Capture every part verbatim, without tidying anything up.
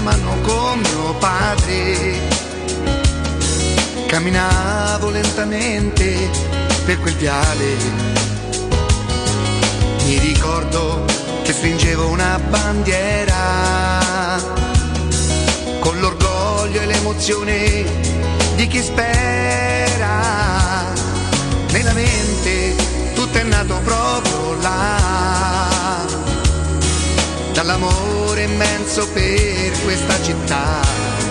mano con mio padre. Camminavo lentamente per quel viale, mi ricordo che stringevo una bandiera con l'orgoglio e l'emozione di chi spera. Nella mente tutto è nato proprio là, dall'amore immenso per questa città.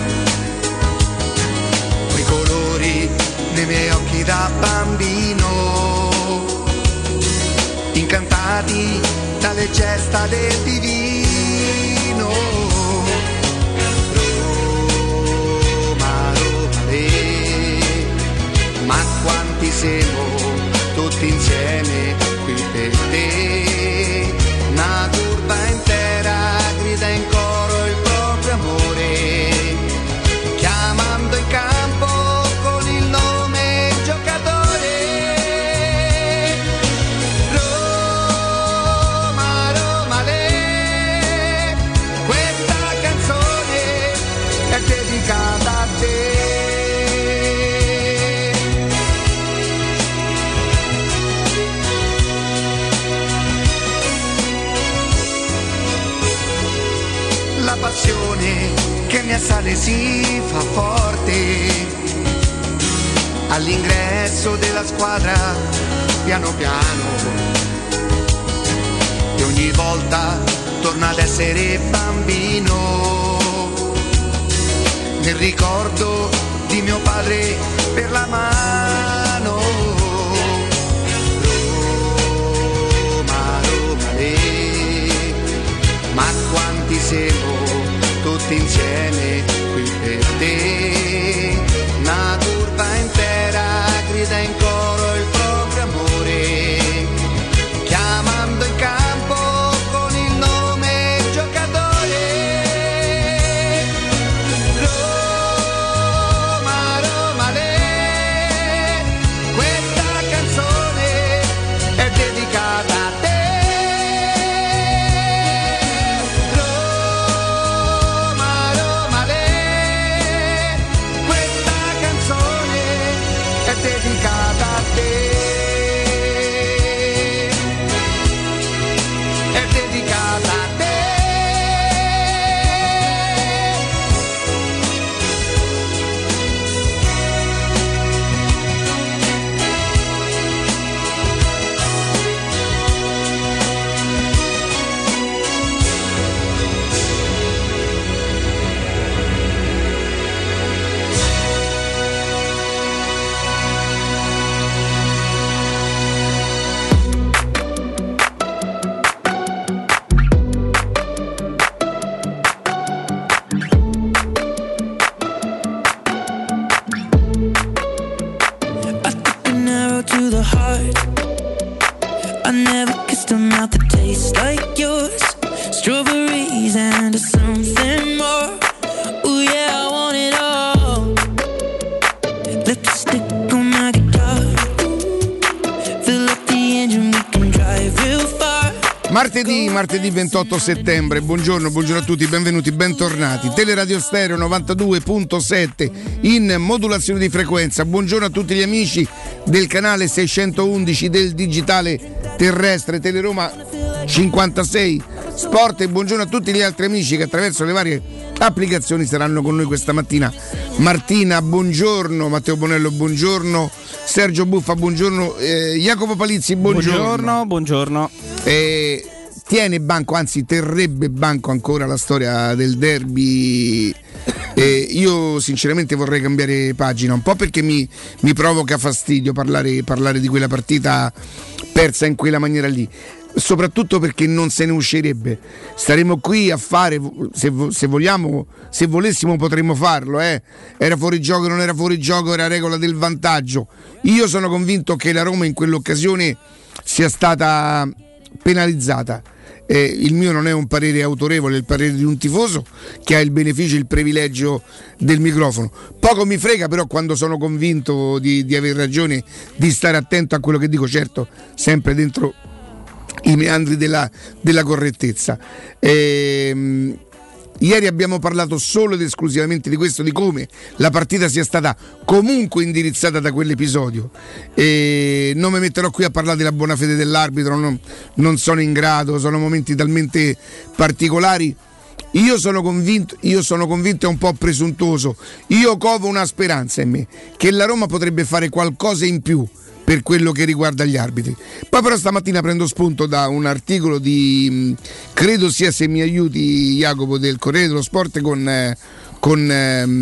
Quei colori nei miei occhi da bambino, incantati dalle gesta del divino. Roma, Roma, le, ma quanti siamo tutti insieme qui per te. Una curva intera grida in coro il proprio amore, chiamando in campo con il nome giocatore. Roma, Roma, le, questa canzone è dedicata a te. La passione che mi assale si fa forte all'ingresso della squadra, piano piano, e ogni volta torna ad essere bambino nel ricordo di mio padre per la mano. Roma, Roma, le, ma quanti siamo tutti insieme qui per te. Una curva intera grida in coro il proprio amore, chiamando in campo con il nome giocatore. Roma, Roma, le, questa canzone è dedicata a te. Dedicata a te, è dedicata a te. Martedì, martedì ventotto settembre, buongiorno, buongiorno a tutti, benvenuti, bentornati. Teleradio Stereo novantadue virgola sette in modulazione di frequenza. Buongiorno a tutti gli amici del canale seicentoundici del digitale terrestre Teleroma cinquantasei Sport, e buongiorno a tutti gli altri amici che attraverso le varie applicazioni saranno con noi questa mattina. Martina, buongiorno. Matteo Bonello, buongiorno. Sergio Buffa, buongiorno. eh, Jacopo Palizzi, buongiorno. Buongiorno, buongiorno. Eh, tiene banco, anzi terrebbe banco ancora la storia del derby. Eh, io sinceramente vorrei cambiare pagina, un po' perché mi, mi provoca fastidio parlare, parlare di quella partita persa in quella maniera lì, soprattutto perché non se ne uscirebbe. Staremo qui a fare, se, se vogliamo, se volessimo potremmo farlo, eh. Era fuori gioco, non era fuori gioco, era regola del vantaggio. Io sono convinto che la Roma in quell'occasione sia stata penalizzata. Eh, il mio non è un parere autorevole, è il parere di un tifoso che ha il beneficio e il privilegio del microfono. Poco mi frega però quando sono convinto di, di aver ragione, di stare attento a quello che dico, certo sempre dentro i meandri della, della correttezza. Ehm, Ieri abbiamo parlato solo ed esclusivamente di questo, di come la partita sia stata comunque indirizzata da quell'episodio. E non mi metterò qui a parlare della buona fede dell'arbitro, non, non sono in grado, sono momenti talmente particolari. Io sono convinto, io sono convinto e un po' presuntuoso, io covo una speranza in me, che la Roma potrebbe fare qualcosa in più per quello che riguarda gli arbitri. Poi però stamattina prendo spunto da un articolo di, credo sia, se mi aiuti Jacopo, del Corriere dello Sport con, eh, con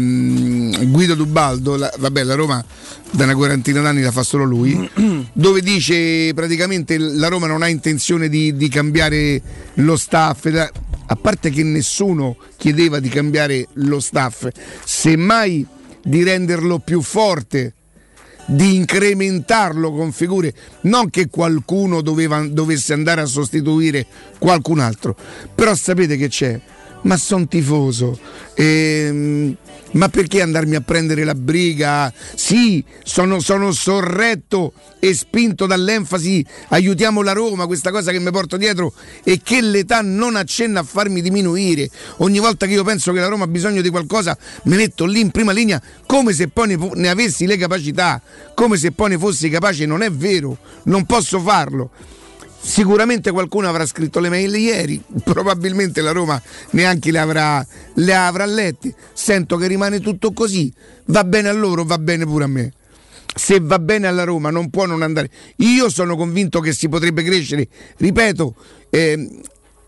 eh, Guido Dubaldo, la, vabbè la Roma da una quarantina d'anni la fa solo lui, dove dice praticamente la Roma non ha intenzione di, di cambiare lo staff, a parte che nessuno chiedeva di cambiare lo staff, semmai di renderlo più forte, di incrementarlo con figure, non che qualcuno doveva, dovesse andare a sostituire qualcun altro. Però sapete che c'è? Ma son tifoso, ehm, ma perché andarmi a prendere la briga? Sì, sono, sono sorretto e spinto dall'enfasi aiutiamo la Roma, questa cosa che mi porto dietro e che l'età non accenna a farmi diminuire. Ogni volta che io penso che la Roma ha bisogno di qualcosa mi metto lì in prima linea come se poi ne, ne avessi le capacità, come se poi ne fossi capace. Non è vero, non posso farlo. Sicuramente qualcuno avrà scritto le mail ieri, probabilmente la Roma neanche le avrà, le avrà lette. Sento che rimane tutto così, va bene a loro, va bene pure a me. Se va bene alla Roma non può non andare. Io sono convinto che si potrebbe crescere, ripeto, eh,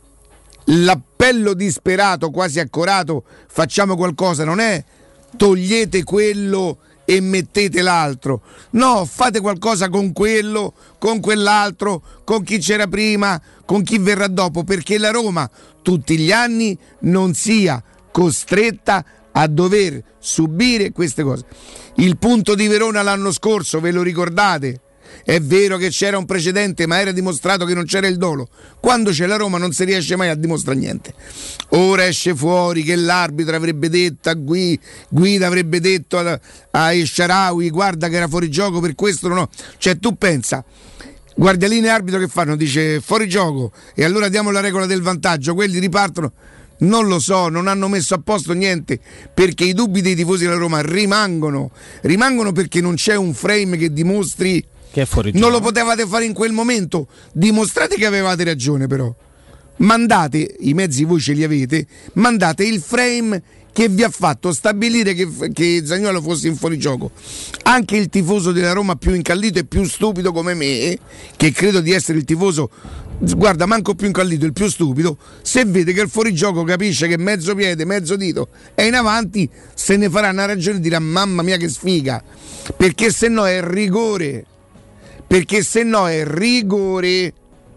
l'appello disperato, quasi accorato, facciamo qualcosa, non è togliete quello e mettete l'altro, no, fate qualcosa con quello, con quell'altro, con chi c'era prima, con chi verrà dopo, perché la Roma tutti gli anni non sia costretta a dover subire queste cose. Il punto di Verona l'anno scorso, ve lo ricordate? È vero che c'era un precedente, ma era dimostrato che non c'era il dolo. Quando c'è la Roma non si riesce mai a dimostrare niente. Ora esce fuori che l'arbitro avrebbe detto a Gui, Guida avrebbe detto a, a Esharawi guarda che era fuori gioco per questo, no. Cioè tu pensa, guardialine e arbitro che fanno? Dice fuori gioco e allora diamo la regola del vantaggio, quelli ripartono. Non lo so, non hanno messo a posto niente, perché i dubbi dei tifosi della Roma rimangono, rimangono perché non c'è un frame che dimostri che è fuori gioco. Non lo potevate fare in quel momento, dimostrate che avevate ragione, però mandate, i mezzi voi ce li avete, mandate il frame che vi ha fatto stabilire che, che Zaniolo fosse in fuorigioco. Anche il tifoso della Roma più incallito e più stupido come me, che credo di essere il tifoso, guarda, manco più incallito, il più stupido, se vede che il fuorigioco capisce che mezzo piede, mezzo dito è in avanti, se ne farà una ragione e dirà mamma mia che sfiga, perché se no è rigore, perché se no è rigore.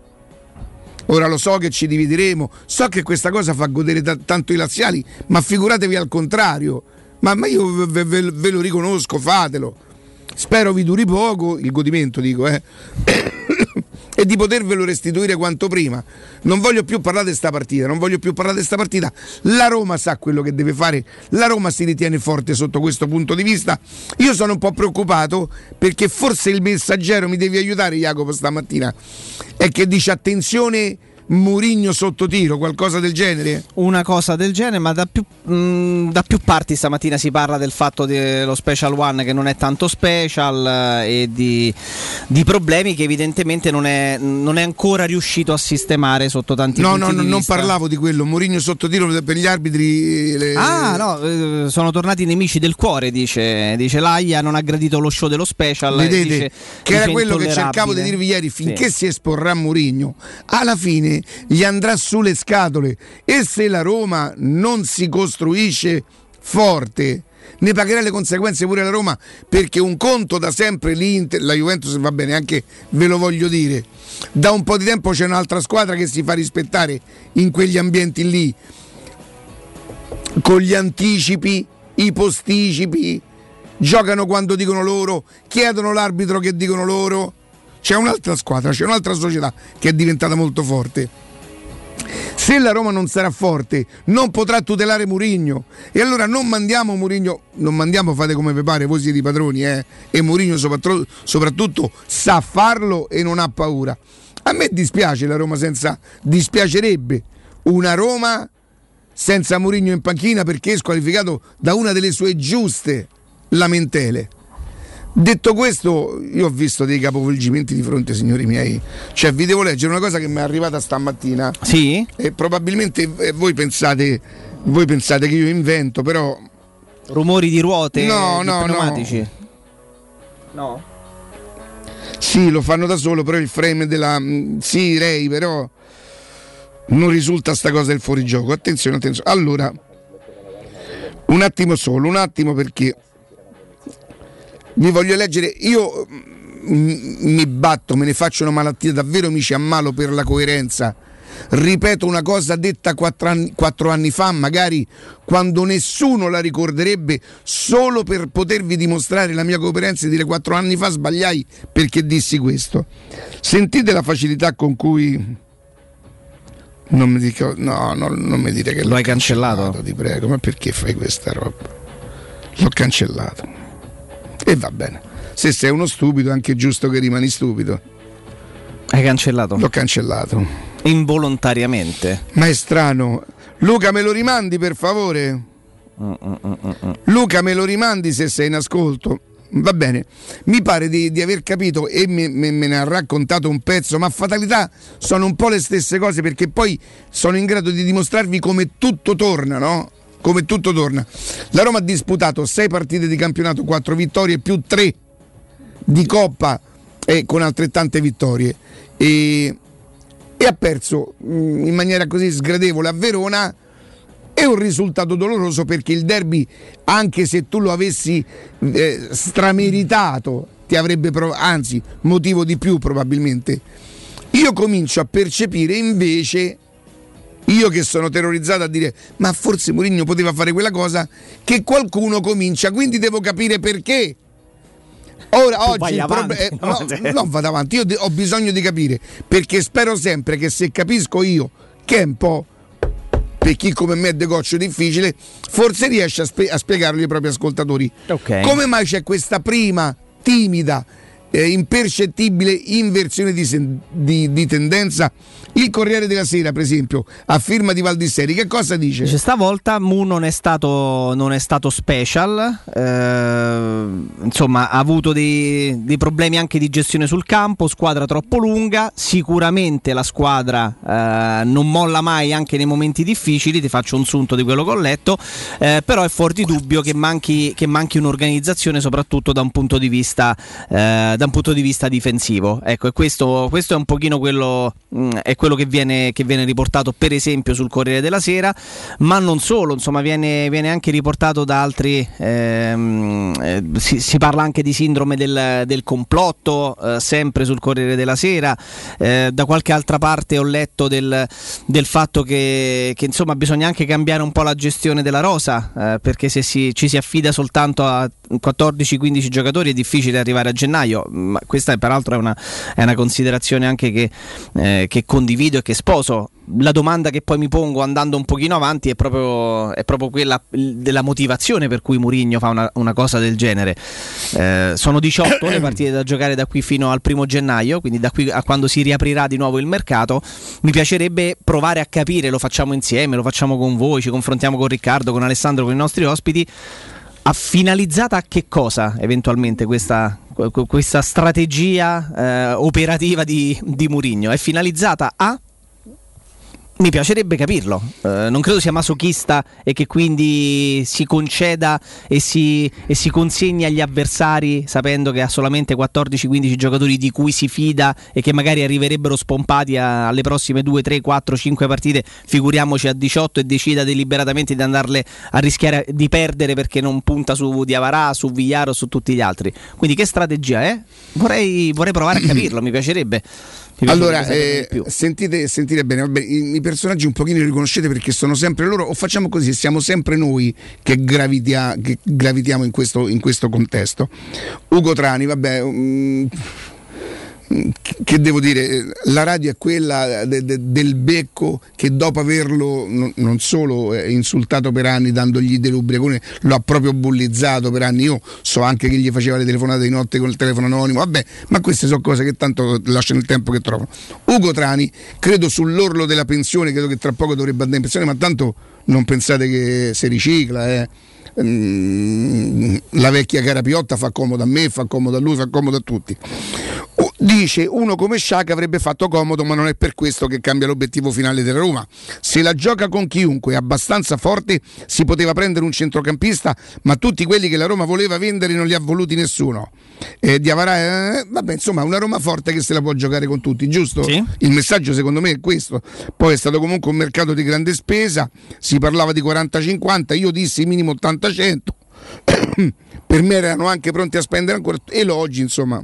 Ora lo so che ci divideremo, so che questa cosa fa godere t- tanto i laziali, ma figuratevi al contrario, ma, ma io ve, ve, ve lo riconosco, fatelo, spero vi duri poco, il godimento dico, eh e di potervelo restituire quanto prima. Non voglio più parlare di sta partita, non voglio più parlare di sta partita. La Roma sa quello che deve fare, la Roma si ritiene forte sotto questo punto di vista. Io sono un po' preoccupato perché forse il Messaggero, mi devi aiutare Jacopo stamattina, è che dice attenzione Mourinho sotto tiro, qualcosa del genere? Una cosa del genere, ma da più, mh, da più parti stamattina si parla del fatto dello Special One che non è tanto special eh, e di, di problemi che evidentemente non è, non è ancora riuscito a sistemare sotto tanti no, punti no, di no, vista. Non parlavo di quello, Mourinho sotto tiro per gli arbitri. Le... Ah no, eh, sono tornati i nemici del cuore, dice, dice Laia, non ha gradito lo show dello Special. Vedete, dice, che era dice quello che cercavo di dirvi ieri, finché sì. si esporrà Mourinho, alla fine gli andrà sulle scatole e se la Roma non si costruisce forte ne pagherà le conseguenze pure la Roma, perché un conto da sempre l'Inter, la Juventus va bene, anche ve lo voglio dire, da un po' di tempo c'è un'altra squadra che si fa rispettare in quegli ambienti lì, con gli anticipi, i posticipi, giocano quando dicono loro, chiedono l'arbitro che dicono loro. C'è un'altra squadra, c'è un'altra società che è diventata molto forte. Se la Roma non sarà forte non potrà tutelare Mourinho, e allora non mandiamo Mourinho, non mandiamo, fate come vi pare, voi siete i padroni, eh? E Mourinho soprattutto, soprattutto sa farlo e non ha paura. A me dispiace la Roma senza, dispiacerebbe una Roma senza Mourinho in panchina perché è squalificato da una delle sue giuste lamentele. Detto questo, io ho visto dei capovolgimenti di fronte, signori miei. Cioè, vi devo leggere una cosa che mi è arrivata stamattina. Sì? E probabilmente eh, voi pensate voi pensate che io invento, però rumori di ruote, no, di no, pneumatici. No. No. Sì, lo fanno da solo, però il frame della sì, Ray, però non risulta sta cosa del fuorigioco. Attenzione, attenzione. Allora, un attimo solo, un attimo perché vi voglio leggere. Io m- mi batto, me ne faccio una malattia, davvero mi ci ammalo per la coerenza. Ripeto una cosa detta quattro anni, quattro anni fa, magari quando nessuno la ricorderebbe, solo per potervi dimostrare la mia coerenza e dire quattro anni fa sbagliai perché dissi questo. Sentite la facilità con cui non mi dico, no, no, non mi dire che lo l'ho hai cancellato. cancellato, ti prego, ma perché fai questa roba? L'ho cancellato. E va bene. Se sei uno stupido è anche giusto che rimani stupido. Hai cancellato? L'ho cancellato. Involontariamente. Ma è strano. Luca, me lo rimandi per favore? Mm, mm, mm, mm. Luca, me lo rimandi se sei in ascolto? Va bene. Mi pare di, di aver capito e me, me, me ne ha raccontato un pezzo, ma fatalità sono un po' le stesse cose, perché poi sono in grado di dimostrarvi come tutto torna, no? Come tutto torna. La Roma ha disputato sei partite di campionato, quattro vittorie più tre di Coppa e con altrettante vittorie. E e ha perso mh, in maniera così sgradevole a Verona. È un risultato doloroso perché il derby, anche se tu lo avessi eh, strameritato, ti avrebbe prov- anzi motivo di più probabilmente. Io comincio a percepire invece, io che sono terrorizzato a dire ma forse Mourinho poteva fare quella cosa, che qualcuno comincia, quindi devo capire perché. Ora, Tu oggi vai il avanti, prob- no? eh, no, non vado avanti, io de- ho bisogno di capire, perché spero sempre che se capisco io, che è un po' per chi come me è decoccio difficile, forse riesce a, spe- a spiegarlo ai propri ascoltatori. Ok. Come mai c'è questa prima timida, eh, impercettibile inversione di, sen- di, di tendenza? Il Corriere della Sera, per esempio, a firma di Valdisseri, che cosa dice? Dice, stavolta Mu non è stato, non è stato special, eh, insomma ha avuto dei, dei problemi anche di gestione sul campo, squadra troppo lunga, sicuramente la squadra eh, non molla mai anche nei momenti difficili, ti faccio un sunto di quello che ho letto, eh, però è forte dubbio che manchi, che manchi un'organizzazione soprattutto da un punto di vista, eh, da un punto di vista difensivo. Ecco, e questo, questo è un pochino quello, mh, è quello che viene, che viene riportato per esempio sul Corriere della Sera, ma non solo, insomma viene, viene anche riportato da altri, ehm, eh, si, si parla anche di sindrome del, del complotto, eh, sempre sul Corriere della Sera, eh, da qualche altra parte ho letto del, del fatto che, che insomma bisogna anche cambiare un po' la gestione della rosa, eh, perché se si, ci si affida soltanto a quattordici quindici giocatori è difficile arrivare a gennaio, ma questa è, peraltro è una, è una considerazione anche che, eh, che condivido e che sposo. La domanda che poi mi pongo andando un pochino avanti è proprio, è proprio quella della motivazione per cui Mourinho fa una, una cosa del genere. Eh, sono diciotto le partite da giocare da qui fino al primo gennaio, quindi da qui a quando si riaprirà di nuovo il mercato. Mi piacerebbe provare a capire, lo facciamo insieme, lo facciamo con voi, ci confrontiamo con Riccardo, con Alessandro, con i nostri ospiti. Ha finalizzata a che cosa eventualmente questa, questa strategia eh, operativa di, di Mourinho? È finalizzata a... Mi piacerebbe capirlo, eh, non credo sia masochista e che quindi si conceda e si, e si consegni agli avversari sapendo che ha solamente quattordici quindici giocatori di cui si fida e che magari arriverebbero spompati a, alle prossime due, tre, quattro, cinque partite, figuriamoci a diciotto, e decida deliberatamente di andarle a rischiare di perdere perché non punta su Diawara, su Villar o su tutti gli altri. Quindi che strategia è? Vorrei, vorrei provare a capirlo, mi piacerebbe. Allora, eh, sentite, sentite bene, vabbè, i, i personaggi un pochino li riconoscete perché sono sempre loro, o facciamo così, siamo sempre noi che, gravitia, che gravitiamo in questo, in questo contesto. Ugo Trani, vabbè, um, che devo dire, la radio è quella de, de, del becco che dopo averlo non, non solo insultato per anni dandogli dell'ubriacone, lo ha proprio bullizzato per anni. Io so anche che gli faceva le telefonate di notte con il telefono anonimo, vabbè, ma queste sono cose che tanto lasciano il tempo che trovano. Ugo Trani, credo sull'orlo della pensione, credo che tra poco dovrebbe andare in pensione, ma tanto non pensate che si ricicla, eh. La vecchia cara Piotta fa comodo a me, fa comodo a lui, fa comodo a tutti. Dice uno come Sciacca avrebbe fatto comodo, ma non è per questo che cambia l'obiettivo finale della Roma. Se la gioca con chiunque è abbastanza forte si poteva prendere un centrocampista, ma tutti quelli che la Roma voleva vendere non li ha voluti nessuno. Eh, Diavara, eh, vabbè, insomma, una Roma forte che se la può giocare con tutti, giusto? Sì. Il messaggio secondo me è questo. Poi è stato comunque un mercato di grande spesa, si parlava di quaranta cinquanta, io dissi minimo ottanta cento. Per me erano anche pronti a spendere ancora, e lo oggi, insomma.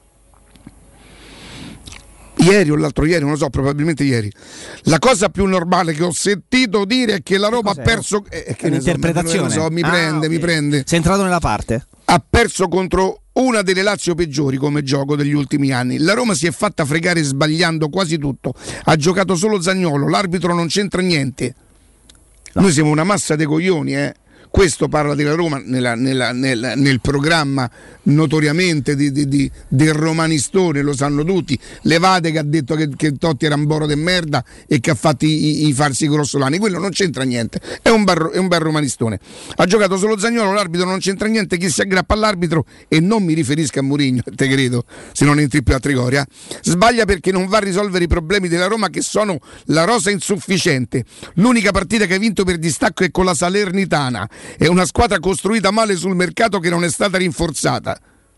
Ieri o l'altro ieri, non lo so, probabilmente ieri. La cosa più normale che ho sentito dire è che la Roma ha perso. Eh, che Un'interpretazione. So, non lo so, mi ah, prende, okay. mi prende. Sei entrato nella parte? Ha perso contro una delle Lazio peggiori come gioco degli ultimi anni. La Roma si è fatta fregare sbagliando quasi tutto. Ha giocato solo Zaniolo, l'arbitro non c'entra niente. No. Noi siamo una massa di coglioni, eh. Questo parla della Roma nella, nella, nel, nel programma notoriamente di, di, di, del romanistone, lo sanno tutti. Levate che ha detto che, che Totti era un boro de merda e che ha fatto i, i farsi grossolani, quello non c'entra niente, è un, bar, è un bel romanistone. Ha giocato solo Zaniolo, l'arbitro non c'entra niente, chi si aggrappa all'arbitro, e non mi riferisco a Mourinho, te credo, se non entri più a Trigoria, sbaglia perché non va a risolvere i problemi della Roma, che sono la rosa insufficiente. L'unica partita che ha vinto per distacco è con la Salernitana. È una squadra costruita male sul mercato che non è stata rinforzata.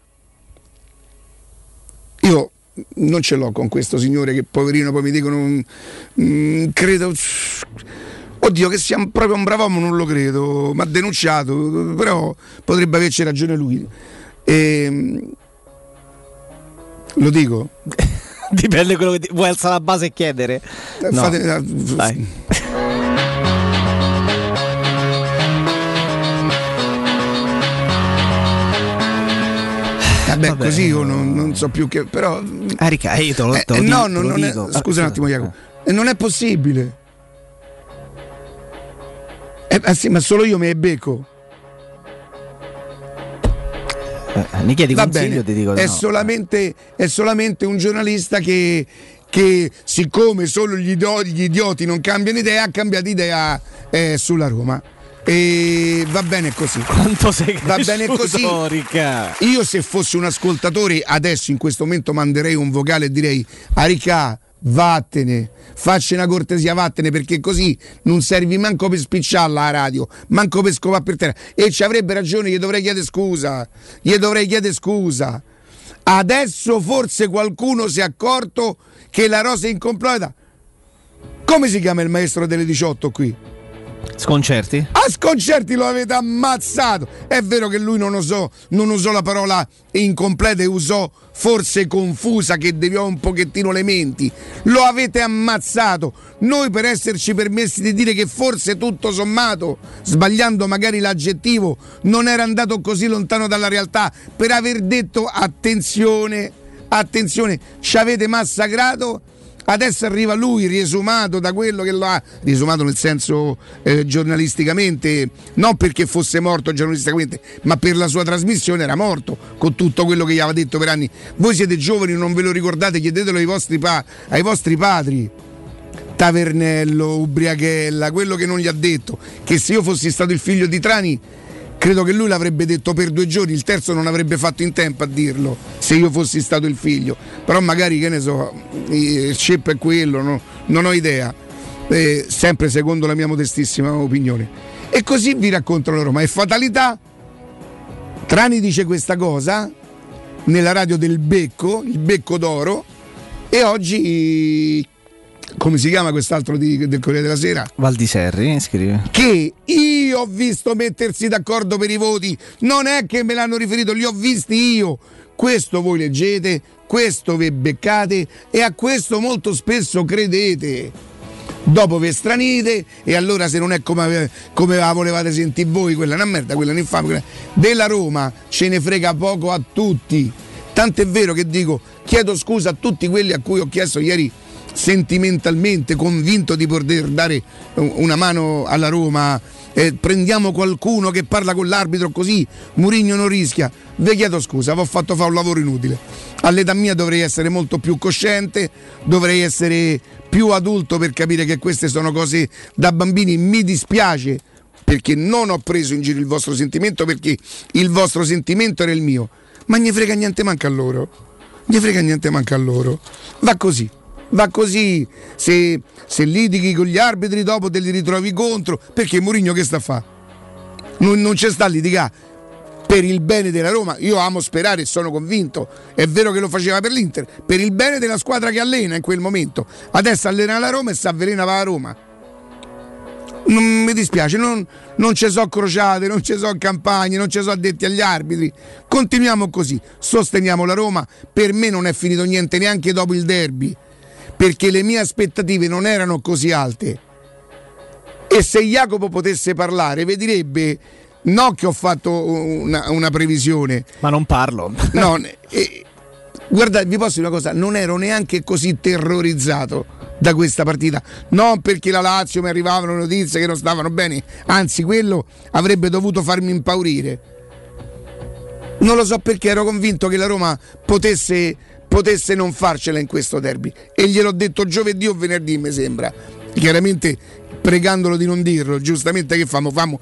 Io non ce l'ho con questo signore che poverino poi mi dicono mh, credo oddio che sia proprio un brav'uomo, non lo credo, mi ha denunciato, però potrebbe averci ragione lui. E, lo dico? Dipende quello che ti... vuoi alzare la base e chiedere. No. Fate... Dai. Vabbè, Vabbè, così io non, non so più che, però ah, Ricca, io te lo, te lo eh, dico, no, te non, lo non dico. È, scusa ah, un attimo Jacopo, eh. non è possibile, eh, ah, sì, ma solo io me ne becco. Eh, mi chiedi consiglio, ti dico è no. solamente è solamente un giornalista che che siccome solo gli idioti, gli idioti non cambiano idea, ha cambiato idea eh, sulla Roma. E va bene così. Quanto sei va bene così. Rica. Io se fossi un ascoltatore adesso in questo momento manderei un vocale e direi a Ricà vattene, facci una cortesia, vattene, perché così non servi manco per spicciarla la radio, manco per scovare per terra. E ci avrebbe ragione, gli dovrei chiedere scusa, gli dovrei chiedere scusa. Adesso forse qualcuno si è accorto che la rosa è incompleta. Come si chiama il maestro delle diciotto qui? Sconcerti? A Sconcerti lo avete ammazzato. È vero che lui non usò, non usò la parola incompleta e usò forse confusa, che deviò un pochettino le menti. Lo avete ammazzato. Noi, per esserci permessi di dire che forse tutto sommato, sbagliando magari l'aggettivo, non era andato così lontano dalla realtà, per aver detto attenzione, attenzione, ci avete massacrato. Adesso arriva lui riesumato da quello che lo ha riesumato nel senso eh, giornalisticamente, non perché fosse morto giornalisticamente, ma per la sua trasmissione era morto con tutto quello che gli aveva detto per anni. Voi siete giovani, non ve lo ricordate, chiedetelo ai vostri, pa- ai vostri padri. Tavernello, Ubriachella, quello che non gli ha detto, che se io fossi stato il figlio di Trani credo che lui l'avrebbe detto per due giorni, il terzo non avrebbe fatto in tempo a dirlo, se io fossi stato il figlio. Però magari, che ne so, il ceppo è quello, no? Non ho idea, eh, sempre secondo la mia modestissima opinione. E così vi racconto la Roma. È fatalità. Trani dice questa cosa nella radio del Becco, il Becco d'Oro, e oggi... come si chiama quest'altro di, del Corriere della Sera? Valdiserri scrive che io ho visto mettersi d'accordo per i voti, non è che me l'hanno riferito, li ho visti io. Questo voi leggete, questo vi beccate e a questo molto spesso credete. Dopo vi stranite e allora, se non è come, come la volevate sentire voi, quella è una merda, quella è un'infame, quella... della Roma ce ne frega poco a tutti. Tant'è vero che dico, chiedo scusa a tutti quelli a cui ho chiesto ieri sentimentalmente, convinto di poter dare una mano alla Roma, eh, prendiamo qualcuno che parla con l'arbitro così Mourinho non rischia. Vi chiedo scusa, vi ho fatto fare un lavoro inutile. All'età mia dovrei essere molto più cosciente, dovrei essere più adulto per capire che queste sono cose da bambini. Mi dispiace perché non ho preso in giro il vostro sentimento, perché il vostro sentimento era il mio, ma ne frega niente manca a loro, ne frega niente manca a loro. Va così, va così. Se, se litighi con gli arbitri dopo te li ritrovi contro, perché Mourinho che sta a fare? Non, non c'è sta a litigare per il bene della Roma. Io amo sperare e sono convinto, è vero che lo faceva per l'Inter, per il bene della squadra che allena in quel momento. Adesso allena la Roma e si avvelena va a Roma. Non mi dispiace, non, non ci so crociate, non ci so campagne, non ci so addetti agli arbitri. Continuiamo così, sosteniamo la Roma. Per me non è finito niente neanche dopo il derby, perché le mie aspettative non erano così alte. E se Jacopo potesse parlare vedirebbe, no che ho fatto una, una previsione, ma non parlo. No, eh, guarda, vi posso dire una cosa, non ero neanche così terrorizzato da questa partita, non perché la Lazio mi arrivavano notizie che non stavano bene, anzi quello avrebbe dovuto farmi impaurire. Non lo so, perché ero convinto che la Roma potesse, potesse non farcela in questo derby, e gliel'ho detto giovedì o venerdì mi sembra, chiaramente pregandolo di non dirlo. Giustamente che famo? Famo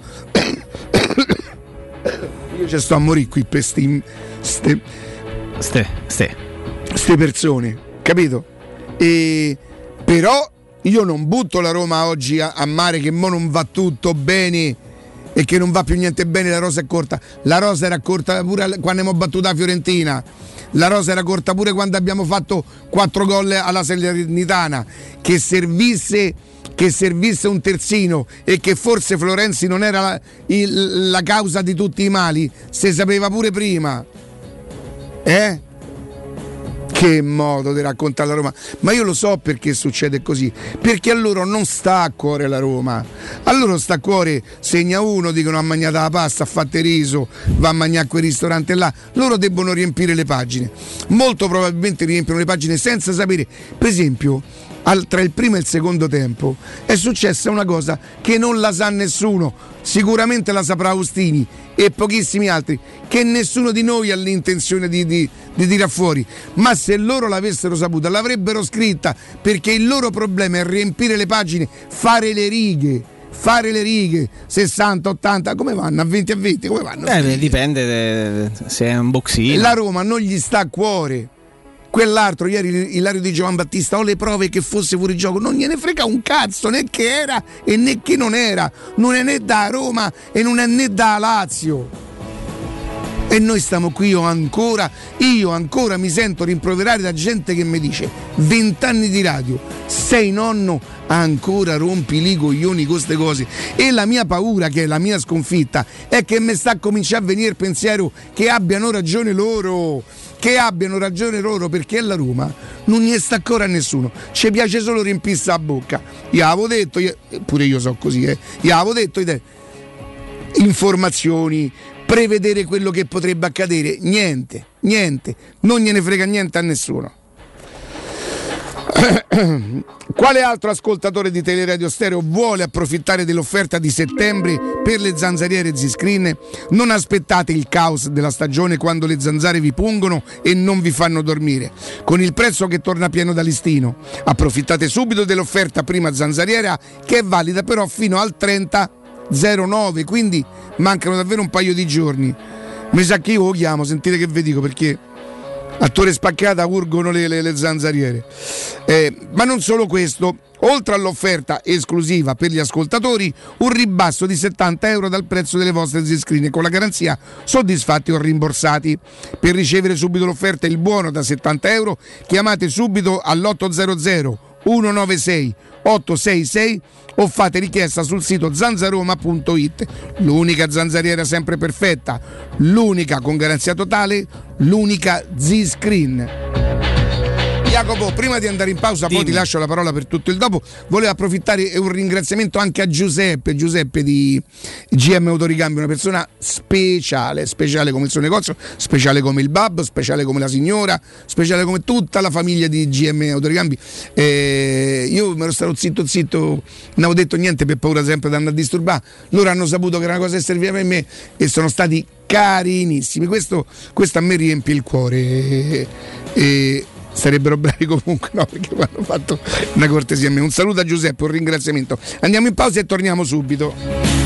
io ci sto a morire qui per sti, ste, ste, ste. ste persone, capito? E però io non butto la Roma oggi a, a mare, che mo non va tutto bene e che non va più niente bene. La rosa è corta, la rosa era corta pure quando abbiamo battuto la Fiorentina, la rosa era corta pure quando abbiamo fatto quattro gol alla Salernitana. Che servisse che servisse un terzino e che forse Florenzi non era la, il, la causa di tutti i mali, se sapeva pure prima. Eh? Che modo di raccontare la Roma. Ma io lo so perché succede così, perché a loro non sta a cuore la Roma, a loro sta a cuore segna uno, dicono ha mangiato la pasta, ha fatto il riso, va a mangiare a quel ristorante là. Loro debbono riempire le pagine, molto probabilmente riempiono le pagine senza sapere. Per esempio al, tra il primo e il secondo tempo è successa una cosa che non la sa nessuno, sicuramente la saprà Austini e pochissimi altri, che nessuno di noi ha l'intenzione di, di, di tirare fuori, ma se loro l'avessero saputa l'avrebbero scritta, perché il loro problema è riempire le pagine, fare le righe, fare le righe sessanta ottanta, come vanno? A venti a venti, come vanno? Eh, dipende de, se è un boxino. La Roma non gli sta a cuore. Quell'altro ieri, Ilario Di Giovan Battista, ho le prove che fosse fuori gioco, non gliene frega un cazzo né che era e né che non era, non è né da Roma e non è né da Lazio. E noi stiamo qui, io ancora, io ancora mi sento rimproverare da gente che mi dice vent'anni di radio, sei nonno, ancora rompi lì i coglioni con queste cose. E la mia paura, che è la mia sconfitta, è che mi sta a cominciare a venire il pensiero che abbiano ragione loro, che abbiano ragione loro, perché alla Roma non gli sta ancora a nessuno, ci piace solo riempirsi la bocca. Io avevo detto, io, pure io so così, eh, io avevo detto te, informazioni, prevedere quello che potrebbe accadere, niente, niente, non gliene frega niente a nessuno. Quale altro ascoltatore di Teleradio Stereo vuole approfittare dell'offerta di settembre per le zanzariere Z-Screen? Non aspettate il caos della stagione, quando le zanzare vi pungono e non vi fanno dormire. Con il prezzo che torna pieno da listino, approfittate subito dell'offerta prima zanzariera, che è valida però fino al trenta zero nove, quindi mancano davvero un paio di giorni. Mi sa che io lo chiamo, sentite che vi dico, perché a Torre Spaccata urgono le, le, le zanzariere. Eh, ma non solo questo, oltre all'offerta esclusiva per gli ascoltatori, un ribasso di settanta euro dal prezzo delle vostre Z-Screen con la garanzia soddisfatti o rimborsati. Per ricevere subito l'offerta e il buono da settanta euro, chiamate subito all'ottocento centonovantasei ottocentosessantasei o fate richiesta sul sito zanzaroma punto it. L'unica zanzariera sempre perfetta, l'unica con garanzia totale, l'unica Z-Screen. Jacopo, prima di andare in pausa, Dimmi. poi ti lascio la parola per tutto il dopo. Volevo approfittare e un ringraziamento anche a Giuseppe, Giuseppe di G M Autoricambio, una persona speciale, speciale come il suo negozio, speciale come il babbo, speciale come la signora, speciale come tutta la famiglia di G M Autoricambi. Eh, io mi ero stato zitto zitto, non avevo detto niente per paura sempre di andare a disturbare. Loro hanno saputo che era una cosa che serviva per me e sono stati carinissimi. Questo, questo a me riempie il cuore. E, e sarebbero bravi comunque, no, perché hanno fatto una cortesia a me. Un saluto a Giuseppe, un ringraziamento. Andiamo in pausa e torniamo subito.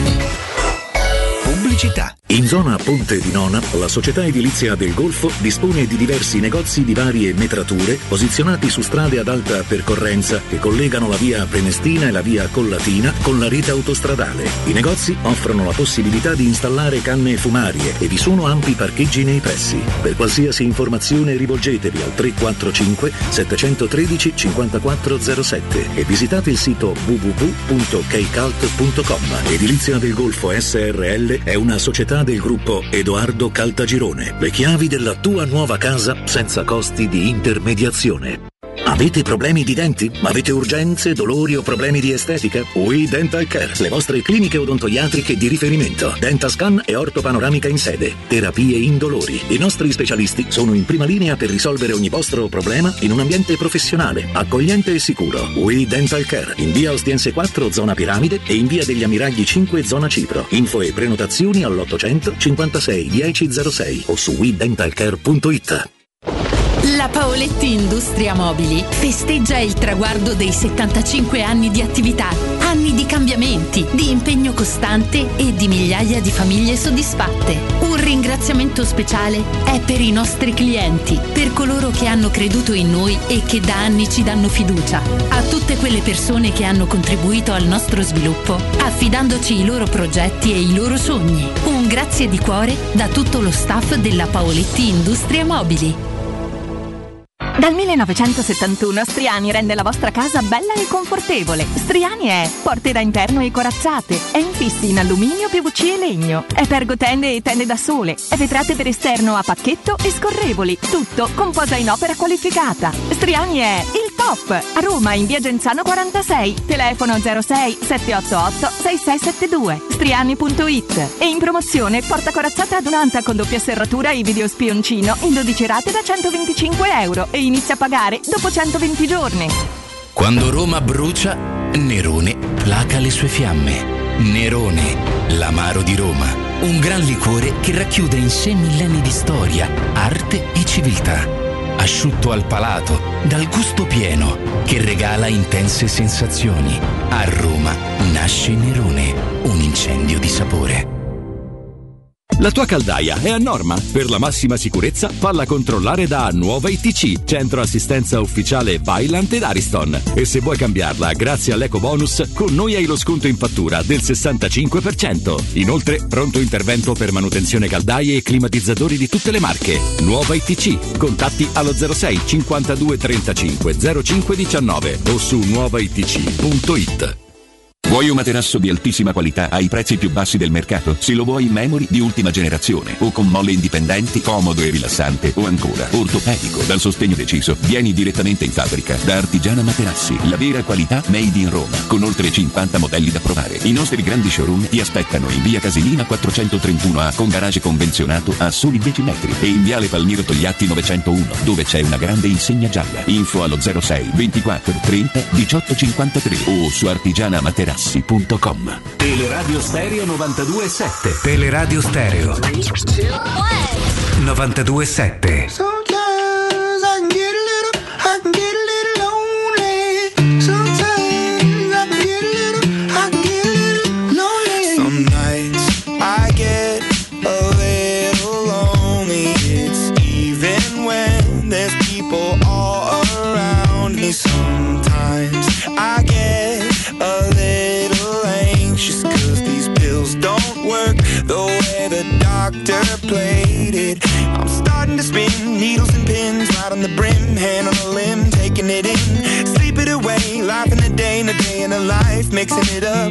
Pubblicità. In zona Ponte di Nona, la società edilizia del Golfo dispone di diversi negozi di varie metrature posizionati su strade ad alta percorrenza che collegano la via Prenestina e la via Collatina con la rete autostradale. I negozi offrono la possibilità di installare canne fumarie e vi sono ampi parcheggi nei pressi. Per qualsiasi informazione rivolgetevi al tre quattro cinque sette uno tre cinque quattro zero sette e visitate il sito w w w punto keicalt punto com. Edilizia del Golfo S R L è una società del gruppo Edoardo Caltagirone. Le chiavi della tua nuova casa senza costi di intermediazione. Avete problemi di denti? Avete urgenze, dolori o problemi di estetica? We Dental Care, le vostre cliniche odontoiatriche di riferimento. Dentascan e ortopanoramica in sede. Terapie indolori. I nostri specialisti sono in prima linea per risolvere ogni vostro problema in un ambiente professionale, accogliente e sicuro. We Dental Care, in via Ostiense quattro, zona Piramide, e in via degli Ammiragli cinque, zona Cipro. Info e prenotazioni all'ottocento cinquantasei dieci zero sei o su we dental care punto it. La Paoletti Industria Mobili festeggia il traguardo dei settantacinque anni di attività, anni di cambiamenti, di impegno costante e di migliaia di famiglie soddisfatte. Un ringraziamento speciale è per i nostri clienti, per coloro che hanno creduto in noi e che da anni ci danno fiducia, a tutte quelle persone che hanno contribuito al nostro sviluppo, affidandoci i loro progetti e i loro sogni. Un grazie di cuore da tutto lo staff della Paoletti Industria Mobili. Dal millenovecentosettantuno Striani rende la vostra casa bella e confortevole. Striani è porte da interno e corazzate, è infissi in alluminio, P V C e legno, è pergotende e tende da sole, è vetrate per esterno a pacchetto e scorrevoli, tutto con posa in opera qualificata. Striani è il top! A Roma in via Genzano quarantasei, telefono zero sei sette otto otto sei sei sette due, striani punto it. E in promozione porta corazzata adunata con doppia serratura e video spioncino in dodici rate da centoventicinque euro e inizia a pagare dopo centoventi giorni. Quando Roma brucia, Nerone placa le sue fiamme. Nerone, l'amaro di Roma, un gran liquore che racchiude in sé millenni di storia, arte e civiltà. Asciutto al palato, dal gusto pieno, che regala intense sensazioni. A Roma nasce Nerone, un incendio di sapore. La tua caldaia è a norma? Per la massima sicurezza falla controllare da Nuova I T C, centro assistenza ufficiale Vaillant ed Ariston. E se vuoi cambiarla grazie all'eco bonus, con noi hai lo sconto in fattura del sessantacinque per cento. Inoltre, pronto intervento per manutenzione caldaie e climatizzatori di tutte le marche. Nuova I T C, contatti allo zero sei cinquantadue trentacinque zero cinque diciannove o su nuova i t c punto it. Vuoi un materasso di altissima qualità ai prezzi più bassi del mercato? Se lo vuoi in memory di ultima generazione o con molle indipendenti, comodo e rilassante, o ancora ortopedico dal sostegno deciso, vieni direttamente in fabbrica da Artigiana Materassi, la vera qualità made in Roma, con oltre cinquanta modelli da provare. I nostri grandi showroom ti aspettano in via Casilina quattrocentotrentuno A con garage convenzionato a soli dieci metri e in viale Palmiro Togliatti novecentouno, dove c'è una grande insegna gialla. Info allo zero sei ventiquattro trenta diciotto cinquantatré o su artigiana materassi punto com. Teleradio Stereo novantadue e sette. Teleradio Stereo novantadue e sette. Played it. I'm starting to spin needles and pins right on the brim, hand on the limb, taking it in, sleep it away, life in a day and a day in a life, mixing it up, trekking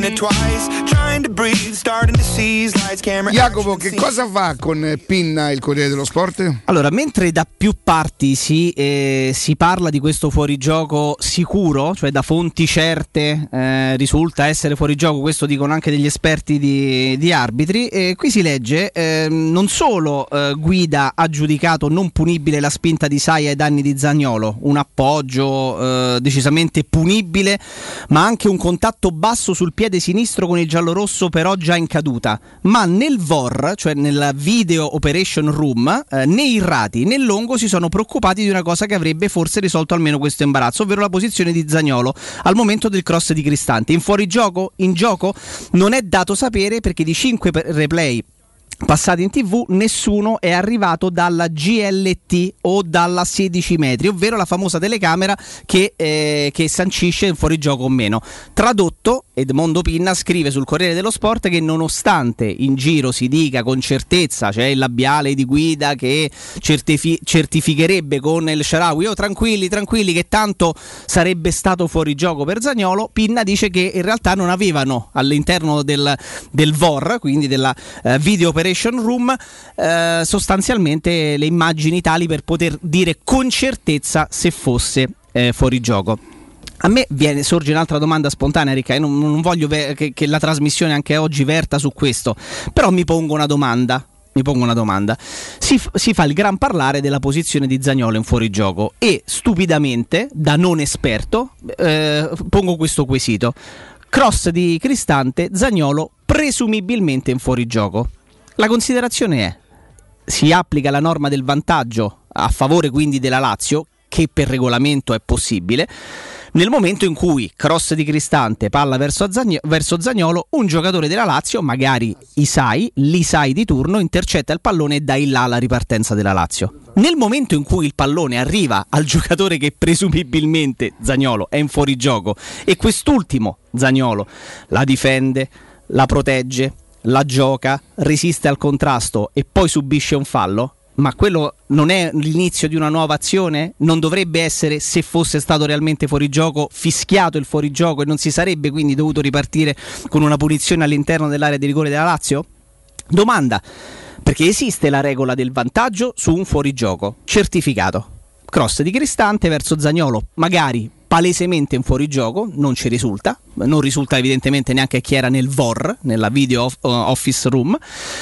hitting it twice, trying to breathe, starting to seize lights, camera. Jacopo, che cosa fa con Pinna il Corriere dello Sport? Allora, mentre da più parti si, eh, si parla di questo fuorigioco sicuro, cioè da fonti certe eh, risulta essere fuorigioco, questo dicono anche degli esperti di, di arbitri, eh, qui si legge eh, non solo eh, Guida ha giudicato non punibile la spinta di Saia ai danni di Zaniolo, un appoggio eh, decisamente punibile, ma anche un contatto basso sul piede sinistro con il giallorosso però già in caduta, ma nel V O R, cioè nella Video Operation Room, eh, né Irrati né Longo si sono preoccupati di una cosa che avrebbe forse risolto almeno questo imbarazzo, ovvero la posizione di Zaniolo al momento del cross di Cristante. In fuorigioco? In gioco? Non è dato sapere, perché di cinque replay passati in tivù nessuno è arrivato dalla G L T o dalla sedici metri, ovvero la famosa telecamera che, eh, che sancisce il fuorigioco o meno. Tradotto, Edmondo Pinna scrive sul Corriere dello Sport che nonostante in giro si dica con certezza, c'è cioè il labiale di Guida che certifi- certificherebbe con il Shaarawy, oh tranquilli tranquilli che tanto sarebbe stato fuorigioco per Zaniolo, Pinna dice che in realtà non avevano all'interno del, del V O R, quindi della eh, Video Operation Room, eh, sostanzialmente le immagini tali per poter dire con certezza se fosse eh, fuorigioco. A me viene, sorge un'altra domanda spontanea, Ricca, io non, non voglio ve- che, che la trasmissione anche oggi verta su questo, però mi pongo una domanda. Mi pongo una domanda. Si, f- si fa il gran parlare della posizione di Zaniolo in fuorigioco e stupidamente, da non esperto, eh, pongo questo quesito: cross di Cristante, Zaniolo presumibilmente in fuorigioco. La considerazione è: si applica la norma del vantaggio a favore quindi della Lazio, che per regolamento è possibile, nel momento in cui cross di Cristante, palla verso, Zagn- verso Zaniolo, un giocatore della Lazio, magari Isai, l'Isai di turno, intercetta il pallone e dà in là la ripartenza della Lazio. Nel momento in cui il pallone arriva al giocatore che presumibilmente, Zaniolo, è in fuorigioco e quest'ultimo, Zaniolo, la difende, la protegge, la gioca, resiste al contrasto e poi subisce un fallo, ma quello non è l'inizio di una nuova azione? Non dovrebbe essere, se fosse stato realmente fuorigioco, fischiato il fuorigioco e non si sarebbe quindi dovuto ripartire con una punizione all'interno dell'area di rigore della Lazio? Domanda, perché esiste la regola del vantaggio su un fuorigioco certificato. Cross di Cristante verso Zaniolo, magari palesemente in fuorigioco, non ci risulta, non risulta evidentemente neanche chi era nel V O R, nella Video Office Room,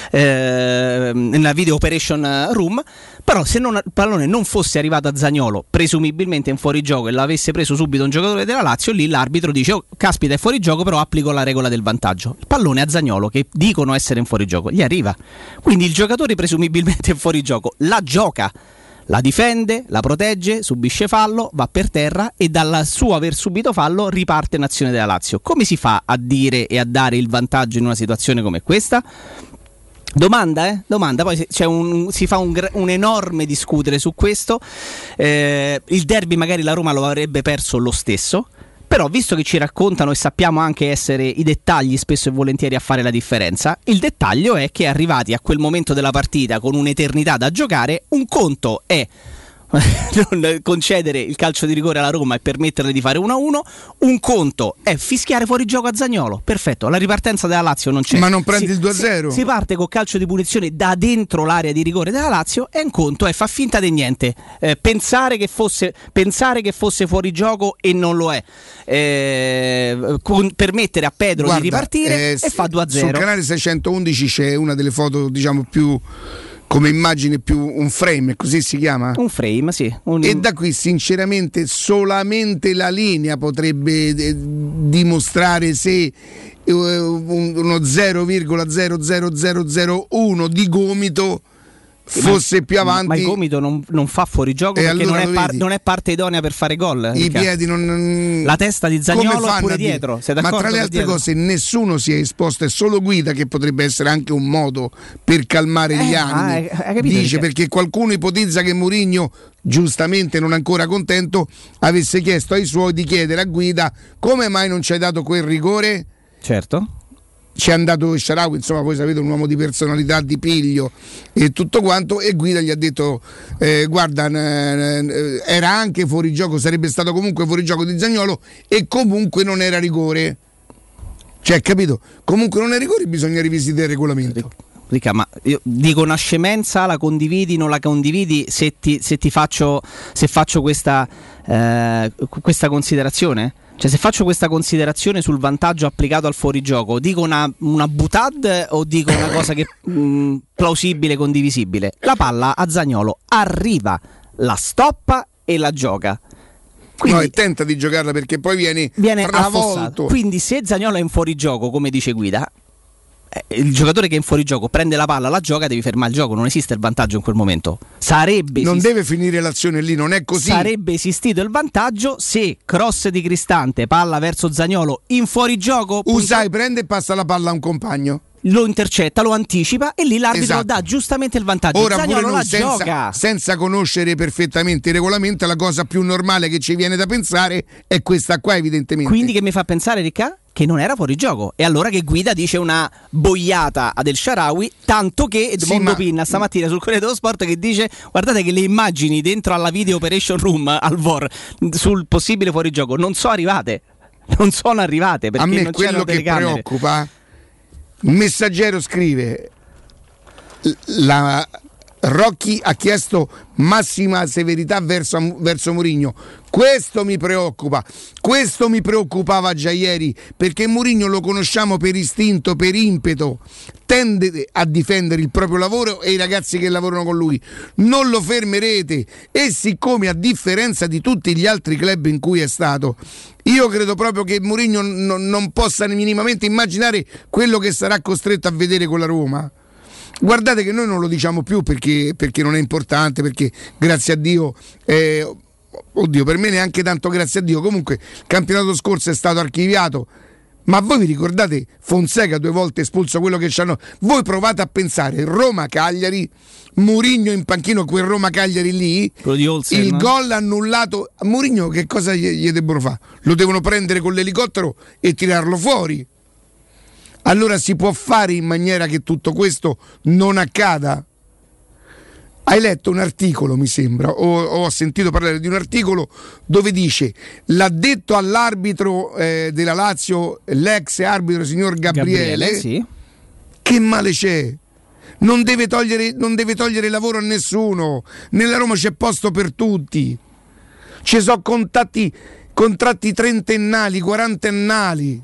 eh, nella Video Operation Room, però se non, il pallone non fosse arrivato a Zaniolo, presumibilmente in fuorigioco, e l'avesse preso subito un giocatore della Lazio, lì l'arbitro dice: oh, caspita, è fuorigioco, però applico la regola del vantaggio. Il pallone a Zaniolo, che dicono essere in fuorigioco, gli arriva, quindi il giocatore presumibilmente in fuorigioco la gioca, la difende, la protegge, subisce fallo, va per terra e dal suo aver subito fallo riparte in azione della Lazio. Come si fa a dire e a dare il vantaggio in una situazione come questa? Domanda, eh? Domanda. Poi c'è un, si fa un, un enorme discutere su questo. Eh, il derby magari la Roma lo avrebbe perso lo stesso, però visto che ci raccontano e sappiamo anche essere i dettagli spesso e volentieri a fare la differenza, il dettaglio è che arrivati a quel momento della partita con un'eternità da giocare, un conto è non concedere il calcio di rigore alla Roma e permetterle di fare uno a uno, un conto è fischiare fuori gioco a Zaniolo. Perfetto, la ripartenza della Lazio non c'è, ma non prendi si, il due a zero, si, si parte col calcio di punizione da dentro l'area di rigore della Lazio e un conto è fa finta di niente, eh, pensare che fosse pensare che fosse fuori gioco e non lo è, eh, con, permettere a Pedro Guarda, di ripartire eh, e fa due a zero. Sul canale seicentoundici c'è una delle foto, diciamo, più come immagine, più un frame, così si chiama? Un frame, sì. Un... E da qui sinceramente solamente la linea potrebbe eh, dimostrare se eh, uno zero virgola zero zero zero zero uno di gomito fosse ma, più avanti. Ma il gomito non, non fa fuori gioco perché allora non, è par- non è parte idonea per fare gol. I piedi non... La testa di Zaniolo è pure dietro. Sei ma tra le altre dietro? cose nessuno si è esposto, è solo Guida che potrebbe essere anche un modo per calmare eh, gli animi. Ah, dice perché? perché qualcuno ipotizza che Mourinho, giustamente non ancora contento, avesse chiesto ai suoi di chiedere a Guida: come mai non ci hai dato quel rigore? Certo. Ci è andato Shaarawy, insomma, voi sapete, un uomo di personalità, di piglio e tutto quanto, e Guida gli ha detto eh, guarda, eh, era anche fuori gioco, sarebbe stato comunque fuori gioco di Zaniolo e comunque non era rigore. Cioè, capito? Comunque non è rigore, bisogna rivisitare il regolamento. Rica, ma io dico una scemenza, la condividi, non la condividi se ti, se ti faccio se faccio questa, eh, questa considerazione? Cioè, se faccio questa considerazione sul vantaggio applicato al fuorigioco, dico una, una butad o dico una cosa che mh, plausibile, condivisibile? La palla a Zaniolo arriva, la stoppa e la gioca. Quindi, no, e tenta di giocarla perché poi viene, viene travolto. affossato. Quindi se Zaniolo è in fuorigioco, come dice Guida, il giocatore che è in fuorigioco prende la palla, la gioca, devi fermare il gioco, non esiste il vantaggio in quel momento. Sarebbe non esist- deve finire l'azione lì, non è così. Sarebbe esistito il vantaggio se cross di Cristante, palla verso Zaniolo in fuorigioco, Usai punto... prende e passa la palla a un compagno, lo intercetta, lo anticipa e lì l'arbitro esatto. dà giustamente il vantaggio. Ora Zaniolo pure la noi senza, gioca senza conoscere perfettamente il regolamento, la cosa più normale che ci viene da pensare è questa qua, evidentemente. Quindi che mi fa pensare, Ricca? Che non era fuori gioco, e allora che Guida dice una boiata ad El Shaarawy, tanto che Edmondo sì, Pinna ma... stamattina sul Corriere dello Sport che dice guardate che le immagini dentro alla video operation room al V O R sul possibile fuorigioco non sono arrivate, non sono arrivate perché a me non quello che telecamere. Preoccupa, il Messaggero scrive la Rocchi ha chiesto massima severità verso, verso Mourinho. Questo mi preoccupa, questo mi preoccupava già ieri, perché Mourinho lo conosciamo per istinto, per impeto, tende a difendere il proprio lavoro e i ragazzi che lavorano con lui. Non lo fermerete, e siccome a differenza di tutti gli altri club in cui è stato, io credo proprio che Mourinho non, non possa minimamente immaginare quello che sarà costretto a vedere con la Roma. Guardate che noi non lo diciamo più perché, perché non è importante, perché grazie a Dio, eh, oddio, per me neanche tanto grazie a Dio, comunque il campionato scorso è stato archiviato, ma voi vi ricordate Fonseca due volte espulso, quello che c'hanno? Voi provate a pensare Roma-Cagliari, Mourinho in panchino, quel Roma-Cagliari lì, Olsen, il no? gol annullato, a Mourinho che cosa gli, gli debbono fare? Lo devono prendere con l'elicottero e tirarlo fuori. Allora si può fare in maniera che tutto questo non accada? Hai letto un articolo, mi sembra, o, o ho sentito parlare di un articolo dove dice l'addetto all'arbitro eh, della Lazio, l'ex arbitro signor Gabriele, Gabriele sì. Che male c'è? Non deve togliere, non deve togliere lavoro a nessuno. Nella Roma c'è posto per tutti. Ci sono contatti, contratti trentennali, quarantennali.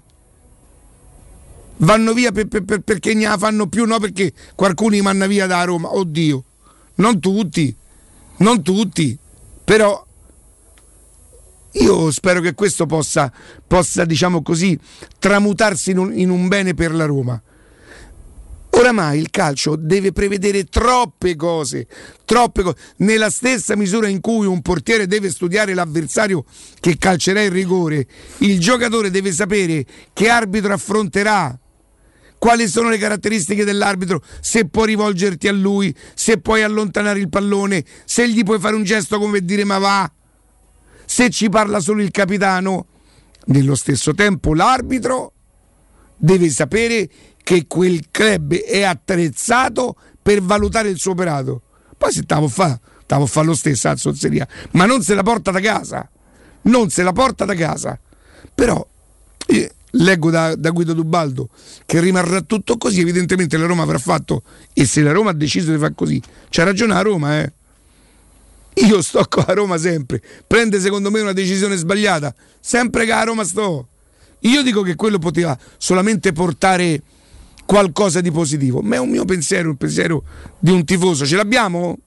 Vanno via per, per, per, perché ne la fanno più, no perché qualcuno li manna via da Roma. Oddio, non tutti, non tutti, però io spero che questo possa, possa diciamo così, tramutarsi in un, in un bene per la Roma. Oramai il calcio deve prevedere troppe cose, troppe cose, nella stessa misura in cui un portiere deve studiare l'avversario che calcerà il rigore, il giocatore deve sapere che arbitro affronterà, quali sono le caratteristiche dell'arbitro, se puoi rivolgerti a lui, se puoi allontanare il pallone, se gli puoi fare un gesto come dire ma va, se ci parla solo il capitano. Nello stesso tempo l'arbitro deve sapere che quel club è attrezzato per valutare il suo operato. Poi se te la può fare, te la può fare lo stesso, la zozzeria, ma non se la porta da casa, non se la porta da casa. Però io leggo da, da Guido Dubaldo che rimarrà tutto così, evidentemente la Roma avrà fatto, e se la Roma ha deciso di fare così, c'ha ragione la Roma, eh. Io sto con la Roma sempre, prende secondo me una decisione sbagliata, sempre che la Roma sto. Io dico che quello poteva solamente portare qualcosa di positivo, ma è un mio pensiero, il pensiero di un tifoso. Ce l'abbiamo?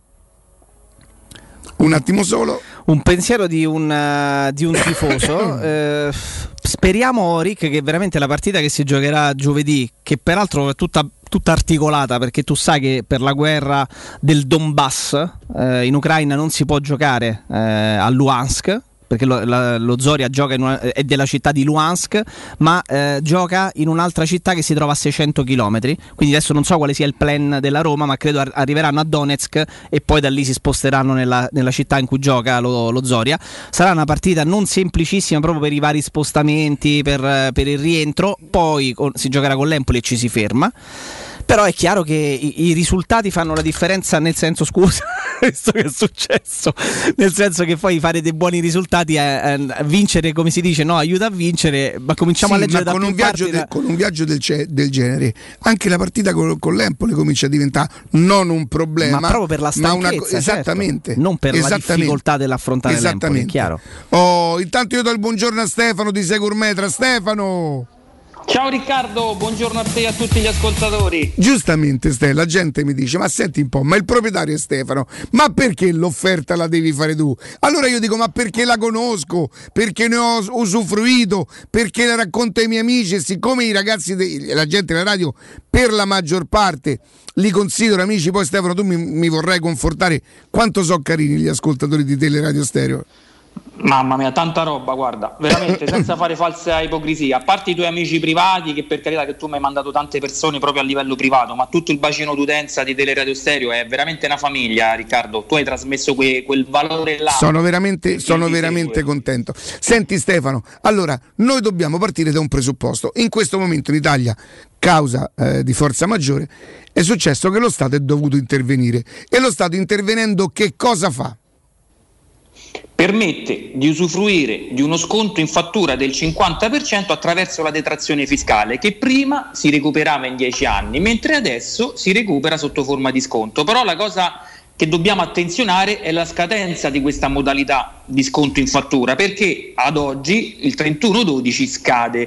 Un attimo solo. Un pensiero di un, uh, di un tifoso. eh, speriamo, Rick, che veramente la partita che si giocherà giovedì, che peraltro è tutta, tutta articolata, perché tu sai che per la guerra del Donbass eh, in Ucraina non si può giocare eh, a Luhansk, perché lo, la, lo Zoria gioca in una, è della città di Luhansk, ma eh, gioca in un'altra città che si trova a seicento chilometri, quindi adesso non so quale sia il plan della Roma, ma credo ar- arriveranno a Donetsk e poi da lì si sposteranno nella, nella città in cui gioca lo, lo Zoria. Sarà una partita non semplicissima proprio per i vari spostamenti, per, per il rientro, poi con, si giocherà con l'Empoli e ci si ferma. Però è chiaro che i, i risultati fanno la differenza, nel senso, scusa, questo che è successo, nel senso che poi fare dei buoni risultati a, a vincere, come si dice, no, aiuta a vincere, ma cominciamo sì, a leggere ma da con più un viaggio parti de, da... con un viaggio del, del genere anche la partita con, con l'Empoli comincia a diventare non un problema, ma proprio per la stanchezza, ma una, esattamente, certo. Non per esattamente, la difficoltà dell'affrontare l'Empoli, è chiaro. Oh, intanto io do il buongiorno a Stefano di Securmetra. Stefano, ciao Riccardo, buongiorno a te e a tutti gli ascoltatori. Giustamente Ste, la gente mi dice: ma senti un po', ma il proprietario è Stefano, ma perché l'offerta la devi fare tu? Allora io dico: ma perché la conosco, perché ne ho usufruito, perché la racconto ai miei amici, e siccome i ragazzi de- la gente della radio per la maggior parte li considero amici. Poi Stefano, tu mi, mi vorrai confortare, quanto so carini gli ascoltatori di Teleradio Stereo. Mamma mia, tanta roba, guarda, veramente, senza fare falsa ipocrisia, a parte i tuoi amici privati, che per carità che tu mi hai mandato tante persone proprio a livello privato, ma tutto il bacino d'utenza di Teleradio Stereo è veramente una famiglia, Riccardo. Tu hai trasmesso que- quel valore là. Sono veramente, sono veramente contento. Senti Stefano, allora noi dobbiamo partire da un presupposto. In questo momento in Italia, causa eh, di forza maggiore, è successo che lo Stato è dovuto intervenire, e lo Stato intervenendo che cosa fa? Permette di usufruire di uno sconto in fattura del cinquanta per cento attraverso la detrazione fiscale, che prima si recuperava in dieci anni, mentre adesso si recupera sotto forma di sconto. Però la cosa che dobbiamo attenzionare è la scadenza di questa modalità di sconto in fattura, perché ad oggi il trentuno dodici scade.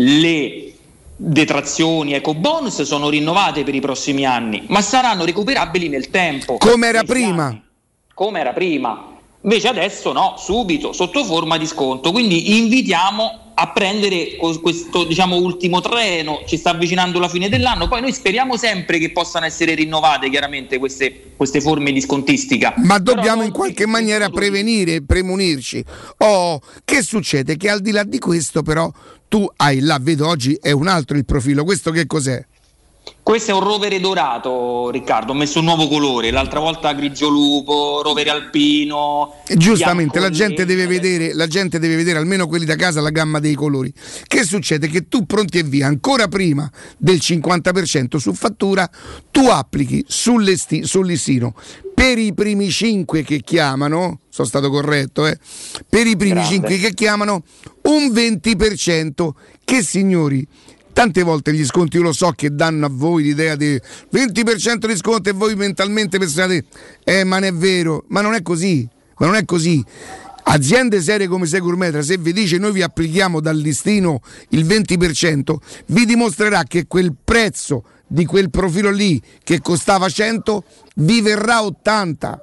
Le detrazioni ecobonus sono rinnovate per i prossimi anni, ma saranno recuperabili nel tempo. Come era prima. Come era prima. Invece adesso no, subito, sotto forma di sconto. Quindi invitiamo a prendere questo, diciamo, ultimo treno. Ci sta avvicinando la fine dell'anno. Poi noi speriamo sempre che possano essere rinnovate chiaramente queste, queste forme di scontistica. Ma dobbiamo in qualche maniera prevenire, premunirci. Oh, che succede? Che al di là di questo però tu hai là, vedo oggi è un altro il profilo. Questo che cos'è? Questo è un rovere dorato, Riccardo, ho messo un nuovo colore, l'altra volta grigio lupo, rovere alpino. E giustamente la gente deve vedere, la gente deve vedere, almeno quelli da casa, la gamma dei colori. Che succede? Che tu pronti e via, ancora prima del cinquanta per cento su fattura, tu applichi sul listino per i primi cinque che chiamano, sono stato corretto, eh, per i primi cinque che chiamano un venti per cento, che signori, tante volte gli sconti io lo so che danno a voi l'idea di venti per cento di sconto e voi mentalmente pensate eh ma non è vero, ma non è così, ma non è così. Aziende serie come Securmetra, se vi dice noi vi applichiamo dal listino il venti per cento, vi dimostrerà che quel prezzo di quel profilo lì che costava cento vi verrà ottanta.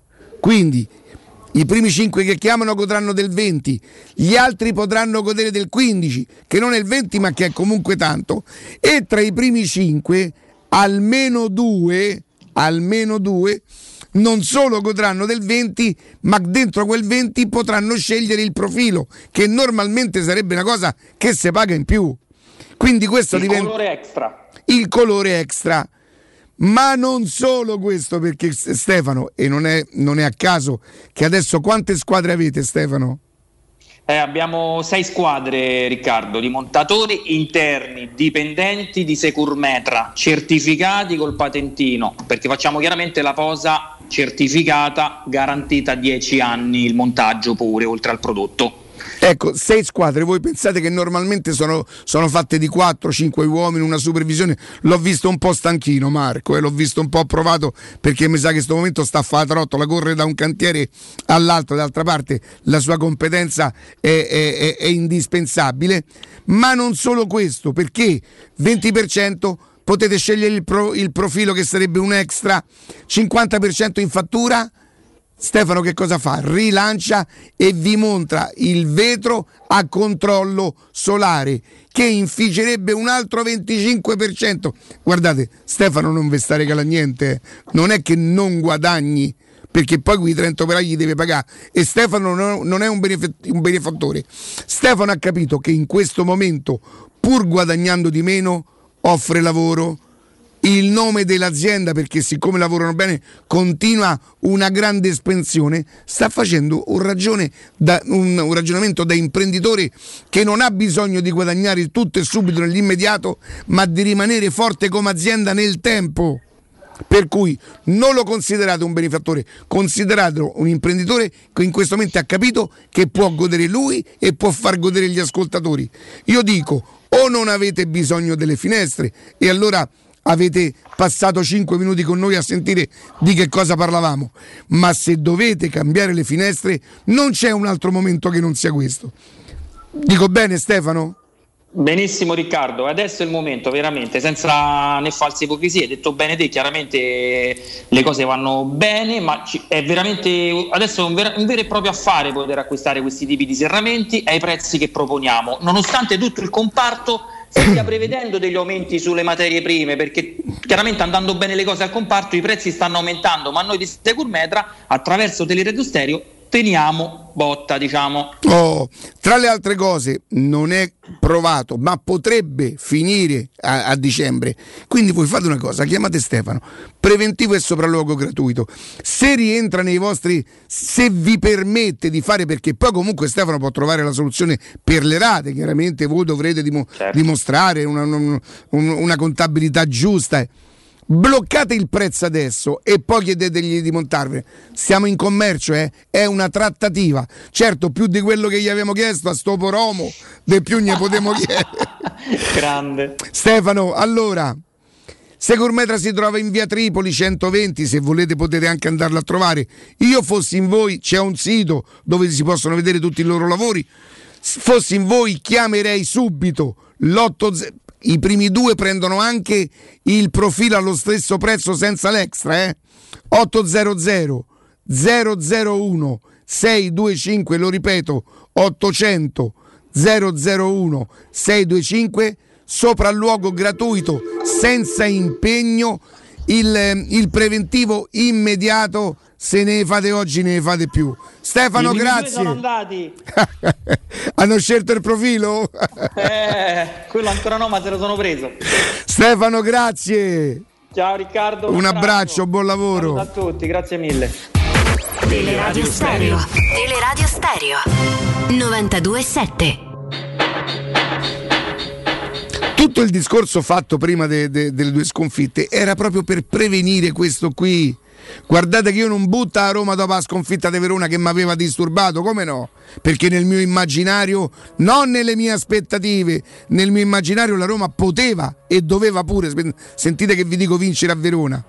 Quindi i primi cinque che chiamano godranno del venti, gli altri potranno godere del quindici, che non è il venti ma che è comunque tanto, e tra i primi cinque almeno due, almeno due non solo godranno del venti, ma dentro quel venti potranno scegliere il profilo, che normalmente sarebbe una cosa che si paga in più. Quindi questo il diventa colore extra. Il colore extra. Ma non solo questo, perché Stefano, e non è, non è a caso che adesso quante squadre avete, Stefano? Eh, abbiamo sei squadre, Riccardo, di montatori interni, dipendenti di Securmetra, certificati col patentino, perché facciamo chiaramente la posa certificata, garantita dieci anni il montaggio pure, oltre al prodotto. Ecco, sei squadre, voi pensate che normalmente sono, sono fatte di quattro cinque uomini, una supervisione? L'ho visto un po' stanchino Marco, e eh, l'ho visto un po' provato, perché mi sa che in questo momento sta a fare la trottola, corre da un cantiere all'altro, d'altra parte la sua competenza è, è, è indispensabile. Ma non solo questo, perché venti per cento potete scegliere il, pro, il profilo che sarebbe un extra, cinquanta per cento in fattura. Stefano che cosa fa? Rilancia e vi monta il vetro a controllo solare, che inficerebbe un altro venticinque per cento. Guardate, Stefano non vi sta regalando niente, non è che non guadagni, perché poi quei trenta operai gli deve pagare, e Stefano non è un, benef- un benefattore. Stefano ha capito che in questo momento, pur guadagnando di meno, offre lavoro, il nome dell'azienda, perché siccome lavorano bene continua una grande espansione, sta facendo un, ragione da, un, un ragionamento da imprenditore che non ha bisogno di guadagnare tutto e subito nell'immediato, ma di rimanere forte come azienda nel tempo. Per cui non lo considerate un benefattore, consideratelo un imprenditore che in questo momento ha capito che può godere lui e può far godere gli ascoltatori. Io dico, o non avete bisogno delle finestre e allora avete passato cinque minuti con noi a sentire di che cosa parlavamo, ma se dovete cambiare le finestre non c'è un altro momento che non sia questo. Dico bene, Stefano? Benissimo Riccardo, adesso è il momento veramente, senza né false ipocrisie, hai detto bene te, chiaramente le cose vanno bene, ma è veramente adesso è un, ver- un vero e proprio affare poter acquistare questi tipi di serramenti ai prezzi che proponiamo, nonostante tutto il comparto stia prevedendo degli aumenti sulle materie prime, perché chiaramente andando bene le cose al comparto i prezzi stanno aumentando, ma noi di Securmetra attraverso Teleradio Stereo teniamo botta, diciamo. Oh, tra le altre cose non è provato, ma potrebbe finire a, a dicembre. Quindi voi fate una cosa, chiamate Stefano, preventivo e sopralluogo gratuito. Se rientra nei vostri, se vi permette di fare, perché poi comunque Stefano può trovare la soluzione per le rate, chiaramente voi dovrete dimo, certo. dimostrare una, una, una contabilità giusta. Bloccate il prezzo adesso e poi chiedetegli di montarvene. Siamo in commercio, eh? È una trattativa. Certo, più di quello che gli abbiamo chiesto a sto poromo, di più ne potremo chiedere. Grande. Stefano, allora, Securmetra si trova in via Tripoli centoventi, se volete potete anche andarlo a trovare. Io fossi in voi, c'è un sito dove si possono vedere tutti i loro lavori. Fossi in voi chiamerei subito l'otto zero. I primi due prendono anche il profilo allo stesso prezzo senza l'extra, eh? otto zero zero zero zero uno sei due cinque, lo ripeto, ottocento zero zero uno sei due cinque, sopralluogo gratuito senza impegno, il, il preventivo immediato. Se ne fate oggi ne fate più. Stefano, grazie. Sono andati. Hanno scelto il profilo? Eh, quello ancora no, ma se lo sono preso. Stefano, grazie. Ciao Riccardo. Un, un abbraccio, buon lavoro. Ciao a tutti, grazie mille. Teleradio Stereo. Teleradio Stereo. novantadue sette. Tutto il discorso fatto prima de, de, delle due sconfitte era proprio per prevenire questo qui. Guardate che io non butto a Roma dopo la sconfitta di Verona che mi aveva disturbato, come no? Perché nel mio immaginario, non nelle mie aspettative, nel mio immaginario la Roma poteva e doveva pure, sentite che vi dico, vincere a Verona.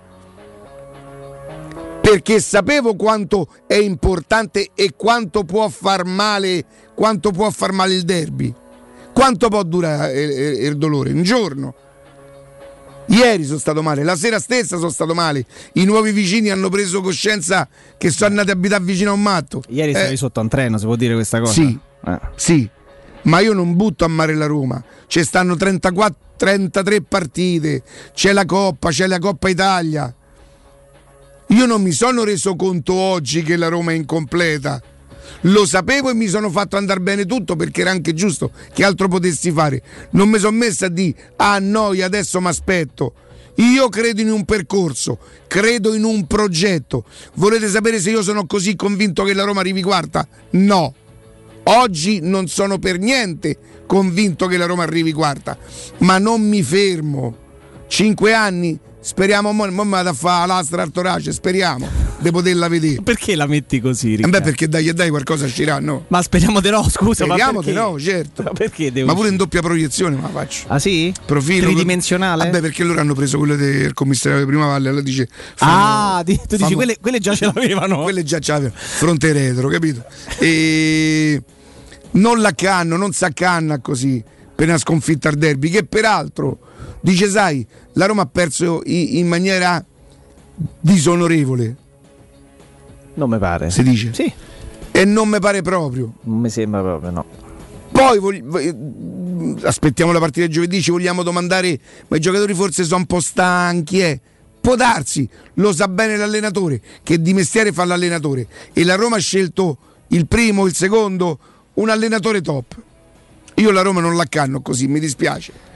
Perché sapevo quanto è importante e quanto può far male, quanto può far male il derby. Quanto può durare il, il dolore? Un giorno. Ieri sono stato male, la sera stessa sono stato male. I nuovi vicini hanno preso coscienza che sono andati a abitare vicino a un matto. Ieri stavi eh, sotto a un treno, si può dire questa cosa? Sì, eh. sì. Ma io non butto a mare la Roma. Ci stanno trentaquattro, trentatré partite, c'è la Coppa, c'è la Coppa Italia. Io non mi sono reso conto oggi che la Roma è incompleta. Lo sapevo e mi sono fatto andare bene tutto, perché era anche giusto. Che altro potessi fare? Non mi sono messa a dire ah no, io adesso mi aspetto. Io credo in un percorso, credo in un progetto. Volete sapere se io sono così convinto che la Roma arrivi quarta? No, oggi non sono per niente convinto che la Roma arrivi quarta, ma non mi fermo. Cinque anni? Speriamo, mo, mo vado a fare l'astra al torace, speriamo di poterla vedere. Perché la metti così, Riccardo? Eh beh, perché dai e dai qualcosa uscirà, no? Ma speriamo di no, scusa. Speriamo di no, certo. Ma perché devo Ma pure in doppia proiezione me la faccio. Ah sì? Profilo tridimensionale? Vabbè, perché loro hanno preso quelle del commissariato di Prima Valle, allora dice fanno, ah, di, tu dici fanno, quelle, quelle già ce l'avevano. Quelle già ce l'avevano, fronte retro, capito? E non l'accanno, non s'accanna così per una sconfitta al derby, che peraltro dice, sai, la Roma ha perso in, in maniera disonorevole. Non mi pare. Si dice? Sì. E non mi pare proprio. Non mi sembra proprio, no. Poi vog- aspettiamo la partita di giovedì, ci vogliamo domandare, ma i giocatori forse sono un po' stanchi, eh? Può darsi, lo sa bene l'allenatore, che di mestiere fa l'allenatore. E la Roma ha scelto il primo, il secondo, un allenatore top. Io la Roma non l'accanno così, mi dispiace.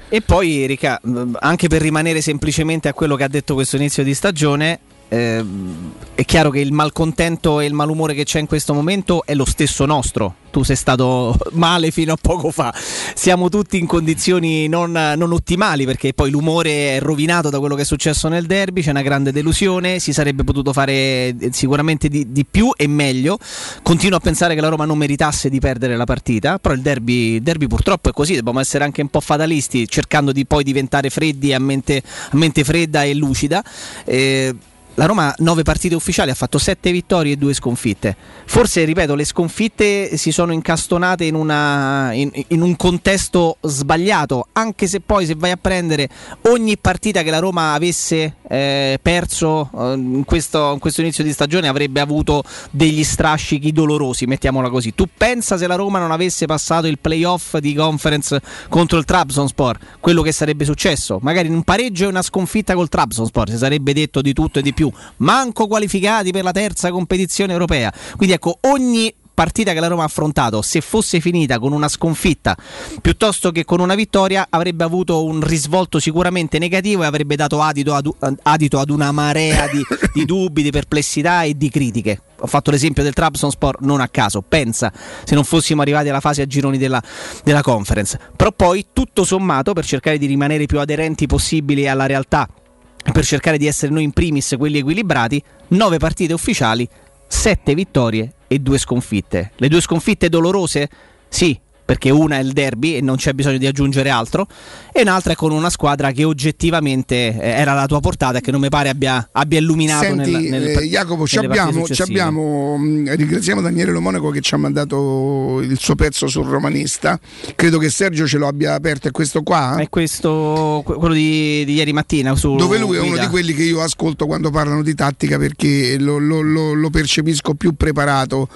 E poi Rica, anche per rimanere semplicemente a quello che ha detto questo inizio di stagione, eh, è chiaro che il malcontento e il malumore che c'è in questo momento è lo stesso nostro. Tu sei stato male fino a poco fa, siamo tutti in condizioni non, non ottimali, perché poi l'umore è rovinato da quello che è successo nel derby, c'è una grande delusione, si sarebbe potuto fare sicuramente di, di più e meglio. Continuo a pensare che la Roma non meritasse di perdere la partita, però il derby, il derby purtroppo è così, dobbiamo essere anche un po' fatalisti, cercando di poi diventare freddi a mente, a mente fredda e lucida. Eh, La Roma nove partite ufficiali, ha fatto sette vittorie e due sconfitte. Forse, ripeto, le sconfitte si sono incastonate in, una, in, in un contesto sbagliato, anche se poi se vai a prendere ogni partita che la Roma avesse eh, perso eh, in, questo, in questo inizio di stagione avrebbe avuto degli strascichi dolorosi, mettiamola così. Tu pensa se la Roma non avesse passato il playoff di Conference contro il Trabzonspor, quello che sarebbe successo? Magari in un pareggio e una sconfitta col Trabzonspor, si sarebbe detto di tutto e di più. Manco qualificati per la terza competizione europea. Quindi ecco, ogni partita che la Roma ha affrontato, se fosse finita con una sconfitta piuttosto che con una vittoria, avrebbe avuto un risvolto sicuramente negativo e avrebbe dato adito ad, adito ad una marea di, di dubbi, di perplessità e di critiche. Ho fatto l'esempio del Trabzonspor non a caso, pensa se non fossimo arrivati alla fase a gironi della, della Conference. Però poi tutto sommato, per cercare di rimanere più aderenti possibili alla realtà, per cercare di essere noi in primis quelli equilibrati, nove partite ufficiali, sette vittorie e due sconfitte. Le due sconfitte dolorose? Sì, perché una è il derby e non c'è bisogno di aggiungere altro, e un'altra è con una squadra che oggettivamente era alla tua portata e che non mi pare abbia, abbia illuminato. Senti, nel, nel, eh, Jacopo, ci abbiamo, ci abbiamo mh, ringraziamo Daniele Lo Monaco che ci ha mandato il suo pezzo sul romanista. Credo che Sergio ce lo abbia aperto, è questo qua? È questo, quello di, di ieri mattina su dove lui è Guida. uno di quelli che io ascolto quando parlano di tattica, perché lo, lo, lo, lo percepisco più preparato.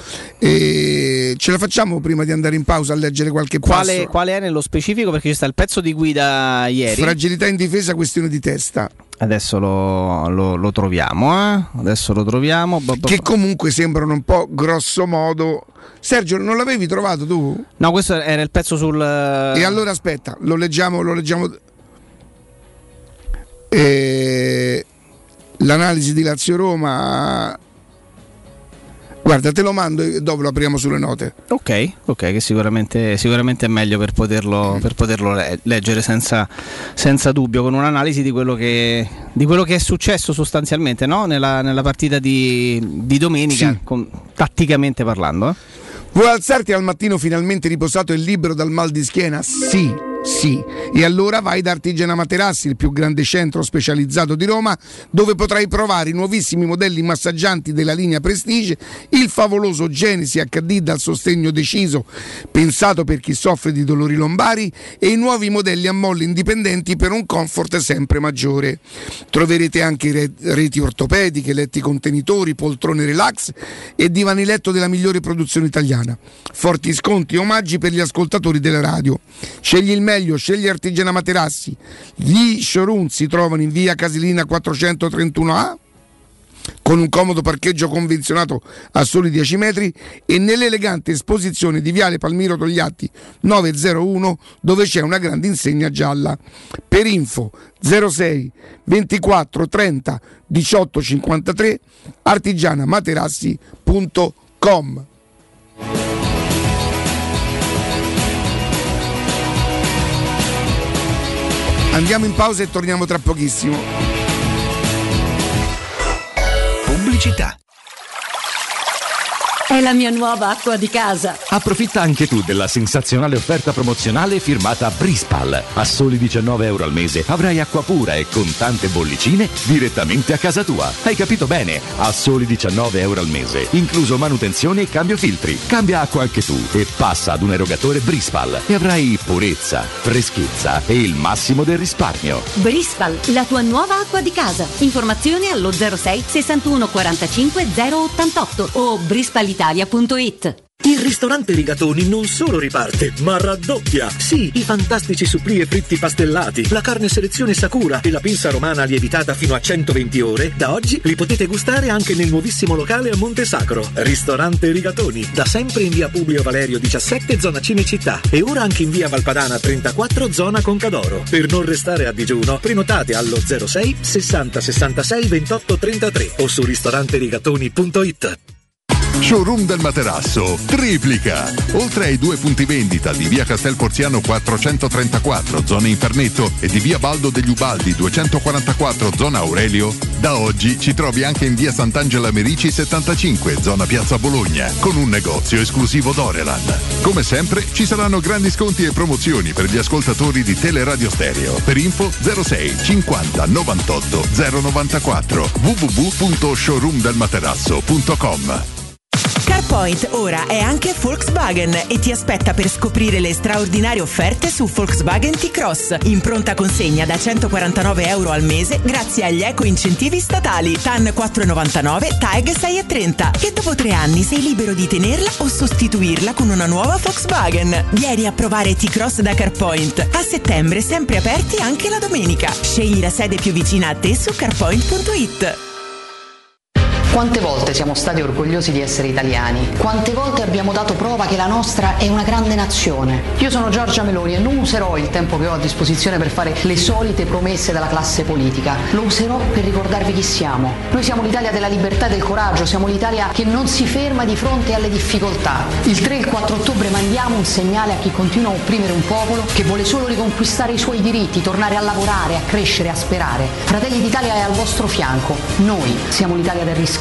E ce la facciamo prima di andare in pausa a leggere qualche quale, passo? Quale è nello specifico? Perché ci sta il pezzo di Guida ieri. Fragilità in difesa, questione di testa. Adesso lo, lo, lo troviamo, eh? Adesso lo troviamo. Che comunque sembrano un po' grosso modo. Sergio, non l'avevi trovato tu? No, questo era il pezzo sul. E allora aspetta, lo leggiamo, lo leggiamo. E... L'analisi di Lazio-Roma. Guarda, te lo mando e dopo lo apriamo sulle note. Ok, ok, che sicuramente, sicuramente è meglio per poterlo, per poterlo leggere senza, senza dubbio, con un'analisi di quello che, di quello che è successo sostanzialmente, no? nella, nella partita di, di domenica, sì. con, tatticamente parlando. Eh? Vuoi alzarti al mattino finalmente riposato e libero dal mal di schiena? Sì. Sì, e allora vai da Artigiana Materassi, il più grande centro specializzato di Roma, dove potrai provare i nuovissimi modelli massaggianti della linea Prestige, il favoloso Genesi acca di dal sostegno deciso, pensato per chi soffre di dolori lombari, e i nuovi modelli a molle indipendenti per un comfort sempre maggiore. Troverete anche reti ortopediche, letti contenitori, poltrone relax e divani letto della migliore produzione italiana. Forti sconti e omaggi per gli ascoltatori della radio. Scegli il meglio, scegli Artigiana Materassi. Gli showroom si trovano in via Casilina quattrocentotrentuno A, con un comodo parcheggio convenzionato a soli dieci metri, e nell'elegante esposizione di viale Palmiro Togliatti novecentouno, dove c'è una grande insegna gialla. Per info zero sei ventiquattro trenta diciotto cinquantatré, artigianamaterassi punto com. Andiamo in pausa e torniamo tra pochissimo. Pubblicità. È la mia nuova acqua di casa. Approfitta anche tu della sensazionale offerta promozionale firmata Brispal. A soli diciannove euro al mese avrai acqua pura e con tante bollicine direttamente a casa tua. Hai capito bene? A soli diciannove euro al mese, incluso manutenzione e cambio filtri. Cambia acqua anche tu e passa ad un erogatore Brispal e avrai purezza, freschezza e il massimo del risparmio. Brispal, la tua nuova acqua di casa. Informazioni allo zero sei sessantuno quarantacinque zero ottantotto o brispal italia punto it. Il ristorante Rigatoni non solo riparte, ma raddoppia. Sì, i fantastici supplì e fritti pastellati, la carne selezione Sakura e la pinza romana lievitata fino a centoventi ore, da oggi li potete gustare anche nel nuovissimo locale a Monte Sacro. Ristorante Rigatoni, da sempre in via Publio Valerio diciassette, zona Cinecittà, e ora anche in via Valpadana trentaquattro, zona Concadoro. Per non restare a digiuno, prenotate allo zero sei sessanta sessantasei ventotto trentatré o su ristoranterigatoni punto it. Showroom del Materasso triplica. Oltre ai due punti vendita di via Castel Porziano quattrocentotrentaquattro, zona Infernetto, e di via Baldo degli Ubaldi duecentoquarantaquattro, zona Aurelio, da oggi ci trovi anche in via Sant'Angela Merici settantacinque, zona Piazza Bologna, con un negozio esclusivo Dorelan. Come sempre ci saranno grandi sconti e promozioni per gli ascoltatori di Teleradio Stereo. Per info zero sei cinquanta novantotto zero novantaquattro w w w punto showroom del materasso punto com. CarPoint ora è anche Volkswagen e ti aspetta per scoprire le straordinarie offerte su Volkswagen T-Cross in pronta consegna da centoquarantanove euro al mese grazie agli eco incentivi statali T A N quattro virgola novantanove, T A E G sei virgola trenta, che dopo tre anni sei libero di tenerla o sostituirla con una nuova Volkswagen. Vieni a provare T-Cross da CarPoint. A settembre sempre aperti anche la domenica. Scegli la sede più vicina a te su carpoint punto it. Quante volte siamo stati orgogliosi di essere italiani? Quante volte abbiamo dato prova che la nostra è una grande nazione? Io sono Giorgia Meloni e non userò il tempo che ho a disposizione per fare le solite promesse della classe politica. Lo userò per ricordarvi chi siamo. Noi siamo l'Italia della libertà e del coraggio, siamo l'Italia che non si ferma di fronte alle difficoltà. Il tre e il quattro ottobre mandiamo un segnale a chi continua a opprimere un popolo che vuole solo riconquistare i suoi diritti, tornare a lavorare, a crescere, a sperare. Fratelli d'Italia è al vostro fianco. Noi siamo l'Italia del riscatto.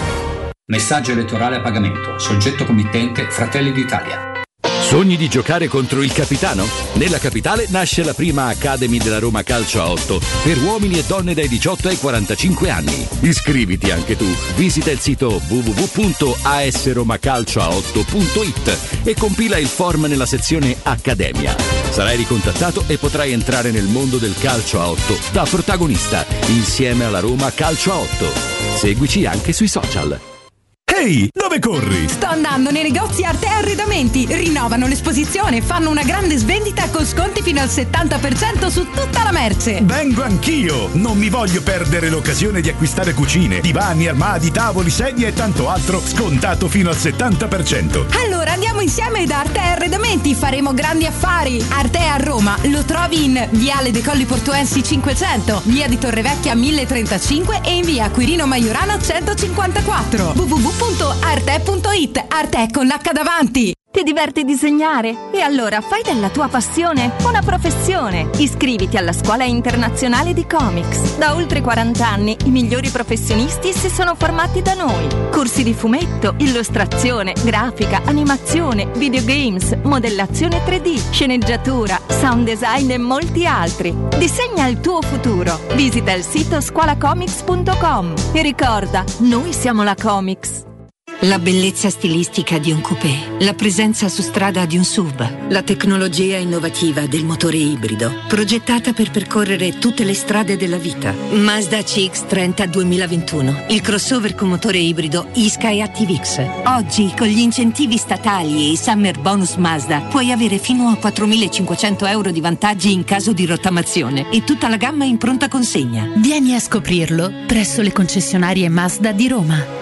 Messaggio elettorale a pagamento. Soggetto committente Fratelli d'Italia. Sogni di giocare contro il capitano? Nella capitale nasce la prima Academy della Roma Calcio a otto per uomini e donne dai diciotto ai quarantacinque anni. Iscriviti anche tu. Visita il sito w w w punto a s roma calcio a otto punto it e compila il form nella sezione Accademia. Sarai ricontattato e potrai entrare nel mondo del calcio a otto da protagonista insieme alla Roma Calcio a otto. Seguici anche sui social. Ehi, dove corri? Sto andando nei negozi Arte Arredamenti. Rinnovano l'esposizione, fanno una grande svendita con sconti fino al settanta per cento su tutta la merce. Vengo anch'io. Non mi voglio perdere l'occasione di acquistare cucine, divani, armadi, tavoli, sedie e tanto altro scontato fino al settanta per cento. Allora andiamo insieme da Arte Arredamenti, faremo grandi affari. Arte a Roma lo trovi in Viale dei Colli Portuensi cinquecento, Via di Torrevecchia mille trentacinque e in Via Quirino Maiorana centocinquantaquattro. w w w punto arte punto it. Arte con l'H davanti. Ti diverti disegnare? E allora fai della tua passione una professione. Iscriviti alla Scuola Internazionale di Comics. Da oltre quaranta anni i migliori professionisti si sono formati da noi. Corsi di fumetto, illustrazione, grafica, animazione, videogames, modellazione tre D, sceneggiatura, sound design e molti altri. Disegna il tuo futuro. Visita il sito scuola comics punto com e ricorda, noi siamo la Comics. La bellezza stilistica di un coupé, la presenza su strada di un S U V, la tecnologia innovativa del motore ibrido, progettata per percorrere tutte le strade della vita. Mazda C X trenta duemilaventuno, il crossover con motore ibrido eSky Active X. Oggi, con gli incentivi statali e i Summer Bonus Mazda, puoi avere fino a quattromilacinquecento euro di vantaggi in caso di rottamazione e tutta la gamma in pronta consegna. Vieni a scoprirlo presso le concessionarie Mazda di Roma.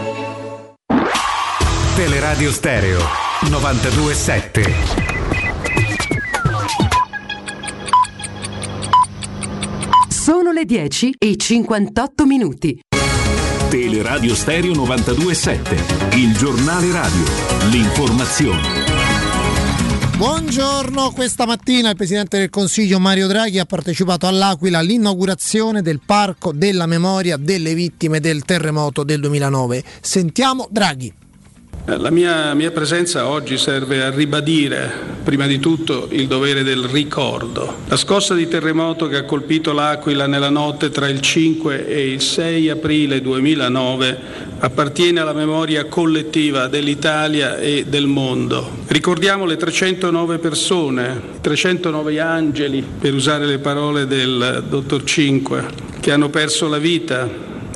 Teleradio Stereo novantadue sette. Sono le dieci e cinquantotto minuti. Teleradio Stereo novantadue sette, il giornale radio, l'informazione. Buongiorno, questa mattina il Presidente del Consiglio Mario Draghi ha partecipato all'Aquila all'inaugurazione del Parco della Memoria delle Vittime del Terremoto del duemilanove. Sentiamo Draghi. La mia, mia presenza oggi serve a ribadire, prima di tutto, il dovere del ricordo. La scossa di terremoto che ha colpito l'Aquila nella notte tra il cinque e il sei aprile duemilanove appartiene alla memoria collettiva dell'Italia e del mondo. Ricordiamo le trecentonove persone, trecentonove angeli, per usare le parole del dottor Cinque, che hanno perso la vita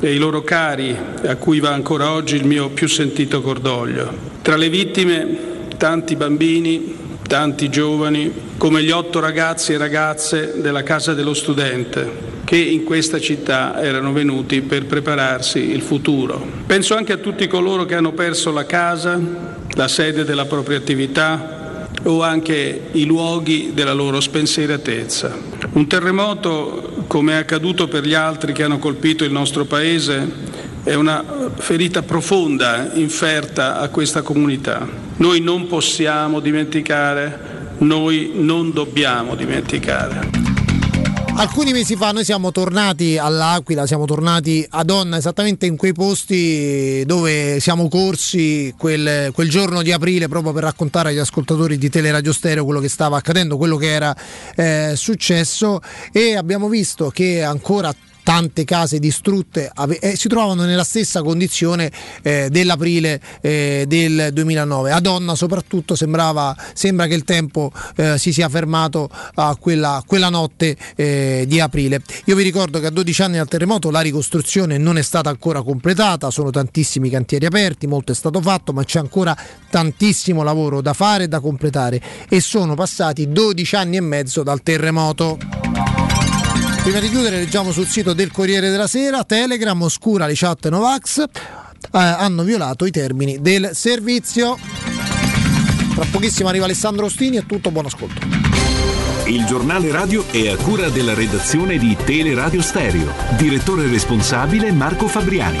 e i loro cari, a cui va ancora oggi il mio più sentito cordoglio. Tra le vittime tanti bambini, tanti giovani, come gli otto ragazzi e ragazze della Casa dello Studente, che in questa città erano venuti per prepararsi il futuro. Penso anche a tutti coloro che hanno perso la casa, la sede della propria attività o anche i luoghi della loro spensieratezza. Un terremoto, come è accaduto per gli altri che hanno colpito il nostro Paese, è una ferita profonda inferta a questa comunità. Noi non possiamo dimenticare, noi non dobbiamo dimenticare. Alcuni mesi fa noi siamo tornati all'Aquila, siamo tornati a Onna, esattamente in quei posti dove siamo corsi quel, quel giorno di aprile, proprio per raccontare agli ascoltatori di Teleradio Stereo quello che stava accadendo, quello che era eh, successo, e abbiamo visto che ancora tante case distrutte ave- eh, si trovavano nella stessa condizione eh, dell'aprile eh, del duemilanove. A Onna soprattutto sembrava sembra che il tempo eh, si sia fermato a quella, quella notte eh, di aprile. Io vi ricordo che a dodici anni dal terremoto la ricostruzione non è stata ancora completata, sono tantissimi cantieri aperti, molto è stato fatto, ma c'è ancora tantissimo lavoro da fare e da completare, e sono passati dodici anni e mezzo dal terremoto. Prima di chiudere leggiamo sul sito del Corriere della Sera: Telegram oscura le chat Novax, eh, hanno violato i termini del servizio. Tra pochissimo arriva Alessandro Ostini, è tutto, buon ascolto. Il giornale radio è a cura della redazione di Teleradio Stereo. Direttore responsabile Marco Fabriani.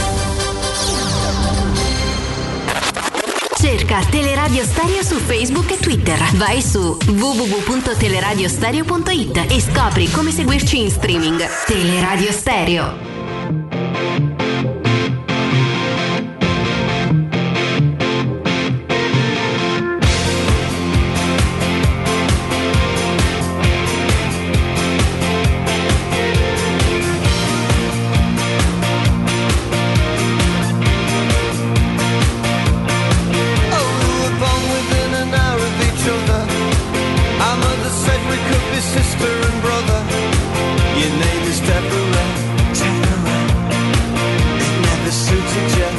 Cerca Teleradio Stereo su Facebook e Twitter. Vai su w w w punto teleradiostereo punto it e scopri come seguirci in streaming. Teleradio Stereo. Sister and brother, your name is Deborah, Deborah. It never suited you.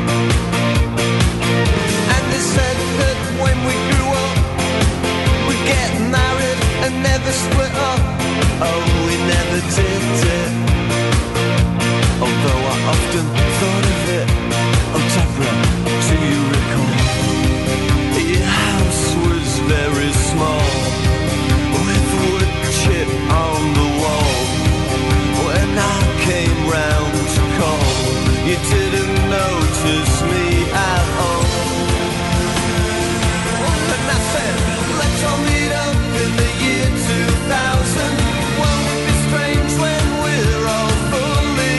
And they said that when we grew up, we'd get married and never split up. Oh, we never did it. Although I often thought of it. Oh, Deborah, do you recall? Your house was very small, chip on the wall. When I came round to call, you didn't notice me at all. And I said, let's all meet up in the year two thousand. Won't it be strange when we're all fully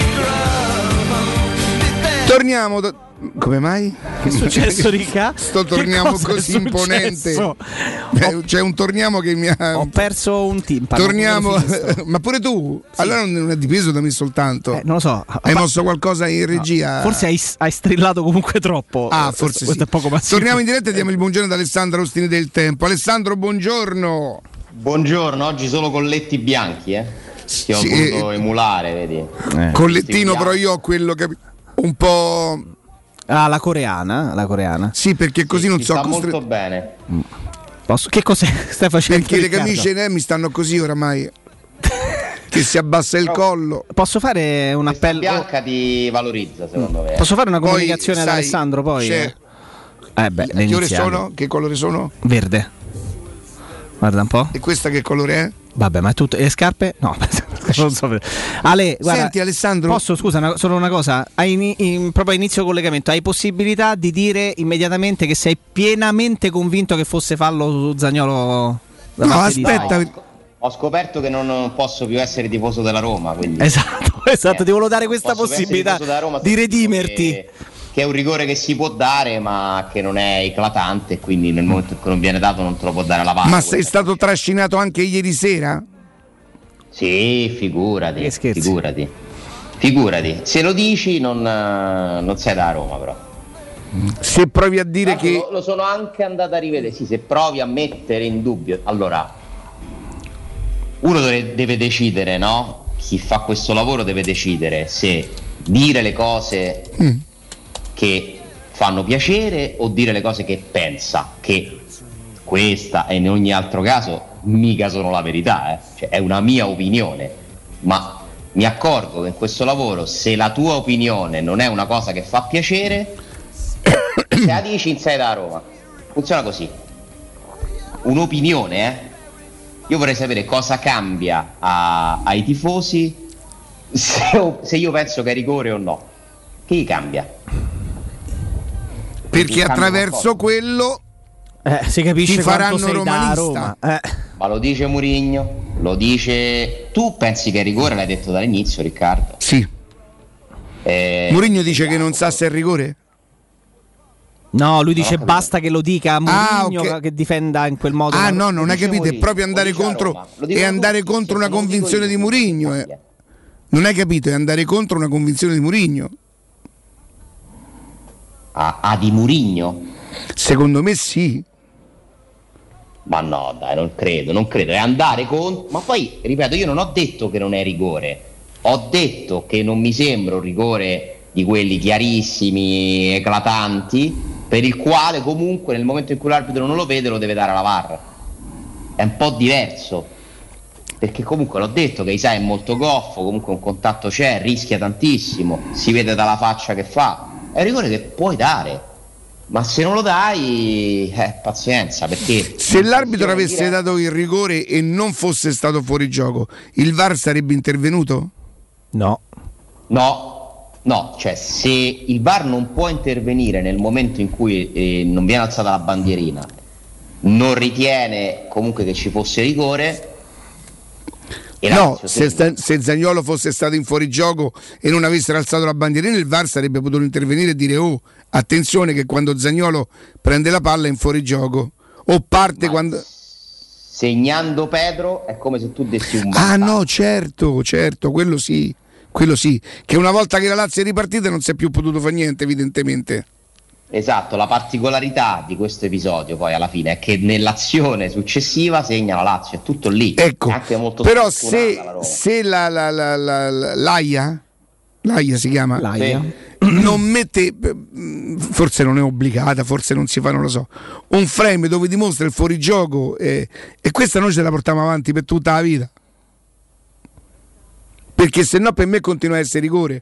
grown? Torniamo do- come mai? Che è successo, Ricca? Sto torniamo così imponente. Beh, c'è un torniamo che mi ha. Ho perso un timpano. Torniamo, ma pure tu? Sì. Allora non è dipeso da me soltanto. Eh, non lo so. Hai ma... mosso qualcosa in regia? No, forse hai, hai strillato comunque troppo. Ah, forse questo sì. È poco passivo. Torniamo in diretta e diamo il buongiorno ad Alessandro Ostini del Tempo. Alessandro, buongiorno. Buongiorno, oggi solo colletti bianchi, eh? Che ho sì, voluto eh, emulare, vedi? Eh. Collettino, però io ho quello che un po'. Ah, la coreana, la coreana. Sì, perché così sì, non si so sta costre... molto bene. Posso... Che cos'è stai facendo? Perché Riccardo? le camicie né, mi stanno così oramai. Che si abbassa il collo. Posso fare un appello? La bianca ti valorizza, secondo me. Posso fare una comunicazione poi, ad sai, Alessandro poi? C'è... Eh beh, che ore sono? Che colore sono? Verde. Guarda un po'. E questa che colore è? Vabbè, ma è tutto. E le scarpe? No, non so. Ale, guarda, senti Alessandro. Posso, scusa, una, solo una cosa. Hai in, in, proprio a inizio collegamento, hai possibilità di dire immediatamente che sei pienamente convinto che fosse fallo su Zaniolo? Da no, aspetta. Di... Ho scoperto che non posso più essere tifoso della Roma. Quindi... Esatto, esatto. Eh, ti volevo dare questa possibilità Roma, di redimerti. Che... che è un rigore che si può dare ma che non è eclatante, quindi nel momento in cui non viene dato non te lo può dare la V A R. Ma sei stato cosa. trascinato anche ieri sera? Sì, figurati, figurati, figurati. Se lo dici non, non sei da Roma, però. Se provi a dire Tanto che... Lo, lo sono anche andato a rivedere, sì, se provi a mettere in dubbio... Allora, uno deve, deve decidere, no? Chi fa questo lavoro deve decidere se dire le cose mm. che fanno piacere o dire le cose che pensa, che questa e in ogni altro caso mica sono la verità, eh. Cioè, è una mia opinione, ma mi accorgo che in questo lavoro, se la tua opinione non è una cosa che fa piacere, se la dici in sede a Roma, funziona così. Un'opinione, eh? Io vorrei sapere cosa cambia a, ai tifosi se, se io penso che è rigore o no. Che gli cambia? Perché attraverso quello eh, si capisce ti faranno sei romanista. Roma. Eh. Ma lo dice Mourinho, lo dice. Tu pensi che è rigore, l'hai detto dall'inizio, Riccardo? Sì. Eh, Mourinho dice che non sa se è rigore? No, lui dice no, basta che lo dica a Mourinho, ah, okay. che difenda in quel modo. Ah no, non hai capito, Mourinho, è proprio andare contro e andare tu, contro una convinzione di Mourinho. Eh. Non hai capito, è andare contro una convinzione di Mourinho. Ah, ah, di Mourinho? Secondo me sì. Ma no, dai, non credo, non credo, è andare contro. Ma poi, ripeto, io non ho detto che non è rigore, ho detto che non mi sembra un rigore di quelli chiarissimi, eclatanti, per il quale comunque nel momento in cui l'arbitro non lo vede lo deve dare alla V A R. È un po' diverso, perché comunque l'ho detto che Isai è molto goffo, comunque un contatto c'è, rischia tantissimo, si vede dalla faccia che fa, è un rigore che puoi dare, ma se non lo dai, eh, pazienza, perché se l'arbitro avesse diretta... dato il rigore e non fosse stato fuori gioco, il V A R sarebbe intervenuto? No. No. No, cioè se il V A R non può intervenire nel momento in cui eh, non viene alzata la bandierina, non ritiene comunque che ci fosse rigore. No, se, sta, se Zaniolo fosse stato in fuorigioco e non avessero alzato la bandierina, il V A R sarebbe potuto intervenire e dire oh, attenzione che quando Zaniolo prende la palla è in fuorigioco o parte. Ma quando segnando Pedro è come se tu dessi un vantaggio. Ah no, certo, certo, quello sì. Quello sì, che una volta che la Lazio è ripartita non si è più potuto fare niente, evidentemente. Esatto, la particolarità di questo episodio poi alla fine è che nell'azione successiva segna la Lazio, è tutto lì. Ecco, anche molto però se, la se la, la, la, la, la, l'Aia, l'Aia si chiama, L'Aia. non mette, forse non è obbligata, forse non si fa, non lo so, un frame dove dimostra il fuorigioco e, e questa noi ce la portiamo avanti per tutta la vita. Perché se no per me continua a essere rigore.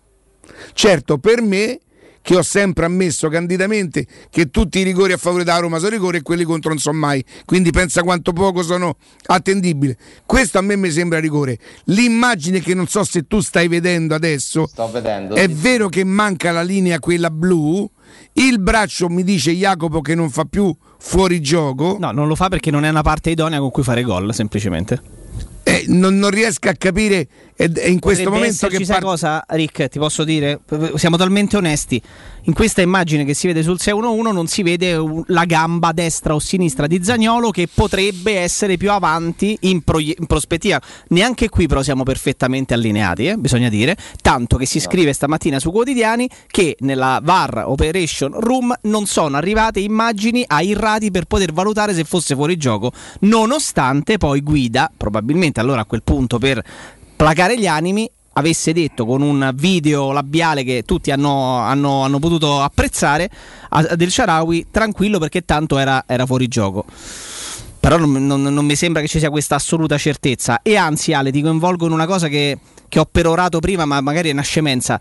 Certo, per me, che ho sempre ammesso candidamente che tutti i rigori a favore della Roma sono rigori e quelli contro non sono mai, quindi pensa quanto poco sono attendibili. Questo a me mi sembra rigore. L'immagine che non so se tu stai vedendo adesso, sto vedendo, è sì. Vero che manca la linea quella blu, il braccio mi dice Jacopo che non fa più fuori gioco. No, non lo fa perché non è una parte idonea con cui fare gol, semplicemente. Eh, non, non riesco a capire è, è in questo Potrebbe momento che sai part... cosa, Rick, ti posso dire, siamo talmente onesti, in questa immagine che si vede sul sei uno uno non si vede la gamba destra o sinistra di Zaniolo che potrebbe essere più avanti in, pro- in prospettiva. Neanche qui però siamo perfettamente allineati, eh? Bisogna dire, tanto che si scrive stamattina su Quotidiani che nella V A R Operation Room non sono arrivate immagini ai rati per poter valutare se fosse fuori gioco, nonostante poi Guida, probabilmente allora a quel punto per placare gli animi, avesse detto con un video labiale che tutti hanno, hanno, hanno potuto apprezzare a Del Shaarawy tranquillo perché tanto era, era fuori gioco. Però non, non, non mi sembra che ci sia questa assoluta certezza e anzi Ale ti coinvolgo in una cosa che, che ho perorato prima ma magari è una scemenza.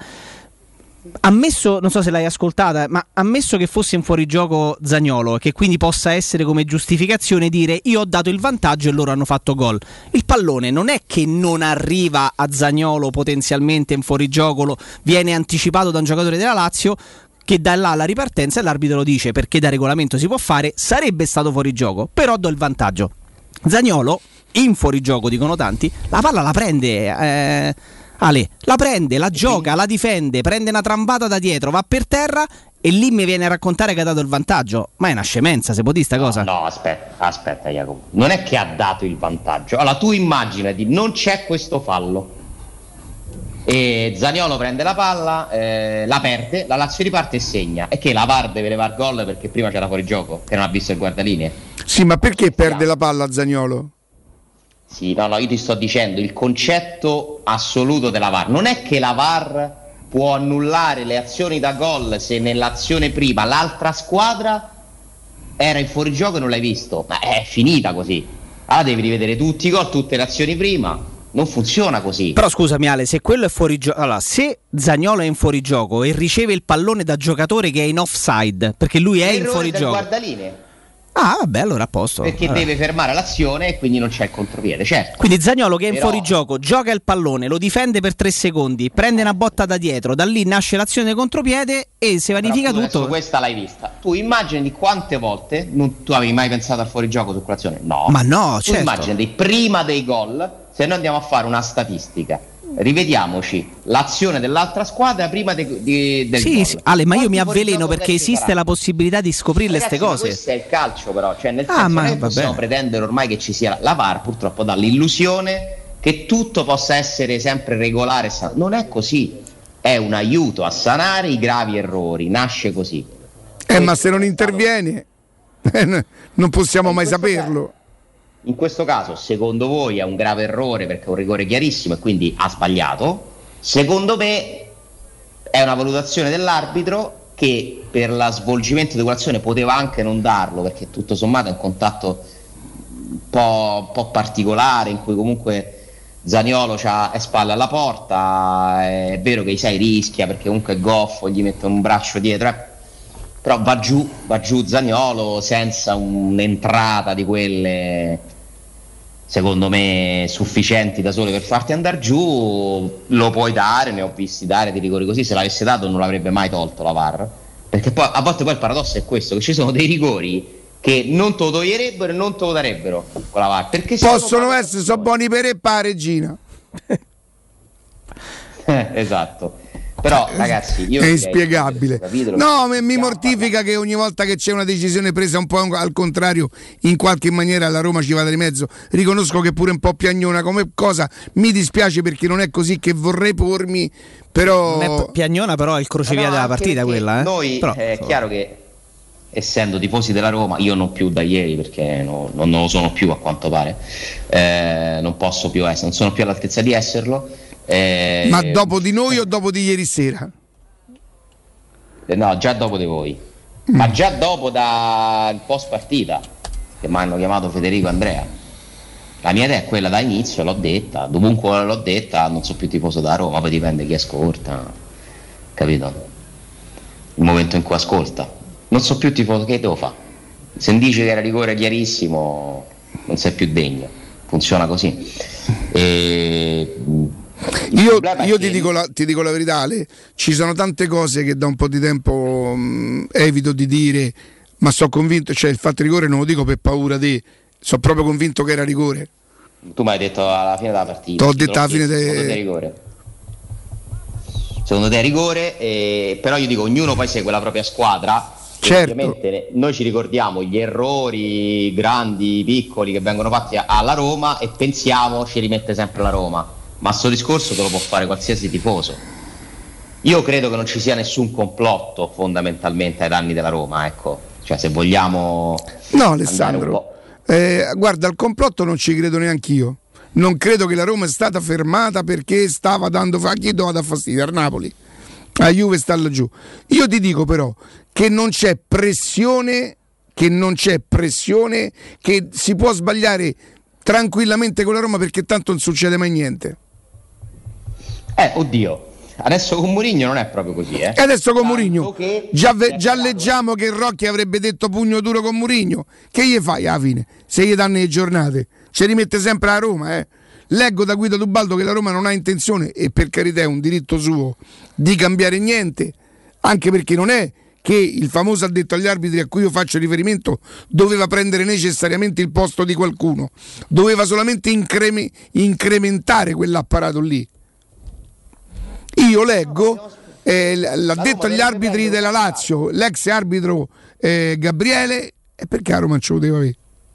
Ammesso, non so se l'hai ascoltata, ma ammesso che fosse in fuorigioco Zaniolo, che quindi possa essere come giustificazione dire io ho dato il vantaggio e loro hanno fatto gol. Il pallone non è che non arriva a Zaniolo potenzialmente in fuorigioco, lo viene anticipato da un giocatore della Lazio che dà là la ripartenza e l'arbitro lo dice perché da regolamento si può fare, sarebbe stato fuorigioco, però do il vantaggio. Zaniolo in fuorigioco, dicono tanti, la palla la prende eh, Ale, la prende, la gioca, la difende, prende una trambata da dietro, va per terra e lì mi viene a raccontare che ha dato il vantaggio. Ma è una scemenza, se può dire sta cosa? No, no, aspetta, aspetta Jacopo, non è che ha dato il vantaggio. Allora tu immaginati, non c'è questo fallo e Zaniolo prende la palla, eh, la perde, la Lazio riparte e segna. E che la V A R deve levare gol perché prima c'era fuori gioco, che non ha visto il guardalinee? Sì, ma perché perde la palla Zaniolo? Sì, no, no, io ti sto dicendo il concetto assoluto della V A R. Non è che la V A R può annullare le azioni da gol se nell'azione prima l'altra squadra era in fuorigioco e non l'hai visto, ma è finita così. Allora devi rivedere tutti i gol, tutte le azioni prima, non funziona così. Però scusami Ale, se quello è fuori gioco, allora se Zaniolo è in fuorigioco e riceve il pallone da giocatore che è in offside, perché lui è in fuorigioco, guardalinee. Ah, vabbè, allora a posto. Perché allora deve fermare l'azione e quindi non c'è il contropiede, certo. Quindi Zaniolo che è in Però... fuorigioco, gioca il pallone, lo difende per tre secondi, prende una botta da dietro, da lì nasce l'azione contropiede e si vanifica Però tu tutto. Questa l'hai vista. Tu immagini quante volte non, tu avevi mai pensato al fuorigioco su quell'azione? No. Ma no, tu certo. immagini prima dei gol, se noi andiamo a fare una statistica, rivediamoci l'azione dell'altra squadra prima de, de, del sì, gol. sì, Ale, ma io mi Quanti avveleno perché esiste sarà? La possibilità di scoprirle Ragazzi, ste cose. Ma questo è il calcio, però, cioè nel Ah, senso ma noi possiamo vabbè. pretendere ormai che ci sia la V A R, purtroppo dà l'illusione che tutto possa essere sempre regolare. Non è così, è un aiuto a sanare i gravi errori, nasce così. Eh, ma se non interviene eh, non possiamo mai saperlo. Caso, in questo caso, secondo voi è un grave errore perché è un rigore chiarissimo e quindi ha sbagliato? Secondo me è una valutazione dell'arbitro che per lo svolgimento di quell'azione poteva anche non darlo, perché tutto sommato è un contatto un po', un po' particolare in cui comunque Zaniolo c'ha è spalle alla porta, è vero che i sei rischia perché comunque è goffo, gli mette un braccio dietro, eh. Però va giù, va giù Zaniolo senza un'entrata di quelle secondo me sufficienti da sole per farti andare giù. Lo puoi dare, ne ho visti dare di rigori così, se l'avesse dato non l'avrebbe mai tolto la V A R, perché poi a volte poi il paradosso è questo, che ci sono dei rigori che non te lo toglierebbero e non te lo darebbero con la V A R, perché possono essere so buoni per e pa regina. eh, esatto. Però ragazzi, io è inspiegabile. Capitolo, no, mi, mi mortifica che ogni volta che c'è una decisione presa un po' al contrario, in qualche maniera la Roma ci vada di mezzo. Riconosco che pure un po' piagnona come cosa, mi dispiace perché non è così che vorrei pormi, però non è piagnona, però è il crocevia no, della partita quella, eh? Noi però, è chiaro che essendo tifosi della Roma, io non più da ieri perché no, non lo sono più a quanto pare, eh, non posso più essere, non sono più all'altezza di esserlo. Eh, ma dopo di noi o dopo di ieri sera? No, già dopo di voi, mm. ma già dopo dal post partita che mi hanno chiamato Federico e Andrea. La mia idea è quella da inizio, l'ho detta, dovunque l'ho detta, non sono più tifoso da Roma, poi dipende chi ascolta, capito? Il momento in cui ascolta. Non so più tifoso, che devo fare? Se dice che era rigore chiarissimo, non sei più degno, funziona così. E Io, io ti, dico la, ti dico la verità, Ale, ci sono tante cose che da un po' di tempo mh, evito di dire, ma sono convinto, cioè il fatto rigore non lo dico per paura di, sono proprio convinto che era rigore. Tu mi hai detto alla fine della partita. T'ho detto alla fine de... secondo te è rigore. Secondo te è rigore, eh, però io dico ognuno poi segue la propria squadra. Certo. Ovviamente noi ci ricordiamo gli errori grandi, piccoli che vengono fatti alla Roma e pensiamo ci rimette sempre la Roma. Ma sto discorso te lo può fare qualsiasi tifoso. Io credo che non ci sia nessun complotto fondamentalmente ai danni della Roma, ecco. Cioè se vogliamo... No Alessandro, eh, guarda, al complotto non ci credo neanche io. Non credo che la Roma è stata fermata perché stava dando fa- chi doveva dar fastidio al Napoli. La Juve sta laggiù. Io ti dico però che non c'è pressione, che non c'è pressione, che si può sbagliare tranquillamente con la Roma perché tanto non succede mai niente. Eh, oddio, adesso con Mourinho non è proprio così, eh. E adesso con Mourinho già, ve- già leggiamo che Rocchi avrebbe detto pugno duro con Mourinho. Che gli fai alla fine? Se gli danno le giornate, ci rimette sempre la Roma, eh. Leggo da Guido Tubaldo che la Roma non ha intenzione, e per carità è un diritto suo, di cambiare niente, anche perché non è che il famoso addetto agli arbitri a cui io faccio riferimento doveva prendere necessariamente il posto di qualcuno, doveva solamente increme- incrementare quell'apparato lì. Io leggo eh, l'addetto agli arbitri della Lazio, l'ex arbitro eh, Gabriele, e perché a Roma non ce lo deve avere?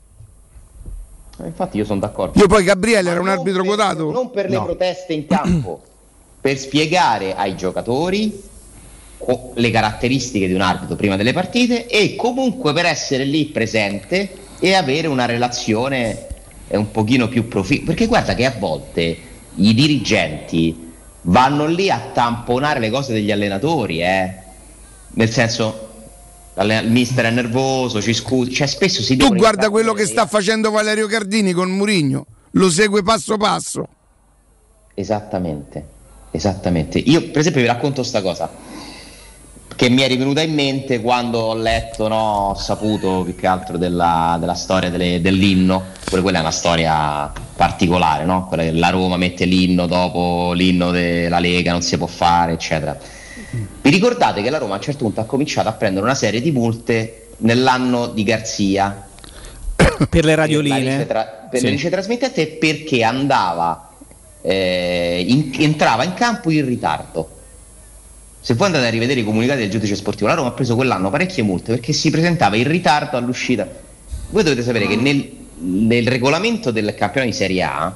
Infatti io sono d'accordo. Io poi Gabriele era un arbitro per, quotato? Non per le no. proteste in campo, per spiegare ai giocatori le caratteristiche di un arbitro prima delle partite e comunque per essere lì presente e avere una relazione un pochino più proficua, perché guarda che a volte i dirigenti vanno lì a tamponare le cose degli allenatori, eh. Nel senso, il mister è nervoso, ci scusi, cioè spesso si tu guarda quello che sta facendo Valerio Cardini con Mourinho, lo segue passo passo. Esattamente, esattamente. Io per esempio vi racconto sta cosa che mi è rivenuta in mente quando ho letto, no, ho saputo più che altro della, della storia delle, dell'inno. Pure quella è una storia particolare, no? Quella che la Roma mette l'inno dopo l'inno della Lega, non si può fare, eccetera. Vi ricordate che la Roma a un certo punto ha cominciato a prendere una serie di multe nell'anno di Garzia per le radioline, per, ricetra- per sì. le ricetrasmettente, perché andava eh, in- entrava in campo in ritardo. Se voi andate a rivedere i comunicati del giudice sportivo, la Roma ha preso quell'anno parecchie multe perché si presentava in ritardo all'uscita. Voi dovete sapere che nel, nel regolamento del campionato di Serie A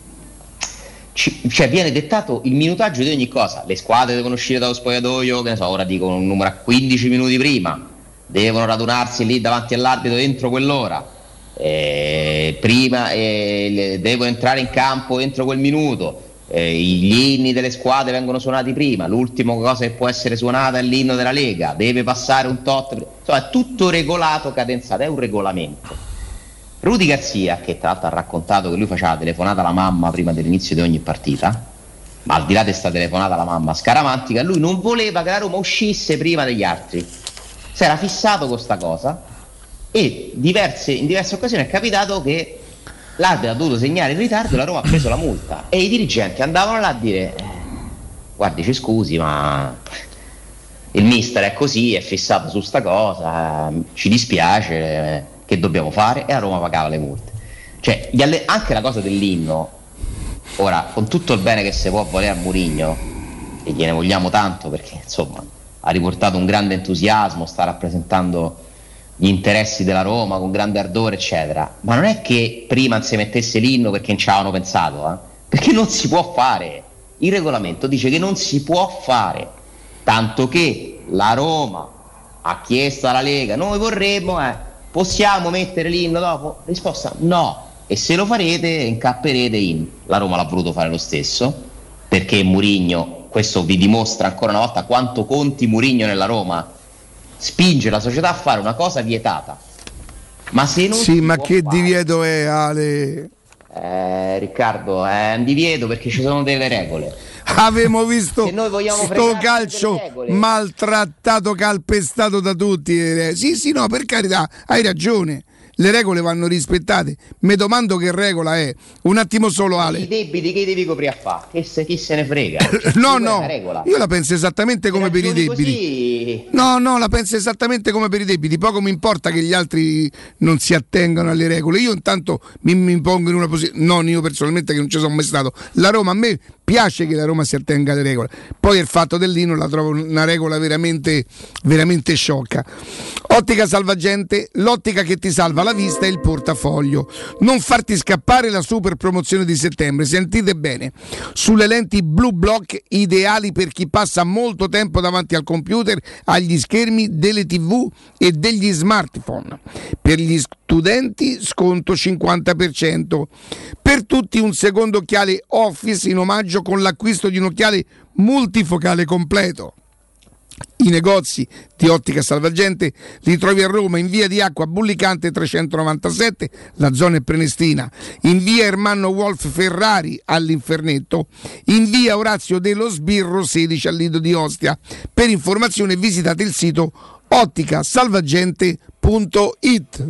ci, cioè viene dettato il minutaggio di ogni cosa. Le squadre devono uscire dallo spogliatoio, che ne so, ora dicono un numero a quindici minuti prima, devono radunarsi lì davanti all'arbitro entro quell'ora, eh, prima eh, devono entrare in campo entro quel minuto. Eh, gli inni delle squadre vengono suonati prima, l'ultima cosa che può essere suonata è l'inno della Lega, deve passare un tot, insomma è tutto regolato, cadenzato, è un regolamento. Rudy Garzia, che tra l'altro ha raccontato che lui faceva la telefonata alla mamma prima dell'inizio di ogni partita, ma al di là di questa telefonata alla mamma scaramantica, lui non voleva che la Roma uscisse prima degli altri, si era fissato con sta cosa e diverse, in diverse occasioni è capitato che l'arbitro ha dovuto segnare in ritardo e la Roma ha preso la multa e i dirigenti andavano là a dire eh, guardi ci scusi ma il mister è così, è fissato su sta cosa, eh, ci dispiace, eh, che dobbiamo fare? E a Roma pagava le multe. Cioè gli alle- anche la cosa dell'inno, ora con tutto il bene che si può volere a Mourinho e gliene vogliamo tanto perché insomma ha riportato un grande entusiasmo, sta rappresentando gli interessi della Roma con grande ardore eccetera, ma non è che prima non si mettesse l'inno perché non ci avevano pensato, eh? Perché non si può fare, il regolamento dice che non si può fare, tanto che la Roma ha chiesto alla Lega noi vorremmo, eh, possiamo mettere l'inno dopo? Risposta no, e se lo farete incapperete in. La Roma l'ha voluto fare lo stesso perché Mourinho, questo vi dimostra ancora una volta quanto conti Mourinho nella Roma, spinge la società a fare una cosa vietata. Ma se non sì, ma che fare, divieto è, Ale? Eh, Riccardo, è un divieto perché ci sono delle regole. Avevamo visto sto calcio regole, maltrattato, calpestato da tutti. Sì, sì, no, per carità, hai ragione. Le regole vanno rispettate. Mi domando che regola è. Un attimo solo, Ale. I debiti che devi coprire a fare? Che se, chi se ne frega? Cioè, no, no, io la penso esattamente come per i debiti. Così... No, no, la penso esattamente come per i debiti. Poco mi importa che gli altri non si attengano alle regole. Io intanto mi, mi pongo in una posizione. Non io personalmente che non ci sono mai stato. La Roma, a me piace che la Roma si attenga alle regole. Poi il fatto dell'inno la trovo una regola veramente, veramente sciocca. Ottica Salvagente, l'ottica che ti salva la vista e il portafoglio. Non farti scappare la super promozione di settembre, sentite bene, sulle lenti Blue Block ideali per chi passa molto tempo davanti al computer, agli schermi delle tivù e degli smartphone. Per gli studenti sconto cinquanta per cento, per tutti un secondo occhiale Office in omaggio con l'acquisto di un occhiale multifocale completo. I negozi di Ottica Salvagente li trovi a Roma in via di Acqua Bullicante trecentonovantasette, la zona è Prenestina, in via Ermanno Wolf Ferrari all'Infernetto, in via Orazio dello Sbirro sedici al Lido di Ostia. Per informazioni visitate il sito ottica salvagente punto it.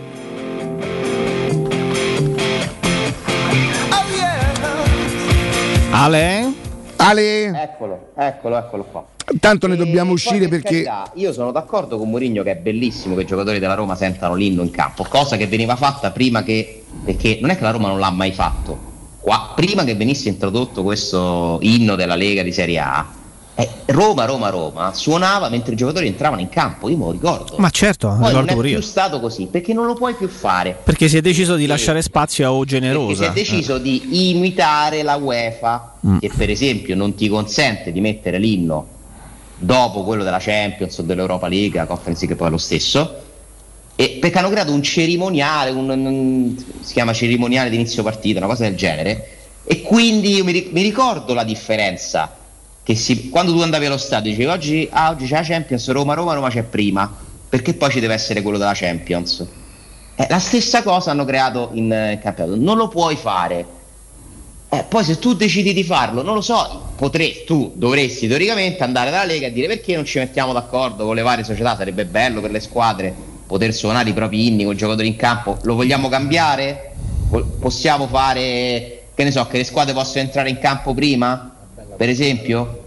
Ale? Ale? Eccolo, eccolo, eccolo qua. Tanto ne e dobbiamo uscire per perché carità, io sono d'accordo con Mourinho che è bellissimo che i giocatori della Roma sentano l'inno in campo, cosa che veniva fatta prima che, perché non è che la Roma non l'ha mai fatto qua, prima che venisse introdotto questo inno della Lega di Serie A, eh, Roma, Roma, Roma suonava mentre i giocatori entravano in campo, io me lo ricordo. Ma certo, poi ricordo non è pure più io. stato così perché non lo puoi più fare, perché si è deciso di lasciare spazio a O Generosa, perché si è deciso eh. di imitare la UEFA, mm. che per esempio non ti consente di mettere l'inno dopo quello della Champions o dell'Europa League, la Conference League poi è lo stesso, e perché hanno creato un cerimoniale, un, un, si chiama cerimoniale di inizio partita, una cosa del genere, E quindi io mi, mi ricordo la differenza che si, quando tu andavi allo stadio dicevi oggi, ah, oggi c'è la Champions, Roma, Roma, Roma c'è prima, perché poi ci deve essere quello della Champions. Eh, la stessa cosa hanno creato in eh, campionato, non lo puoi fare. Eh, poi se tu decidi di farlo, non lo so, potresti, tu dovresti teoricamente andare dalla Lega e dire perché non ci mettiamo d'accordo con le varie società, sarebbe bello per le squadre poter suonare i propri inni con i giocatori in campo, lo vogliamo cambiare? Possiamo fare, che ne so, che le squadre possono entrare in campo prima? Per esempio,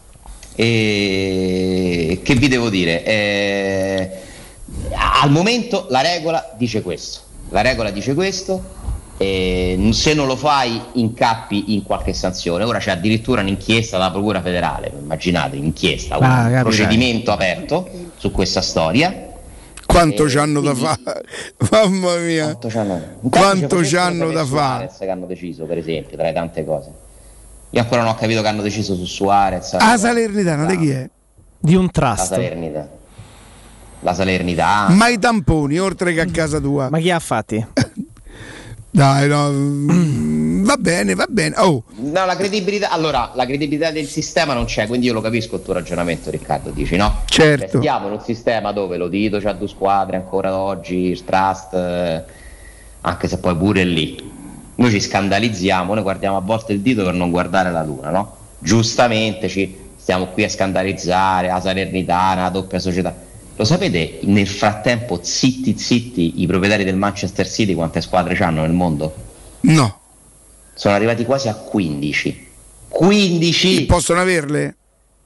e che vi devo dire? Eh, al momento la regola dice questo. La regola dice questo. E se non lo fai, incappi in qualche sanzione. Ora c'è addirittura un'inchiesta dalla Procura Federale. Immaginate, un'inchiesta, un ah, procedimento aperto su questa storia. Quanto ci hanno da fare? Mamma mia, quanto c'hanno, quanto c'hanno da fare? Che hanno deciso, per esempio, tra le tante cose. Io ancora non ho capito che hanno deciso su Suarez. Ah, Salernitana, di chi è? Di un trust. La Salernitana. La Salernitana. Ma i tamponi, oltre che a casa tua. Ma chi ha fatti? Dai, no. Va bene, va bene. Oh. No, la credibilità. Allora, la credibilità del sistema non c'è, quindi io lo capisco il tuo ragionamento, Riccardo. Dici, no? Certo. Stiamo in un sistema dove lo Dito c'ha due squadre ancora oggi, il trust, eh, anche se poi pure lì. Noi ci scandalizziamo, noi guardiamo a volte il dito per non guardare la luna, no? Giustamente ci stiamo qui a scandalizzare la Salernitana, la doppia società. Lo sapete, nel frattempo, zitti zitti, i proprietari del Manchester City quante squadre c'hanno nel mondo? No. Sono arrivati quasi a quindici. quindici! E possono averle?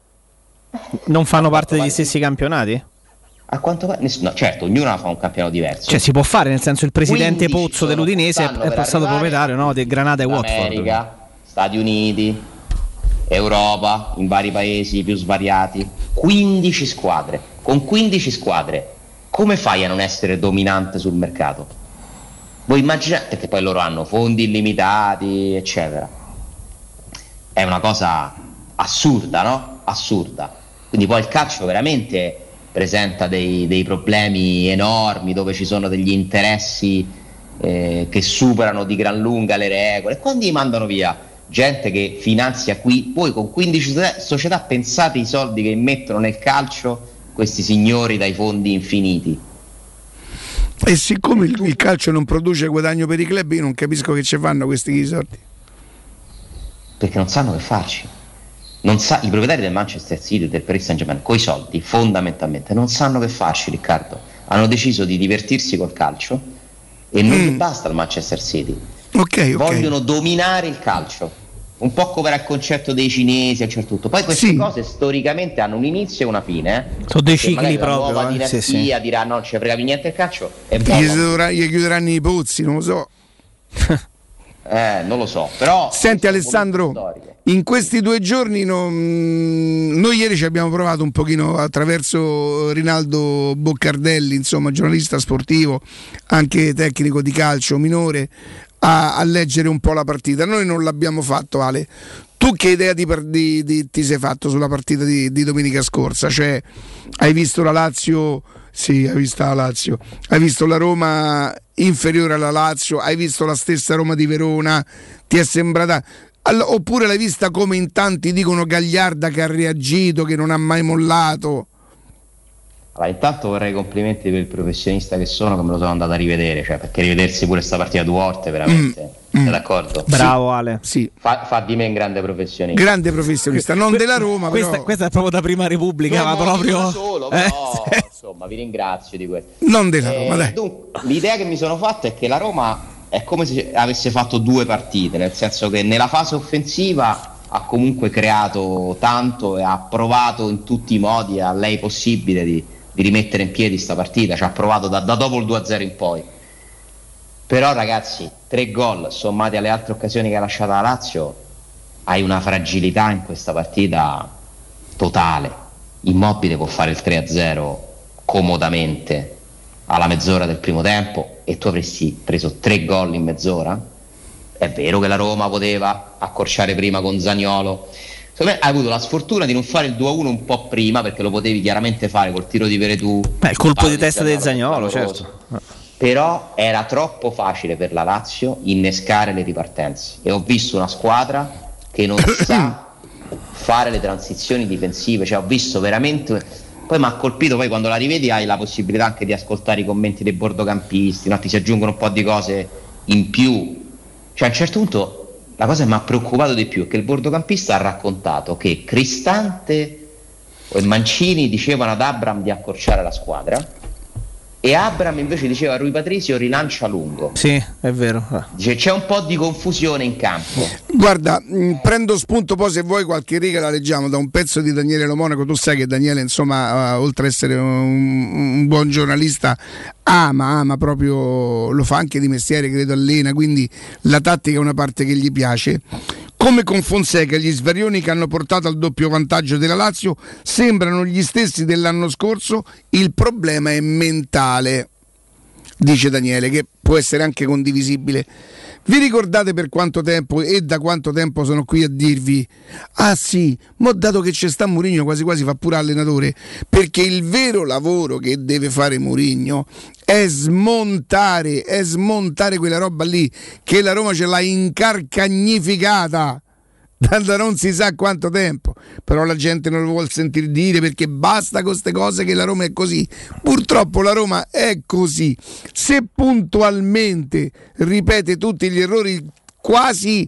Non fanno parte degli stessi campionati? A quanto pare, no, certo, ognuno fa un campionato diverso. Cioè si può fare, nel senso il presidente Pozzo dell'Udinese è passato proprietario, no, del Granada e Watford. America, Stati Uniti, Europa, in vari paesi più svariati. quindici squadre. Con quindici squadre, come fai a non essere dominante sul mercato? Voi immaginate che poi loro hanno fondi illimitati, eccetera. È una cosa assurda, no? Assurda. Quindi poi il calcio veramente presenta dei, dei problemi enormi dove ci sono degli interessi eh, che superano di gran lunga le regole. E quando li mandano via gente che finanzia qui, poi con quindici società, pensate i soldi che mettono nel calcio questi signori dai fondi infiniti. E siccome il, il calcio non produce guadagno per i club, io non capisco che ci fanno questi soldi. Perché non sanno che farci. Non sa, i proprietari del Manchester City, del Paris Saint-Germain, coi soldi fondamentalmente non sanno che farci, Riccardo. Hanno deciso di divertirsi col calcio e non mm. basta il Manchester City. Okay, vogliono okay. dominare il calcio, un po' come era il concetto dei cinesi, c'è tutto. Poi queste sì. cose storicamente hanno un inizio e una fine. Eh? Sono dei cicli proprio. La nuova eh? dinastia sì, sì. dirà no, non ci fregavi niente il calcio. E gli, gli chiuderanno i pozzi, non lo so. Eh, non lo so, però. Senti Alessandro, in questi due giorni non... noi ieri ci abbiamo provato un pochino attraverso Rinaldo Boccardelli, insomma giornalista sportivo, anche tecnico di calcio minore, a, a leggere un po' la partita. Noi non l'abbiamo fatto, Ale. Tu che idea di, di, di, ti sei fatto sulla partita di, di domenica scorsa? Cioè, hai visto la Lazio? Sì, hai visto la Lazio. Hai visto la Roma inferiore alla Lazio? Hai visto la stessa Roma di Verona? Ti è sembrata... All- oppure l'hai vista come in tanti dicono Gagliarda, che ha reagito, che non ha mai mollato? Allora, intanto vorrei complimenti per il professionista che sono, che me lo sono andato a rivedere, cioè, perché rivedersi pure sta partita due volte veramente, mm, sei mm. d'accordo? Bravo sì. Ale. Sì. Fa, fa di me un grande professionista. Grande professionista, non della Roma, questa, però. Questa è proprio da Prima Repubblica, ma proprio solo, eh? però, insomma, vi ringrazio di questo. Non della Roma, eh, dai. Dunque, l'idea che mi sono fatto è che la Roma è come se avesse fatto due partite, nel senso che nella fase offensiva ha comunque creato tanto e ha provato in tutti i modi a lei possibile di di rimettere in piedi sta partita, ci ha provato da, da dopo il due a zero in poi. Però ragazzi, tre gol sommati alle altre occasioni che ha lasciato la Lazio, hai una fragilità in questa partita totale. Immobile può fare il tre a zero comodamente alla mezz'ora del primo tempo e tu avresti preso tre gol in mezz'ora. È vero che la Roma poteva accorciare prima con Zaniolo. Secondo me hai avuto la sfortuna di non fare il due a uno un po' prima, perché lo potevi chiaramente fare col tiro di Veretù. Beh, il colpo di testa del Zaniolo, certo. però era troppo facile per la Lazio innescare le ripartenze e ho visto una squadra che non sa fare le transizioni difensive, cioè ho visto veramente, poi mi ha colpito, poi quando la rivedi hai la possibilità anche di ascoltare i commenti dei bordocampisti, no? Ti si aggiungono un po' di cose in più, cioè a un certo punto la cosa che mi ha preoccupato di più è che il bordocampista ha raccontato che Cristante e Mancini dicevano ad Abraham di accorciare la squadra e Abraham invece diceva a Rui Patricio rilancia lungo. Sì, è vero. Dice c'è un po' di confusione in campo. Guarda, mh, prendo spunto, poi se vuoi qualche riga la leggiamo da un pezzo di Daniele Lo Monaco. Tu sai che Daniele, insomma, uh, oltre ad essere un, un buon giornalista, ama, ama proprio, lo fa anche di mestiere, credo allena, quindi la tattica è una parte che gli piace. Come con Fonseca, gli svarioni che hanno portato al doppio vantaggio della Lazio sembrano gli stessi dell'anno scorso, il problema è mentale, dice Daniele, che può essere anche condivisibile. Vi ricordate per quanto tempo e da quanto tempo sono qui a dirvi ah sì, ma dato che c'è sta Mourinho quasi quasi fa pure allenatore, perché il vero lavoro che deve fare Mourinho è smontare, è smontare quella roba lì che la Roma ce l'ha incarcagnificata da non si sa quanto tempo, però la gente non lo vuol sentire dire perché basta con queste cose che la Roma è così. Purtroppo la Roma è così, se puntualmente ripete tutti gli errori, quasi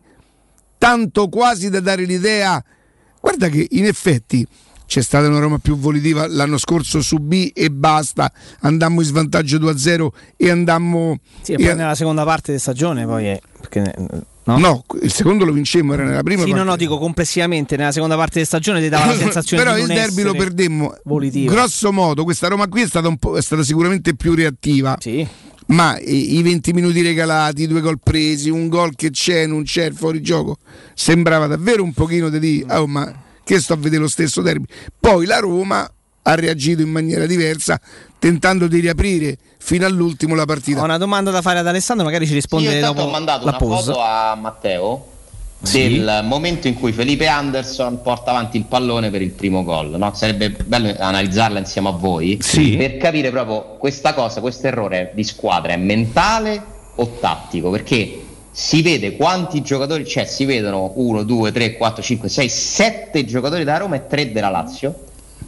tanto quasi da dare l'idea, guarda che in effetti c'è stata una Roma più volitiva l'anno scorso, subì e basta, andammo in svantaggio due a zero e andammo sì, e poi e nella seconda parte di stagione poi è perché No? no, il secondo lo vincemmo, era nella prima sì, parte. no, no, dico complessivamente nella seconda parte di stagione ti dava la sensazione però di non il derby lo perdemmo volitivo. Grosso modo questa Roma qui è stata, un po', è stata sicuramente più reattiva, sì. Ma i, i venti minuti regalati, i due gol presi, un gol che c'è, non c'è, il fuorigioco, sembrava davvero un pochino di dire oh, ma che sto a vedere lo stesso derby. Poi la Roma ha reagito in maniera diversa, tentando di riaprire fino all'ultimo la partita. Ho una domanda da fare ad Alessandro, magari ci risponde sì, io dopo ho mandato la una pausa. foto a Matteo sì. del momento in cui Felipe Anderson porta avanti il pallone per il primo gol, no? Sarebbe bello analizzarla insieme a voi, sì. per capire proprio questa cosa, questo errore di squadra è mentale o tattico, perché si vede quanti giocatori, cioè si vedono uno, due, tre, quattro, cinque, sei, sette giocatori da Roma e tre della Lazio.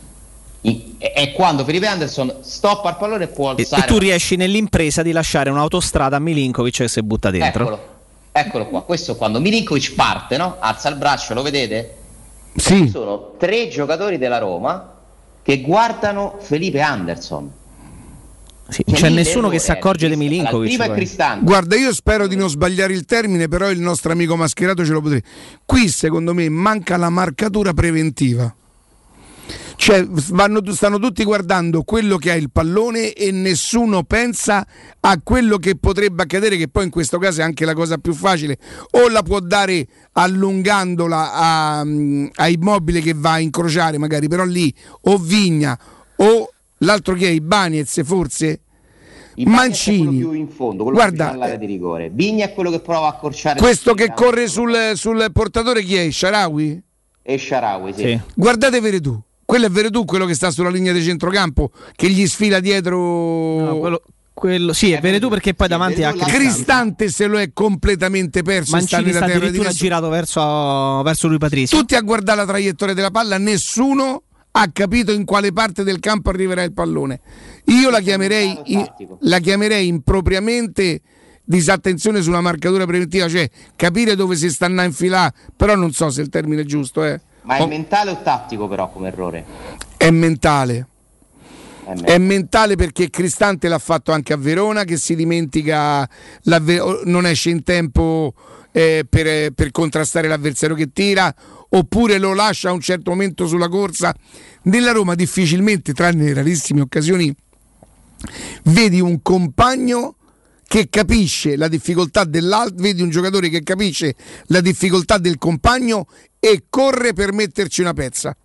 È quando Felipe Anderson stoppa il pallone e può alzare. E tu riesci nell'impresa di lasciare un'autostrada a Milinkovic che si butta dentro. Eccolo, eccolo qua. Questo è quando Milinkovic parte, no? Alza il braccio, lo vedete? Sì. Ci sono tre giocatori della Roma che guardano Felipe Anderson. Sì, non c'è nessuno che si accorge di Milinkovic. Guarda, io spero di non sbagliare il termine, però il nostro amico mascherato ce lo potrebbe. Qui secondo me manca la marcatura preventiva. Cioè vanno, stanno tutti guardando quello che ha il pallone e nessuno pensa a quello che potrebbe accadere, che poi in questo caso è anche la cosa più facile, o la può dare allungandola a, a Immobile che va a incrociare magari, però lì o Vigna o l'altro che è Ibanez forse, Mancini, più in fondo, quello guarda, che all'area di rigore. Vigna è quello che prova a accorciare, questo che corre sul, sul portatore chi è? Shaarawy? E Shaarawy, sì. sì. Guardate Veretù, quello è Veretù, quello che sta sulla linea di centrocampo che gli sfila dietro. No, quello, quello sì, è Veretù perché poi sì, davanti a Cristante. Cristante se lo è completamente perso. Mancini sta addirittura girato verso, verso Rui Patricio. Tutti a guardare la traiettoria della palla, nessuno ha capito in quale parte del campo arriverà il pallone. Io la chiamerei, in, la chiamerei impropriamente disattenzione sulla marcatura preventiva, cioè capire dove si stanno a infilare, però non so se il termine è giusto. Eh. Ma è mentale o tattico però come errore? È mentale. È mentale. È mentale perché Cristante l'ha fatto anche a Verona, che si dimentica, non esce in tempo eh, per, per contrastare l'avversario che tira, oppure lo lascia a un certo momento sulla corsa. Nella Roma difficilmente, tranne rarissime occasioni, vedi un compagno che capisce la difficoltà dell'altro, vedi un giocatore che capisce la difficoltà del compagno e corre per metterci una pezza.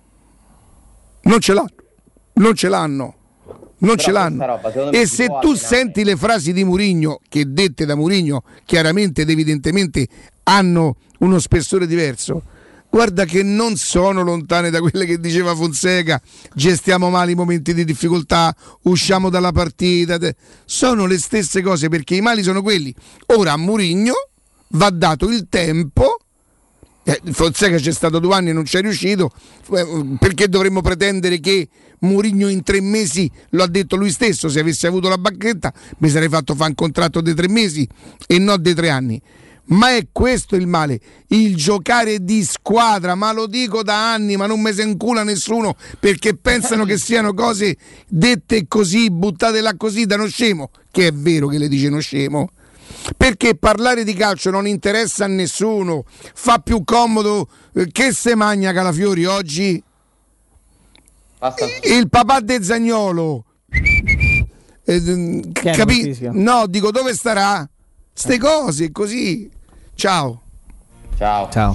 Non ce l'hanno, non ce l'hanno, non ce l'hanno. Roba, e se tu allenare. Senti le frasi di Mourinho, che dette da Mourinho chiaramente ed evidentemente hanno uno spessore diverso, guarda che non sono lontane da quelle che diceva Fonseca, gestiamo male i momenti di difficoltà, usciamo dalla partita, sono le stesse cose, perché i mali sono quelli. Ora a Mourinho va dato il tempo, eh, Fonseca c'è stato due anni e non c'è riuscito, eh, perché dovremmo pretendere che Mourinho in tre mesi, lo ha detto lui stesso, se avessi avuto la bacchetta mi sarei fatto fare un contratto di tre mesi e non di tre anni. Ma è questo il male, il giocare di squadra, ma lo dico da anni, ma non me se incula nessuno, perché pensano che siano cose dette così, buttate là così da uno scemo, che è vero che le dice uno scemo, perché parlare di calcio non interessa a nessuno, fa più comodo. Che se magna Calafiori oggi? Basta. Il papà de Zaniolo, eh, capi- no, dico, dove starà? Ste cose così. Ciao. Ciao. Ciao.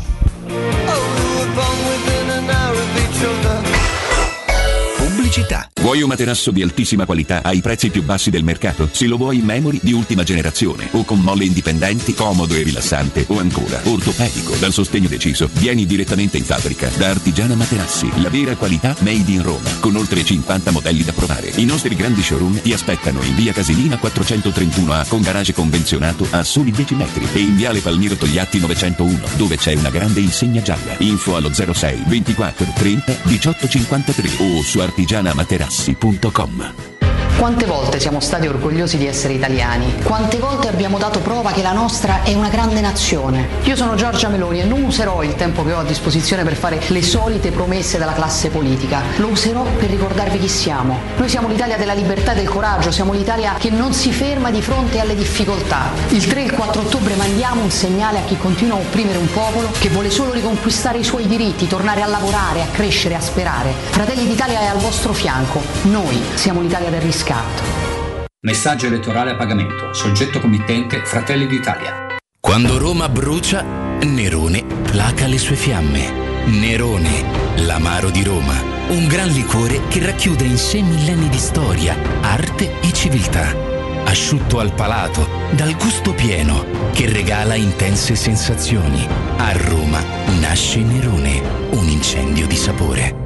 Pubblicità. Vuoi un materasso di altissima qualità ai prezzi più bassi del mercato? Se lo vuoi in memory di ultima generazione o con molle indipendenti, comodo e rilassante, o ancora ortopedico dal sostegno deciso, vieni direttamente in fabbrica da Artigiana Materassi, la vera qualità made in Roma, con oltre cinquanta modelli da provare. I nostri grandi showroom ti aspettano in via Casilina quattrocentotrentuno A con garage convenzionato a soli dieci metri e in viale Palmiro Togliatti novecentouno, dove c'è una grande insegna gialla. Info allo zero sei ventiquattro trenta diciotto cinquantatré o su artigiana materassi punto com. Quante volte siamo stati orgogliosi di essere italiani? Quante volte abbiamo dato prova che la nostra è una grande nazione? Io sono Giorgia Meloni e non userò il tempo che ho a disposizione per fare le solite promesse della classe politica. Lo userò per ricordarvi chi siamo. Noi siamo l'Italia della libertà e del coraggio, siamo l'Italia che non si ferma di fronte alle difficoltà. Il tre e il quattro ottobre mandiamo un segnale a chi continua a opprimere un popolo che vuole solo riconquistare i suoi diritti, tornare a lavorare, a crescere, a sperare. Fratelli d'Italia è al vostro fianco. Noi siamo l'Italia del riscatto. Messaggio elettorale a pagamento. Soggetto committente Fratelli d'Italia. Quando Roma brucia, Nerone placa le sue fiamme. Nerone, l'amaro di Roma. Un gran liquore che racchiude in sé millenni di storia, arte e civiltà. Asciutto al palato, dal gusto pieno, che regala intense sensazioni. A Roma nasce Nerone, un incendio di sapore.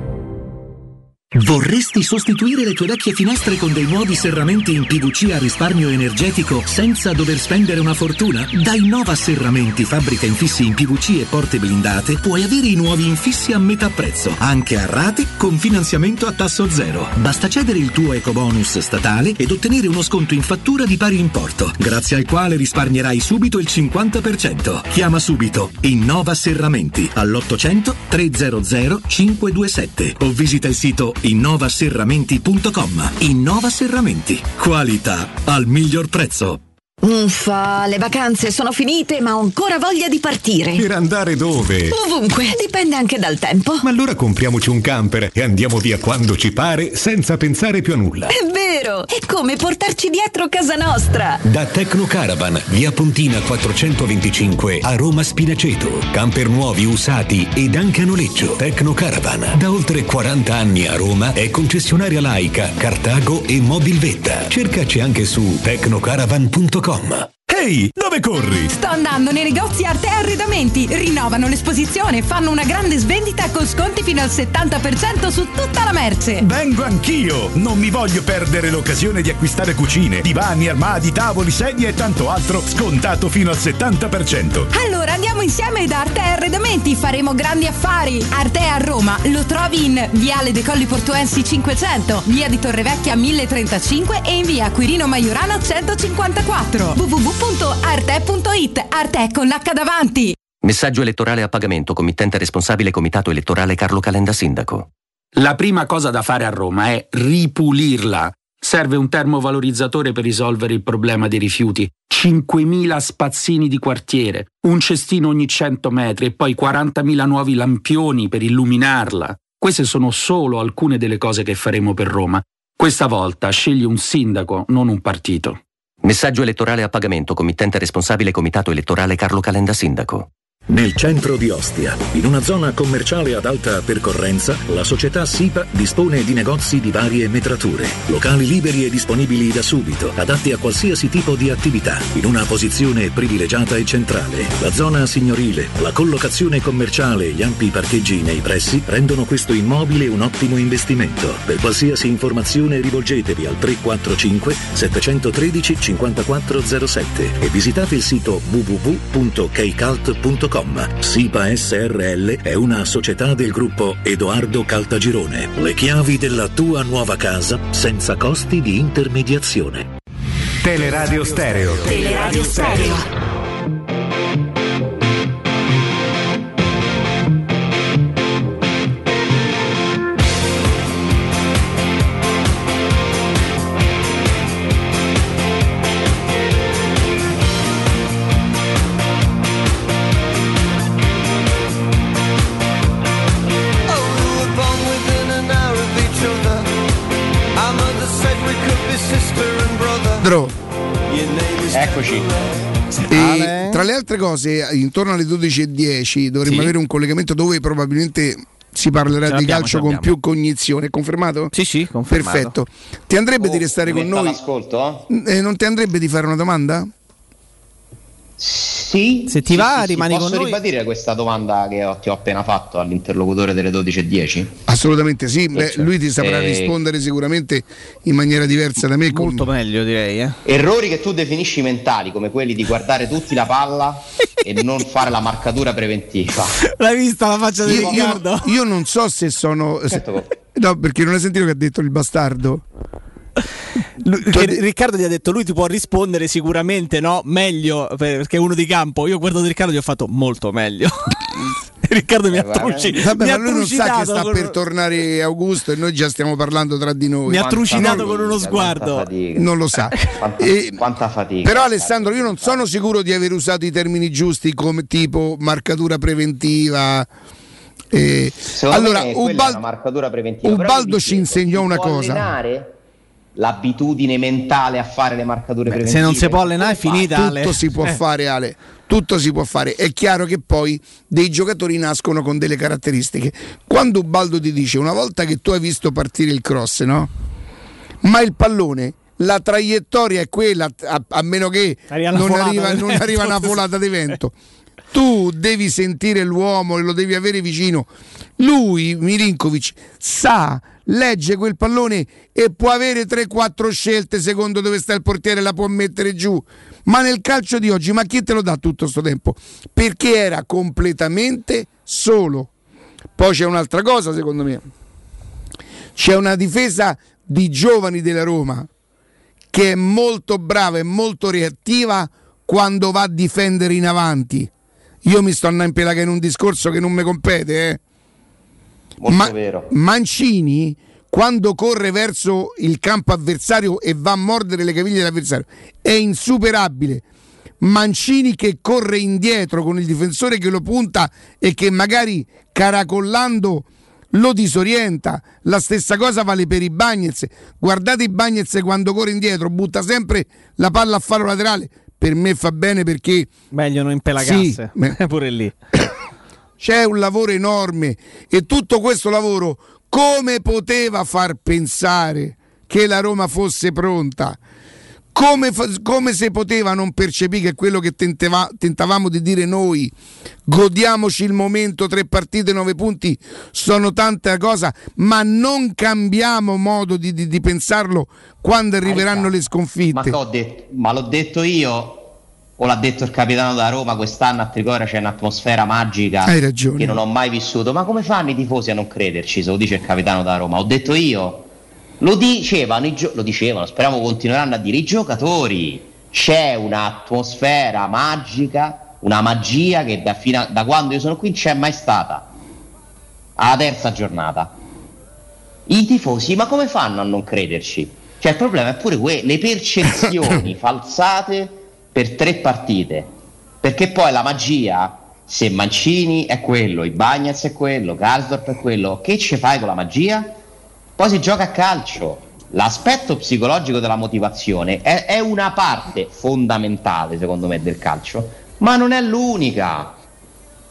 Vorresti sostituire le tue vecchie finestre con dei nuovi serramenti in P V C a risparmio energetico senza dover spendere una fortuna? Da Innova Serramenti, fabbrica infissi in P V C e porte blindate, puoi avere i nuovi infissi a metà prezzo, anche a rate con finanziamento a tasso zero. Basta cedere il tuo ecobonus statale ed ottenere uno sconto in fattura di pari importo, grazie al quale risparmierai subito il cinquanta per cento. Chiama subito Innova Serramenti all'ottocento trecento cinquecentoventisette o visita il sito innova serramenti punto com. Innova Serramenti, qualità al miglior prezzo. Uffa, le vacanze sono finite, ma ho ancora voglia di partire. Per andare dove? Ovunque, dipende anche dal tempo. Ma allora compriamoci un camper e andiamo via quando ci pare, senza pensare più a nulla. È vero, è come portarci dietro casa nostra. Da Tecno Caravan, via Pontina quattrocentoventicinque a Roma Spinaceto. Camper nuovi, usati ed anche a noleggio. Tecno Caravan, da oltre quaranta anni a Roma, è concessionaria Laica, Cartago e Mobilvetta. Cercaci anche su tecnocaravan punto com. Ehi, dove corri? Sto andando nei negozi Arte e Arredamenti. Rinnovano l'esposizione, fanno una grande svendita con sconti fino al settanta per cento su tutta la merce. Vengo anch'io! Non mi voglio perdere l'occasione di acquistare cucine, divani, armadi, tavoli, sedie e tanto altro scontato fino al settanta per cento. Allora andiamo insieme da Arte e Arredamenti, faremo grandi affari. Arte a Roma lo trovi in Viale dei Colli Portuensi cinquecento, via di Torrevecchia mille trentacinque e in via Quirino Maiorana centocinquantaquattro. w w w punto arte punto it. Arte con l'H davanti. Messaggio elettorale a pagamento. Committente responsabile Comitato Elettorale Carlo Calenda Sindaco. La prima cosa da fare a Roma è ripulirla. Serve un termovalorizzatore per risolvere il problema dei rifiuti, cinquemila spazzini di quartiere, un cestino ogni cento metri e poi quarantamila nuovi lampioni per illuminarla. Queste sono solo alcune delle cose che faremo per Roma. Questa volta scegli un sindaco, non un partito. Messaggio elettorale a pagamento. Committente responsabile Comitato Elettorale Carlo Calenda Sindaco. Nel centro di Ostia, in una zona commerciale ad alta percorrenza, la società SIPA dispone di negozi di varie metrature, locali liberi e disponibili da subito, adatti a qualsiasi tipo di attività, in una posizione privilegiata e centrale. La zona signorile, la collocazione commerciale e gli ampi parcheggi nei pressi rendono questo immobile un ottimo investimento. Per qualsiasi informazione rivolgetevi al tre quattro cinque sette uno tre cinque quattro zero sette e visitate il sito w w w punto keicalt punto com. SIPA S R L è una società del gruppo Edoardo Caltagirone. Le chiavi della tua nuova casa senza costi di intermediazione. Teleradio Stereo. Teleradio Stereo. Eccoci. E tra le altre cose, intorno alle dodici e dieci dovremmo Sì. avere un collegamento dove probabilmente si parlerà Ce di l'abbiamo, calcio ce con l'abbiamo. più cognizione. È confermato? Sì, sì, confermato. Perfetto. Ti andrebbe Oh, di restare con metto noi? all'ascolto? Eh, non ti andrebbe di fare una domanda? Sì. Se ti sì, va, sì, sì. rimani Posso con noi. ribadire questa domanda che ho- ti ho appena fatto all'interlocutore delle dodici e dieci? Assolutamente sì. Beh, certo. lui ti saprà Eh, rispondere sicuramente in maniera diversa da me. Molto meglio, direi. Eh. Errori che tu definisci mentali, come quelli di guardare tutti la palla e non fare la marcatura preventiva. L'hai vista la faccia di Io, Riccardo? io- io non so se sono. Certo. No, perché non hai sentito che ha detto il bastardo? Lui- che Riccardo gli ha detto lui ti può rispondere sicuramente no meglio perché è uno di campo. Io ho guardato Riccardo e gli ho fatto molto meglio. Riccardo mi ha, truci- Vabbè, mi ma ha lui non sa che trucidato sta con- per tornare Augusto e noi già stiamo parlando tra di noi. mi ha Quanta trucidato fatica, con uno sguardo. quanta fatica. Non lo sa. Quanta, E- quanta fatica. Però Alessandro, io non sono sicuro di aver usato i termini giusti come tipo marcatura preventiva. Eh, Secondo allora, me quella è Ubal- una marcatura preventiva. Però Ubaldo vi ci dicevo, insegnò si una può cosa. allenare l'abitudine mentale a fare le marcature preventive. Se non si può allenare è finita. Ale. Tutto si può Eh. fare, Ale. Tutto si può fare. È chiaro che poi dei giocatori nascono con delle caratteristiche. Quando Ubaldo ti dice una volta che tu hai visto partire il cross, no? Ma il pallone, la traiettoria è quella, a, a meno che Arriva una non folata arriva, di non vento. arriva una folata di vento. Tu devi sentire l'uomo e lo devi avere vicino. Lui, Milinkovic, sa, legge quel pallone e può avere tre quattro scelte secondo dove sta il portiere, la può mettere giù. Ma nel calcio di oggi, ma chi te lo dà tutto sto tempo? Perché era completamente solo. Poi c'è un'altra cosa, secondo me. C'è una difesa di giovani della Roma che è molto brava e molto reattiva quando va a difendere in avanti. Io mi sto andando a impelagare in un discorso che non mi compete, eh. Molto Ma- vero. Mancini, quando corre verso il campo avversario e va a mordere le caviglie dell'avversario, è insuperabile. Mancini che corre indietro con il difensore che lo punta e che magari caracollando lo disorienta. La stessa cosa vale per i Bagnez. Guardate i Bagnez quando corre indietro, butta sempre la palla a faro laterale. Per me fa bene perché Meglio non impelagasse. Sì. Pure lì. c'è un lavoro enorme e tutto questo lavoro come poteva far pensare che la Roma fosse pronta? Come, fa- come se poteva non percepire che quello che tenteva- tentavamo di dire noi, godiamoci il momento, tre partite, nove punti, sono tante cose, ma non cambiamo modo di, di- di pensarlo quando arriveranno le Ma, sconfitte. che ho detto? Ma l'ho detto io o l'ha detto il capitano da Roma? Quest'anno a Trigoria c'è un'atmosfera magica Hai ragione. che non ho mai vissuto. Ma come fanno i tifosi a non crederci se lo dice il capitano da Roma? Ho detto io. Lo dicevano, i gio- lo dicevano, speriamo continueranno a dire i giocatori. C'è un'atmosfera magica, una magia che da, fino a- da quando io sono qui non c'è mai stata. Alla terza giornata. I tifosi, ma come fanno a non crederci? Cioè il problema è pure que- le percezioni falsate per tre partite. Perché poi la magia, se Mancini è quello, i Bagnez è quello, Karsdorp è quello, che ci fai con la magia? Poi si gioca a calcio. L'aspetto psicologico della motivazione è, è una parte fondamentale, secondo me, del calcio, ma non è l'unica.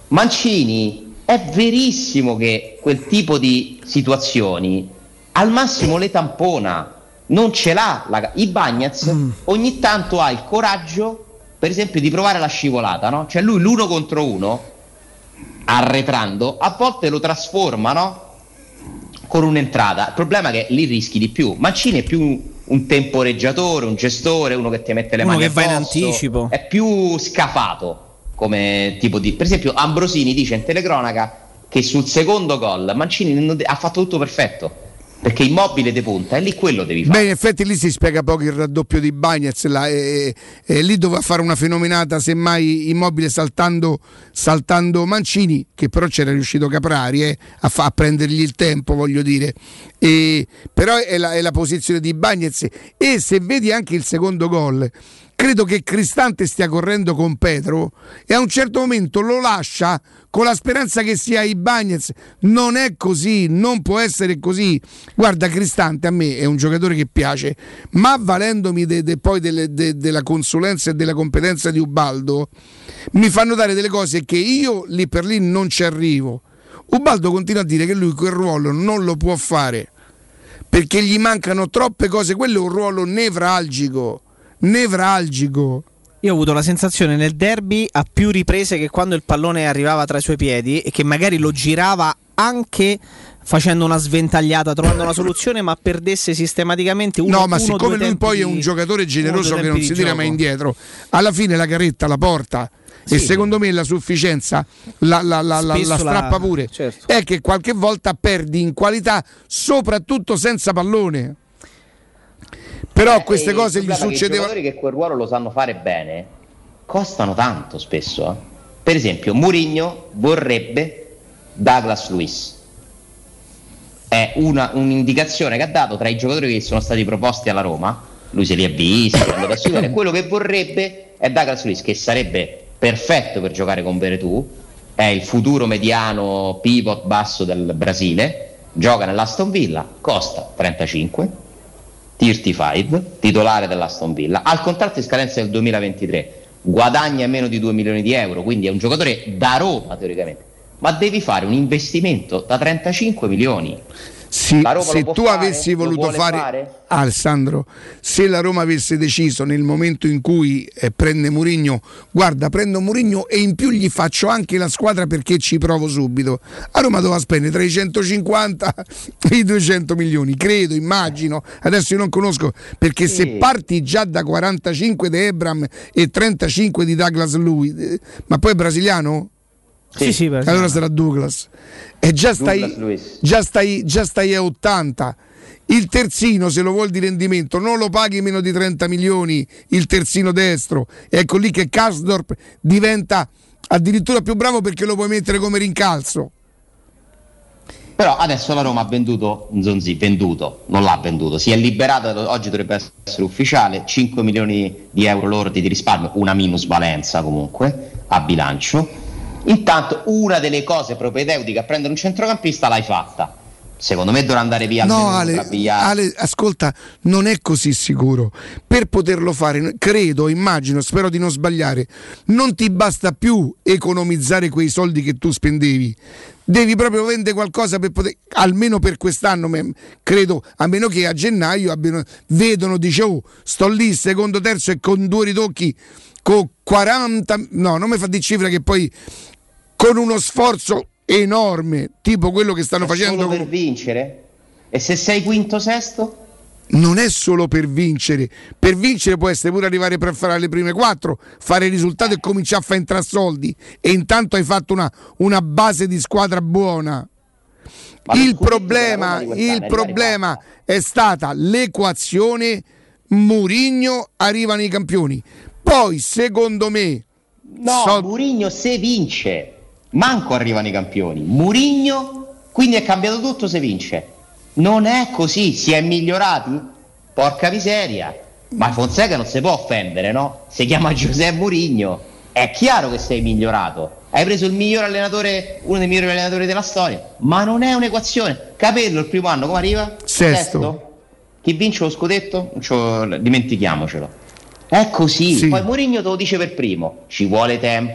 Mancini è verissimo che quel tipo di situazioni al massimo le tampona, non ce l'ha la... Ibañez mm. ogni tanto ha il coraggio per esempio di provare la scivolata, no? Cioè lui l'uno contro uno arretrando a volte lo trasforma, no? Con un'entrata. Il problema è che lì rischi di più. Mancini è più un temporeggiatore, un gestore, uno che ti mette le uno mani che va in addosso, anticipo, è più scafato come tipo di... Per esempio Ambrosini dice in telecronaca che sul secondo gol Mancini ha fatto tutto perfetto perché Immobile de punta e lì quello devi fare. Beh, in effetti lì si spiega poco il raddoppio di Bagnez, là, e, e, e lì doveva fare una fenomenata semmai Immobile saltando, saltando Mancini, che però c'era riuscito Caprari eh, a, fa, a prendergli il tempo, voglio dire, e, però è la, è la posizione di Bagnez. E se vedi anche il secondo gol, credo che Cristante stia correndo con Petro e a un certo momento lo lascia con la speranza che sia Ibañez. Non è così, non può essere così. Guarda, Cristante a me è un giocatore che piace, ma valendomi de, de, poi delle, de, della consulenza e della competenza di Ubaldo, mi fanno dare delle cose che io lì per lì non ci arrivo. Ubaldo continua a dire che lui quel ruolo non lo può fare perché gli mancano troppe cose. Quello è un ruolo nevralgico nevralgico. Io ho avuto la sensazione nel derby a più riprese che quando il pallone arrivava tra i suoi piedi e che magari lo girava anche facendo una sventagliata, trovando una soluzione, ma perdesse sistematicamente uno. No, ma uno, siccome lui poi di, è un giocatore generoso che non si tira gioco. mai indietro, alla fine la carretta la porta. Sì. E secondo me la sufficienza la, la, la, la, la strappa la... pure. Certo. È che qualche volta perdi in qualità, soprattutto senza pallone. Però eh, queste cose gli succedevano. I giocatori che quel ruolo lo sanno fare bene costano tanto spesso. Eh. Per esempio, Mourinho vorrebbe Douglas Luiz. È una, un'indicazione che ha dato tra i giocatori che sono stati proposti alla Roma. Lui se li ha visti, è andato a studiare. Quello che vorrebbe è Douglas Luiz, che sarebbe perfetto per giocare con Veretout. È il futuro mediano pivot basso del Brasile. Gioca nell'Aston Villa, costa trentacinque. trentacinque, titolare dell'Aston Villa, al contratto in scadenza del duemilaventitré, guadagna meno di due milioni di euro, quindi è un giocatore da Roma teoricamente, ma devi fare un investimento da trentacinque milioni. Sì, se tu fare, avessi voluto fare, fare? Alessandro, se la Roma avesse deciso nel momento in cui eh, prende Mourinho, guarda, prendo Mourinho e in più gli faccio anche la squadra perché ci provo subito, a Roma doveva spendere tra i centocinquanta e i duecento milioni, credo, immagino, adesso io non conosco, perché sì. Se parti già da quarantacinque di Ebram e trentacinque di Douglas Luiz, eh, ma poi è brasiliano? Sì, sì, allora sarà Douglas e già stai, già stai già stai a ottanta. Il terzino, se lo vuol di rendimento, non lo paghi meno di trenta milioni, il terzino destro. Ecco lì che Karsdorp diventa addirittura più bravo perché lo puoi mettere come rincalzo. Però adesso la Roma ha venduto Nzonzi, venduto, non l'ha venduto, si è liberata, oggi dovrebbe essere ufficiale, cinque milioni di euro lordi di risparmio, una minusvalenza comunque a bilancio. Intanto una delle cose propedeutiche a prendere un centrocampista l'hai fatta. Secondo me dovrà andare via. No, Ale, Ale, ascolta, non è così sicuro. Per poterlo fare, credo, immagino, spero di non sbagliare, non ti basta più economizzare quei soldi che tu spendevi. Devi proprio vendere qualcosa per poter, almeno per quest'anno, credo, a meno che a gennaio abbiano, vedono, dice, oh, sto lì, secondo, terzo e con due ritocchi, con quaranta, no, non mi fa di cifra che poi con uno sforzo enorme, tipo quello che stanno è facendo solo per vincere? E se sei quinto, sesto? Non è solo per vincere, per vincere può essere pure arrivare per fare le prime quattro, fare risultato e cominciare a fare entrare soldi, e intanto hai fatto una, una base di squadra buona. Ma il problema, il problema è stata l'equazione Mourinho, arrivano i campioni. Poi secondo me no, so... Mourinho se vince manco arrivano i campioni. Mourinho quindi è cambiato tutto se vince. Non è così, si è migliorati? Porca miseria. Ma Fonseca non si può offendere, no? Si chiama Giuseppe Mourinho, è chiaro che sei migliorato. Hai preso il miglior allenatore, uno dei migliori allenatori della storia, ma non è un'equazione. Capello il primo anno come arriva? Sesto. Sesto. Chi vince lo scudetto? Dimentichiamocelo. È così. Sì. Poi Mourinho te lo dice per primo, ci vuole tempo,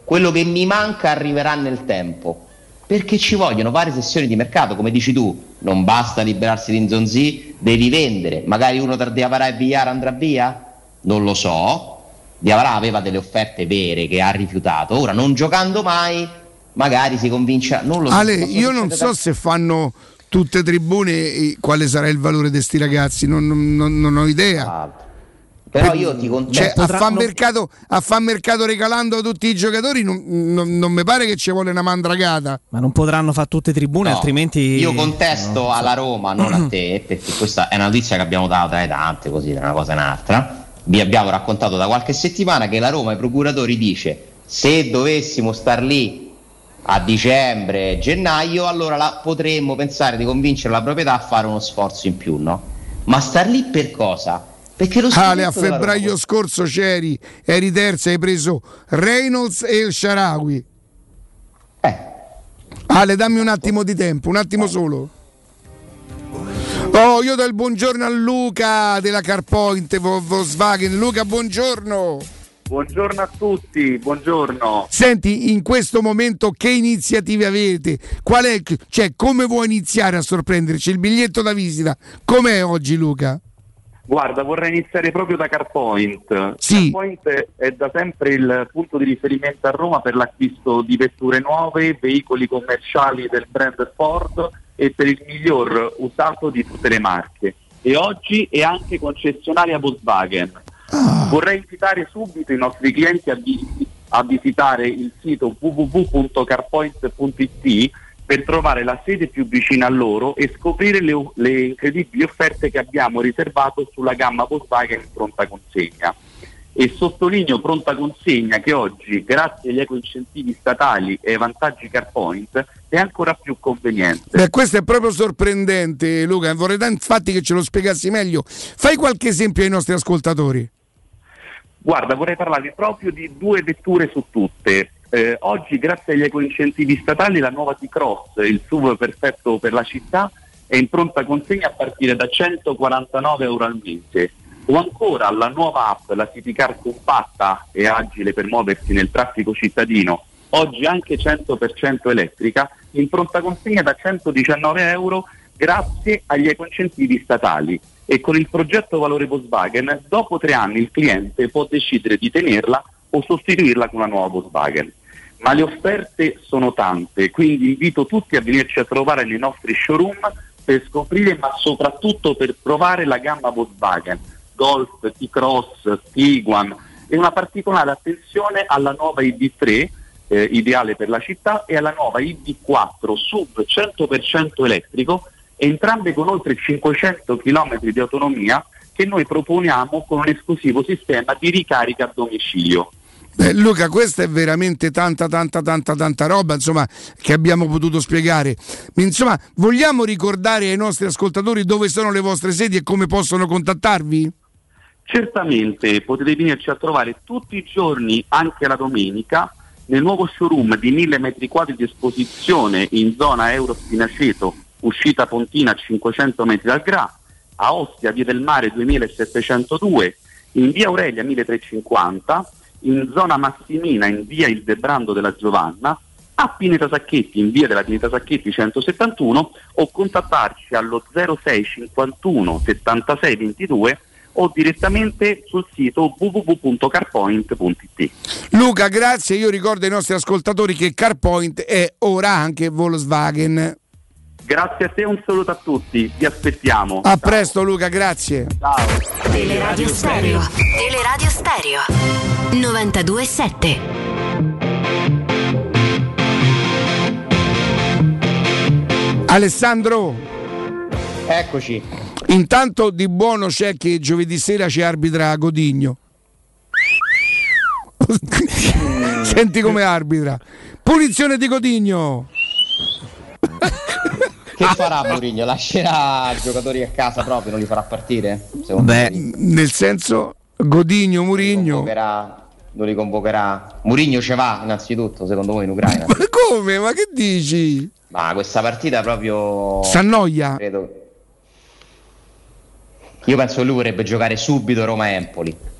quello che mi manca arriverà nel tempo, perché ci vogliono varie sessioni di mercato, come dici tu, non basta liberarsi di Nzonzi, devi vendere, magari uno tra Diawara e Villar andrà via, non lo so, Diawara aveva delle offerte vere che ha rifiutato, ora non giocando mai magari si convince, non lo so. Ale, io non so da... se fanno tutte tribune e quale sarà il valore di sti ragazzi, non, non, non ho idea. Ah. Però io ti conto, cioè, a far mercato, a far mercato regalando tutti i giocatori non, non, non mi pare che ci vuole una mandragata. Ma non potranno fare tutte tribune, no, altrimenti io contesto no, alla Roma, non a te, perché questa è una notizia che abbiamo dato tra le tante, così da una cosa e un'altra. Vi abbiamo raccontato da qualche settimana che la Roma ai procuratori dice: se dovessimo star lì a dicembre, gennaio, allora la, potremmo pensare di convincere la proprietà a fare uno sforzo in più, no? Ma star lì per cosa? Perché lo Ale, a febbraio scorso c'eri, eri terzo, hai preso Reynolds e il Shaarawy. Eh. Ale, dammi un attimo di tempo, un attimo solo. Oh, io do il buongiorno a Luca della CarPoint Volkswagen. Luca, buongiorno. Buongiorno a tutti, buongiorno. Senti, in questo momento che iniziative avete? Qual è, cioè, come vuoi iniziare a sorprenderci? Il biglietto da visita, com'è oggi, Luca? Guarda, vorrei iniziare proprio da CarPoint. Sì. CarPoint è da sempre il punto di riferimento a Roma per l'acquisto di vetture nuove, veicoli commerciali del brand Ford e per il miglior usato di tutte le marche. E oggi è anche concessionaria Volkswagen. Ah. Vorrei invitare subito i nostri clienti a, vi- a visitare il sito w w w punto carpoint punto i t per trovare la sede più vicina a loro e scoprire le, le incredibili offerte che abbiamo riservato sulla gamma Volkswagen in pronta consegna. E sottolineo pronta consegna che oggi, grazie agli ecoincentivi statali e ai vantaggi CarPoint, è ancora più conveniente. Beh, questo è proprio sorprendente, Luca. Vorrei infatti che ce lo spiegassi meglio. Fai qualche esempio ai nostri ascoltatori. Guarda, vorrei parlarvi proprio di due vetture su tutte. Eh, oggi, grazie agli ecoincentivi statali, la nuova T-Cross, il S U V perfetto per la città, è in pronta consegna a partire da centoquarantanove euro al mese. O ancora la nuova app, la Citycar compatta e agile per muoversi nel traffico cittadino, oggi anche cento per cento elettrica, in pronta consegna da centodiciannove euro grazie agli ecoincentivi statali. E con il progetto Valore Volkswagen, dopo tre anni il cliente può decidere di tenerla o sostituirla con una nuova Volkswagen. Ma le offerte sono tante, quindi invito tutti a venirci a trovare nei nostri showroom per scoprire, ma soprattutto per provare la gamma Volkswagen, Golf, T-Cross, Tiguan, e una particolare attenzione alla nuova I D tre, eh, ideale per la città, e alla nuova I D quattro, S U V cento per cento elettrico, entrambe con oltre cinquecento chilometri di autonomia, che noi proponiamo con un esclusivo sistema di ricarica a domicilio. Beh, Luca, questa è veramente tanta tanta tanta tanta roba, insomma, che abbiamo potuto spiegare. Insomma, vogliamo ricordare ai nostri ascoltatori dove sono le vostre sedi e come possono contattarvi? Certamente, potete venirci a trovare tutti i giorni, anche la domenica, nel nuovo showroom di mille metri quadri di esposizione in zona Euro Spinaceto, uscita Pontina a cinquecento metri dal Gra, a Ostia, via del Mare duemilasettecentodue, in via Aurelia milletrecentocinquanta, in zona Massimina in via Il Debrando della Giovanna, a Pineta Sacchetti in via della Pineta Sacchetti centosettantuno, o contattarci allo zero sei cinquantuno settantasei ventidue o direttamente sul sito w w w punto carpoint punto i t. Luca, grazie. Io ricordo ai nostri ascoltatori che CarPoint è ora anche Volkswagen. Grazie a te, un saluto a tutti, ti aspettiamo. A Ciao. Presto Luca, grazie. Ciao. Teleradio Stereo. Teleradio Stereo novantadue sette. Alessandro, eccoci. Intanto di buono c'è che giovedì sera ci arbitra Godigno. Senti come arbitra. Punizione di Godigno. Che farà Mourinho? Lascerà i giocatori a casa proprio, non li farà partire? Beh, nel senso, Godigno, Mourinho. Non li convocherà. Mourinho ce va innanzitutto, secondo voi, in Ucraina? Ma come? Ma che dici? Ma questa partita proprio s'annoia. Credo. Io penso che lui vorrebbe giocare subito Roma-Empoli.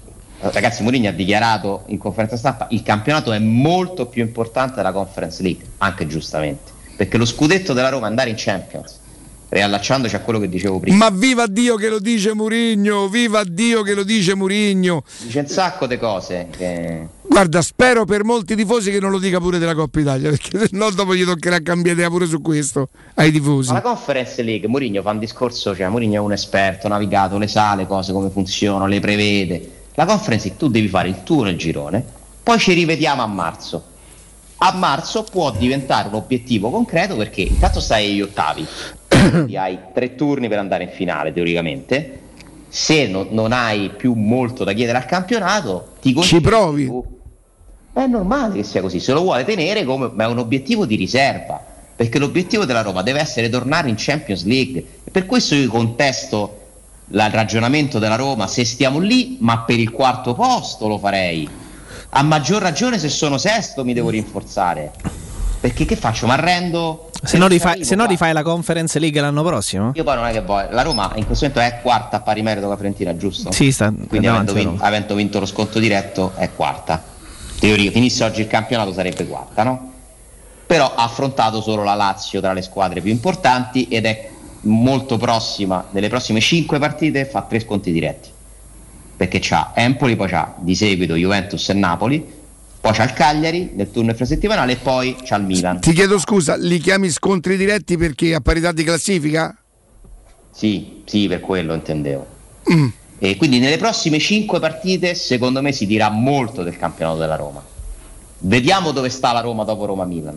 Ragazzi, Mourinho ha dichiarato in conferenza stampa il campionato è molto più importante della Conference League, anche giustamente, perché lo scudetto della Roma è andare in Champions, riallacciandoci a quello che dicevo prima. Ma viva Dio che lo dice Mourinho, viva Dio che lo dice Mourinho. Dice un sacco di cose che... Guarda, spero per molti tifosi che non lo dica pure della Coppa Italia, perché se no dopo gli toccherà cambiare idea pure su questo ai tifosi. Ma la Conference League, Mourinho fa un discorso, cioè Mourinho è un esperto, navigato, le sa le cose come funzionano, le prevede. La Conference League tu devi fare il tuo nel girone, poi ci rivediamo a marzo. A marzo può diventare un obiettivo concreto, perché intanto stai agli ottavi, quindi hai tre turni per andare in finale teoricamente. Se no, non hai più molto da chiedere al campionato, ti ci provi. È normale che sia così, se lo vuole tenere come ma è un obiettivo di riserva, perché l'obiettivo della Roma deve essere tornare in Champions League, e per questo io contesto il ragionamento della Roma, se stiamo lì, ma per il quarto posto lo farei, a maggior ragione se sono sesto mi devo rinforzare, perché che faccio, mi arrendo? Se no, rifai, se no rifai la Conference League l'anno prossimo? Io poi non è che voglio, la Roma in questo momento è quarta a pari merito con la Fiorentina, giusto? Sì, sta quindi avendo vinto, avendo vinto lo sconto diretto è quarta, teoria, finisse oggi il campionato sarebbe quarta, no? Però ha affrontato solo la Lazio tra le squadre più importanti ed è molto prossima, nelle prossime cinque partite fa tre sconti diretti, perché c'ha Empoli, poi c'ha di seguito Juventus e Napoli, poi c'ha il Cagliari nel turno infrasettimanale e poi c'ha il Milan. Ti chiedo scusa, li chiami scontri diretti perché a parità di classifica? Sì, sì, per quello intendevo. Mm. E quindi nelle prossime cinque partite secondo me si dirà molto del campionato della Roma. Vediamo dove sta la Roma dopo Roma-Milan,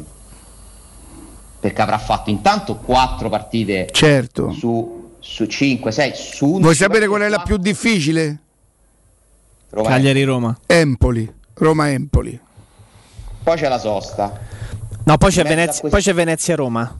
perché avrà fatto intanto quattro partite, certo, su, su cinque, sei, su undici. Vuoi sapere qual è la più difficile? Roma Cagliari-Roma. Empoli, Roma-Empoli. Poi c'è la sosta. No, poi c'è, Venezia, questi... poi c'è Venezia-Roma.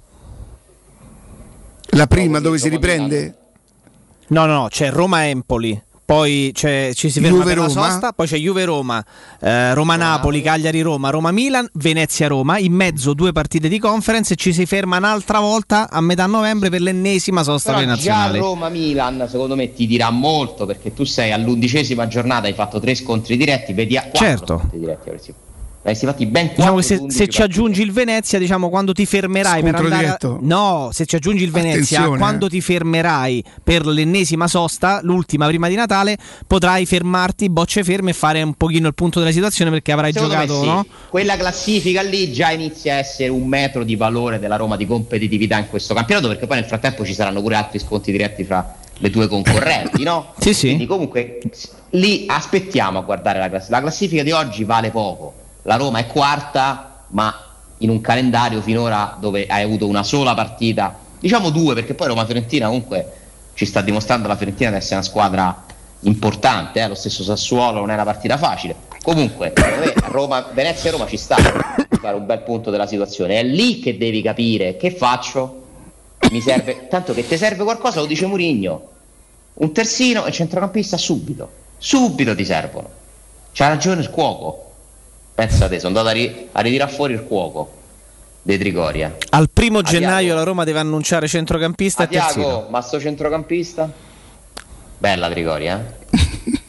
La prima dove si riprende? No, no, no, c'è Roma-Empoli. Poi c'è, ci si ferma per la sosta, poi c'è Juve-Roma, eh, Roma-Napoli, Cagliari-Roma, Roma-Milan, Venezia-Roma, in mezzo due partite di Conference e ci si ferma un'altra volta a metà novembre per l'ennesima sosta però nazionale. Già Roma-Milan secondo me ti dirà molto, perché tu sei all'undicesima giornata, hai fatto tre scontri diretti, vedi a quattro certo. scontri diretti avresti avresti fatti ben quattro. Diciamo che se, se ci aggiungi il Venezia, diciamo quando ti fermerai scontro per andare a... no, se ci aggiungi il Venezia, attenzione, quando eh. ti fermerai per l'ennesima sosta, l'ultima prima di Natale, potrai fermarti bocce ferme e fare un pochino il punto della situazione, perché avrai secondo giocato, sì. no? Quella classifica lì già inizia a essere un metro di valore della Roma di competitività in questo campionato, perché poi nel frattempo ci saranno pure altri sconti diretti fra le tue concorrenti, no? Sì, sì. Quindi comunque lì aspettiamo a guardare la classifica. La classifica di oggi vale poco. La Roma è quarta, ma in un calendario finora dove hai avuto una sola partita, diciamo due, perché poi Roma-Fiorentina comunque ci sta dimostrando la Fiorentina di essere una squadra importante, eh? Lo stesso Sassuolo non è una partita facile. Comunque Roma, Venezia e Roma ci sta a fare un bel punto della situazione. È lì che devi capire che faccio. Mi serve, tanto che ti serve qualcosa, lo dice Mourinho, un terzino e centrocampista subito, subito ti servono. C'ha ragione il cuoco. Pensate, sono andato a, ri- a ritirare fuori il cuoco De Trigoria. Al primo gennaio la Roma deve annunciare centrocampista e terzino. Tiago, ma sto centrocampista? Bella Trigoria, eh?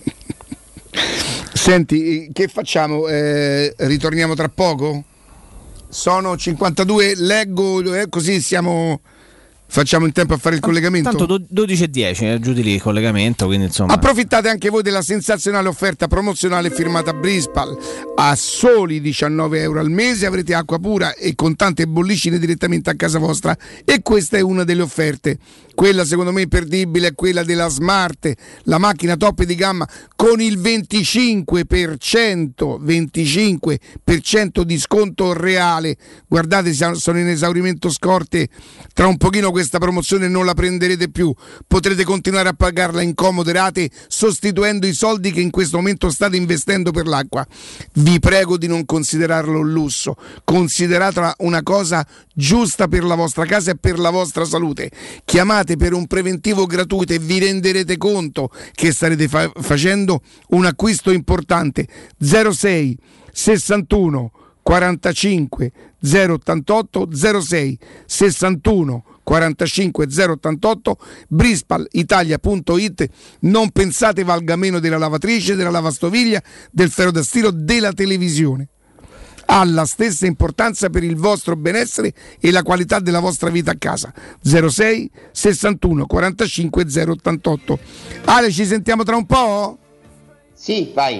Senti, che facciamo? Eh, ritorniamo tra poco? Sono cinquantadue, leggo, eh, così siamo... Facciamo in tempo a fare il collegamento? Tanto dodici e dieci, eh, giù di lì il collegamento, quindi insomma. Approfittate anche voi della sensazionale offerta promozionale firmata Brispal. A soli diciannove euro al mese avrete acqua pura e con tante bollicine direttamente a casa vostra, e questa è una delle offerte. Quella secondo me imperdibile è quella della Smart, la macchina top di gamma con il venticinque per cento venticinque per cento di sconto reale. Guardate, sono in esaurimento scorte, tra un pochino questa promozione non la prenderete più, potrete continuare a pagarla in comode rate sostituendo i soldi che in questo momento state investendo per l'acqua. Vi prego di non considerarlo un lusso, consideratela una cosa giusta per la vostra casa e per la vostra salute. Chiamate per un preventivo gratuito e vi renderete conto che starete fa- facendo un acquisto importante. Zero sei sessantuno quarantacinque zero ottantotto zero sei sessantuno quarantacinque zero ottantotto, brispal italia punto it. Non pensate valga meno della lavatrice, della lavastoviglie, del ferro da stiro, della televisione. Ha la stessa importanza per il vostro benessere e la qualità della vostra vita a casa. zero sei sessantuno quarantacinque zero ottantotto. Ale, ci sentiamo tra un po'? Sì, vai.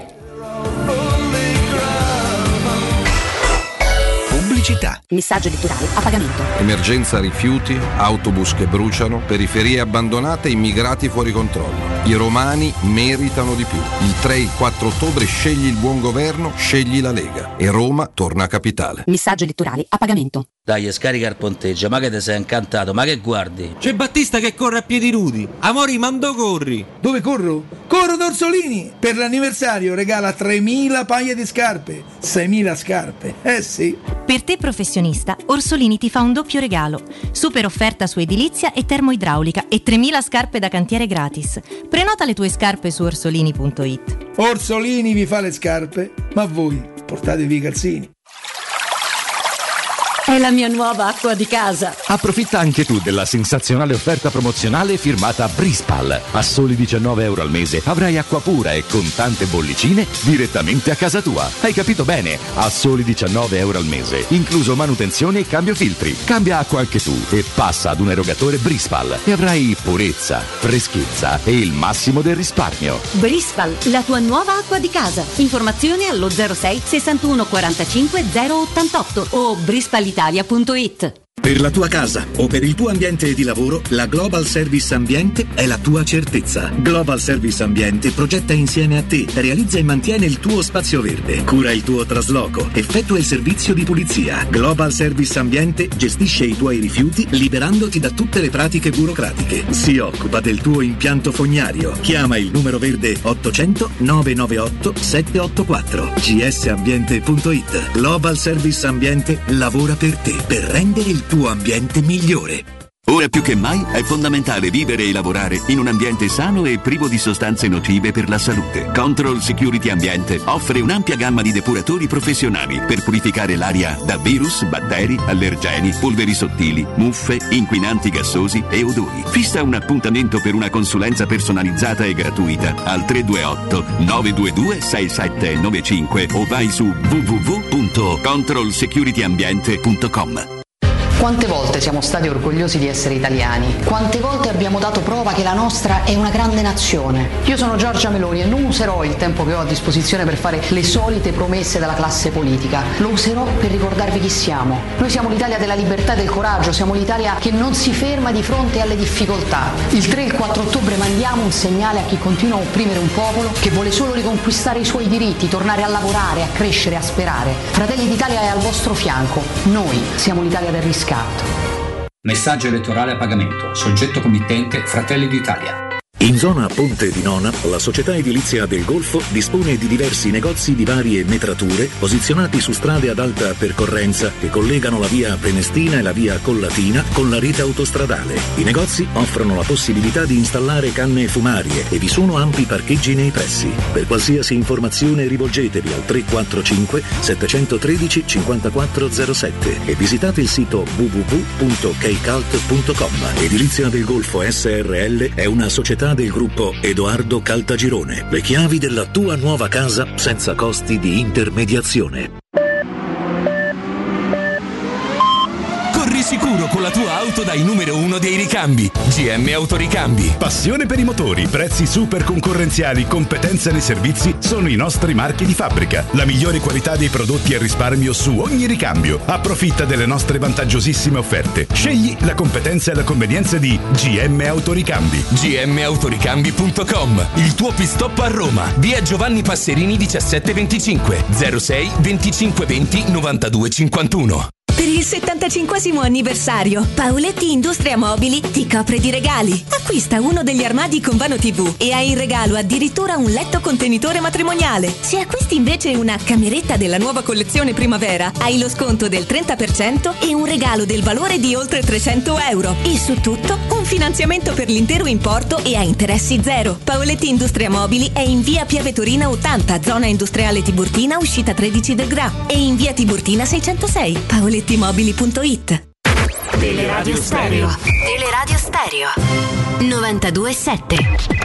Pubblicità. Messaggio elettorale a pagamento. Emergenza rifiuti, autobus che bruciano, periferie abbandonate, immigrati fuori controllo. I romani meritano di più. Il tre e il quattro ottobre scegli il buon governo, scegli la Lega e Roma torna capitale. Messaggio elettorale a pagamento. Dai, scarica il ponteggio, ma che te sei incantato, ma che guardi? C'è Battista che corre a piedi nudi. Amori, mando corri. Dove corro? Corro da Orsolini. Per l'anniversario regala tremila paia di scarpe, seimila scarpe. Eh sì. Per te professionista, Orsolini ti fa un doppio regalo. Super offerta su edilizia e termoidraulica e tremila scarpe da cantiere gratis. Prenota le tue scarpe su orsolini punto it. Orsolini vi fa le scarpe, ma voi portatevi i calzini. È la mia nuova acqua di casa. Approfitta anche tu della sensazionale offerta promozionale firmata Brispal. A soli diciannove euro al mese avrai acqua pura e con tante bollicine direttamente a casa tua. Hai capito bene? A soli diciannove euro al mese, incluso manutenzione e cambio filtri. Cambia acqua anche tu e passa ad un erogatore Brispal e avrai purezza, freschezza e il massimo del risparmio. Brispal, la tua nuova acqua di casa. Informazioni allo zero sei sessantuno quarantacinque zero ottantotto o brispal italia punto it. Per la tua casa o per il tuo ambiente di lavoro, la Global Service Ambiente è la tua certezza. Global Service Ambiente progetta insieme a te, realizza e mantiene il tuo spazio verde, cura il tuo trasloco, effettua il servizio di pulizia. Global Service Ambiente gestisce i tuoi rifiuti liberandoti da tutte le pratiche burocratiche. Si occupa del tuo impianto fognario. Chiama il numero verde ottocento nove nove otto sette otto quattro. g s ambiente punto it. Global Service Ambiente lavora per te, per rendere il tuo ambiente migliore. Ora più che mai è fondamentale vivere e lavorare in un ambiente sano e privo di sostanze nocive per la salute. Control Security Ambiente offre un'ampia gamma di depuratori professionali per purificare l'aria da virus, batteri, allergeni, polveri sottili, muffe, inquinanti gassosi e odori. Fissa un appuntamento per una consulenza personalizzata e gratuita al tre due otto nove due due sei sette nove cinque o vai su w w w punto control security ambiente punto com. Quante volte siamo stati orgogliosi di essere italiani? Quante volte abbiamo dato prova che la nostra è una grande nazione? Io sono Giorgia Meloni e non userò il tempo che ho a disposizione per fare le solite promesse della classe politica. Lo userò per ricordarvi chi siamo. Noi siamo l'Italia della libertà e del coraggio, siamo l'Italia che non si ferma di fronte alle difficoltà. Il tre e il quattro ottobre mandiamo un segnale a chi continua a opprimere un popolo che vuole solo riconquistare i suoi diritti, tornare a lavorare, a crescere, a sperare. Fratelli d'Italia è al vostro fianco. Noi siamo l'Italia del riscatto. Messaggio elettorale a pagamento. Soggetto committente Fratelli d'Italia. In zona Ponte di Nona, la società edilizia del Golfo dispone di diversi negozi di varie metrature posizionati su strade ad alta percorrenza che collegano la via Prenestina e la via Collatina con la rete autostradale. I negozi offrono la possibilità di installare canne fumarie e vi sono ampi parcheggi nei pressi. Per qualsiasi informazione rivolgetevi al tre quattro cinque sette uno tre cinque quattro zero sette e visitate il sito w w w punto keicalt punto com. Edilizia del Golfo S R L è una società del gruppo Edoardo Caltagirone. Le chiavi della tua nuova casa senza costi di intermediazione. Corri sicuro con la tua auto dai numero uno dei ricambi. G M Autoricambi. Passione per i motori, prezzi super concorrenziali, competenza nei servizi sono i nostri marchi di fabbrica. La migliore qualità dei prodotti e risparmio su ogni ricambio. Approfitta delle nostre vantaggiosissime offerte. Scegli la competenza e la convenienza di G M Autoricambi. G M Autoricambi punto com. Il tuo pit-stop a Roma. Via Giovanni Passerini diciassette venticinque zero sei venticinque venti novantadue cinquantuno. Per il settantacinquesimo anniversario, Paoletti Industria Mobili ti copre di regali. Acquista uno degli armadi con vano tivù e hai in regalo addirittura un letto contenitore matrimoniale. Se acquisti invece una cameretta della nuova collezione primavera, hai lo sconto del trenta per cento e un regalo del valore di oltre trecento euro. E su tutto, un finanziamento per l'intero importo e a interessi zero. Paoletti Industria Mobili è in via Pieve Torina ottanta, zona industriale Tiburtina, uscita tredici del Gra, e in via Tiburtina seicentosei. Paoletti Mobili punto it. Teleradio Teleradio Stereo. Teleradio Stereo. novantadue sette.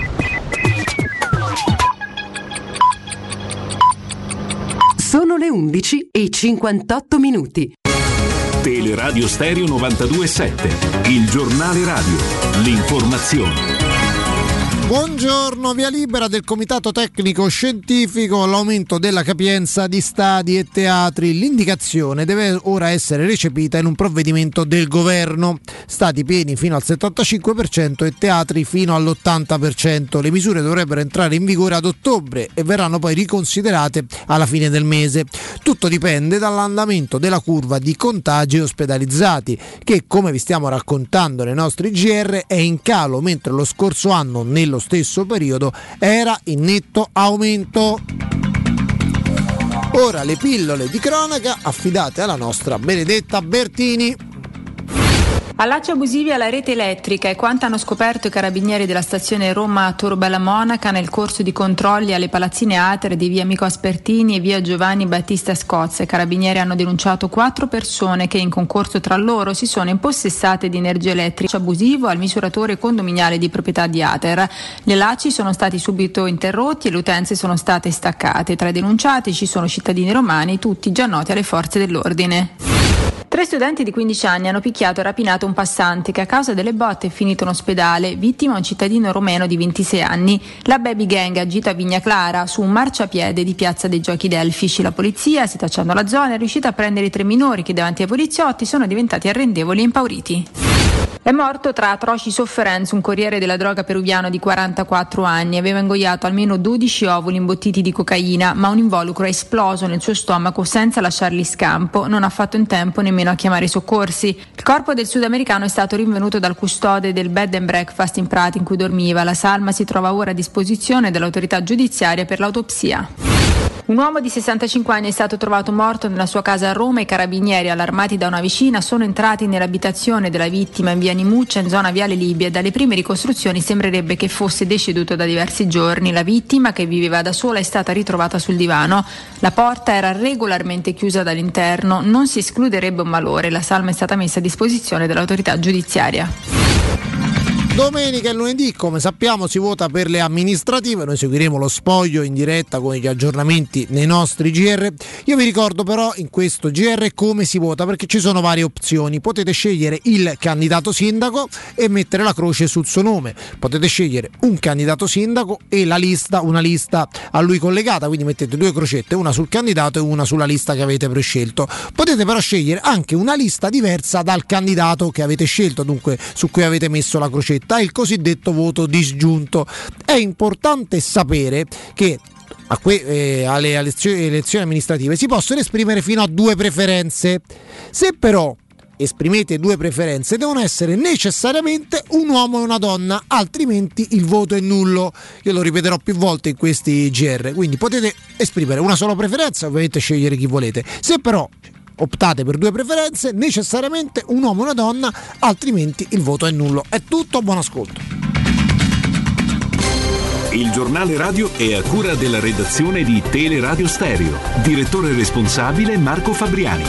Sono le undici e cinquantotto minuti. Teleradio Stereo novantadue sette, il giornale radio, l'informazione. Buongiorno, via libera del Comitato Tecnico Scientifico all'aumento della capienza di stadi e teatri. L'indicazione deve ora essere recepita in un provvedimento del governo. Stadi pieni fino al settantacinque per cento e teatri fino all'ottanta per cento. Le misure dovrebbero entrare in vigore ad ottobre e verranno poi riconsiderate alla fine del mese. Tutto dipende dall'andamento della curva di contagi e ospedalizzati, che, come vi stiamo raccontando nei nostri G R, è in calo, mentre lo scorso anno, nello stesso periodo, era in netto aumento. Ora le pillole di cronaca affidate alla nostra Benedetta Bertini. Allacci abusivi alla rete elettrica è quanto hanno scoperto i carabinieri della stazione Roma Tor Bella Monaca nel corso di controlli alle palazzine Atere di via Amico Aspertini e via Giovanni Battista Scozia. I carabinieri hanno denunciato quattro persone che in concorso tra loro si sono impossessate di energia elettrica abusivo al misuratore condominiale di proprietà di Ater. Gli allacci sono stati subito interrotti e le utenze sono state staccate. Tra i denunciati ci sono cittadini romani, tutti già noti alle forze dell'ordine. Tre studenti di quindici anni hanno picchiato e rapinato un passante che a causa delle botte è finito in ospedale, vittima un cittadino romeno di ventisei anni. La baby gang agita a Vigna Clara su un marciapiede di Piazza dei Giochi Delfici. La polizia, setacciando la zona, è riuscita a prendere i tre minori che davanti ai poliziotti sono diventati arrendevoli e impauriti. È morto tra atroci sofferenze un corriere della droga peruviano di quarantaquattro anni. Aveva ingoiato almeno dodici ovuli imbottiti di cocaina, ma un involucro è esploso nel suo stomaco senza lasciargli scampo. Non ha fatto in tempo nemmeno a chiamare i soccorsi. Il corpo del sudamericano è stato rinvenuto dal custode del bed and breakfast in Prati in cui dormiva. La salma si trova ora a disposizione dell'autorità giudiziaria per l'autopsia. Un uomo di sessantacinque anni è stato trovato morto nella sua casa a Roma. I carabinieri, allarmati da una vicina, sono entrati nell'abitazione della vittima in via Nimuccia, in zona Viale Libia. Dalle prime ricostruzioni sembrerebbe che fosse deceduto da diversi giorni. La vittima, che viveva da sola, è stata ritrovata sul divano. La porta era regolarmente chiusa dall'interno. Non si escluderebbe un malore. La salma è stata messa a disposizione dell'autorità giudiziaria. Domenica e lunedì, come sappiamo, si vota per le amministrative. Noi seguiremo lo spoglio in diretta con gli aggiornamenti nei nostri G R. Io vi ricordo però in questo G R come si vota, perché ci sono varie opzioni. Potete scegliere il candidato sindaco e mettere la croce sul suo nome. Potete scegliere un candidato sindaco e la lista, una lista a lui collegata, quindi mettete due crocette, una sul candidato e una sulla lista che avete prescelto. Potete però scegliere anche una lista diversa dal candidato che avete scelto, dunque su cui avete messo la crocetta, il cosiddetto voto disgiunto. È importante sapere che a que- eh, alle elezioni, elezioni amministrative si possono esprimere fino a due preferenze. Se però esprimete due preferenze, devono essere necessariamente un uomo e una donna, altrimenti il voto è nullo. Io lo ripeterò più volte in questi G R, quindi potete esprimere una sola preferenza, ovviamente scegliere chi volete. Se però optate per due preferenze, necessariamente un uomo e una donna, altrimenti il voto è nullo. È tutto, buon ascolto. Il giornale radio è a cura della redazione di Teleradio Stereo. Direttore responsabile Marco Fabriani.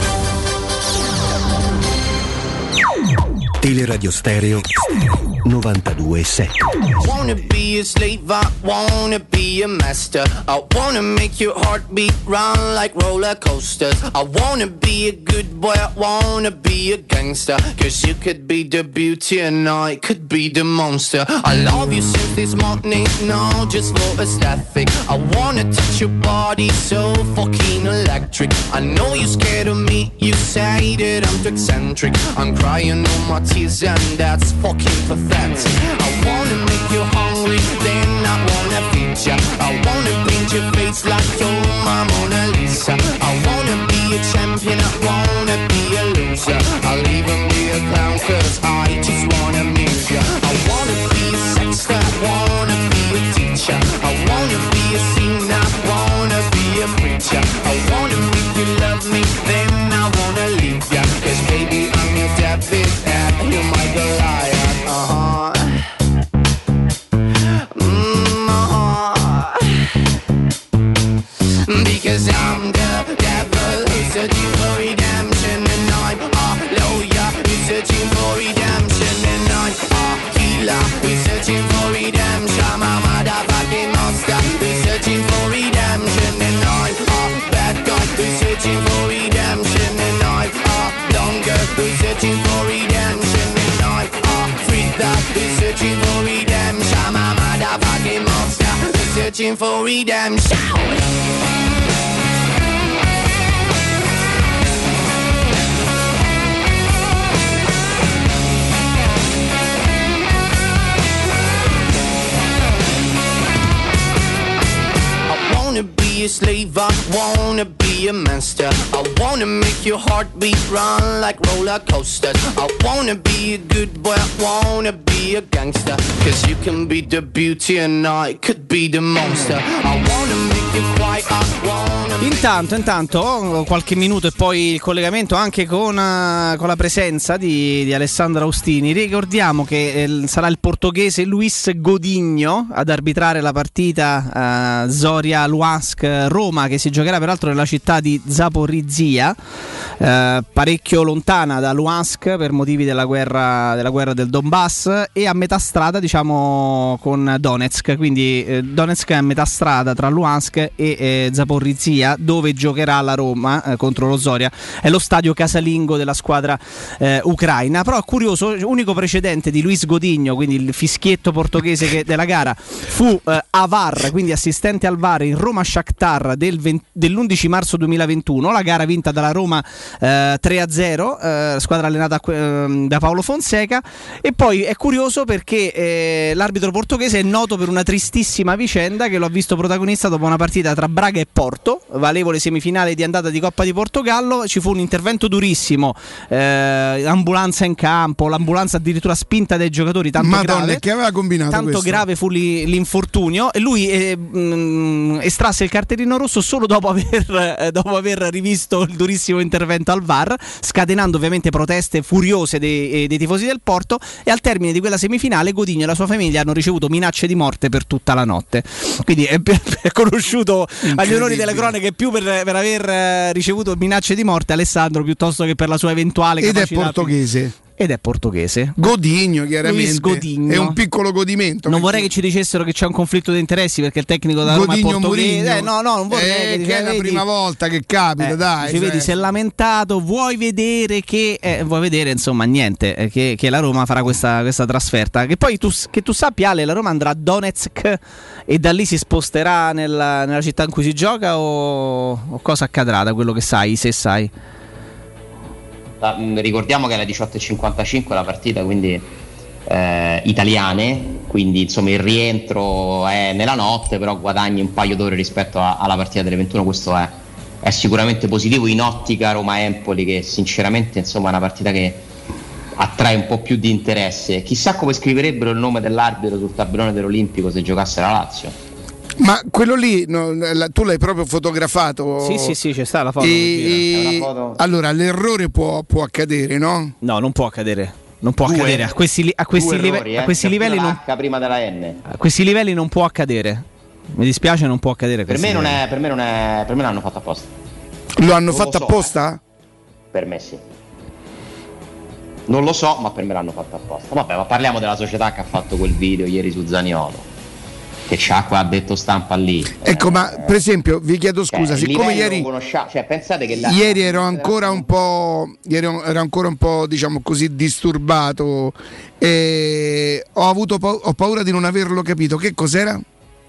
Teleradio Stereo novantadue sette. Wanna be a slave, I wanna be a master. I wanna make your heartbeat run like roller coasters. I wanna be a good boy, I wanna be a gangster. Cause you could be the beauty and I could be the monster. I love you since this morning, no, just for aesthetic. I wanna touch your body so fucking electric. I know you're scared of me, you say that I'm too eccentric. I'm crying all my tears and that's fucking pathetic. I wanna make you hungry, then I wanna feed ya. I wanna paint your face like you're my Mona Lisa. I wanna be a champion, I wanna be a loser. I'll even be a clown cause I just wanna amuse ya. I wanna be a sexter, I wanna be a teacher. I wanna be a singer, I wanna be a preacher. I wanna make you love me, then I wanna leave ya. Cause baby I'm your David, and you're my Goliath. Uh-huh. Mm, uh-huh. Because I'm the devil who's searching for redemption, and I'm a lawyer who's searching for marching for redemption. Be a slave, I wanna be a master. I wanna make your heartbeat run like roller coasters. I wanna be a good boy, I wanna be a gangster. Cause you can be the beauty and I could be the monster. I wanna make you quiet, I wanna. Intanto, intanto, qualche minuto e poi il collegamento anche con, uh, con la presenza di, di Alessandro Austini. Ricordiamo che eh, sarà il portoghese Luis Godinho ad arbitrare la partita uh, Zoria-Luhansk-Roma, che si giocherà peraltro nella città di Zaporizhia, uh, parecchio lontana da Luhansk per motivi della guerra, della guerra del Donbass, e a metà strada, diciamo, con Donetsk. Quindi eh, Donetsk è a metà strada tra Luhansk e eh, Zaporizhia, dove giocherà la Roma eh, contro lo Zoria. È lo stadio casalingo della squadra eh, ucraina. Però è curioso, unico precedente di Luis Godinho, quindi il fischietto portoghese che, della gara, fu eh, a V A R, quindi assistente al V A R in Roma-Shakhtar del venti, dell'undici marzo duemilaventuno, la gara vinta dalla Roma eh, tre a zero, eh, squadra allenata eh, da Paolo Fonseca. E poi è curioso perché eh, l'arbitro portoghese è noto per una tristissima vicenda che lo ha visto protagonista dopo una partita tra Braga e Porto, valevole semifinale di andata di Coppa di Portogallo. Ci fu un intervento durissimo, eh, ambulanza in campo, l'ambulanza addirittura spinta dai giocatori, tanto Madonna, grave, che aveva combinato tanto questo? grave fu li, l'infortunio, e lui eh, mh, estrasse il cartellino rosso solo dopo aver, eh, dopo aver rivisto il durissimo intervento al V A R, scatenando ovviamente proteste furiose dei, eh, dei tifosi del Porto. E al termine di quella semifinale Godinho e la sua famiglia hanno ricevuto minacce di morte per tutta la notte. Quindi è, è conosciuto agli onori delle cronache più per, per aver ricevuto minacce di morte Alessandro, piuttosto che per la sua eventuale ed capacità. Ed è portoghese. Ed è portoghese. Godinho, chiaramente. Godinho. È un piccolo godimento. Non vorrei che ci dicessero che c'è un conflitto di interessi perché il tecnico da Roma Godinho è portoghese. Eh, no, no, non vorrei eh, che, che è la vedi, prima volta che capita, eh, dai. Ci cioè. vedi, si è lamentato. Vuoi vedere che eh, vuoi vedere, insomma, niente, eh, che, che la Roma farà questa, questa trasferta. Che poi tu, che tu sappia, Ale, la Roma andrà a Donetsk e da lì si sposterà nella, nella città in cui si gioca, o, o cosa accadrà, da quello che sai, se sai? Ricordiamo che è alle diciotto e cinquantacinque la partita, quindi eh, italiane, quindi insomma il rientro è nella notte, però guadagni un paio d'ore rispetto a, alla partita delle ventuno. Questo è, è sicuramente positivo in ottica Roma-Empoli, che sinceramente insomma è una partita che attrae un po' più di interesse. Chissà come scriverebbero il nome dell'arbitro sul tabellone dell'Olimpico se giocasse la Lazio. Ma quello lì no, la, tu l'hai proprio fotografato? Sì, sì, sì, c'è sta la foto. E, foto. Allora l'errore può, può accadere, no? No, non può accadere. Non può due, accadere a questi, a questi, live, errori, eh? a questi livelli. Non, prima della N. A questi livelli non può accadere. Mi dispiace, non può accadere. Per me non è, per me non è, per me l'hanno fatto apposta. Lo hanno non fatto lo so, apposta? Eh? Per me sì. Non lo so, ma per me l'hanno fatto apposta. Vabbè, ma parliamo della società che ha fatto quel video ieri su Zaniolo, che c'ha qua detto stampa lì. Ecco, eh, ma per esempio vi chiedo scusa, cioè, siccome ieri cioè, pensate che la... ieri ero ancora un po' ieri ero ancora un po', diciamo così, disturbato, e ho avuto pa- ho paura di non averlo capito. Che cos'era?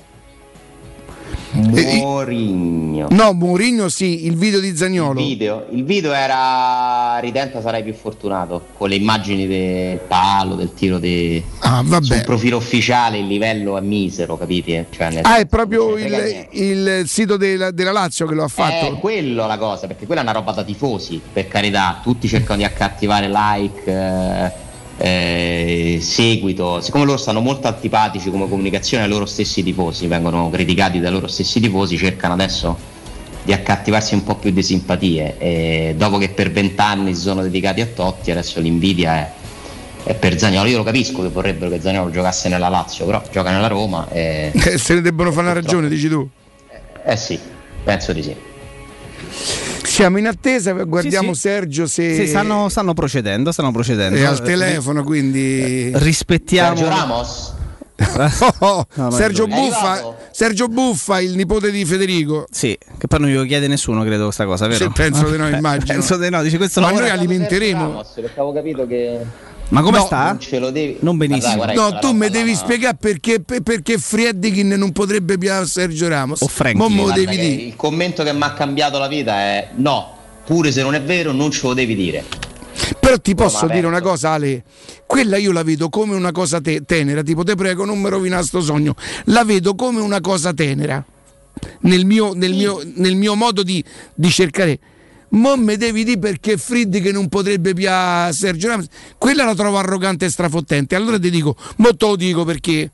Mourinho. No, Mourinho sì, il video di Zaniolo. Il video, il video era ridenta sarai più fortunato, con le immagini del palo, del tiro di ah, vabbè. Sul profilo ufficiale il livello è misero, capiti? Cioè, nel... Ah, è proprio il, il sito della, della Lazio che lo ha fatto. È quello la cosa, perché quella è una roba da tifosi, per carità, tutti cercano di accattivare like, eh, Eh, seguito, siccome loro stanno molto antipatici come comunicazione ai loro stessi tifosi, vengono criticati dai loro stessi tifosi, cercano adesso di accattivarsi un po' più di simpatie, e dopo che per vent'anni si sono dedicati a Totti, adesso l'invidia è, è per Zaniolo. Io lo capisco che vorrebbero che Zaniolo giocasse nella Lazio, però gioca nella Roma e... se ne debbono fare una ragione, dici tu? Eh sì, penso di sì. Siamo in attesa, guardiamo sì, sì. Sergio se sì, stanno, stanno procedendo, stanno procedendo. È al telefono, quindi rispettiamo. Sergio Ramos? oh, oh, no, Sergio Buffa, Sergio Buffa, il nipote di Federico. Sì, che poi non glielo chiede nessuno, credo, questa cosa, vero? Sì, penso di no, immagino. Penso di no, dice questo ma lavoro... noi alimenteremo. Ramos, perché avevo capito che Ma come No, sta? Non ce lo devi. Non benissimo. Guarda, guarda, No, tu mi devi no. spiegare perché, per- perché Friedkin non potrebbe più a Sergio Ramos. O Franklin. Mo me lo Guarda devi che dire. il commento che mi ha cambiato la vita è no, pure se non è vero, non ce lo devi dire. Però ti No, posso ma dire aperto. una cosa, Ale. Quella io la vedo come una cosa te- tenera. Tipo, te prego, non mi rovinare sto sogno. La vedo come una cosa tenera. Nel mio, nel mio, nel mio modo di, di cercare. Mo me devi dire perché Fried che non potrebbe piacere a Sergio Ramos. Quella la trovo arrogante e strafottente. Allora ti dico, mo te lo dico perché.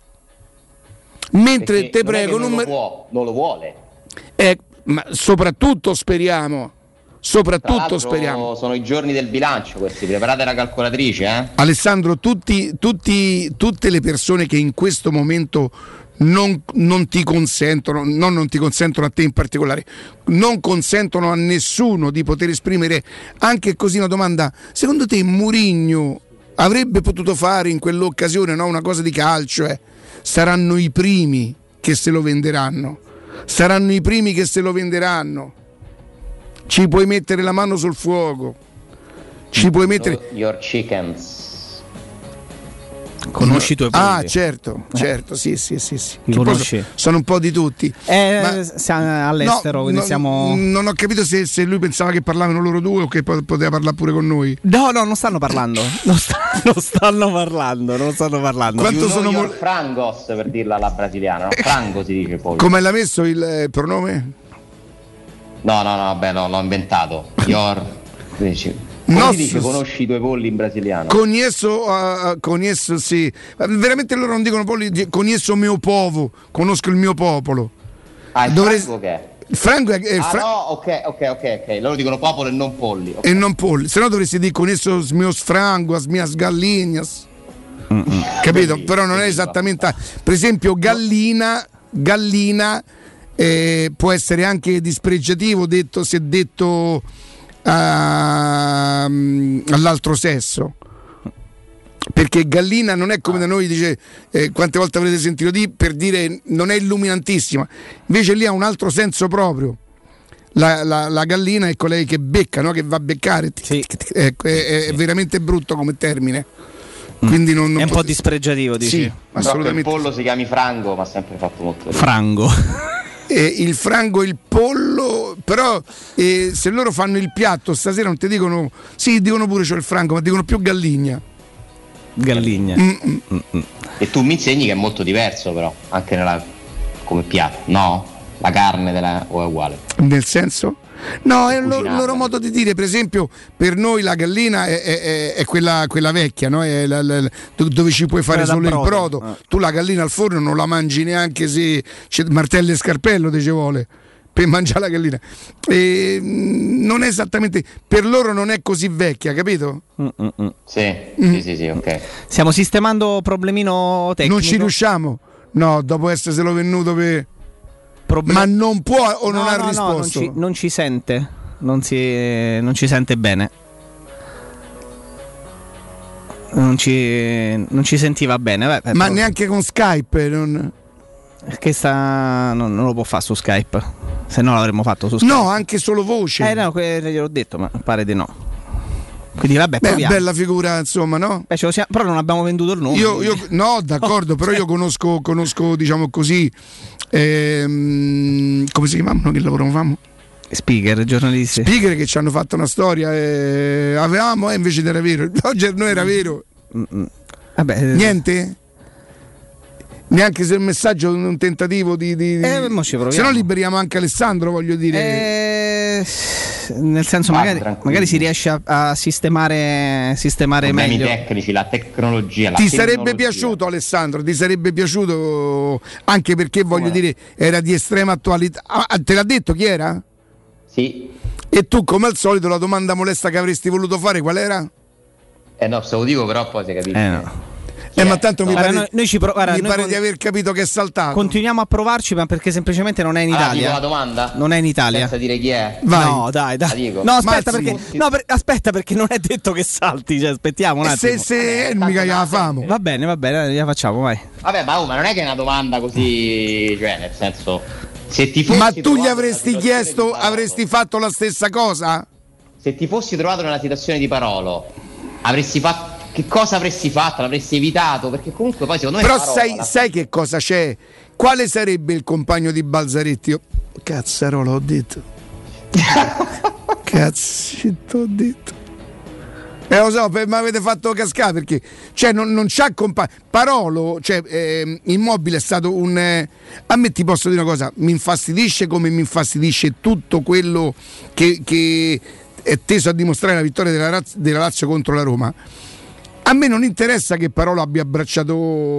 Mentre Perché te non è prego, che non, non lo me- può, non lo vuole. eh, ma soprattutto speriamo. Tra Soprattutto l'altro speriamo. sono i giorni del bilancio questi, preparate la calcolatrice, eh? Alessandro, tutti, tutti, tutte le persone che in questo momento non, non ti consentono, no, non ti consentono a te in particolare, non consentono a nessuno di poter esprimere anche così una domanda. Secondo te Mourinho avrebbe potuto fare in quell'occasione, no, una cosa di calcio? Eh? Saranno i primi che se lo venderanno. Saranno i primi che se lo venderanno. Ci puoi mettere la mano sul fuoco. Ci puoi mettere. Your chickens. Conosci i tuoi polli? Ah, certo, certo, sì, sì, sì, sì. Li Che poi conosci? so- sono un po' di tutti. Eh, Ma- siamo all'estero, No, quindi no, siamo. Non ho capito se, se lui pensava che parlavano loro due o che po- poteva parlare pure con noi. No, no, non stanno parlando. Non, sta- non stanno parlando, non stanno parlando. Quanto You know sono your mol- frangos, per dirla alla brasiliana, no? Frango si dice poi. Come l'ha messo il eh, pronome? No, no, no, vabbè, no, l'ho inventato. Your. Dici- Come No, si dice s- conosci i tuoi polli in brasiliano? Con esso, uh, con esso sì. Ma veramente loro non dicono polli, di- con esso mio povo, conosco il mio popolo. Ah, il Dovrei- frango che è? Il frango è, è Ah fra- no, ok, ok, ok, ok. Loro dicono popolo e non polli. ok. e non polli, se no dovresti dire con esso mio franguas, mias gallinas. Capito? Però non è esattamente. Per esempio, gallina, gallina eh, può essere anche dispregiativo detto, se detto a- all'altro sesso. Perché gallina non è come da noi dice eh, quante volte avrete sentito di per dire non è illuminantissima, invece lì ha un altro senso proprio. La, la- la gallina è colei che becca, no? Che va a beccare. Ecco, è, è- è veramente brutto come termine. Quindi non, non È un po' pot- dispregiativo, dici? Sì, Però che il assolutamente. pollo si chiami frango, ma ha sempre fatto molto ridere. Frango. Eh, il frango e il pollo, però eh, se loro fanno il piatto stasera non ti dicono, sì, dicono pure c'ho il frango, ma dicono più galligna. Galligna. Mm, mm. E tu mi insegni che è molto diverso però, anche nella come piatto, no? La carne della o è uguale? Nel senso? No, è il loro, Cucinarla. loro modo di dire. Per esempio, per noi la gallina è, è- è- è quella, quella vecchia, no? È la- la- la- dove ci puoi fare Quella da solo il brodo. brodo. Ah. Tu la gallina al forno non la mangi neanche se c'è martello e scarpello, te ci vuole per mangiare la gallina. E, mm, non è esattamente, per loro non è così vecchia, capito? Sì, Mm. sì, sì, sì, ok. Stiamo sistemando problemino tecnico. Non ci riusciamo. No, dopo esserselo venuto per. Problem- Ma non può o non No, ha no, no, risposto? non, ci, non ci sente. Non si, non ci sente bene. Non ci, non ci sentiva bene. Beh, Ma però- neanche con Skype. Non... Che sta, non, non lo può fare su Skype. Se no l'avremmo fatto su Skype. No, anche solo voce. Eh no, que- gliel'ho detto, ma pare di no. Quindi vabbè, Beh, proviamo. bella figura, insomma, no? Beh, ce lo siamo- però non abbiamo venduto il nome. Io, quindi- io- no, d'accordo, però io conosco, conosco, diciamo così, ehm, come si chiamavano che lavoravamo? Speaker, giornalisti. Speaker che ci hanno fatto una storia, eh, avevamo e invece era vero. Oggi non era vero. Vabbè, eh, Niente? Neanche se il messaggio è un tentativo di. di, di... Eh, mo ci proviamo. Se no liberiamo anche Alessandro, voglio dire. Eh, nel senso, Vai, magari, tranquillo. magari si riesce a, a sistemare, sistemare Problemi meglio. tecnici, la tecnologia. La Ti sarebbe tecnologia. piaciuto, Alessandro? Ti sarebbe piaciuto anche perché voglio Come? dire era di estrema attualità. Ah, te l'ha detto chi era? Sì. E tu, come al solito, la domanda molesta che avresti voluto fare qual era? Eh no, se lo dico però poi si capisce. Eh, no. Eh, ma tanto mi Guarda, pare, noi- noi ci pro- guarda, mi noi pare con- di aver capito che è saltato. Continuiamo a provarci, ma perché semplicemente non è in Allora, Italia. dico la domanda? Non è in Italia. Senza dire chi è. Vai. No, dai, La dai. dico. No, aspetta Massimo. perché, no, per- aspetta perché non è detto che salti. Cioè, aspettiamo un E attimo. se, se eh, mica gliela famo. Va bene, va bene, dai, la facciamo, vai. Vabbè, ma, oh, ma non è che è una domanda così, cioè nel senso, se ti fossi Ma tu trovato gli nella avresti situazione chiesto, di Parolo, avresti fatto la stessa cosa? se ti fossi trovato nella situazione di Parolo, avresti fatto che cosa avresti fatto? L'avresti evitato? Perché comunque poi secondo me però Parola, sai, la... sai che cosa c'è? Quale sarebbe il compagno di Balzaretti? Io... Cazzarola, ho detto. Cazzito, ho detto. Eh, lo so, mi avete fatto cascare perché cioè non, non c'ha compagno. Parolo, cioè eh, Immobile è stato un eh, a me ti posso dire una cosa, mi infastidisce come mi infastidisce tutto quello che, che è teso a dimostrare la vittoria della, della Lazio contro la Roma. A me non interessa che Parolo abbia abbracciato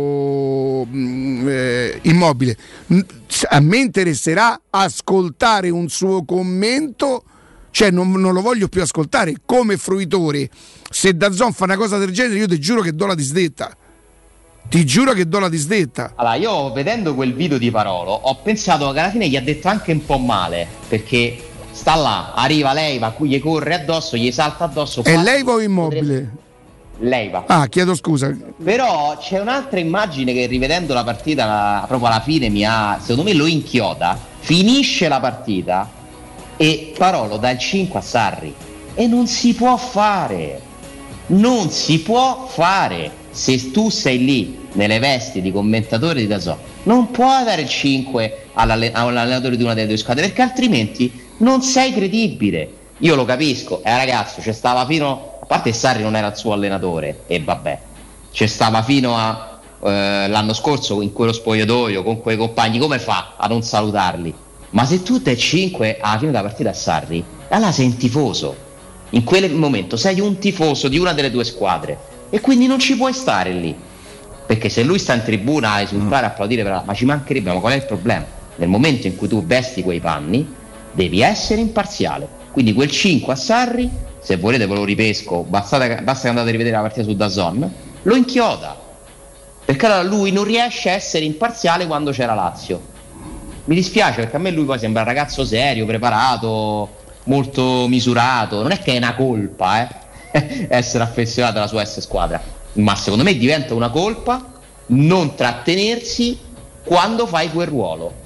mh, eh, Immobile, a me interesserà ascoltare un suo commento, cioè non, non lo voglio più ascoltare come fruitore. Se DAZN fa una cosa del genere io ti giuro che do la disdetta, ti giuro che do la disdetta. Allora io vedendo quel video di Parolo ho pensato che alla fine gli ha detto anche un po' male, perché sta là, arriva Leiva, cui gli corre addosso, gli salta addosso. È Leiva o Immobile? Leiva. Ah, chiedo scusa. Però c'è un'altra immagine che rivedendo la partita la, proprio alla fine mi ha, secondo me lo inchioda. Finisce la partita e Parolo dà il cinque a Sarri e non si può fare, non si può fare. Se tu sei lì nelle vesti di commentatore di DAZN non puoi dare il cinque all'allenatore di una delle due squadre, perché altrimenti non sei credibile. Io lo capisco, è eh, ragazzo, c'è stava fino, a parte Sarri non era il suo allenatore e vabbè, c'è stava fino a eh, l'anno scorso in quello spogliatoio con quei compagni, come fa a non salutarli? Ma se tu dai cinque alla fine della partita a Sarri, allora sei un tifoso, in quel momento sei un tifoso di una delle due squadre e quindi non ci puoi stare lì, perché se lui sta in tribuna a esultare, a applaudire, ma ci mancherebbe, ma qual è il problema? Nel momento in cui tu vesti quei panni devi essere imparziale. Quindi quel cinque a Sarri, se volete ve lo ripesco, basta, basta che andate a rivedere la partita su DAZN, lo inchioda, perché allora lui non riesce a essere imparziale quando c'era Lazio. Mi dispiace, perché a me lui poi sembra un ragazzo serio, preparato, molto misurato. Non è che è una colpa eh, essere affezionato alla sua S squadra, ma secondo me diventa una colpa non trattenersi quando fai quel ruolo,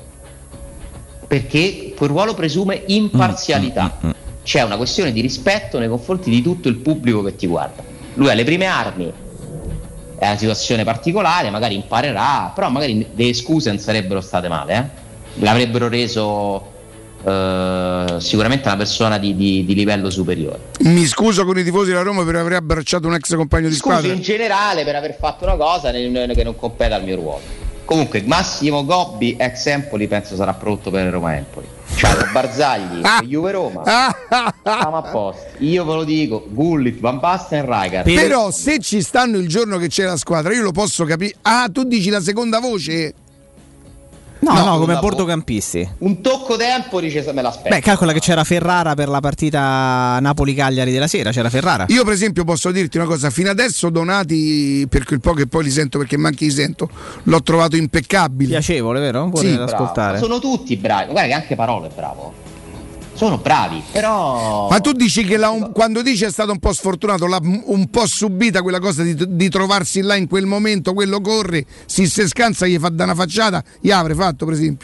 perché quel ruolo presume imparzialità. C'è una questione di rispetto nei confronti di tutto il pubblico che ti guarda. Lui ha le prime armi, è una situazione particolare, magari imparerà, però magari le scuse non sarebbero state male, eh? L'avrebbero reso eh, sicuramente una persona di, di, di livello superiore. Mi scuso con i tifosi della Roma per aver abbracciato un ex compagno di Scuso squadra. in generale per aver fatto una cosa che non compete al mio ruolo. Comunque Massimo Gobbi ex Empoli penso sarà pronto per Roma Empoli. Ciao Barzagli ah. Juve Roma stiamo a posto, io ve lo dico. Gullit, Van Basten, Rijkaard. Però se ci stanno il giorno che c'è la squadra io lo posso capire. Ah, tu dici la seconda voce? No, no, no, come bortocampisti. Un tocco tempo dice me l'aspetto. Beh, calcola che c'era Ferrara per la partita Napoli-Cagliari della sera, c'era Ferrara. Io per esempio posso dirti una cosa, fino adesso Donati, per quel po' che poi li sento, perché manchi li sento, l'ho trovato impeccabile. Piacevole, vero? Sì, ascoltare. Sono tutti bravi, guarda che anche Parolo è bravo. Sono bravi, però. Ma tu dici che la, un, quando dici è stato un po' sfortunato, l'ha un po' subita quella cosa di, di trovarsi là in quel momento, quello corre, si se scansa, gli fa da una facciata, gli avrei fatto per esempio.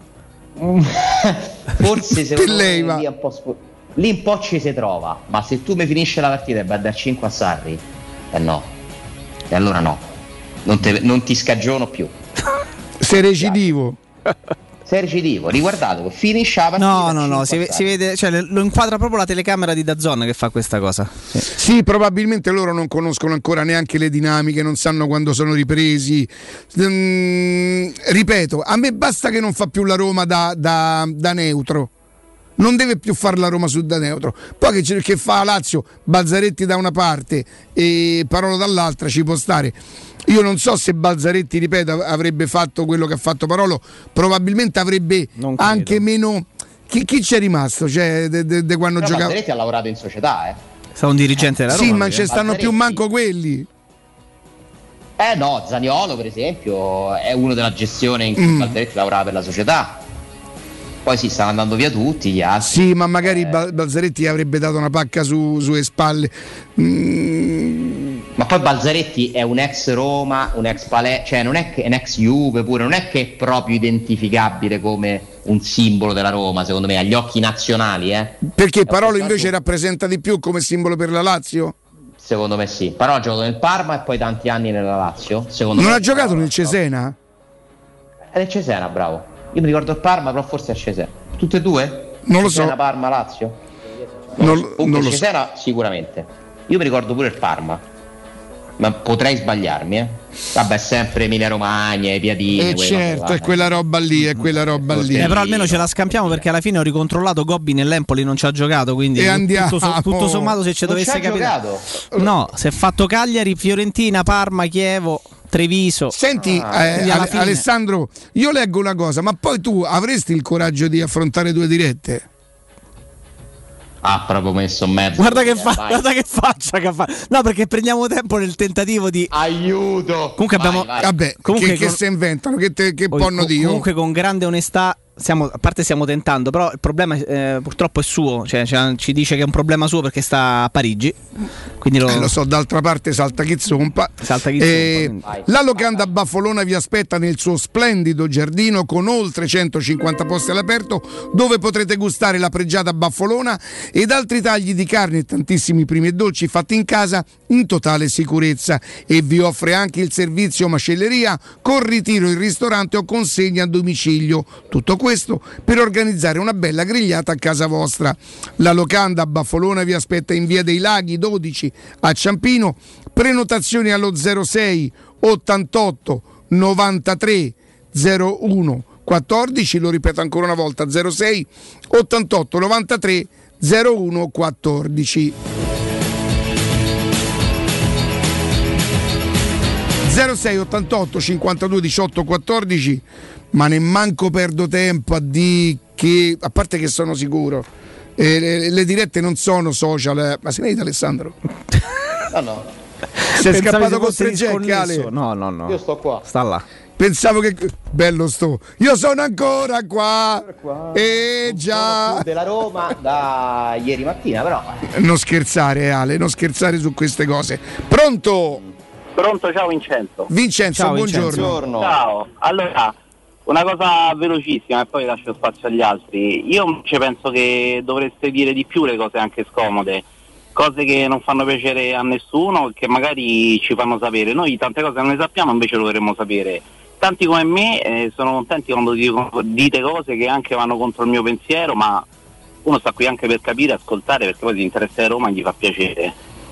Forse se lei va. Lì un, po sfor- lì un po' ci si trova, ma se tu mi finisci la partita e vai a dare cinque a Sarri, eh no. E allora no. Non, te, non ti scagiono più. Sei recidivo. Sei recidivo, riguardate, finisce la partita. No, no, no, si, si vede, cioè lo inquadra proprio la telecamera di DAZN che fa questa cosa. Sì. Sì, probabilmente loro non conoscono ancora neanche le dinamiche, non sanno quando sono ripresi. Mm, ripeto, a me basta che non fa più la Roma da, da, da neutro. Non deve più fare la Roma su da neutro. Poi che, che fa Lazio, Balzaretti da una parte e Parolo dall'altra, ci può stare. Io non so se Balzaretti, ripeto, avrebbe fatto quello che ha fatto Parolo, probabilmente avrebbe anche meno. Chi, chi c'è rimasto? Cioè, de, de, de quando giocava. Balzaretti ha lavorato in società, eh. Sta un dirigente della Roma. Sì, ma ci stanno più manco quelli. Eh no, Zaniolo per esempio è uno della gestione in cui mm. Balzaretti lavorava per la società. Poi si stanno andando via tutti gli altri. Sì, ma magari eh. Balzaretti avrebbe dato una pacca su, sulle spalle. Mm. Ma poi Balzaretti è un ex Roma, un ex Palè, cioè non è che è un ex Juve pure, non è che è proprio identificabile come un simbolo della Roma, secondo me, agli occhi nazionali, eh. Perché Parolo invece rappresenta di più come simbolo per la Lazio? Secondo me sì, però ha giocato nel Parma e poi tanti anni nella Lazio. Secondo non me ha giocato nel Cesena? È nel Cesena, bravo. Io mi ricordo il Parma, però forse è Cesena. Tutte e due? Non lo Cesena, so. Parma, Lazio? Non, Comunque non lo Cesena so. Sicuramente. Io mi ricordo pure il Parma, ma potrei sbagliarmi, eh. Vabbè, sempre Emilia Romagna, i piadini. Eh certo, è quella roba lì, è quella roba lì. Eh, però almeno ce la scampiamo, perché alla fine ho ricontrollato Gobbi nell'Empoli, non ci ha giocato, quindi e andiamo. Tutto, tutto sommato se ci non dovesse capitare. No, si è fatto Cagliari, Fiorentina, Parma, Chievo, Treviso. Senti, ah, eh, Ale- Alessandro, io leggo una cosa, ma poi tu avresti il coraggio di affrontare due dirette? Ah, proprio messo in mezzo. Guarda che, fa- guarda che faccia che fa. No, perché prendiamo tempo nel tentativo di aiuto. Comunque vai, abbiamo vai. Vabbè, comunque che, con... che si inventano, che, te, che o, ponno o, Dio. Comunque con grande onestà siamo, a parte stiamo tentando, però il problema eh, purtroppo è suo, cioè, cioè ci dice che è un problema suo perché sta a Parigi. Quindi lo, eh, lo so, d'altra parte salta chi zompa. Salta chi eh, zompa la locanda Baffolona vi aspetta nel suo splendido giardino con oltre centocinquanta posti all'aperto, dove potrete gustare la pregiata Baffolona ed altri tagli di carne e tantissimi primi e dolci fatti in casa in totale sicurezza, e vi offre anche il servizio macelleria con ritiro in ristorante o consegna a domicilio. Tutto questo per organizzare una bella grigliata a casa vostra. La locanda Baffolona vi aspetta in via dei Laghi dodici a Ciampino. Prenotazioni allo zero sei ottantotto novantatré zero uno quattordici, lo ripeto ancora una volta, zero sei ottantotto novantatré zero uno quattordici. zero sei ottantotto cinquantadue diciotto quattordici, ma nemmanco perdo tempo a dire che, a parte che sono sicuro, eh, le, le dirette non sono social, eh. Ma se ne vede Alessandro? No, no. Sei scappato con tre Jack, Ale? No, no, no. Io sto qua. Sta là. Pensavo che bello sto. Io sono ancora qua. qua. E già della Roma da ieri mattina, però. Non scherzare, Ale, non scherzare su queste cose. Pronto? Pronto, ciao Vincenzo. Vincenzo, ciao, buongiorno. Vincenzo. Ciao. Allora, una cosa velocissima e poi lascio spazio agli altri. Io invece penso che dovreste dire di più le cose anche scomode, cose che non fanno piacere a nessuno, che magari ci fanno sapere. Noi tante cose non le sappiamo, invece lo dovremmo sapere. Tanti come me eh, sono contenti quando dico, dite cose che anche vanno contro il mio pensiero, ma uno sta qui anche per capire, ascoltare, perché poi si interessa a Roma e gli fa piacere.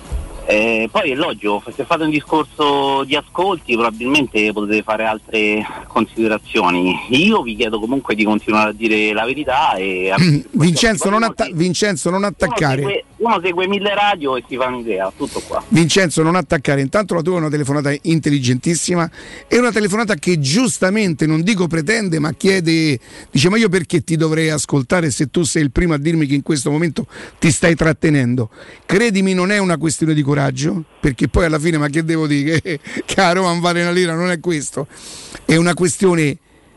Eh, poi è logico, se fate un discorso di ascolti probabilmente potete fare altre considerazioni. Io vi chiedo comunque di continuare a dire la verità e a... Vincenzo, non atta- Vincenzo non attaccare uno segue, uno segue mille radio e si fa un'idea, tutto qua. Vincenzo, non attaccare. Intanto la tua è una telefonata intelligentissima, è una telefonata che giustamente, non dico pretende, ma chiede, dice: ma io perché ti dovrei ascoltare se tu sei il primo a dirmi che in questo momento ti stai trattenendo? Credimi, non è una questione di coraggio, perché poi alla fine, ma che devo dire, che, che a Roma non vale una lira, non è questo, è una questione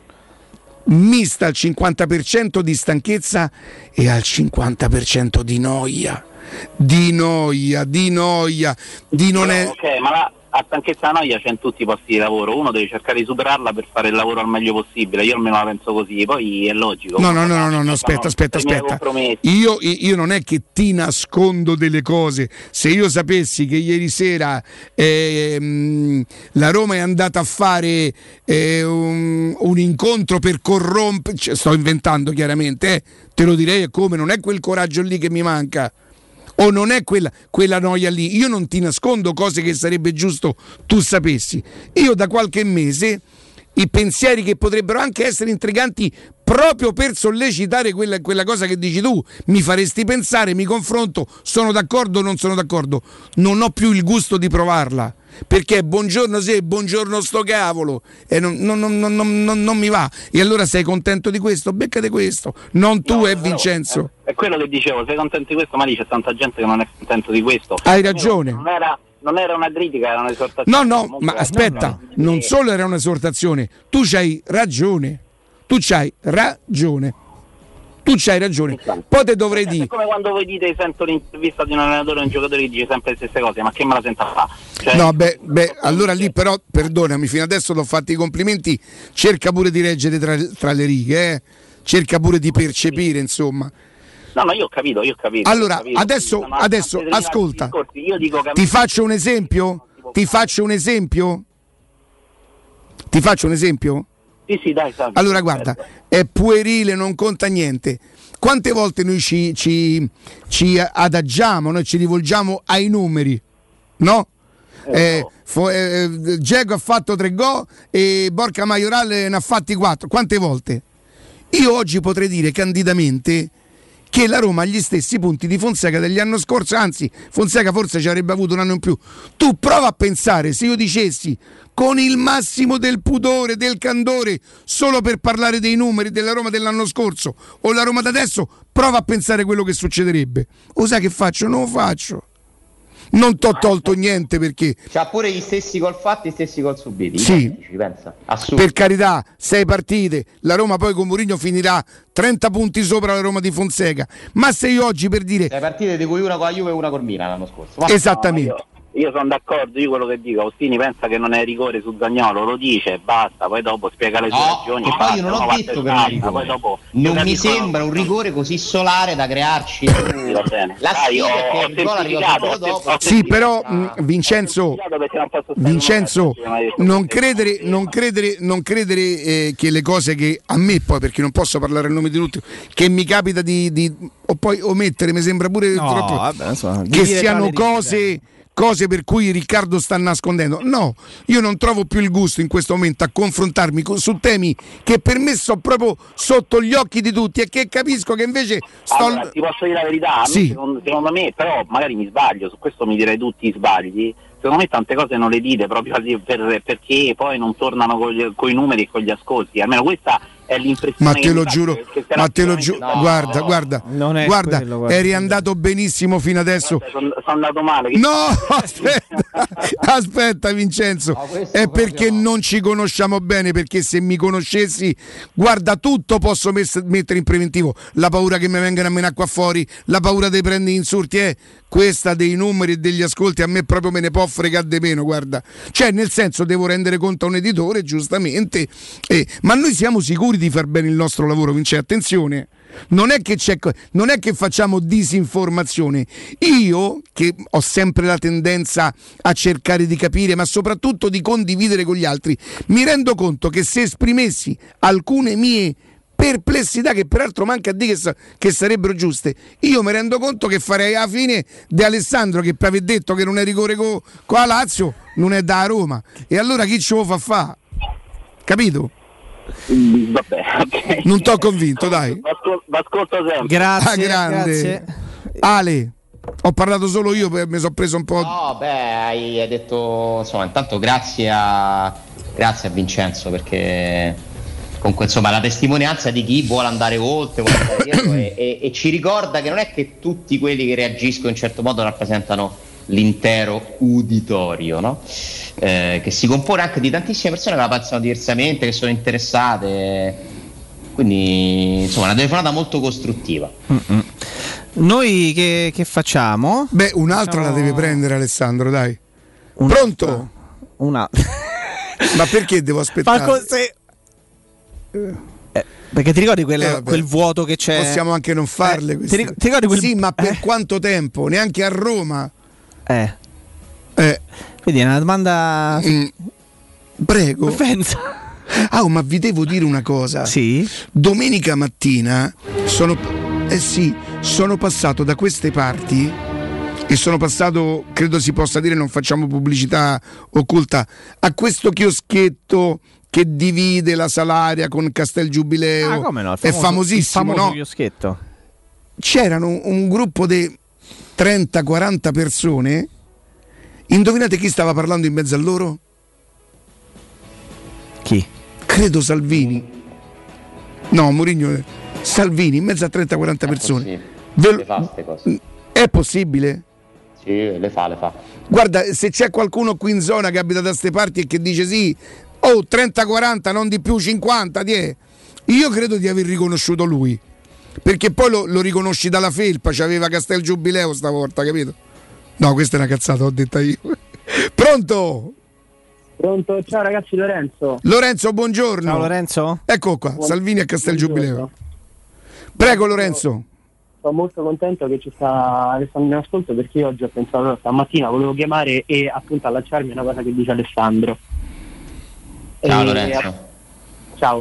mista al cinquanta per cento di stanchezza e al cinquanta per cento di noia, di noia, di noia, di non è... Ok, ma la, a stanchezza e noia c'è in tutti i posti di lavoro, uno deve cercare di superarla per fare il lavoro al meglio possibile, io almeno la penso così, poi è logico. No, no, no, no, no, no aspetta, aspetta, aspetta. Io, io non è che ti nascondo delle cose. Se io sapessi che ieri sera eh, mh, la Roma è andata a fare eh, un, un incontro per corrompere, cioè, sto inventando chiaramente, eh, te lo direi, come non è quel coraggio lì che mi manca. O non è quella, quella noia lì. Io non ti nascondo cose che sarebbe giusto tu sapessi. Io da qualche mese i pensieri che potrebbero anche essere intriganti proprio per sollecitare quella, quella cosa che dici tu, mi faresti pensare, mi confronto, sono d'accordo o non sono d'accordo, non ho più il gusto di provarla, perché buongiorno se buongiorno sto cavolo e non, non, non, non, non, non mi va. E allora sei contento di questo? Beccate questo, non tu no, e Vincenzo. È, è quello che dicevo, sei contento di questo, ma lì c'è tanta gente che non è contento di questo. Hai ragione. Non era, non era una critica, era un'esortazione. No, no, ma aspetta, non solo era un'esortazione, tu c'hai ragione, tu c'hai ragione, tu c'hai ragione, poi te dovrei è dire... È come quando voi dite, sento l'intervista di un allenatore o un giocatore che dice sempre le stesse cose, ma che me la senta fa? Cioè... No, beh, beh, allora lì però, perdonami, fino adesso ti ho fatto i complimenti, cerca pure di leggere tra, tra le righe, eh? Cerca pure di percepire, insomma. No, ma io ho capito, io ho capito. Allora, ho capito. adesso, Ma adesso ascolta. Io dico che Ti faccio un esempio? Ti faccio un esempio? Ti faccio un esempio? Sì, sì, dai, Salvi. Allora, guarda, è puerile, non conta niente. Quante volte noi ci, ci, ci adagiamo, noi ci rivolgiamo ai numeri, no? Eh, fo, eh, Dzeko ha fatto tre gol e Borca Majoral ne ha fatti quattro. Quante volte? Io oggi potrei dire candidamente che la Roma ha gli stessi punti di Fonseca degli anni scorsi, anzi Fonseca forse ci avrebbe avuto un anno in più. Tu prova a pensare, se io dicessi con il massimo del pudore, del candore, solo per parlare dei numeri della Roma dell'anno scorso o la Roma da adesso, prova a pensare quello che succederebbe. O sai che faccio? Non lo faccio. Non t'ho tolto niente perché c'ha pure gli stessi gol fatti, gli stessi gol subiti. Sì, identici, pensa. Assurdo. Per carità, sei partite, la Roma poi con Mourinho finirà trenta punti sopra la Roma di Fonseca, ma se io oggi, per dire, sei partite di cui una con la Juve e una col Milan l'anno scorso. Ma esattamente. No, io, io sono d'accordo, io quello che dico, Ostini pensa che non è rigore su Zagnolo, lo dice, basta, poi dopo spiega le sue no, ragioni. Ma io non ho detto che non è rigore. Poi dopo, non mi sembra un rigore così solare da crearci. Sì, va bene. La Dai, sfida ho, è che ho il gol arriva solo dopo. Sì, però mh, Vincenzo, Vincenzo, non credere, non credere, non credere eh, che le cose che a me poi, perché non posso parlare a nome di tutti, che mi capita di, di o poi omettere, mi sembra pure No, troppo, vabbè, insomma, di che dire siano tale cose, cose per cui Riccardo sta nascondendo. No, io non trovo più il gusto in questo momento a confrontarmi con, su temi che per me sono proprio sotto gli occhi di tutti e che capisco che invece sto... Allora, ti posso dire la verità, a me, Sì. secondo, secondo me, però magari mi sbaglio, su questo mi direi tutti sbagli. Secondo me tante cose non le dite proprio per, perché poi non tornano con i numeri e con gli ascolti. Almeno questa è l'impressione. Ma che te mi lo fa, giuro, che sarà ma te lo giuro, sicuramente- guarda, No, guarda, non è guarda, quello, guarda. eri andato benissimo fino adesso. Sono andato male. che- No, aspetta, aspetta Vincenzo, è perché non ci conosciamo bene, perché se mi conoscessi, guarda, tutto posso mess- mettere in preventivo, la paura che mi vengano a menare qua fuori, la paura dei prendi insulti, eh, questa dei numeri e degli ascolti a me proprio me ne può fregare di meno, guarda, cioè nel senso devo rendere conto a un editore, giustamente, eh, ma noi siamo sicuri di far bene il nostro lavoro, Vince, attenzione. Non è che c'è, non è che facciamo disinformazione. Io, che ho sempre la tendenza a cercare di capire, ma soprattutto di condividere con gli altri, mi rendo conto che se esprimessi alcune mie perplessità, che peraltro manca a dire che, sa- che sarebbero giuste, io mi rendo conto che farei la fine di Alessandro, che per aver detto che non è rigore co- con la Lazio, non è da Roma. E allora chi ce lo fa fa? Capito? Mm, Vabbè, ok. Non t'ho convinto, dai. V'ascol- V'ascolto sempre. Grazie, Ah, grande. grazie. Ale, ho parlato solo io, per- mi sono preso un po'. No, beh, hai, hai detto, insomma, intanto grazie a grazie a Vincenzo, perché comunque insomma la testimonianza di chi vuole andare oltre, vuole andare dietro e, e, e ci ricorda che non è che tutti quelli che reagiscono in un certo modo rappresentano l'intero uditorio, no? Eh, che si compone anche di tantissime persone che la pensano diversamente, che sono interessate, quindi insomma una telefonata molto costruttiva. Mm-mm. Noi che, che facciamo? Beh, un'altra Facciamo- la deve prendere Alessandro, dai. Un- Pronto? Una. Ma perché devo aspettare? Ma cos'è? Eh, perché ti ricordi quel, Eh, vabbè. quel vuoto che c'è? Possiamo anche non farle Eh, queste. ti, ric- ti ricordi quel... Sì, ma per eh? quanto tempo? Neanche a Roma. Eh. Eh, Quindi è una domanda... mm, prego. Pensa. Ah, oh, ma vi devo dire una cosa. Sì? Domenica mattina sono, eh sì, sono passato da queste parti e sono passato, credo si possa dire, non facciamo pubblicità occulta, a questo chioschetto che divide la Salaria con Castel Giubileo. Ah, come no? Il È famoso- famosissimo, il famoso no? chioschetto. C'erano un, un gruppo di trenta quaranta persone. Indovinate chi stava parlando in mezzo a loro? Chi? Credo Salvini. No, Mourinho. Salvini in mezzo a trenta quaranta persone. Ve lo- Le fa ste cose. È possibile? Sì, le fa, le fa. Guarda, se c'è qualcuno qui in zona che abita da ste parti e che dice sì, oh, trenta quaranta, non di più, cinquanta, die. Io credo di aver riconosciuto lui. Perché poi lo, lo riconosci dalla felpa, c'aveva Castel Giubileo stavolta, capito? No, questa è una cazzata, ho detta io. Pronto? Pronto? Ciao ragazzi, Lorenzo. Lorenzo, buongiorno. Ciao Lorenzo. Ecco qua, Buon- Salvini a Castel buongiorno. Giubileo. Prego Lorenzo. sto molto contento che ci sta Alessandro in ascolto, perché io oggi ho pensato stamattina volevo chiamare e appunto allacciarmi a una cosa che dice Alessandro. Ciao e, Lorenzo. Ciao.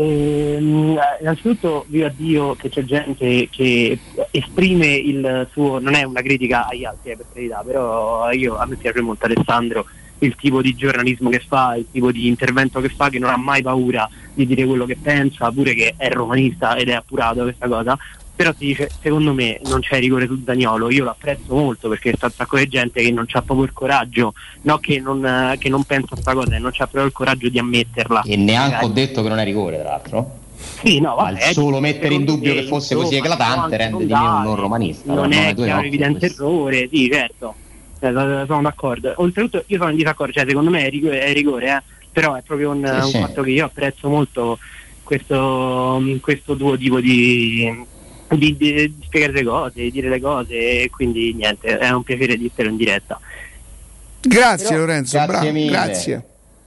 E, innanzitutto viva Dio che c'è gente che esprime il suo, non è una critica agli altri, eh, per carità, però io, a me piace molto Alessandro, il tipo di giornalismo che fa, il tipo di intervento che fa, che non ha mai paura di dire quello che pensa, pure che è romanista ed è appurato questa cosa. Però si dice, secondo me non c'è rigore su Zaniolo, io lo apprezzo molto perché sta un sacco di gente che non c'ha proprio il coraggio, no, che non, che non pensa a sta cosa e non c'ha proprio il coraggio di ammetterla. E neanche Magari. ho detto che non è rigore, tra l'altro. Sì, no, Ma vabbè, il solo mettere in dubbio me, che fosse insomma, così eclatante rende di me un non romanista. Non è due chiaro occhi, evidente questo. errore, sì, certo, eh, sono d'accordo. Oltretutto io sono in disaccordo, cioè secondo me è rigore, è rigore eh, però è proprio un, Sì, un sì. fatto che io apprezzo molto questo, questo tuo tipo di... Di, di, di spiegare le cose, di dire le cose, e quindi niente, è un piacere dirtelo in diretta. Grazie Però, Lorenzo, grazie bravo, mille. grazie.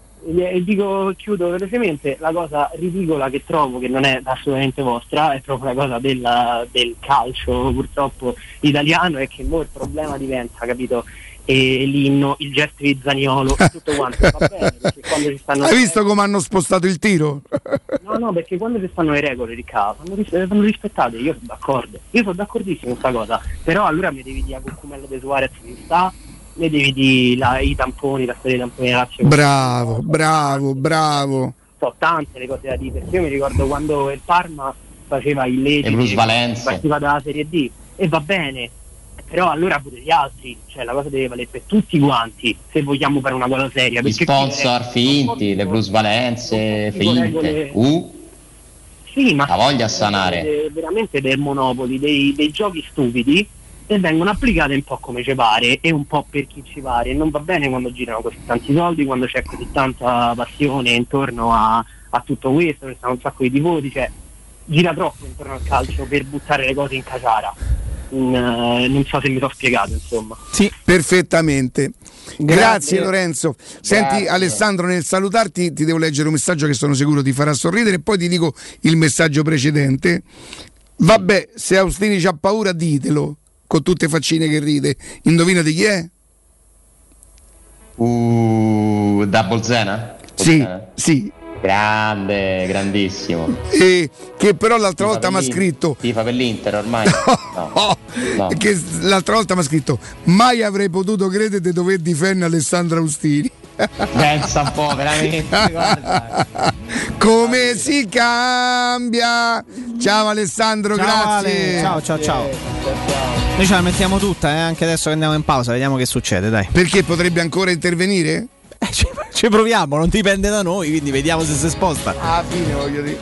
E, e dico, chiudo velocemente, la cosa ridicola che trovo, che non è assolutamente vostra, è proprio una cosa della, del calcio purtroppo italiano, è che mo il problema diventa, capito? E l'inno, il gesto di Zaniolo, tutto quanto va bene, perché quando ci stanno Hai visto come hanno spostato il tiro? no no perché quando ci stanno le regole di casa vanno, ris- vanno rispettate, io sono d'accordo, io sono d'accordissimo con questa cosa, però allora mi devi dire a Cucumella de Suarez ci sta, mi devi dire la, i tamponi, la storia dei tamponi della Lazio. Bravo, bravo, bravo. So tante le cose da dire, perché io mi ricordo quando il Parma faceva il Lecce, E Bruce Valenze. partiva dalla Serie D e va bene, però allora pure gli altri, cioè la cosa deve valere per tutti quanti se vogliamo fare una cosa seria. Gli Perché sponsor qui è- finti, le Bruce Valenze tipo finte. regole- Uh, Sì, ma la voglia a sanare. de- veramente del monopoli, dei, dei giochi stupidi e vengono applicate un po' come ci pare e un po' per chi ci pare. Non va bene quando girano così tanti soldi, quando c'è così tanta passione intorno a, a tutto questo, ci stanno un sacco di tifosi, cioè gira troppo intorno al calcio per buttare le cose in caciara. Mm, eh, non so se mi sono spiegato, insomma. Sì, perfettamente. Grazie, Grazie. Lorenzo. Senti Grazie. Alessandro, nel salutarti ti devo leggere un messaggio che sono sicuro ti farà sorridere e poi ti dico il messaggio precedente. Vabbè, se Austini c'ha paura ditelo, con tutte faccine che ride. Indovina di chi è? Uh, da Bolzena? Sì, Bolzena? sì. Grande, grandissimo. E che però l'altra Tifa volta mi ha per l'Inter. scritto Tifa per l'Inter ormai. No. No. che l'altra volta mi ha scritto mai avrei potuto credere di dover difendere Alessandro Austini. Pensa un po', veramente. Guarda. Come si cambia? Ciao Alessandro, Ciao, grazie. Ale. Ciao, ciao, ciao. Noi ce la mettiamo tutta, eh, anche adesso che andiamo in pausa, vediamo che succede, dai. Perché potrebbe ancora intervenire? Eh, ci, ci proviamo, non dipende da noi, quindi vediamo se si sposta. Alla fine voglio dire.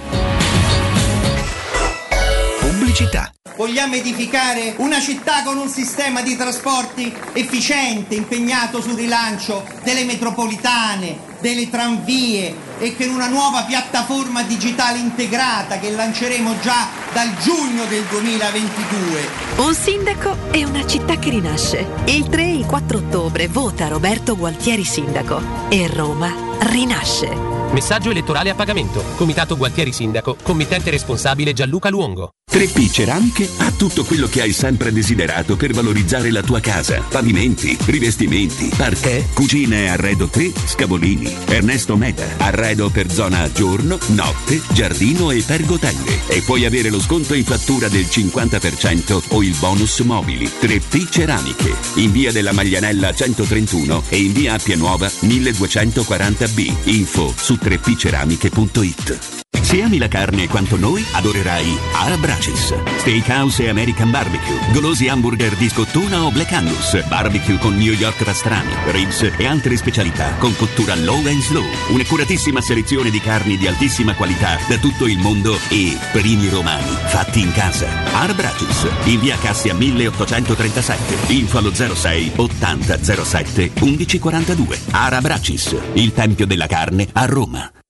Pubblicità. Vogliamo edificare una città con un sistema di trasporti efficiente, impegnato sul rilancio delle metropolitane, delle tranvie e con una nuova piattaforma digitale integrata che lanceremo già dal giugno del duemilaventidue. Un sindaco e una città che rinasce. Il tre e il quattro ottobre vota Roberto Gualtieri sindaco e Roma rinasce. Messaggio elettorale a pagamento. Comitato Gualtieri Sindaco. Committente responsabile Gianluca Luongo. tre P Ceramiche ha tutto quello che hai sempre desiderato per valorizzare la tua casa. Pavimenti, rivestimenti, parquet, cucine e arredo tre, Scavolini. Ernesto Meda, arredo per zona giorno, notte, giardino e pergotelle. E puoi avere lo sconto in fattura del cinquanta per cento o il bonus mobili. tre P Ceramiche. In via della Maglianella centotrentuno e in via Appia Nuova milleduecentoquaranta B. Info su tre p ceramiche punto it. Se ami la carne quanto noi, adorerai Arabracis. Steakhouse e American Barbecue, golosi hamburger di scottuna o Black Angus, barbecue con New York pastrami, ribs e altre specialità con cottura low and slow. Un'accuratissima selezione di carni di altissima qualità da tutto il mondo e primi romani fatti in casa. Arabracis, in via Cassia milleottocentotrentasette, info allo zero sei ottanta zero sette undici quarantadue. Arabracis, il tempio della carne a Roma.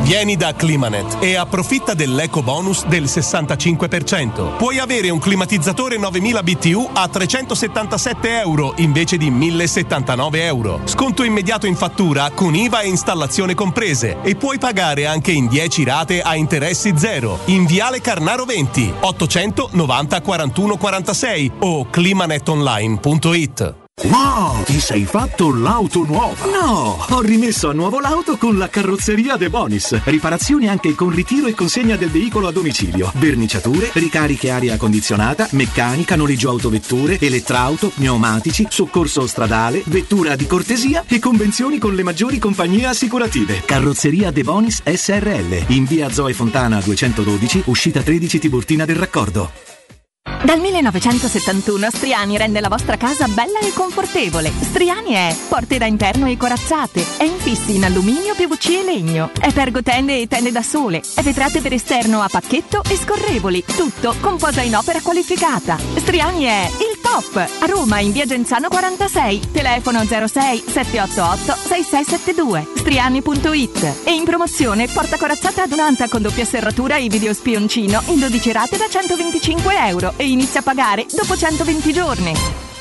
Vieni da Climanet e approfitta dell'eco bonus del sessantacinque per cento. Puoi avere un climatizzatore novemila B T U a trecentosettantasette euro invece di millesettantanove euro. Sconto immediato in fattura con I V A e installazione comprese e puoi pagare anche in dieci rate a interessi zero. In Viale Carnaro venti, ottocento novanta quarantuno quarantasei o climanetonline punto it. Wow, ti sei fatto l'auto nuova? No, ho rimesso a nuovo l'auto con la carrozzeria De Bonis. Riparazioni anche con ritiro e consegna del veicolo a domicilio. Verniciature, ricariche aria condizionata, meccanica, noleggio autovetture, elettrauto, pneumatici, soccorso stradale, vettura di cortesia e convenzioni con le maggiori compagnie assicurative. Carrozzeria De Bonis S R L, in via Zoe Fontana duecentododici, uscita tredici Tiburtina del Raccordo. Dal millenovecentosettantuno Striani rende la vostra casa bella e confortevole. Striani è porte da interno e corazzate, è infissi in alluminio, P V C e legno, è pergotende e tende da sole, è vetrate per esterno a pacchetto e scorrevoli, tutto con posa in opera qualificata. Striani è il top! A Roma in via Genzano quarantasei, telefono zero sei sette otto otto sei sei sette due, striani punto it. E in promozione porta corazzata adunata con doppia serratura e video spioncino in dodici rate da centoventicinque euro e inizia a pagare dopo centoventi giorni.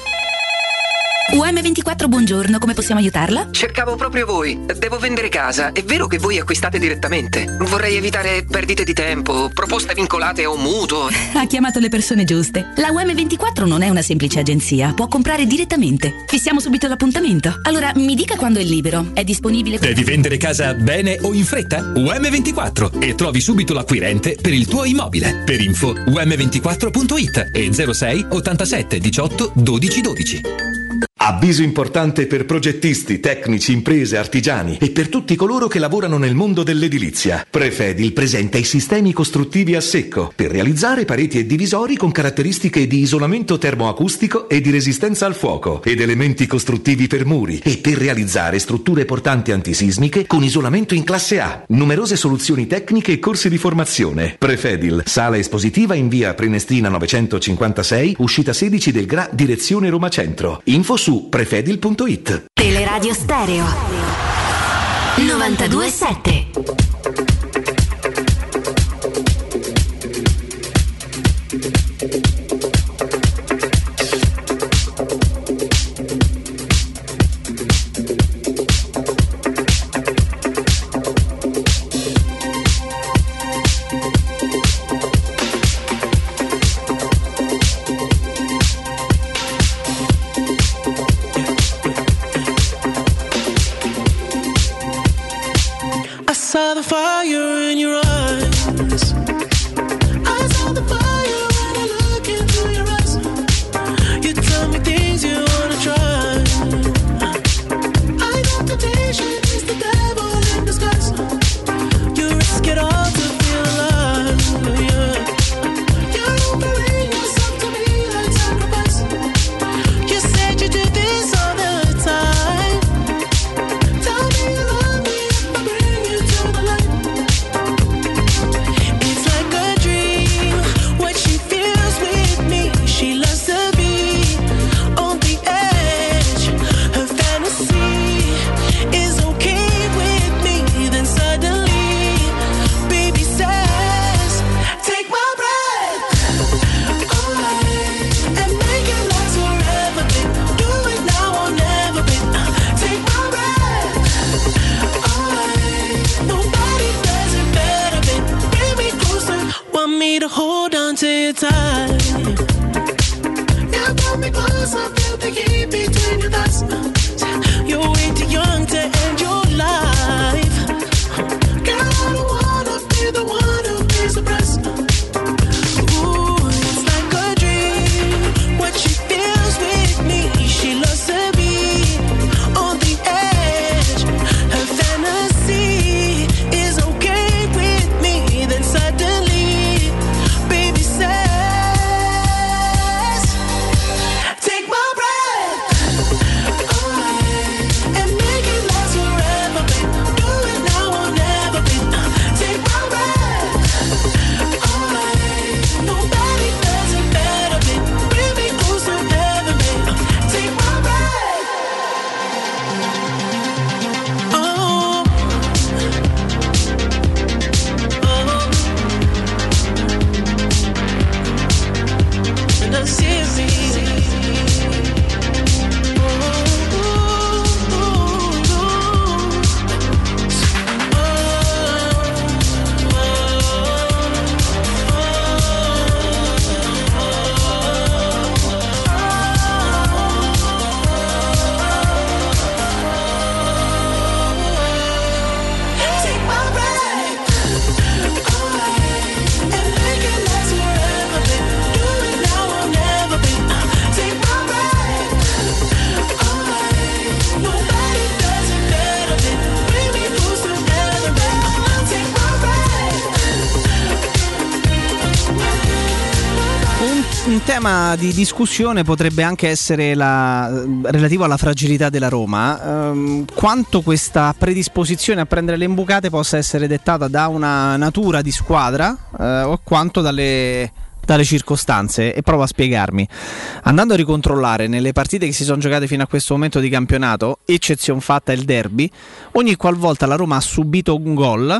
U M ventiquattro, buongiorno, come possiamo aiutarla? Cercavo proprio voi. Devo vendere casa. È vero che voi acquistate direttamente? Vorrei evitare perdite di tempo, proposte vincolate o mutuo. Ha chiamato le persone giuste. La U M ventiquattro non è una semplice agenzia, può comprare direttamente. Fissiamo subito l'appuntamento. Allora, mi dica quando è libero. È disponibile? Devi vendere casa bene o in fretta? U M ventiquattro e trovi subito l'acquirente per il tuo immobile. Per info u m ventiquattro punto it e zero sei ottantasette diciotto dodici dodici. Avviso importante per progettisti, tecnici, imprese, artigiani e per tutti coloro che lavorano nel mondo dell'edilizia. Prefedil presenta i sistemi costruttivi a secco per realizzare pareti e divisori con caratteristiche di isolamento termoacustico e di resistenza al fuoco ed elementi costruttivi per muri e per realizzare strutture portanti antisismiche con isolamento in classe A. Numerose soluzioni tecniche e corsi di formazione. Prefedil, sala espositiva in via Prenestina novecentocinquantasei, uscita sedici del Gra, direzione Roma Centro. Info su prefedil punto it. Teleradio Stereo novantadue sette. Saw the tema di discussione potrebbe anche essere la, relativo alla fragilità della Roma, ehm, quanto questa predisposizione a prendere le imbucate possa essere dettata da una natura di squadra eh, o quanto dalle, dalle circostanze, e provo a spiegarmi. Andando a ricontrollare nelle partite che si sono giocate fino a questo momento di campionato, eccezion fatta il derby, ogni qualvolta la Roma ha subito un gol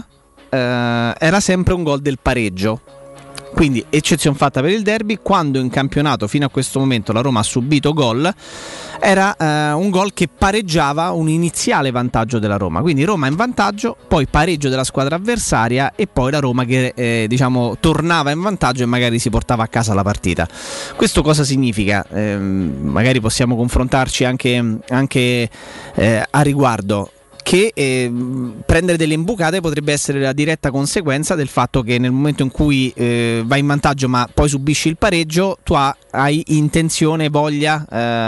eh, era sempre un gol del pareggio. Quindi eccezione fatta per il derby, quando in campionato fino a questo momento la Roma ha subito gol, era eh, un gol che pareggiava un iniziale vantaggio della Roma. Quindi Roma in vantaggio, poi pareggio della squadra avversaria e poi la Roma che eh, diciamo tornava in vantaggio e magari si portava a casa la partita. Questo cosa significa? Eh, magari possiamo confrontarci anche, anche eh, a riguardo. Che eh, prendere delle imbucate potrebbe essere la diretta conseguenza del fatto che nel momento in cui eh, vai in vantaggio ma poi subisci il pareggio, tu ha, hai intenzione, voglia,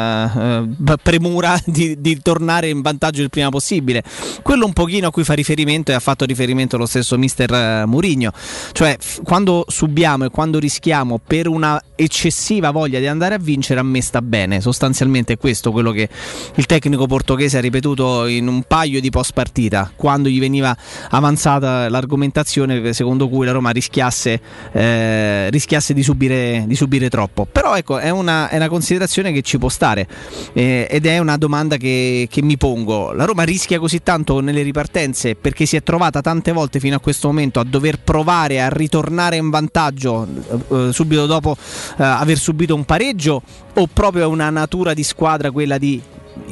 eh, eh, premura di, di tornare in vantaggio il prima possibile. Quello un pochino a cui fa riferimento e ha fatto riferimento lo stesso mister Mourinho, cioè f- quando subiamo e quando rischiamo per una eccessiva voglia di andare a vincere, a me sta bene. Sostanzialmente è questo quello che il tecnico portoghese ha ripetuto in un paio di post partita, quando gli veniva avanzata l'argomentazione secondo cui la Roma rischiasse eh, rischiasse di subire, di subire troppo. Però ecco, è una, è una considerazione che ci può stare eh, ed è una domanda che, che mi pongo. La Roma rischia così tanto nelle ripartenze perché si è trovata tante volte fino a questo momento a dover provare a ritornare in vantaggio eh, subito dopo eh, aver subito un pareggio, o proprio è una natura di squadra quella di,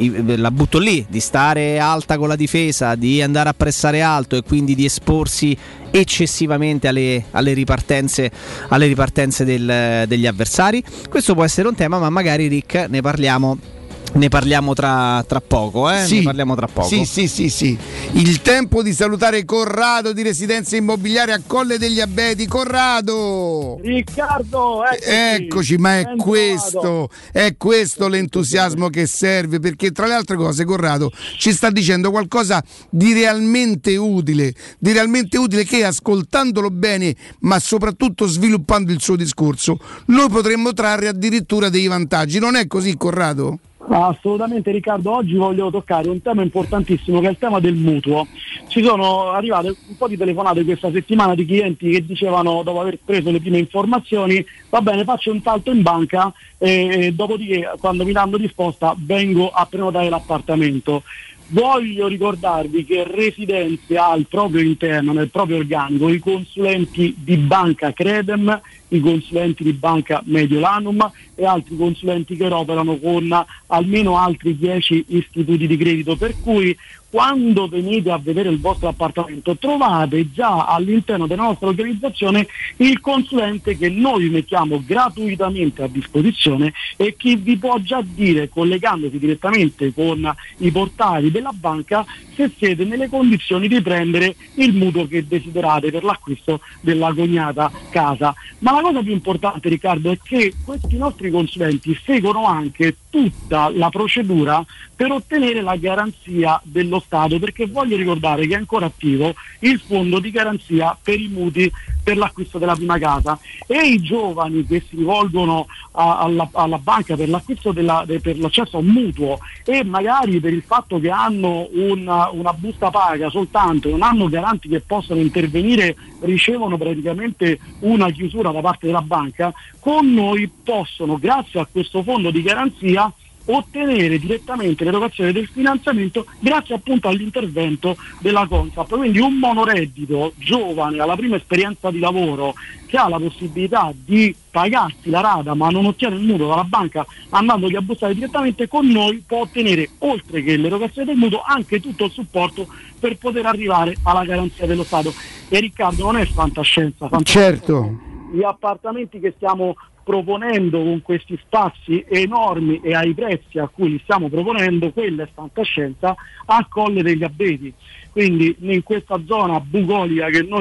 la butto lì, di stare alta con la difesa, di andare a pressare alto e quindi di esporsi eccessivamente alle, alle ripartenze, alle ripartenze del, degli avversari? Questo può essere un tema, ma magari Rick ne parliamo Ne parliamo tra, tra poco, eh? Sì, ne parliamo tra poco. Sì, sì, sì, sì. Il tempo di salutare Corrado di Residenza Immobiliare a Colle degli Abeti. Corrado! Riccardo, eccoci, eccoci ma è questo, è questo l'entusiasmo che serve, perché tra le altre cose Corrado ci sta dicendo qualcosa di realmente utile, di realmente utile che, ascoltandolo bene, ma soprattutto sviluppando il suo discorso, noi potremmo trarre addirittura dei vantaggi. Non è così, Corrado? Assolutamente, Riccardo. Oggi voglio toccare un tema importantissimo, che è il tema del mutuo. Ci sono arrivate un po' di telefonate questa settimana di clienti che dicevano, dopo aver preso le prime informazioni, va bene, faccio un salto in banca e dopodiché, quando mi danno risposta, vengo a prenotare l'appartamento. Voglio ricordarvi che Residenze ha al proprio interno, nel proprio organico, i consulenti di banca Credem, i consulenti di banca Mediolanum e altri consulenti che operano con almeno altri dieci istituti di credito, per cui quando venite a vedere il vostro appartamento trovate già all'interno della nostra organizzazione il consulente che noi mettiamo gratuitamente a disposizione e che vi può già dire, collegandosi direttamente con i portali della banca, se siete nelle condizioni di prendere il mutuo che desiderate per l'acquisto della cognata casa. Ma la cosa più importante, Riccardo, è che questi nostri consulenti seguono anche tutta la procedura per ottenere la garanzia dello Stato, perché voglio ricordare che è ancora attivo il fondo di garanzia per i mutui per l'acquisto della prima casa, e i giovani che si rivolgono a, alla, alla banca per l'acquisto della, de, per l'accesso a un mutuo, e magari per il fatto che hanno una, una busta paga soltanto, non hanno garanti che possono intervenire, ricevono praticamente una chiusura da parte della banca, con noi possono, grazie a questo fondo di garanzia, ottenere direttamente l'erogazione del finanziamento grazie appunto all'intervento della Consap. Quindi un monoreddito giovane alla prima esperienza di lavoro che ha la possibilità di pagarsi la rata ma non ottiene il mutuo dalla banca andandogli a bussare direttamente, con noi può ottenere, oltre che l'erogazione del mutuo, anche tutto il supporto per poter arrivare alla garanzia dello Stato. E Riccardo, non è fantascienza, fantascienza. Certo. Gli appartamenti che stiamo proponendo con questi spazi enormi e ai prezzi a cui li stiamo proponendo, quella è fantascienza, a Colle degli Abeti. Quindi in questa zona bucolica che noi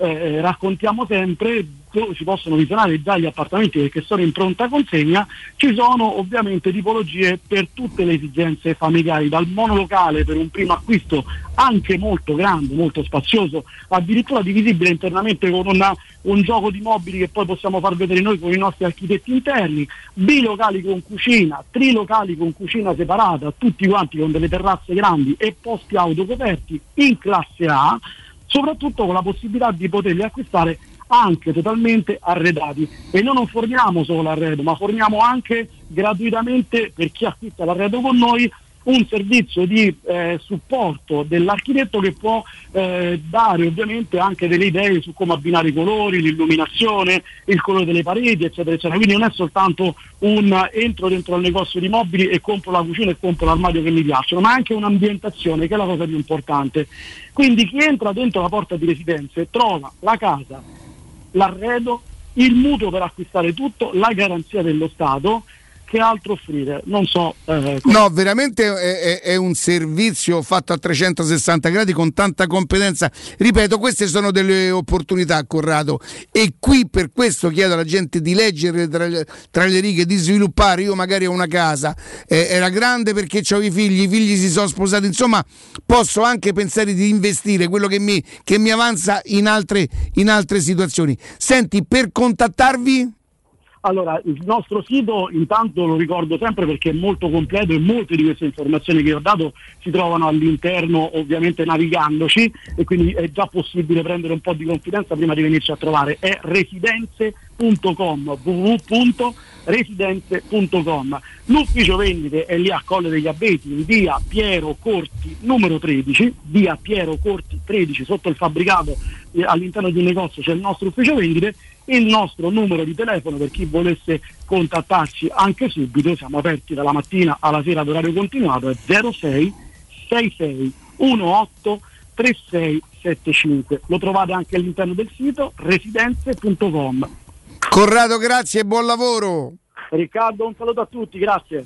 eh, raccontiamo sempre, si possono visionare già gli appartamenti perché sono in pronta consegna. Ci sono ovviamente tipologie per tutte le esigenze familiari, dal monolocale per un primo acquisto anche molto grande, molto spazioso, addirittura divisibile internamente con una, un gioco di mobili che poi possiamo far vedere noi con i nostri architetti interni, bilocali con cucina, trilocali con cucina separata, tutti quanti con delle terrazze grandi e posti auto coperti in classe A, soprattutto con la possibilità di poterli acquistare anche totalmente arredati. E noi non forniamo solo l'arredo, ma forniamo anche gratuitamente, per chi acquista l'arredo con noi, un servizio di eh, supporto dell'architetto che può eh, dare ovviamente anche delle idee su come abbinare i colori, l'illuminazione, il colore delle pareti, eccetera eccetera. Quindi non è soltanto un entro dentro al negozio di mobili e compro la cucina e compro l'armadio che mi piacciono, ma anche un'ambientazione, che è la cosa più importante. Quindi chi entra dentro la porta di Residenze trova la casa, l'arredo, il mutuo per acquistare tutto, la garanzia dello Stato. Che altro offrire? Non so. Eh, no, veramente è, è, è un servizio fatto a trecentosessanta gradi con tanta competenza. Ripeto, queste sono delle opportunità, Corrado, e qui per questo chiedo alla gente di leggere tra, tra le righe, di sviluppare. Io magari ho una casa, eh, era grande perché ho i figli, i figli si sono sposati, insomma posso anche pensare di investire quello che mi, che mi avanza in altre, in altre situazioni. Senti, per contattarvi? Allora, il nostro sito intanto lo ricordo sempre perché è molto completo e molte di queste informazioni che ho dato si trovano all'interno, ovviamente navigandoci, e quindi è già possibile prendere un po' di confidenza prima di venirci a trovare. È residenze punto com, w w w punto residenze punto com. L'ufficio vendite è lì a Colle degli Abeti, in via Piero Corti numero tredici, via Piero Corti tredici, sotto il fabbricato, eh, all'interno di un negozio c'è il nostro ufficio vendite. Il nostro numero di telefono per chi volesse contattarci anche subito, siamo aperti dalla mattina alla sera ad orario continuato, è zero sei sei sei uno otto tre sei sette cinque. Lo trovate anche all'interno del sito residenze punto com. Corrado, grazie e buon lavoro. Riccardo, un saluto a tutti, grazie.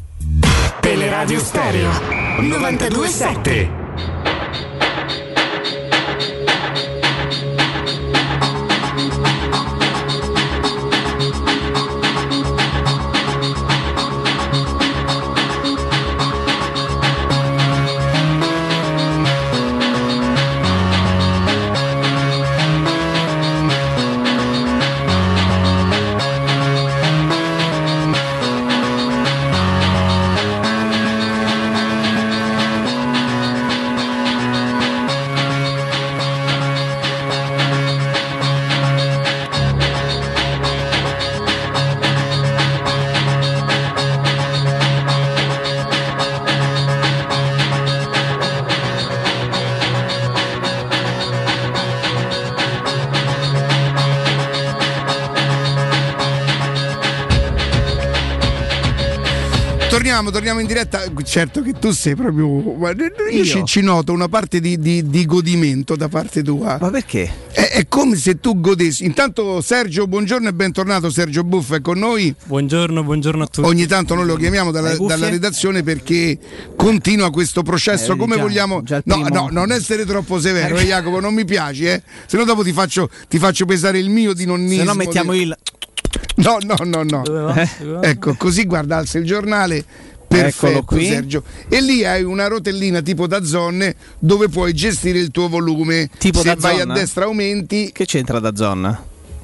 Teleradio Stereo novantadue sette. Torniamo, torniamo in diretta. Certo che tu sei proprio. Io ci, ci noto una parte di, di, di godimento da parte tua. Ma perché? È, è come se tu godessi. Intanto Sergio, buongiorno e bentornato. Sergio Buffo è con noi. Buongiorno, buongiorno a tutti. Ogni tanto noi lo chiamiamo dalla, dalla redazione perché continua questo processo. Eh, come già, vogliamo. Già no, primo... no, non essere troppo severo, eh, Jacopo, non mi piaci, eh? Se no dopo ti faccio, ti faccio pesare il mio di nonnismo. Se no mettiamo di... il. No, no, no, no. Eh? Ecco, così guarda, alza il giornale. Perfetto, qui. Sergio. E lì hai una rotellina tipo DAZN dove puoi gestire il tuo volume. Tipo Se da vai zona? A destra aumenti. Che c'entra DAZN?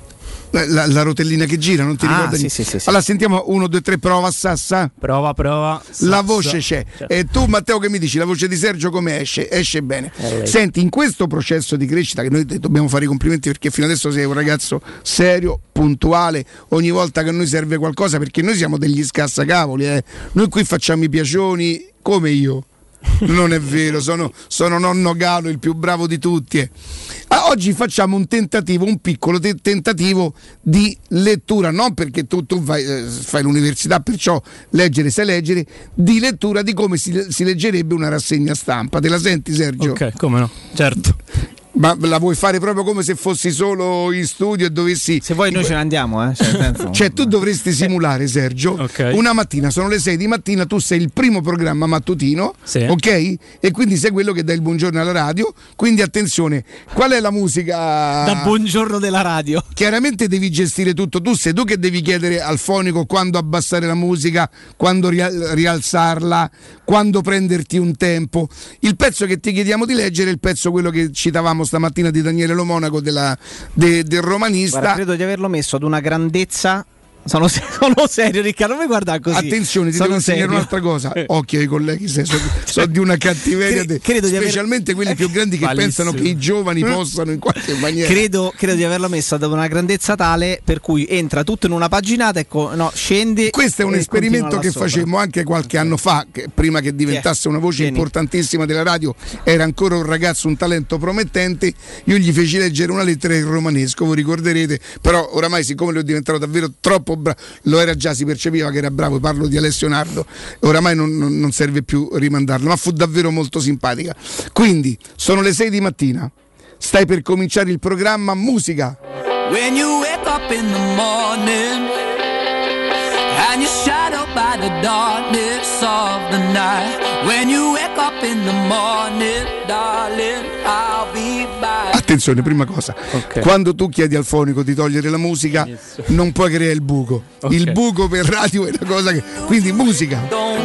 La, la rotellina che gira, non ti ah, ricordi? Sì, sì, sì, sì. Allora sentiamo uno, due, tre, prova Sassa. Prova, prova. Sassa. La voce c'è. Certo. E tu, Matteo, che mi dici? La voce di Sergio come esce? Esce bene. Senti, in questo processo di crescita, che noi dobbiamo fare i complimenti perché fino adesso sei un ragazzo serio, puntuale, ogni volta che a noi serve qualcosa, perché noi siamo degli scassacavoli, eh. Noi qui facciamo i piacioni come io. Non è vero, sono, sono nonno Galo, il più bravo di tutti. Eh. Ah, oggi facciamo un tentativo, un piccolo te- tentativo di lettura, non perché tu, tu fai, eh, fai l'università, perciò leggere sai leggere, di lettura di come si, si leggerebbe una rassegna stampa. Te la senti, Sergio? Ok, come no, certo. Ma la vuoi fare proprio come se fossi solo in studio e dovessi... Se vuoi noi ce ne andiamo, eh. Cioè, senso... cioè tu dovresti simulare, Sergio, okay. Una mattina, sono le sei di mattina, tu sei il primo programma mattutino, sì. Ok? E quindi sei quello che dà il buongiorno alla radio, quindi attenzione, qual è la musica... Da buongiorno della radio. Chiaramente devi gestire tutto, tu sei tu che devi chiedere al fonico quando abbassare la musica, quando rialzarla, quando prenderti un tempo. Il pezzo che ti chiediamo di leggere è il pezzo quello che citavamo stamattina di Daniele Lo Monaco della, de, del romanista. Guarda, credo di averlo messo ad una grandezza. Sono, sono serio, Riccardo, non mi guarda così. Attenzione, ti sono devo insegnare serio. un'altra cosa. Occhio ai colleghi, se sono, sono di una cattiveria, Cre- credo di specialmente aver... quelli più grandi che Bellissimo. pensano che i giovani possano in qualche maniera. Credo, credo di averlo messo ad una grandezza tale per cui entra tutto in una paginata e co- no, scende. Questo è un esperimento che facemmo anche qualche anno fa, che prima che diventasse una voce Vieni. importantissima della radio, era ancora un ragazzo, un talento promettente. Io gli feci leggere una lettera in romanesco, voi ricorderete, però oramai siccome lui è diventato davvero troppo bravo, lo era già, si percepiva che era bravo, parlo di Alessio Nardo, oramai non, non, non serve più rimandarlo, ma fu davvero molto simpatica. Quindi sono le sei di mattina, stai per cominciare il programma Musica. When you wake up in the morning and you're shadowed by the darkness of the night. When you wake up in the morning, darling, I'll be by. Attenzione, prima cosa, okay. Quando tu chiedi al fonico di togliere la musica, non puoi creare il buco. Okay. Il buco per radio è una cosa che... Quindi musica.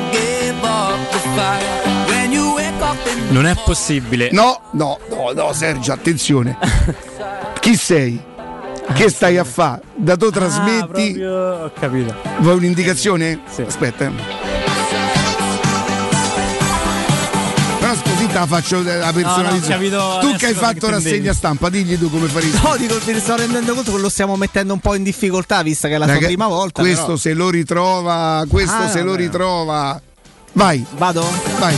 Non è possibile. No, no, no, no, Sergio, attenzione. Chi sei? Che stai a fare? Da tu trasmetti? Ah, proprio... Ho capito. Vuoi un'indicazione? Sì. Aspetta. Eh. Però scusi, te la faccio la personalizzazione. No, no, tu che hai fatto rassegna stampa, digli tu come faresti. No, dico, mi sto rendendo conto che lo stiamo mettendo un po' in difficoltà, vista che è la Raga, sua prima volta. Questo però. se lo ritrova, questo Ah, se no, lo no. ritrova. Vai. Vado? Vai.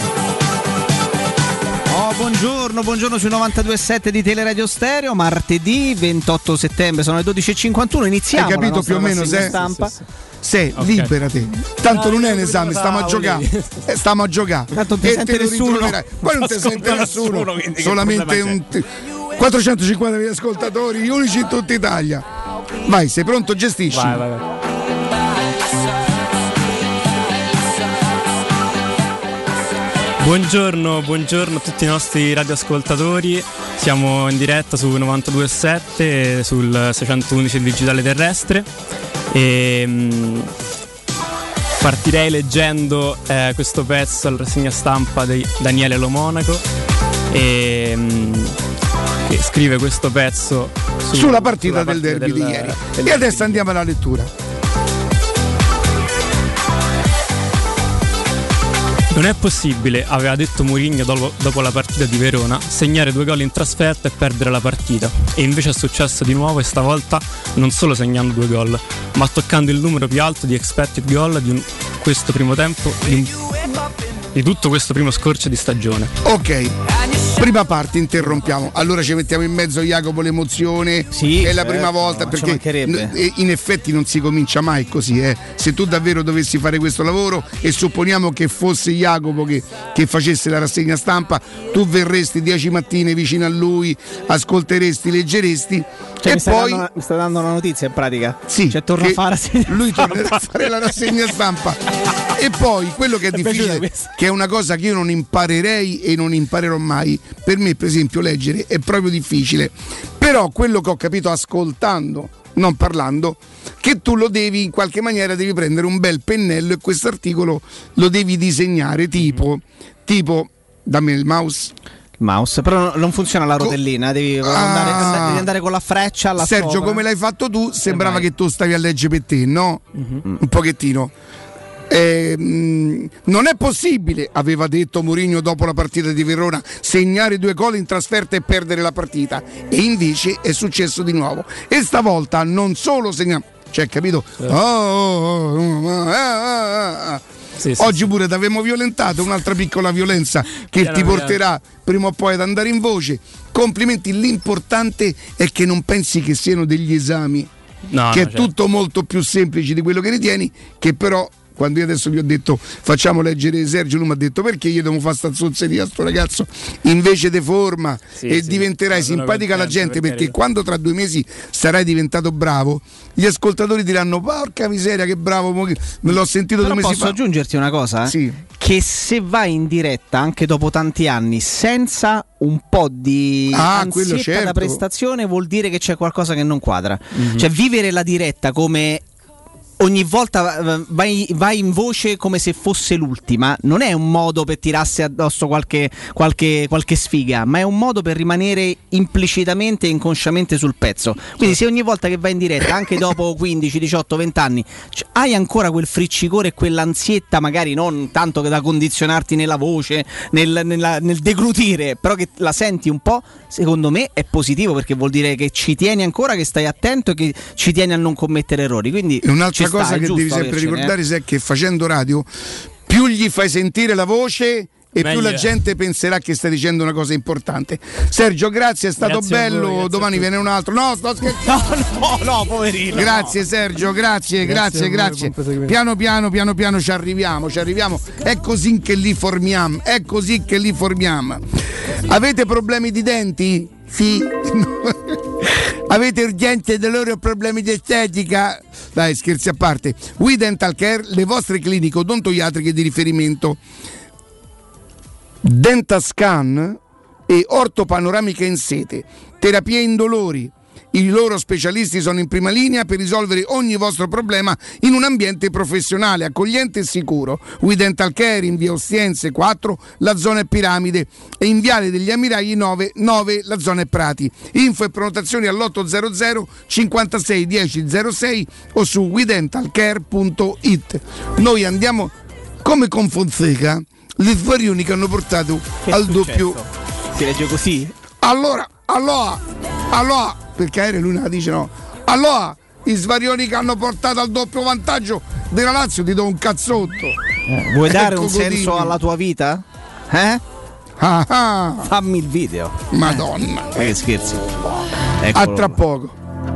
Oh, buongiorno, buongiorno sui novantadue virgola sette di Teleradio Stereo, martedì ventotto settembre, sono le dodici e cinquantuno, iniziamo. Hai capito la nostra più o meno rassegna se? stampa. Sì, sì, sì. Sei, Okay. liberati. Tanto No, non è io un esame, non stiamo a pensavo, giocare. lì. Eh, stiamo a giocare. Tanto non ti E sente te lo nessuno. ritroverai. Poi non ti Ascolta sente nessuno. nessuno, quindi che Solamente problema un t- quattrocentocinquantamila ascoltatori, gli unici in tutta Italia. Vai, sei pronto? Gestisci. Vai, vai, vai. Buongiorno, buongiorno a tutti i nostri radioascoltatori. Siamo in diretta su novantadue virgola sette sul seicentoundici il digitale terrestre e mh, partirei leggendo eh, questo pezzo alla rassegna stampa di Daniele Lo Monaco e, mh, che scrive questo pezzo su, sulla partita sulla del derby del, di ieri. del E adesso andiamo alla lettura. Non è possibile, aveva detto Mourinho dopo, dopo la partita di Verona, segnare due gol in trasferta e perdere la partita. E invece è successo di nuovo e stavolta non solo segnando due gol, ma toccando il numero più alto di expected goal di un, questo primo tempo, di, un, di tutto questo primo scorcio di stagione. Ok, prima parte interrompiamo. Allora ci mettiamo in mezzo, Jacopo, l'emozione. Sì, è la certo, prima volta ci perché mancherebbe. n- in effetti non si comincia mai così. Eh. Se tu davvero dovessi fare questo lavoro e supponiamo che fosse Jacopo che, che facesse la rassegna stampa, tu verresti dieci mattine vicino a lui, ascolteresti, leggeresti. Cioè, e mi, stai poi dando una, mi stai dando una notizia in pratica? sì, cioè, torna che a fare la rassegna lui stampa. tornerà a fare la rassegna stampa. E poi quello che è, È difficile, piaciuta questa. che è una cosa che io non imparerei e non imparerò mai. Per me, per esempio, leggere è proprio difficile. Però quello che ho capito ascoltando, non parlando, che tu lo devi in qualche maniera, devi prendere un bel pennello e questo articolo lo devi disegnare tipo, tipo, dammi il mouse. Mouse, però non funziona la rotellina, devi andare, Ah. devi andare con la freccia alla Sergio, sopra. come l'hai fatto tu, sembrava vai. che tu stavi a leggere per te, no? Mhm. Un pochettino. Eh, mh, non è possibile, aveva detto Mourinho dopo la partita di Verona, segnare due gol in trasferta e perdere la partita. E invece è successo di nuovo. E stavolta non solo segniamo, cioè, capito? Oh, oh, oh, oh, ah, ah. Sì, sì, Oggi sì. pure ti avevamo violentato, un'altra piccola violenza che Piano ti piano. porterà prima o poi ad andare in voce. Complimenti, l'importante è che non pensi che siano degli esami, No, che no, è certo. tutto molto più semplice di quello che ritieni, che però quando io adesso gli ho detto facciamo leggere Sergio, lui mi ha detto perché io devo fare sta zozzeria a sto ragazzo, invece de forma Sì, e sì, diventerai simpatica alla gente, per perché carità. quando tra due mesi sarai diventato bravo, gli ascoltatori diranno porca miseria che bravo, mo che- me l'ho sentito Però due mesi posso fa. aggiungerti una cosa? Sì. Che se vai in diretta anche dopo tanti anni senza un po' di Ah, quello ansietta certo. da prestazione, vuol dire che c'è qualcosa che non quadra. Mhm. Cioè vivere la diretta come ogni volta eh, vai, vai in voce come se fosse l'ultima, non è un modo per tirarsi addosso qualche, qualche, qualche sfiga, ma è un modo per rimanere implicitamente e inconsciamente sul pezzo. Quindi se ogni volta che vai in diretta, anche dopo quindici, diciotto, venti anni, c- hai ancora quel friccicore e quell'ansietta, magari non tanto che da condizionarti nella voce, nel, nella- nel deglutire, però che la senti un po', secondo me è positivo, perché vuol dire che ci tieni ancora, che stai attento e che ci tieni a non commettere errori. Quindi E un'altra ci sta, cosa è che giusto devi sempre avercene, ricordare eh. è che facendo radio più gli fai sentire la voce e Meglio più la è. gente penserà che stai dicendo una cosa importante. Sergio, grazie, è stato Grazie a voi, bello. grazie Domani a viene un altro. No, sto scherzando. No, no, no, poverino. Grazie Sergio, grazie, Grazie grazie, a voi, buon grazie. proseguimento. Piano piano, piano piano ci arriviamo, ci arriviamo. È così che li formiamo, è così che li formiamo. Avete problemi di denti? Sì. Avete urgenze dolore o problemi di estetica? Dai, scherzi a parte. We Dental Care, le vostre cliniche odontoiatriche di riferimento. Dentascan e ortopanoramica in sete, terapie indolori. I loro specialisti sono in prima linea per risolvere ogni vostro problema in un ambiente professionale, accogliente e sicuro. We Dental Care in via Ostiense quattro, la zona è Piramide, e in viale degli Ammiragli nove, nove, la zona è Prati. Info e prenotazioni all'ottocento cinquantasei dieci zero sei o su we dental care punto it. Noi andiamo come con Fonseca, le svarioni che hanno portato Che è al successo? doppio. Si legge così? Allora, allora, allora, perché aereo lui non la dice no. Allora, i svarioni che hanno portato al doppio vantaggio della Lazio ti do un cazzotto. Eh, vuoi dare Ecco un Godini. senso alla tua vita? Eh? Ah, ah. Fammi il video. Madonna. Ma che scherzi. A Eccolo tra là. poco.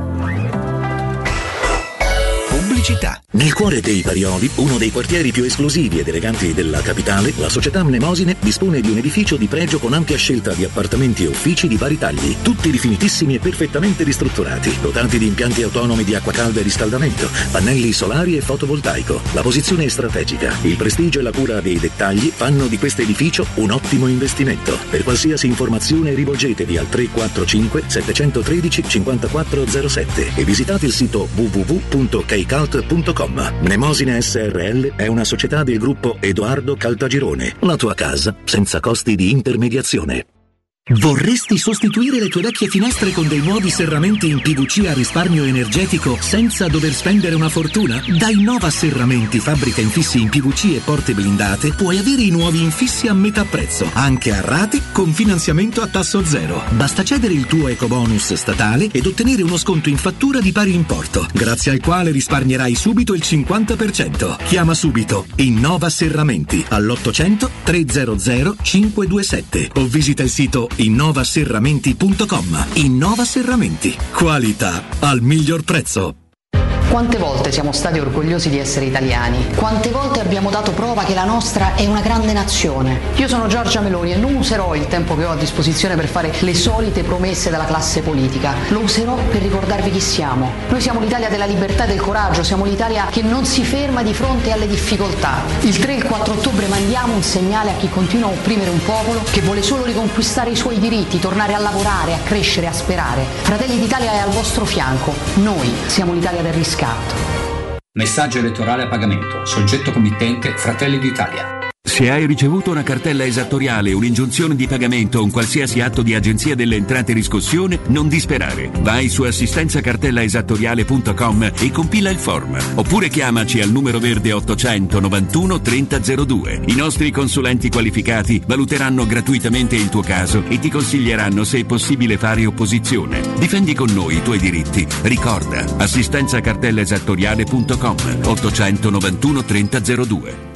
Pubblicità. Nel cuore dei Parioli, uno dei quartieri più esclusivi ed eleganti della capitale, la società Mnemosine dispone di un edificio di pregio con ampia scelta di appartamenti e uffici di vari tagli, tutti rifinitissimi e perfettamente ristrutturati, dotati di impianti autonomi di acqua calda e riscaldamento, pannelli solari e fotovoltaico. La posizione è strategica, il prestigio e la cura dei dettagli fanno di questo edificio un ottimo investimento. Per qualsiasi informazione rivolgetevi al tre quattro cinque sette uno tre cinque quattro zero sette e visitate il sito w w w punto keicalt punto com. Mnemosine S R L è una società del gruppo Edoardo Caltagirone. La tua casa senza costi di intermediazione. Vorresti sostituire le tue vecchie finestre con dei nuovi serramenti in P V C a risparmio energetico senza dover spendere una fortuna? Da Innova Serramenti, fabbrica infissi in P V C e porte blindate, puoi avere i nuovi infissi a metà prezzo, anche a rate con finanziamento a tasso zero. Basta cedere il tuo ecobonus statale ed ottenere uno sconto in fattura di pari importo, grazie al quale risparmierai subito il cinquanta per cento. Chiama subito Innova Serramenti all'ottocento trecento cinque due sette o visita il sito innova serramenti punto com. Innova Serramenti, qualità al miglior prezzo. Quante volte siamo stati orgogliosi di essere italiani? Quante volte abbiamo dato prova che la nostra è una grande nazione? Io sono Giorgia Meloni e non userò il tempo che ho a disposizione per fare le solite promesse della classe politica. Lo userò per ricordarvi chi siamo. Noi siamo l'Italia della libertà e del coraggio, siamo l'Italia che non si ferma di fronte alle difficoltà. Il tre e il quattro ottobre mandiamo un segnale a chi continua a opprimere un popolo che vuole solo riconquistare i suoi diritti, tornare a lavorare, a crescere, a sperare. Fratelli d'Italia è al vostro fianco. Noi siamo l'Italia del riscatto. Messaggio elettorale a pagamento. Soggetto committente Fratelli d'Italia. Se hai ricevuto una cartella esattoriale, un'ingiunzione di pagamento o un qualsiasi atto di agenzia delle entrate e riscossione, non disperare. Vai su assistenza cartella esattoriale punto com e compila il form. Oppure chiamaci al numero verde ottocento novantuno trenta zero due. I nostri consulenti qualificati valuteranno gratuitamente il tuo caso e ti consiglieranno se è possibile fare opposizione. Difendi con noi i tuoi diritti. Ricorda, assistenza cartella esattoriale punto com ottocento novantuno trenta zero due.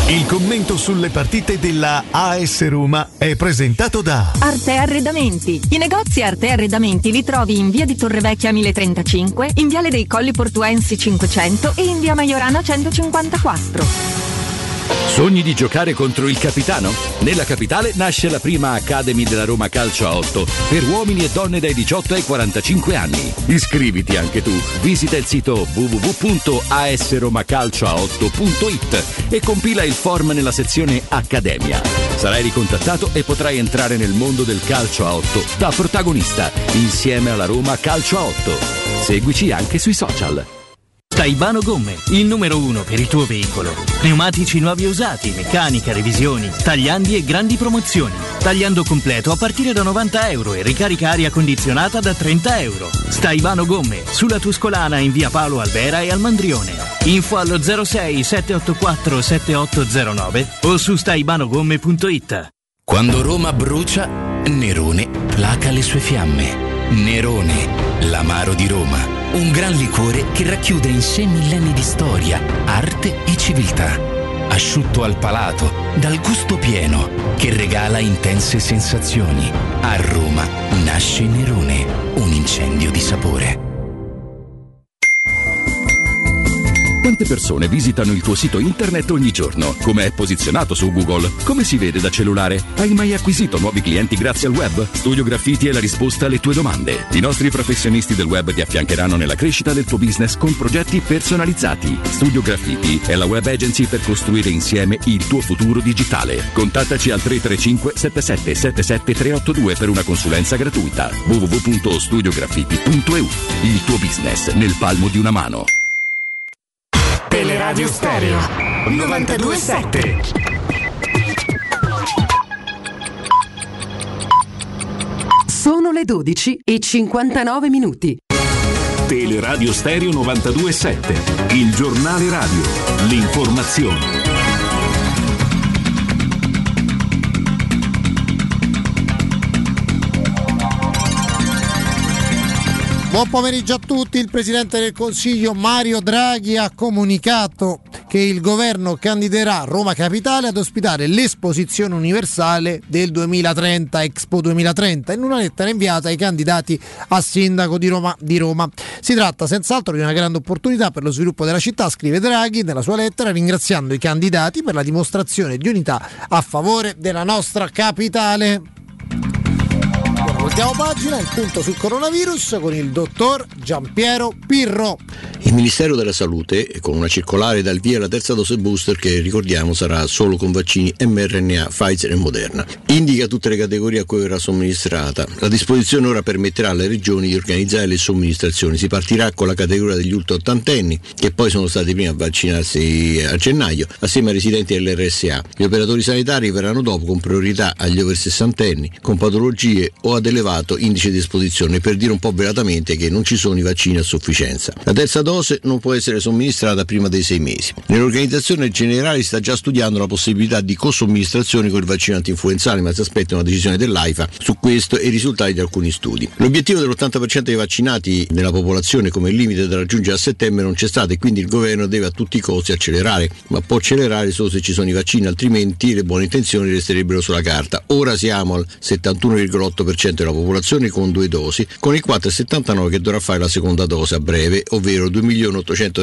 Il commento sulle partite della A S Roma è presentato da Arte Arredamenti. I negozi Arte Arredamenti li trovi in via di Torrevecchia mille trentacinque, in viale dei Colli Portuensi cinquecento e in via Maiorana centocinquantaquattro. Sogni di giocare contro il capitano? Nella capitale nasce la prima Academy della Roma Calcio a otto per uomini e donne dai diciotto ai quarantacinque anni. Iscriviti anche tu. Visita il sito w w w punto a s roma calcio a otto punto i t e compila il form nella sezione Accademia. Sarai ricontattato e potrai entrare nel mondo del calcio a otto da protagonista insieme alla Roma Calcio a otto. Seguici anche sui social. Staibano Gomme, il numero uno per il tuo veicolo. Pneumatici nuovi e usati, meccanica, revisioni, tagliandi e grandi promozioni. Tagliando completo a partire da novanta euro e ricarica aria condizionata da trenta euro. Staibano Gomme, sulla Tuscolana in via Paolo Albera e al Mandrione. Info allo zero sei sette otto quattro sette otto zero nove o su staibanogomme punto i t. Quando Roma brucia, Nerone placa le sue fiamme. Nerone, l'amaro di Roma. Un gran liquore che racchiude in sé millenni di storia, arte e civiltà. Asciutto al palato, dal gusto pieno, che regala intense sensazioni. A Roma nasce Nerone, un incendio di sapore. Quante persone visitano il tuo sito internet ogni giorno? Come è posizionato su Google? Come si vede da cellulare? Hai mai acquisito nuovi clienti grazie al web? Studio Graffiti è la risposta alle tue domande. I nostri professionisti del web ti affiancheranno nella crescita del tuo business con progetti personalizzati. Studio Graffiti è la web agency per costruire insieme il tuo futuro digitale. Contattaci al tre tre cinque sette sette sette sette tre otto due per una consulenza gratuita. w w w punto studio graffiti punto e u. Il tuo business nel palmo di una mano. Teleradio Stereo novantadue sette. Sono le dodici e cinquantanove minuti. Teleradio Stereo novantadue sette, il giornale radio, l'informazione. Buon pomeriggio a tutti. Il Presidente del Consiglio Mario Draghi ha comunicato che il governo candiderà Roma Capitale ad ospitare l'Esposizione Universale del duemilatrenta, Expo duemilatrenta, in una lettera inviata ai candidati a sindaco di Roma, di Roma. Si tratta senz'altro di una grande opportunità per lo sviluppo della città, scrive Draghi nella sua lettera, ringraziando i candidati per la dimostrazione di unità a favore della nostra capitale. Voltiamo pagina, il punto sul coronavirus con il dottor Giampiero Pirro. Il Ministero della Salute, con una circolare dà il via alla terza dose booster che ricordiamo sarà solo con vaccini mRNA, Pfizer e Moderna. Indica tutte le categorie a cui verrà somministrata. La disposizione ora permetterà alle regioni di organizzare le somministrazioni. Si partirà con la categoria degli ultraottantenni, che poi sono stati prima a vaccinarsi a gennaio, assieme ai residenti dell'R S A. Gli operatori sanitari verranno dopo con priorità agli over sessantenni, con patologie o ad elevato indice di esposizione, per dire un po' velatamente che non ci sono i vaccini a sufficienza. La terza dose non può essere somministrata prima dei sei mesi. Nell'organizzazione generale si sta già studiando la possibilità di cosomministrazione con il vaccino antinfluenzale, ma si aspetta una decisione dell'AIFA su questo e i risultati di alcuni studi. L'obiettivo dell'ottanta per cento dei vaccinati nella popolazione come limite da raggiungere a settembre non c'è stato e quindi il governo deve a tutti i costi accelerare, ma può accelerare solo se ci sono i vaccini, altrimenti le buone intenzioni resterebbero sulla carta. Ora siamo al settantuno virgola otto per cento della popolazione con due dosi, con il quattro virgola settantanove che dovrà fare la seconda dose a breve, ovvero due milioni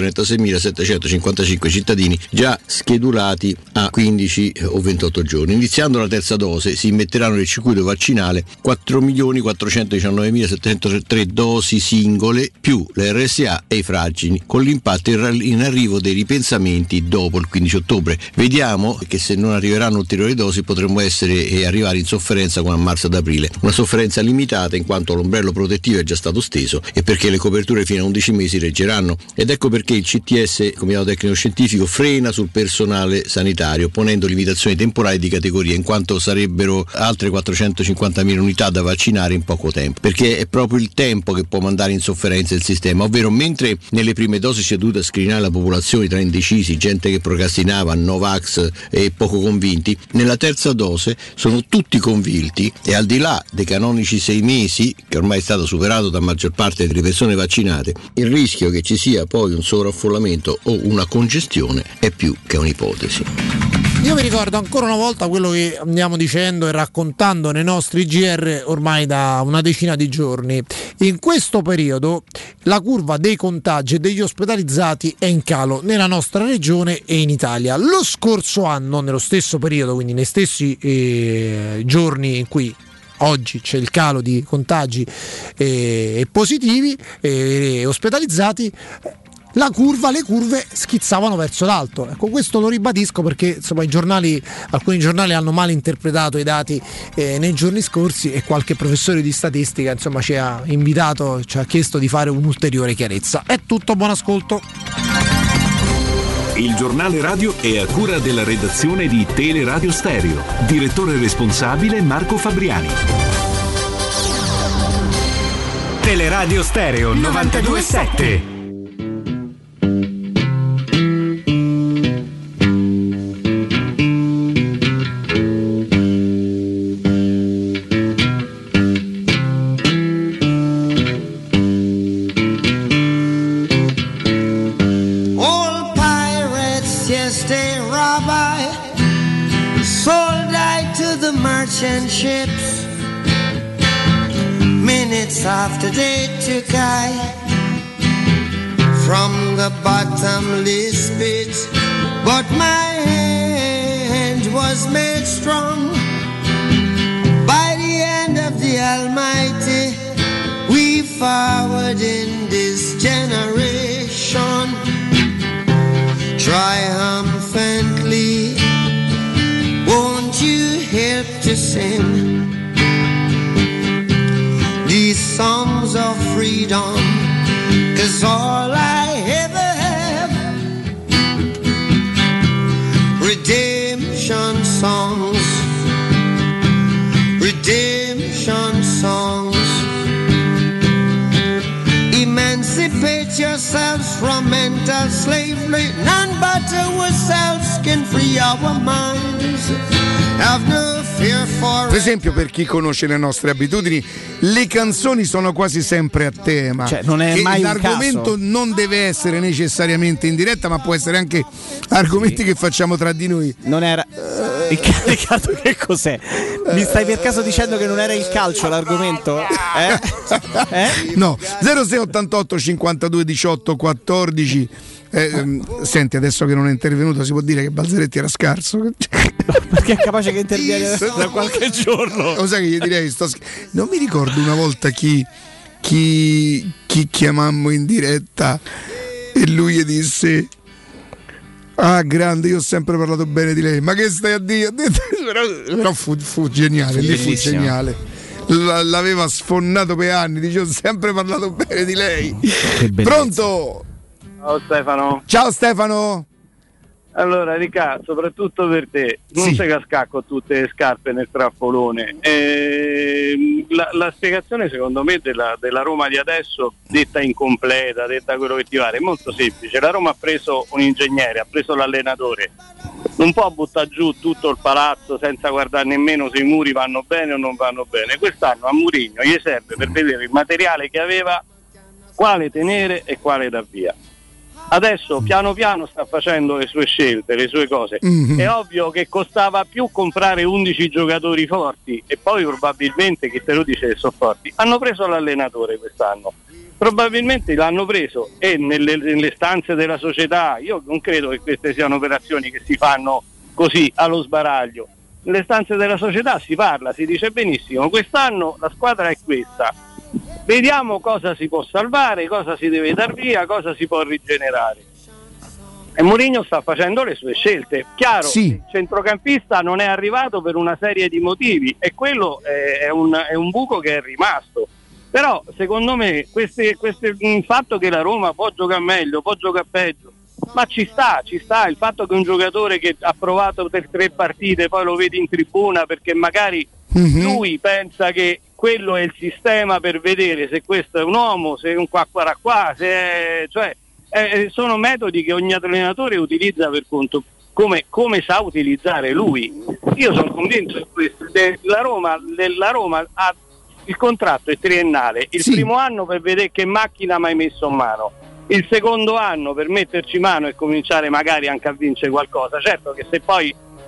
ottocentotrentasei.settecentocinquantacinque cittadini già schedulati a quindici o ventotto giorni. Iniziando la terza dose si immetteranno nel circuito vaccinale quattro milioni quattrocentodiciannoveemilasettecentotre dosi singole più le R S A e i fragili, con l'impatto in arrivo dei ripensamenti dopo il quindici ottobre. Vediamo che se non arriveranno ulteriori dosi potremmo essere e arrivare in sofferenza come a marzo ad aprile, una sofferenza limitata in quanto l'ombrello protettivo è già stato steso e perché le coperture fino a undici mesi reggeranno. Ed ecco perché il C T S, Comitato Tecnico Scientifico, frena sul personale sanitario ponendo limitazioni temporali di categoria, in quanto sarebbero altre quattrocentocinquantamila unità da vaccinare in poco tempo, perché è proprio il tempo che può mandare in sofferenza il sistema, ovvero mentre nelle prime dosi si è dovuta screenare la popolazione tra indecisi, gente che procrastinava, Novax e poco convinti, nella terza dose sono tutti convinti e al di là dei canonici sei mesi, che ormai è stato superato da maggior parte delle persone vaccinate, il rischio che ci sia poi un sovraffollamento o una congestione è più che un'ipotesi. Io vi ricordo ancora una volta quello che andiamo dicendo e raccontando nei nostri G R ormai da una decina di giorni. In questo periodo la curva dei contagi e degli ospedalizzati è in calo nella nostra regione e in Italia. Lo scorso anno, nello stesso periodo, quindi nei stessi eh, giorni in cui oggi c'è il calo di contagi e eh, positivi e eh, ospedalizzati, la curva, le curve schizzavano verso l'alto. Ecco, questo lo ribadisco perché insomma i giornali, alcuni giornali hanno mal interpretato i dati eh, nei giorni scorsi e qualche professore di statistica insomma ci ha invitato, ci ha chiesto di fare un'ulteriore chiarezza. È tutto, buon ascolto. Il giornale radio è a cura della redazione di Teleradio Stereo. Direttore responsabile Marco Fabriani. Teleradio Stereo novantadue sette. And ships, minutes after they took I from the bottomless pit, but my hand was made strong by the hand of the Almighty. We forward in this generation triumphantly. Won't you help to sing these songs of freedom? 'Cause all I ever have, redemption songs, redemption songs. Emancipate yourselves from mental slavery. None but ourselves can free our minds. Have no fear for. Per esempio, per chi conosce le nostre abitudini, le canzoni sono quasi sempre a tema. Cioè, non è che mai un l'argomento caso. non deve essere necessariamente in diretta, ma può essere anche argomenti sì. che facciamo tra di noi. Non era. Uh, Riccardo, che cos'è? Mi stai per caso dicendo che non era il calcio l'argomento? Eh? eh? No, zero sei ottantotto cinquantadue diciotto quattordici. Eh, ehm, senti, adesso che non è intervenuto si può dire che Balzaretti era scarso? Perché è capace che interviene da qualche giorno. Lo sai che gli direi sto sch- non mi ricordo una volta chi, chi, chi chiamammo in diretta e lui gli disse: ah, grande, io ho sempre parlato bene di lei. Ma che stai a dire? però però fu, fu geniale, lì fu geniale. L- l'aveva sfondato per anni, dice: ho sempre parlato bene di lei. Pronto? Ciao Stefano. Ciao Stefano. Allora Riccardo, soprattutto per te, non sì. sei cascà con tutte le scarpe nel trappolone. Eh, la, la spiegazione secondo me della, della Roma di adesso, detta incompleta, detta quello che ti pare, è molto semplice. La Roma ha preso un ingegnere, ha preso l'allenatore, non può buttare giù tutto il palazzo senza guardare nemmeno se i muri vanno bene o non vanno bene. Quest'anno a Mourinho gli serve per vedere il materiale che aveva, quale tenere e quale dar via. Adesso piano piano sta facendo le sue scelte, le sue cose. Mm-hmm. È ovvio che costava più comprare undici giocatori forti e poi probabilmente, chi te lo dice che sono forti, hanno preso l'allenatore quest'anno. Probabilmente l'hanno preso e nelle, nelle stanze della società, io non credo che queste siano operazioni che si fanno così allo sbaraglio. Nelle stanze della società si parla, si dice benissimo, quest'anno la squadra è questa. Vediamo cosa si può salvare, cosa si deve dar via, cosa si può rigenerare. E Mourinho sta facendo le sue scelte. Chiaro, sì. Il centrocampista non è arrivato per una serie di motivi e quello è un, è un buco che è rimasto. Però secondo me queste, queste, il fatto che la Roma può giocare meglio, può giocare peggio, ma ci sta, ci sta. Il fatto che un giocatore che ha provato per tre partite poi lo vedi in tribuna perché magari mm-hmm. lui pensa che quello è il sistema per vedere se questo è un uomo, se è un qua qua qua, se è, cioè eh, sono metodi che ogni allenatore utilizza per conto, come, come sa utilizzare lui. Io sono convinto di questo. La Roma, la Roma ha il contratto è triennale, il sì. primo anno per vedere che macchina mi hai messo in mano, il secondo anno per metterci mano e cominciare magari anche a vincere qualcosa. Certo che se poi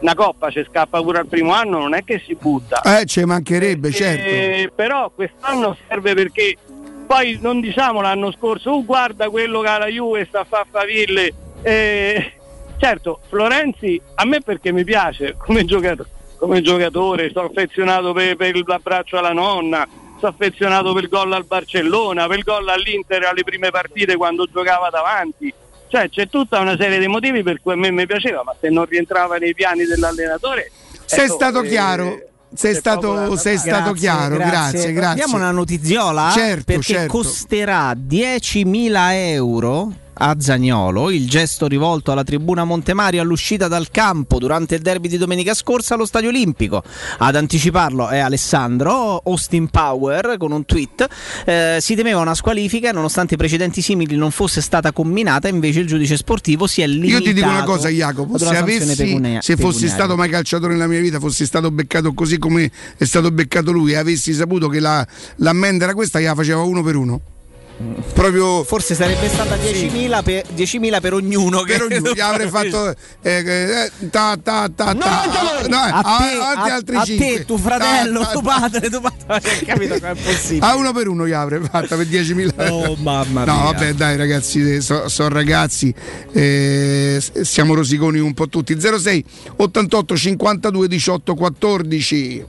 una coppa ci scappa pure al primo anno, non è che si butta. Eh, ci mancherebbe, eh, certo. Eh, però quest'anno serve, perché poi non diciamo l'anno scorso, oh, guarda quello che ha la Juve sta a fa faville. Eh, certo, Florenzi a me perché mi piace come giocatore, come giocatore, sto affezionato per, per l'abbraccio alla nonna, sto affezionato per il gol al Barcellona, per il gol all'Inter alle prime partite quando giocava davanti. Cioè c'è tutta una serie di motivi per cui a me mi piaceva, ma se non rientrava nei piani dell'allenatore... Sei ecco, stato eh, chiaro, sei stato, sei stato Grazie, chiaro, grazie, grazie. Abbiamo una notiziola, Certo, perché certo. costerà diecimila euro a Zaniolo il gesto rivolto alla tribuna Montemario all'uscita dal campo durante il derby di domenica scorsa allo Stadio Olimpico. Ad anticiparlo è Alessandro Austin Power con un tweet. Eh, si temeva una squalifica, nonostante i precedenti simili non fosse stata comminata, invece il giudice sportivo si è limitato. Io ti dico una cosa, Jacopo, se, avessi, pecunia- se fossi pecuniaria. stato mai calciatore nella mia vita, fossi stato beccato così come è stato beccato lui, e avessi saputo che la, l'ammenda era questa, gliela faceva uno per uno. Proprio forse sarebbe stata diecimila per, diecimila per ognuno, che per ognuno gli avrei fatto eh, eh, ta ta ta ta, No, ta no, a te, avanti a, altri a cinque. te, tuo fratello, Ta, ta, tuo padre, tuo padre, capito come è possibile? a uno per uno gli avrei fatta per diecimila. Oh mamma no mia. vabbè dai ragazzi, sono so ragazzi, eh, siamo rosiconi un po' tutti. Zero sei ottantotto cinquantadue diciotto quattordici.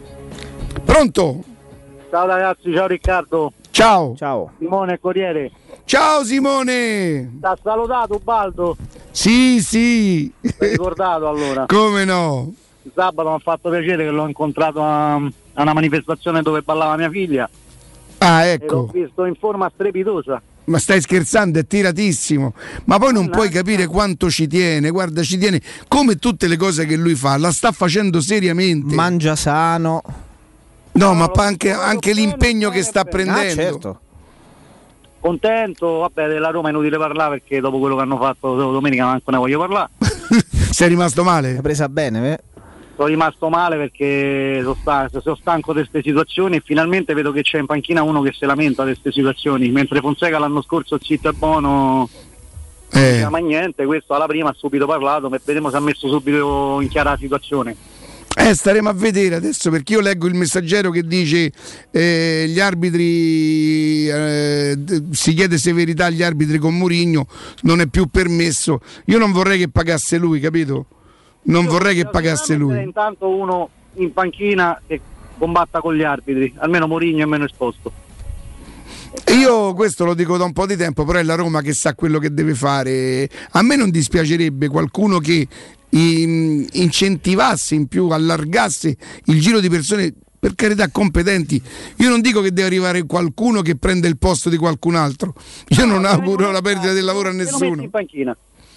Pronto? Ciao ragazzi, ciao Riccardo. Ciao. Ciao. Simone Corriere. Ciao Simone. Ti ha salutato Baldo? Sì, sì. L'hai ricordato allora? Come no? Il sabato mi ha fatto piacere che l'ho incontrato a, a una manifestazione dove ballava mia figlia. Ah, E l'ho ecco. visto in forma strepitosa. Ma stai scherzando, è tiratissimo. Ma poi non puoi capire quanto ci tiene. Guarda, ci tiene come tutte le cose che lui fa, la sta facendo seriamente. Mangia sano. No, ma anche, anche l'impegno che sta prendendo. Ah, certo. Contento, vabbè, della Roma è inutile parlare perché dopo quello che hanno fatto domenica manco ne voglio parlare. Sei rimasto male? L'hai presa bene, eh? Sono rimasto male perché sono stanco, sono stanco di queste situazioni e finalmente vedo che c'è in panchina uno che si lamenta di queste situazioni, mentre Fonseca l'anno scorso zitto e buono eh. non diceva mai niente, questo alla prima ha subito parlato, ma vedremo se ha messo subito in chiara la situazione. Eh, staremo a vedere adesso, perché io leggo il Messaggero che dice eh, gli arbitri eh, si chiede severità agli arbitri con Mourinho, non è più permesso. Io non vorrei che pagasse lui, capito? Non Io vorrei che pagasse lui. Intanto uno in panchina che combatta con gli arbitri, almeno Mourinho è meno esposto. Io questo lo dico da un po' di tempo, però è la Roma che sa quello che deve fare. A me non dispiacerebbe qualcuno che in, incentivasse in più, allargasse il giro di persone, per carità, competenti. Io non dico che deve arrivare qualcuno che prende il posto di qualcun altro. Io no, non auguro la perdita del lavoro a nessuno. In panchina.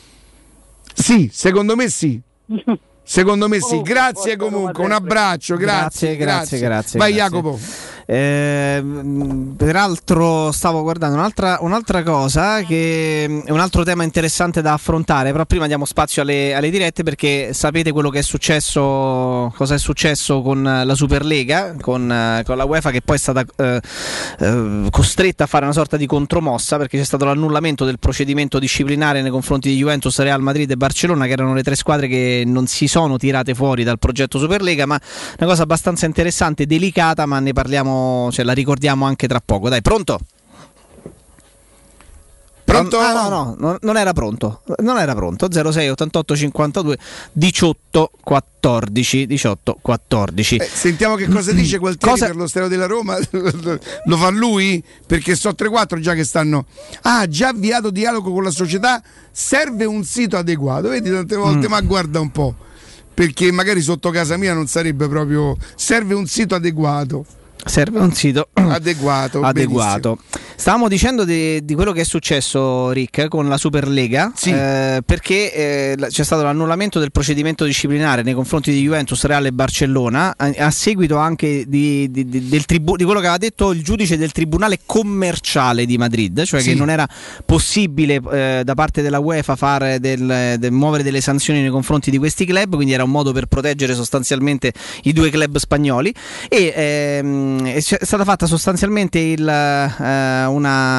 Sì, secondo me sì. Secondo me sì. Grazie comunque, un abbraccio, grazie, grazie, grazie. grazie Vai grazie. Jacopo. Eh, peraltro stavo guardando un'altra, un'altra cosa che è un altro tema interessante da affrontare, però prima diamo spazio alle, alle dirette, perché sapete quello che è successo, cosa è successo con la Superlega, con, con la UEFA, che poi è stata eh, eh, costretta a fare una sorta di contromossa, perché c'è stato l'annullamento del procedimento disciplinare nei confronti di Juventus, Real Madrid e Barcellona, che erano le tre squadre che non si sono tirate fuori dal progetto Superlega. Ma una cosa abbastanza interessante, delicata, ma ne parliamo, cioè la ricordiamo anche tra poco. Dai, pronto? Pronto? Ah, no, no, no, non era pronto. Non era pronto. zero sei ottantotto cinquantadue diciotto quattordici diciotto quattordici. Eh, sentiamo che cosa dice Gualtieri cosa... per lo Stadio della Roma. Lo fa lui? Perché so tre quattro già che stanno. Ah, già avviato dialogo con la società. Serve un sito adeguato. Vedi, tante volte, mm. ma guarda un po'. Perché magari sotto casa mia non sarebbe proprio. Serve un sito adeguato. Serve un sito adeguato. adeguato. Stavamo dicendo di, di quello che è successo, Rick, con la Superlega, sì. eh, perché eh, c'è stato l'annullamento del procedimento disciplinare nei confronti di Juventus, Real e Barcellona, a, a seguito anche di, di, di, del tribu- di quello che aveva detto il giudice del Tribunale Commerciale di Madrid, cioè sì. che non era possibile eh, da parte della UEFA fare del, del, muovere delle sanzioni nei confronti di questi club, quindi era un modo per proteggere sostanzialmente i due club spagnoli. E ehm, è stata fatta sostanzialmente il, eh, una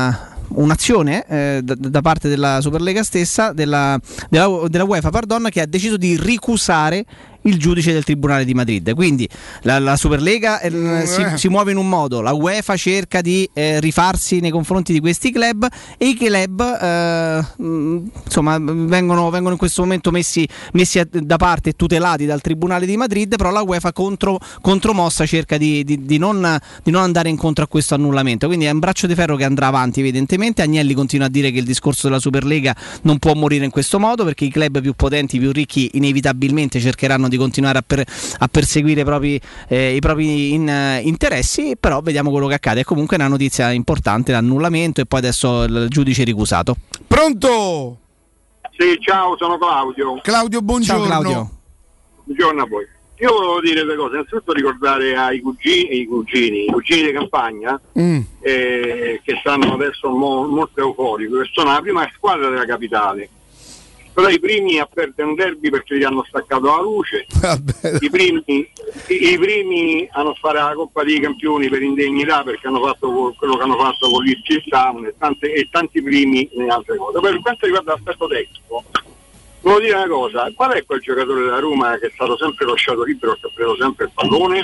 un'azione eh, da, da parte della Superlega stessa, della, della, della UEFA, pardon, che ha deciso di ricusare il giudice del Tribunale di Madrid. Quindi la, la Superlega eh, si, si muove in un modo, la UEFA cerca di eh, rifarsi nei confronti di questi club e i club eh, insomma vengono, vengono in questo momento messi, messi a, da parte e tutelati dal Tribunale di Madrid, però la UEFA contro, contromossa cerca di, di, di, non, di non andare incontro a questo annullamento. Quindi è un braccio di ferro che andrà avanti evidentemente. Agnelli continua a dire che il discorso della Superlega non può morire in questo modo, perché i club più potenti, più ricchi inevitabilmente cercheranno di di continuare a, per, a perseguire i propri, eh, i propri in, uh, interessi, però vediamo quello che accade. È comunque una notizia importante, l'annullamento, e poi adesso il giudice ricusato. Pronto? Sì, ciao, sono Claudio. Claudio, buongiorno. Ciao Claudio. Buongiorno a voi. Io volevo dire due cose, innanzitutto ricordare ai cugini, i cugini, i cugini di campagna mm. eh, che stanno adesso mo, molto euforici, che sono la prima squadra della capitale. Però i primi a perdere un derby perché gli hanno staccato la luce, I primi, i, i primi hanno fare la Coppa dei Campioni per indegnità perché hanno fatto quello che hanno fatto con l'Ipswich Town e, tante, e tanti primi in altre cose. Per quanto riguarda l'aspetto tecnico, volevo dire una cosa, qual è quel giocatore della Roma che è stato sempre lasciato libero e che ha preso sempre il pallone?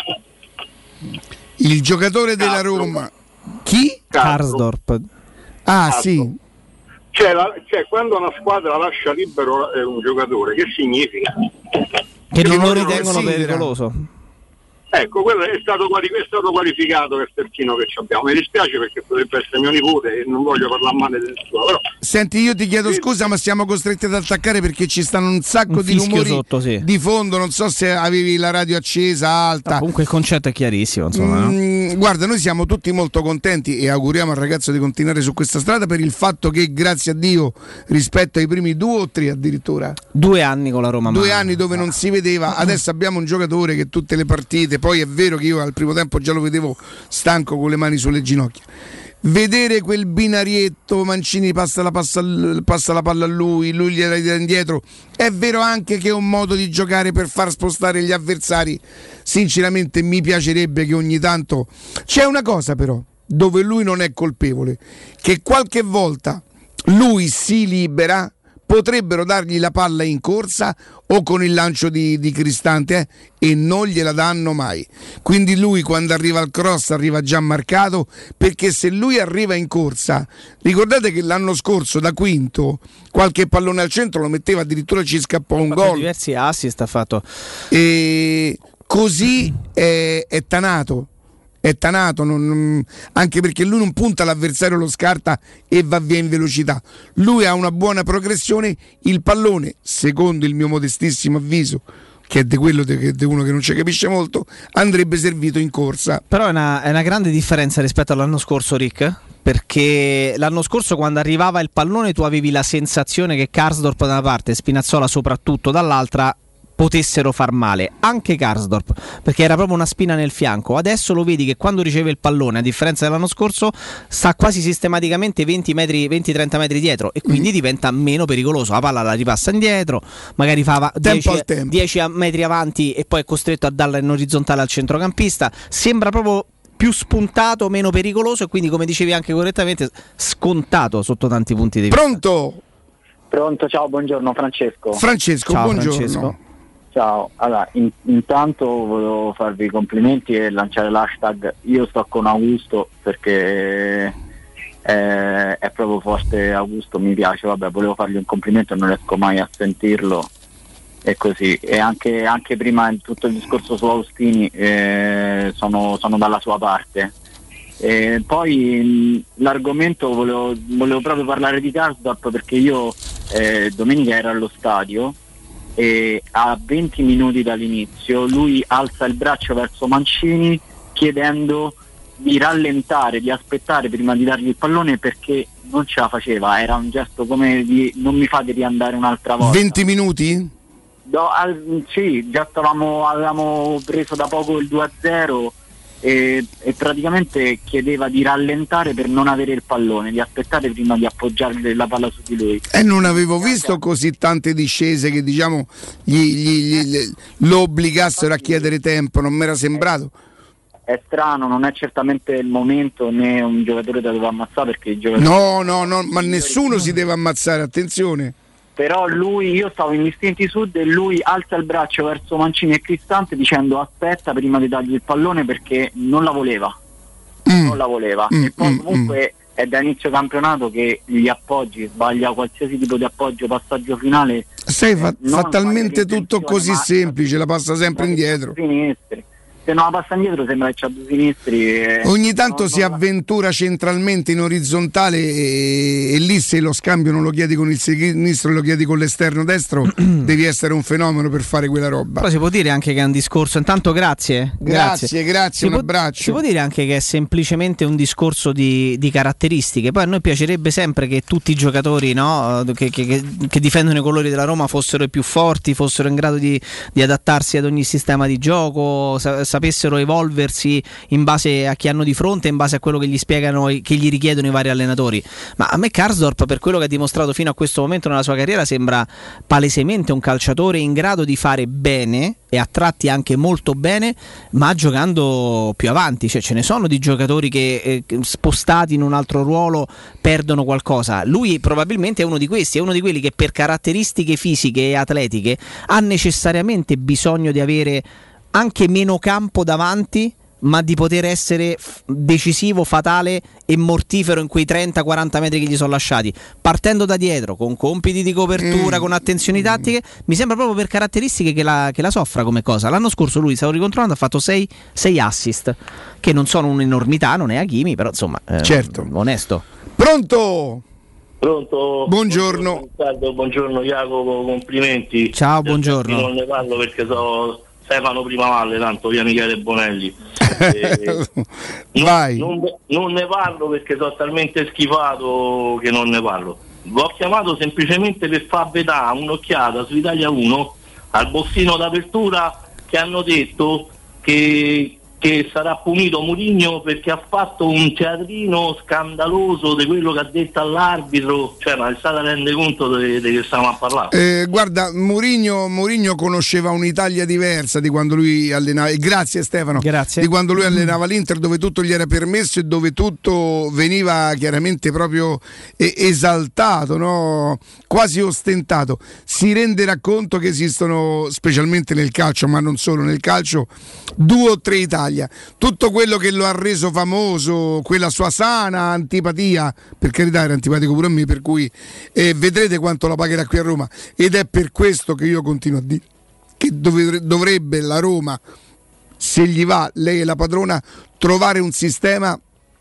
Il giocatore della Roma? Chi? Karsdorp. Ah, Karsdorp. Sì. Cioè, la, cioè, quando una squadra lascia libero eh, un giocatore, che significa? Che non lo ritengono pericoloso. Ecco, quello è stato, è stato qualificato il terzino che abbiamo. Mi dispiace perché potrebbe essere mio nipote e non voglio parlare male del suo. Però... Senti, io ti chiedo scusa, ma siamo costretti ad attaccare perché ci stanno un sacco un di rumori sotto, sì. di fondo. Non so se avevi la radio accesa alta. No, comunque il concetto è chiarissimo, insomma. Mm, no? Guarda, noi siamo tutti molto contenti e auguriamo al ragazzo di continuare su questa strada per il fatto che, grazie a Dio, rispetto ai primi due o tre addirittura due anni con la Roma, due ma... anni dove non si vedeva, adesso abbiamo un giocatore che tutte le partite, poi è vero che io al primo tempo già lo vedevo stanco con le mani sulle ginocchia. Vedere quel binarietto, Mancini passa la, passa, passa la palla a lui, lui gliela dà indietro, è vero anche che è un modo di giocare per far spostare gli avversari. Sinceramente mi piacerebbe che ogni tanto, c'è una cosa però dove lui non è colpevole, che qualche volta lui si libera, potrebbero dargli la palla in corsa o con il lancio di, di Cristante eh, e non gliela danno mai. Quindi lui quando arriva al cross arriva già marcato, perché se lui arriva in corsa, ricordate che l'anno scorso da quinto qualche pallone al centro lo metteva, addirittura ci scappò un gol. Diversi assist ha fatto. E così è, è tanato. È tanato, non, non, anche perché lui non punta l'avversario, lo scarta e va via in velocità. Lui ha una buona progressione, il pallone, secondo il mio modestissimo avviso, che è di quello di uno che non ci capisce molto, andrebbe servito in corsa. Però è una, è una grande differenza rispetto all'anno scorso, Rick, perché l'anno scorso quando arrivava il pallone tu avevi la sensazione che Karsdorp da una parte e Spinazzola soprattutto dall'altra potessero far male, anche Karsdorp, perché era proprio una spina nel fianco. Adesso lo vedi che quando riceve il pallone, a differenza dell'anno scorso, sta quasi sistematicamente venti trenta metri dietro e quindi mm. diventa meno pericoloso. La palla la ripassa indietro, magari fa dieci metri avanti e poi è costretto a darla in orizzontale al centrocampista. Sembra proprio più spuntato, meno pericoloso e quindi, come dicevi anche correttamente, scontato sotto tanti punti di vista. Pronto? Pronto, ciao, buongiorno Francesco. Francesco, ciao, buongiorno. Francesco. Ciao, allora in, intanto volevo farvi i complimenti e lanciare l'hashtag io sto con Augusto perché è, è proprio forte Augusto, mi piace, vabbè, volevo fargli un complimento e non riesco mai a sentirlo e così, e anche, anche prima in tutto il discorso su Austini eh, sono, sono dalla sua parte. E poi mh, l'argomento volevo, volevo proprio parlare di Karsdorp perché io eh, domenica ero allo stadio e a venti minuti dall'inizio lui alza il braccio verso Mancini chiedendo di rallentare, di aspettare prima di dargli il pallone perché non ce la faceva, era un gesto come di non mi fate riandare un'altra volta. venti minuti? No, al, sì, già stavamo, avevamo preso da poco il due a zero e, e praticamente chiedeva di rallentare per non avere il pallone, di aspettare prima di appoggiare la palla su di lui. E non avevo visto così tante discese che diciamo gli, gli, gli, lo obbligassero a chiedere tempo, non mi era sembrato. è strano, non è certamente il momento né un giocatore da dove ammazzare, perché i giocatori... No, no, no, ma nessuno si deve ammazzare, attenzione. Però lui, io stavo in Distinti Sud e lui alza il braccio verso Mancini e Cristante dicendo aspetta prima di dargli il pallone, perché non la voleva. Mm. Non la voleva. Mm, e poi comunque mm. è da inizio campionato che gli appoggi, sbaglia qualsiasi tipo di appoggio, passaggio finale. Sai, fa, fa talmente tutto così semplice, la passa sempre indietro. Sinistri. Se non la passa indietro sembra che c'ha due sinistri. E ogni tanto non, si non avventura la... centralmente in orizzontale e, e lì se lo scambio non lo chiedi con il sinistro e lo chiedi con l'esterno destro devi essere un fenomeno per fare quella roba. Però si può dire anche che è un discorso, intanto grazie grazie, grazie, grazie un può, abbraccio. Si può dire anche che è semplicemente un discorso di, di caratteristiche. Poi a noi piacerebbe sempre che tutti i giocatori, no, che, che, che difendono i colori della Roma fossero i più forti, fossero in grado di, di adattarsi ad ogni sistema di gioco, sapessero evolversi in base a chi hanno di fronte, in base a quello che gli spiegano, che gli richiedono i vari allenatori. Ma a me Karsdorp, per quello che ha dimostrato fino a questo momento nella sua carriera, sembra palesemente un calciatore in grado di fare bene e a tratti anche molto bene, ma giocando più avanti. Cioè, ce ne sono di giocatori che eh, spostati in un altro ruolo perdono qualcosa. Lui probabilmente è uno di questi, è uno di quelli che per caratteristiche fisiche e atletiche ha necessariamente bisogno di avere anche meno campo davanti, ma di poter essere f- decisivo, fatale e mortifero in quei trenta quaranta metri che gli sono lasciati, partendo da dietro, con compiti di copertura, mm. con attenzioni tattiche. Mi sembra proprio per caratteristiche che la, che la soffra come cosa. L'anno scorso lui, stavo ricontrollando, ha fatto sei assist, che non sono un'enormità, non è Hakimi, però insomma, eh, certo, onesto. Pronto? Pronto? Buongiorno. Buongiorno, buongiorno Jacopo, complimenti. Ciao, buongiorno. Non ne parlo perché so Stefano Primavalle, tanto via Michele Bonelli. Eh, Vai. Non, non, non ne parlo perché sono talmente schifato che non ne parlo. L'ho chiamato semplicemente per far vedere un'occhiata su Italia uno al bossino d'apertura che hanno detto che, che sarà punito Mourinho perché ha fatto un teatrino scandaloso di quello che ha detto all'arbitro. Cioè, ma è stata rende conto di che stavamo a parlare? Eh, guarda, Mourinho, Mourinho conosceva un'Italia diversa di quando lui allenava, e grazie Stefano, grazie. Di quando lui allenava l'Inter, dove tutto gli era permesso e dove tutto veniva chiaramente proprio eh, esaltato, no? Quasi ostentato. Si renderà conto che esistono, specialmente nel calcio, ma non solo nel calcio, due o tre Italie. Tutto quello che lo ha reso famoso, quella sua sana antipatia, per carità era antipatico pure a me, per cui eh, vedrete quanto la pagherà qui a Roma. Ed è per questo che io continuo a dire che dovrebbe la Roma, se gli va, lei è la padrona, trovare un sistema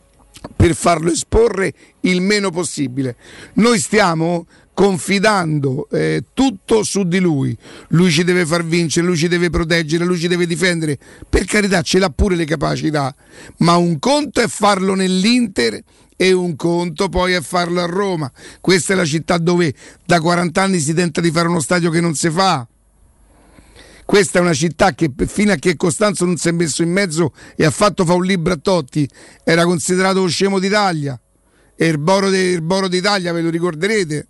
per farlo esporre il meno possibile. Noi stiamo confidando eh, tutto su di lui. Lui ci deve far vincere, lui ci deve proteggere, lui ci deve difendere. Per carità, ce l'ha pure le capacità, ma un conto è farlo nell'Inter e un conto poi è farlo a Roma. Questa è la città dove da quaranta anni si tenta di fare uno stadio che non si fa. Questa è una città che fino a che Costanzo non si è messo in mezzo e ha fatto fa un libro a Totti era considerato lo scemo d'Italia. E il Boro, de, il Boro d'Italia, ve lo ricorderete?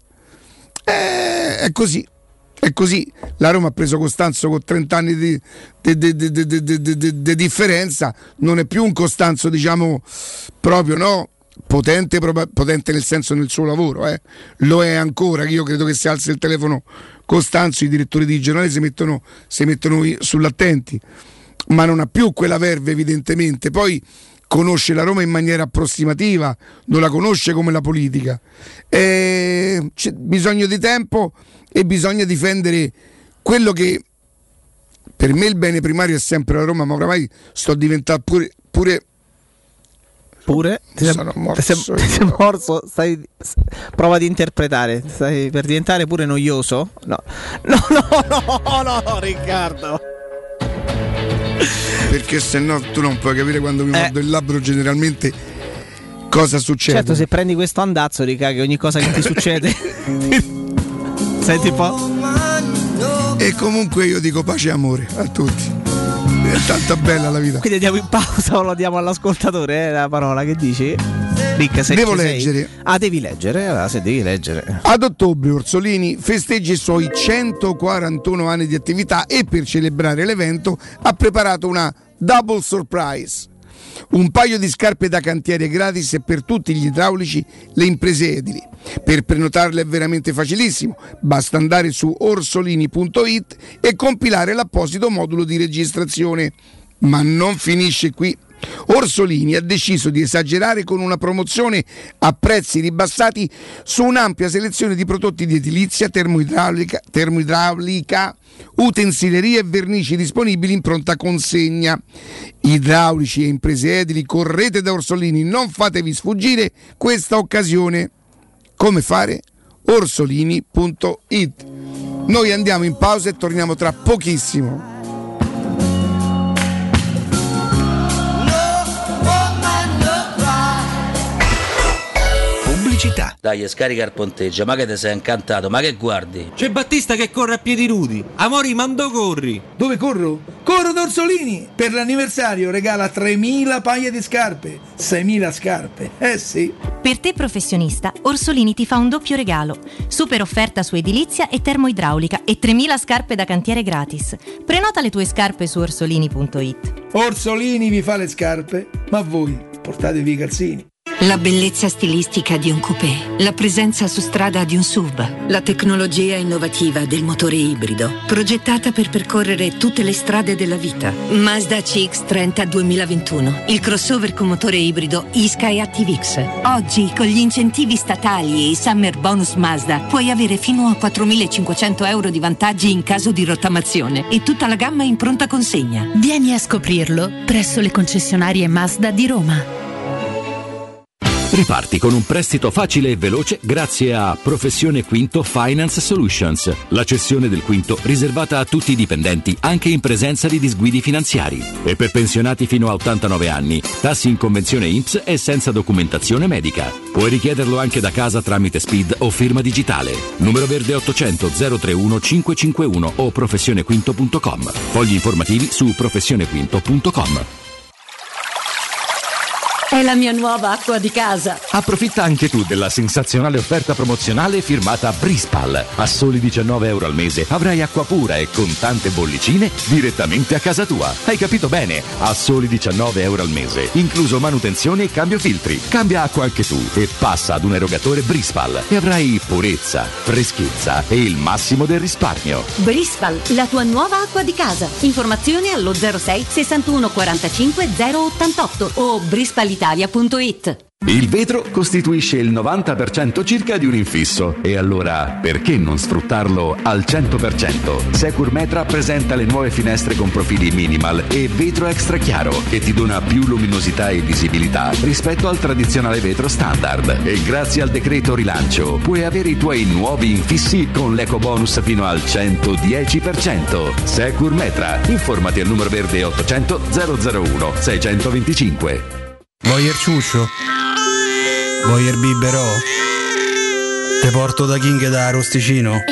Eh, è così, è così. La Roma ha preso Costanzo con trenta anni di, di, di, di, di, di, di, di, di differenza. Non è più un Costanzo, diciamo, proprio, no? Potente, potente nel senso nel suo lavoro, eh. Lo è ancora. Io credo che se alza il telefono Costanzo, i direttori di giornale si mettono, si mettono sull'attenti, ma non ha più quella verve evidentemente. Poi conosce la Roma in maniera approssimativa, non la conosce come la politica. Eh, c'è bisogno di tempo e bisogna difendere quello che per me il bene primario è sempre la Roma, ma oramai sto diventando pure pure pure ti sei, sono morso, ti sei, ti sei morso stai, prova ad interpretare, stai per diventare pure noioso? No, no, no, no, no, no Riccardo. Perché se no tu non puoi capire quando mi mordo eh. il labbro generalmente cosa succede. Certo, se prendi questo andazzo, Rica, che ogni cosa che ti succede senti un po'. E comunque io dico pace e amore a tutti. È tanta bella la vita. Quindi andiamo in pausa o lo diamo all'ascoltatore, eh, la parola che dici? Ricca, se devo ci leggere. Sei. Ah, devi leggere? Allora, se devi leggere. Ad ottobre Orsolini festeggia i suoi centoquarantuno anni di attività e per celebrare l'evento ha preparato una double surprise. Un paio di scarpe da cantiere gratis per tutti gli idraulici, le imprese edili. Per prenotarle è veramente facilissimo, basta andare su orsolini punto it e compilare l'apposito modulo di registrazione. Ma non finisce qui. Orsolini ha deciso di esagerare con una promozione a prezzi ribassati su un'ampia selezione di prodotti di edilizia, termoidraulica, termoidraulica, utensilerie e vernici disponibili in pronta consegna. Idraulici e imprese edili, correte da Orsolini, non fatevi sfuggire questa occasione. Come fare? orsolini punto it. Noi andiamo in pausa e torniamo tra pochissimo. Dai, scarica il ponteggio, ma che te sei incantato, ma che guardi? C'è Battista che corre a piedi nudi. Amori, mando corri. Dove corro? Corro da Orsolini. Per l'anniversario regala tremila paia di scarpe, seimila scarpe. Eh sì. Per te professionista, Orsolini ti fa un doppio regalo. Super offerta su edilizia e termoidraulica e tremila scarpe da cantiere gratis. Prenota le tue scarpe su orsolini punto it. Orsolini vi fa le scarpe, ma voi portatevi i calzini. La bellezza stilistica di un coupé, la presenza su strada di un S U V, la tecnologia innovativa del motore ibrido, progettata per percorrere tutte le strade della vita. Mazda C X trenta duemilaventuno, il crossover con motore ibrido I-Sky ActiveX. Oggi, con gli incentivi statali e i Summer Bonus Mazda, puoi avere fino a quattromilacinquecento euro di vantaggi in caso di rottamazione e tutta la gamma in pronta consegna. Vieni a scoprirlo presso le concessionarie Mazda di Roma. Riparti con un prestito facile e veloce grazie a Professione Quinto Finance Solutions, la cessione del quinto riservata a tutti i dipendenti anche in presenza di disguidi finanziari. E per pensionati fino a ottantanove anni, tassi in convenzione I N P S e senza documentazione medica. Puoi richiederlo anche da casa tramite S P I D o firma digitale. Numero verde ottocento zero trentuno cinquecentocinquantuno o professionequinto punto com. Fogli informativi su professionequinto punto com. È la mia nuova acqua di casa. Approfitta anche tu della sensazionale offerta promozionale firmata Brispal. A soli diciannove euro al mese avrai acqua pura e con tante bollicine direttamente a casa tua. Hai capito bene? A soli diciannove euro al mese, incluso manutenzione e cambio filtri. Cambia acqua anche tu e passa ad un erogatore Brispal e avrai purezza, freschezza e il massimo del risparmio. Brispal, la tua nuova acqua di casa. Informazioni allo zero sei sessantuno quarantacinque zero ottantotto o brispal italia punto it. Il vetro costituisce il novanta per cento circa di un infisso e allora perché non sfruttarlo al cento per cento? Securmetra presenta le nuove finestre con profili minimal e vetro extra chiaro che ti dona più luminosità e visibilità rispetto al tradizionale vetro standard e grazie al decreto rilancio puoi avere i tuoi nuovi infissi con l'eco bonus fino al centodieci per cento. Securmetra, informati al numero verde ottocento zero zero uno seicentoventicinque. Voyer ciuscio? Voyer biberò? Te porto da King da Arosticino?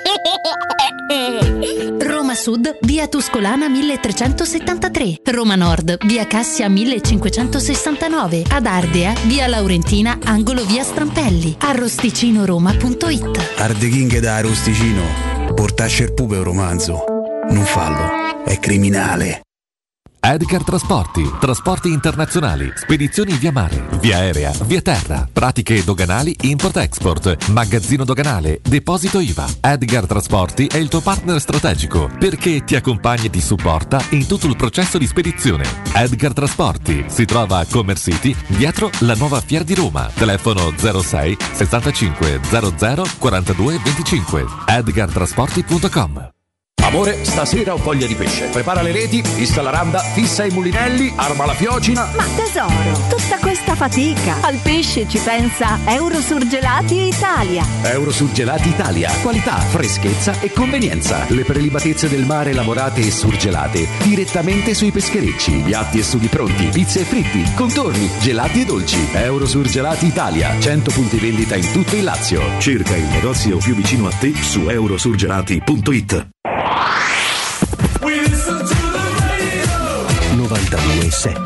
Roma Sud, via Tuscolana milletrecentosettantatré. Roma Nord, via Cassia millecinquecentosessantanove. Ad Ardea, via Laurentina, angolo via Strampelli. arrosticinoroma punto it. Arde King da Arosticino. Portasce il pupe un romanzo. Non fallo, è criminale. Edgar Trasporti, trasporti internazionali, spedizioni via mare, via aerea, via terra, pratiche doganali import-export, magazzino doganale, deposito I V A. Edgar Trasporti è il tuo partner strategico perché ti accompagna e ti supporta in tutto il processo di spedizione. Edgar Trasporti si trova a Commerce City, dietro la nuova Fiera di Roma. Telefono zero sei sessantacinque zero zero quarantadue venticinque. edgar trasporti punto com. Amore, stasera ho voglia di pesce. Prepara le reti, fissa la randa, fissa i mulinelli, arma la fiocina. Ma tesoro, tutta questa fatica. Al pesce ci pensa Eurosurgelati Italia. Eurosurgelati Italia. Qualità, freschezza e convenienza. Le prelibatezze del mare lavorate e surgelate direttamente sui pescherecci. Piatti e sughi pronti, pizze e fritti, contorni, gelati e dolci. Eurosurgelati Italia. cento punti vendita in tutto il Lazio. Cerca il negozio più vicino a te su eurosurgelati punto it. novantadue sette.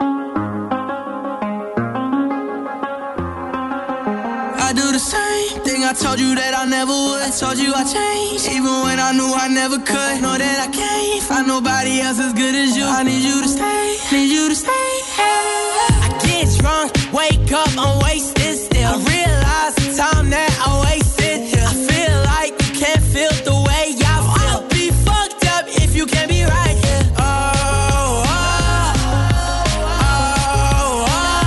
I do the same thing Think I told you that I never would. I told you I changed, even when I knew I never could. Know that I can't find nobody else as good as you. I need you to stay, need you to stay. I get drunk, wake up, I'm wasted still. I realize the time that I wasted here. I feel like you can't feel the way I feel. I'll be fucked up if you can't be right here. Oh, oh, oh, oh,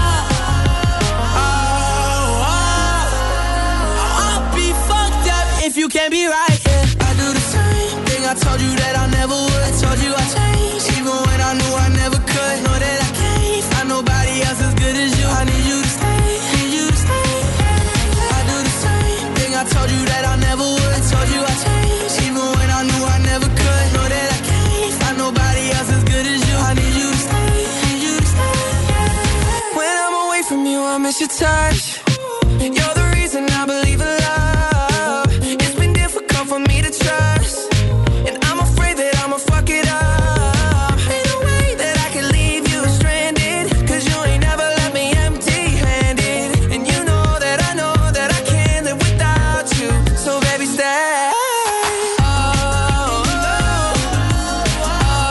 oh, oh. I'll be fucked up if you can't be right here. I do the same thing I told you that I never would. I told you I changed, even when I knew I never could. Know that I can't find nobody else as good as you. I need you to stay, need you to stay. I do the same thing I told you that I never would. I told you I changed, even when I knew I never could. Know that I can't find nobody else as good as you. I need you to stay, need you to stay. When I'm away from you, I miss your touch. You're the reason I believe in love. It's been difficult for me to trust, and I'm afraid that I'ma fuck it up. Ain't no way that I can leave you stranded, cause you ain't never left me empty-handed. And you know that I know that I can't live without you. So baby, stay. Oh, oh, oh,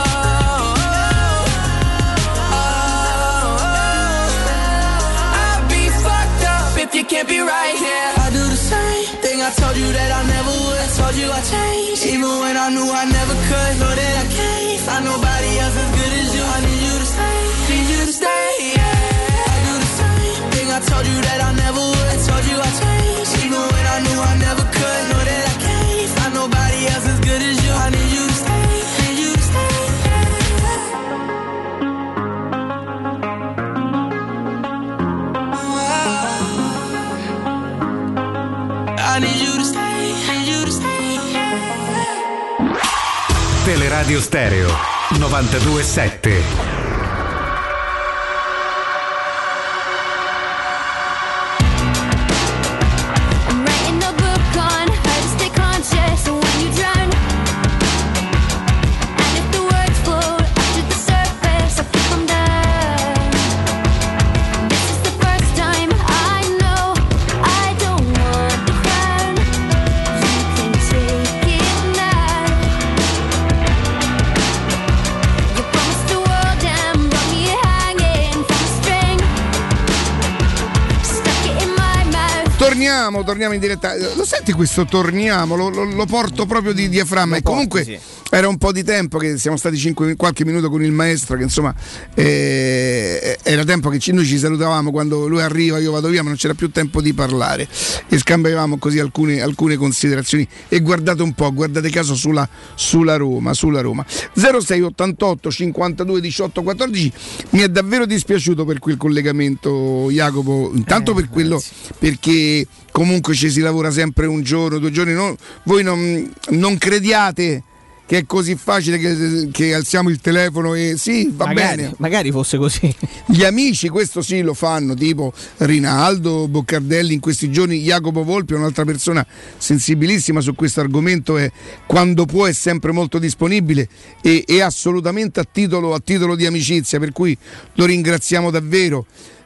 oh, oh. I'll be fucked up if you can't be right here. I do the same thing I told you that I never would. I told you I changed, even when I knew I never could. Know that I can't find nobody else as good as you. I need you to stay, need you to stay, yeah. I do the same thing I told you that I never would. I told you I changed, even when I knew I never could. Know that I can't find nobody else as good as you. I need you to stay, need you to stay, I need you to stay, need you to stay. Teleradio Stereo novantadue sette. I'm writing a book on how to stay conscious when you drown. And if the words float up to the surface, I flip them down. This is the first time I know I don't want the crown. You can take it now. You promised the world and brought me hanging from a string. Stuck it in my mouth. Torniamo, torniamo in diretta. Lo senti questo torniamo? Lo, lo- lo porto proprio di diaframma. E comunque sì. era un po' di tempo che siamo stati cinque, qualche minuto con il maestro, che insomma eh, era tempo che ci- noi ci salutavamo quando lui arriva, io vado via, ma non c'era più tempo di parlare. E scambiavamo così alcune, alcune considerazioni. E guardate un po', guardate caso sulla, sulla Roma, sulla Roma. zero sei ottantotto cinquantadue diciotto quattordici. Mi è davvero dispiaciuto per quel collegamento, Jacopo, intanto Eh, per quello, perché comunque ci si lavora sempre un giorno, due giorni. No, voi non, non crediate che è così facile che, che alziamo il telefono e sì, va magari, bene. magari fosse così. Gli amici questo sì lo fanno, tipo Rinaldo, Boccardelli in questi giorni, Jacopo Volpi è un'altra persona sensibilissima su questo argomento, e quando può è sempre molto disponibile e, e assolutamente a titolo, a titolo di amicizia, per cui lo ringraziamo davvero.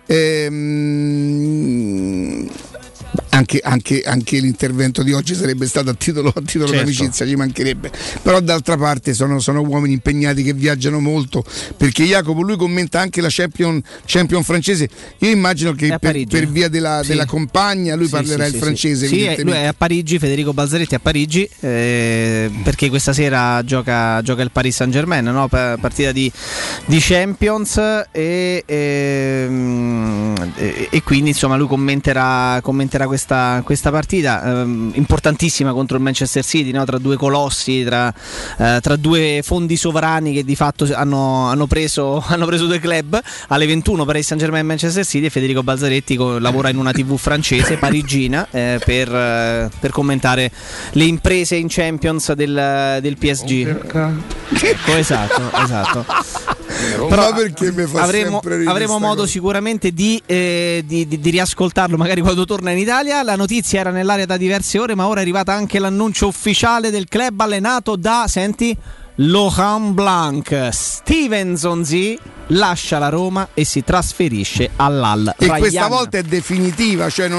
Ehm, Anche, anche, anche l'intervento di oggi sarebbe stato a titolo, a titolo Certo. d'amicizia, ci mancherebbe. Però d'altra parte sono, sono uomini impegnati che viaggiano molto, perché Jacopo lui commenta anche la Champion, Champion francese. Io immagino È che a per, Parigi. per via della, Sì. della compagna lui Sì, parlerà sì, il sì, francese. sì. Sì, è- lui evidentemente. è a Parigi, Federico Balzaretti è a Parigi, eh, perché questa sera gioca, gioca il Paris Saint Germain, no? Pa- partita di, di Champions, e, ehm, e, e quindi insomma lui commenterà, commenterà questa, questa partita ehm, importantissima contro il Manchester City, no? Tra due colossi, tra, eh, tra due fondi sovrani che di fatto hanno, hanno, preso, hanno preso due club. Alle ventuno Paris Saint Germain e Manchester City, e Federico Balzaretti co- lavora in una tivù francese parigina eh, per, eh, per commentare le imprese in Champions del, del P S G. Ecco, esatto, esatto. Però perché mi fa avremo, sempre ridere avremo sta modo cosa. sicuramente di, eh, di, di, di riascoltarlo magari quando torna in Italia. La notizia era nell'aria da diverse ore, ma ora è arrivata anche l'annuncio ufficiale del club allenato da, senti, Laurent Blanc. Stevenson Z lascia la Roma e si trasferisce all'Al E Rayyan. questa volta è definitiva, cioè non,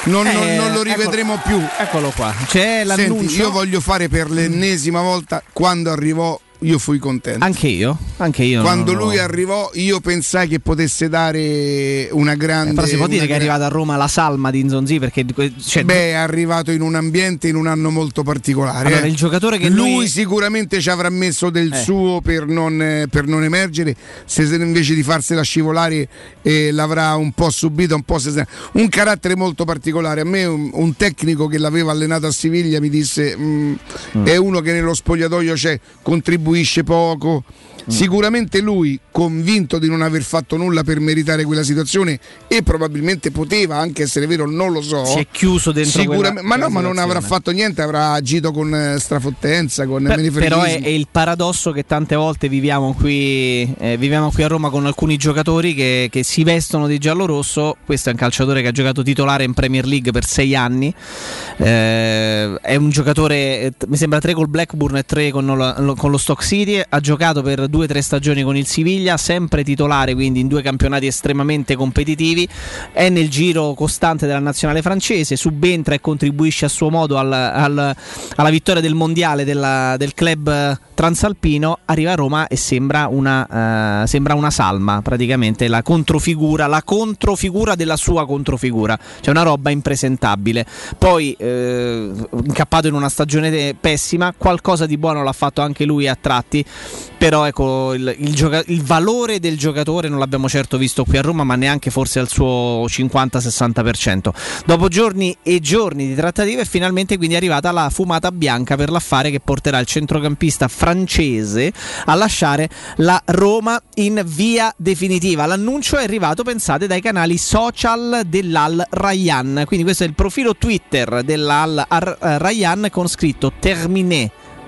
non, Eh, non- non lo rivedremo ecco- più. Eccolo qua. C'è l'annuncio. Senti, io voglio fare per l'ennesima volta, quando arrivò io fui contento. Anche io, anche io. Quando non lo- lui arrivò io pensai che potesse dare una grande... Eh, però si può dire una che è gra- arrivata a Roma la salma di Nzonzi, perché cioè, Beh, è arrivato in un ambiente, in un anno molto particolare. Allora, eh. il giocatore che lui noi- sicuramente ci avrà messo del Eh. suo per non, eh, per non emergere, se se invece di farsela scivolare eh, l'avrà un po' subita, un po' se- un carattere molto particolare. A me un, un tecnico che l'aveva allenato a Siviglia mi disse "Mm, Mm. è uno che nello spogliatoio c'è, contribuisce poco". Sicuramente lui, convinto di non aver fatto nulla per meritare quella situazione, e probabilmente poteva anche essere vero, non lo so. Si è chiuso dentro Sicuramente, quella- ma no, quella ma non avrà situazione. fatto niente, avrà agito con eh, strafottenza, con Per- menefreghismo. però è, è il paradosso che tante volte viviamo qui, eh, viviamo qui a Roma con alcuni giocatori che, che si vestono di giallo-rosso. Questo è un calciatore che ha giocato titolare in Premier League per sei anni, eh, è un giocatore, eh, mi sembra tre col Blackburn e tre con lo, con lo Stoke City, ha giocato per due o tre stagioni con il Siviglia, sempre titolare, quindi in due campionati estremamente competitivi, è nel giro costante della nazionale francese, subentra e contribuisce a suo modo al- al- alla vittoria del mondiale della- del club transalpino, arriva a Roma e sembra una, eh, sembra una salma, praticamente la controfigura, la controfigura della sua controfigura, cioè una roba impresentabile. Poi eh, incappato in una stagione de- pessima, qualcosa di buono l'ha fatto anche lui a tratti, però ecco il, il gioca- il valore del giocatore non l'abbiamo certo visto qui a Roma, ma neanche forse al suo cinquanta sessanta per cento. Dopo giorni e giorni di trattative, finalmente quindi è arrivata la fumata bianca per l'affare che porterà il centrocampista francese a lasciare la Roma in via definitiva. L'annuncio è arrivato, pensate, dai canali social dell'Al Rayyan, quindi questo è il profilo Twitter dell'Al Ar- Rayyan con scritto terminé,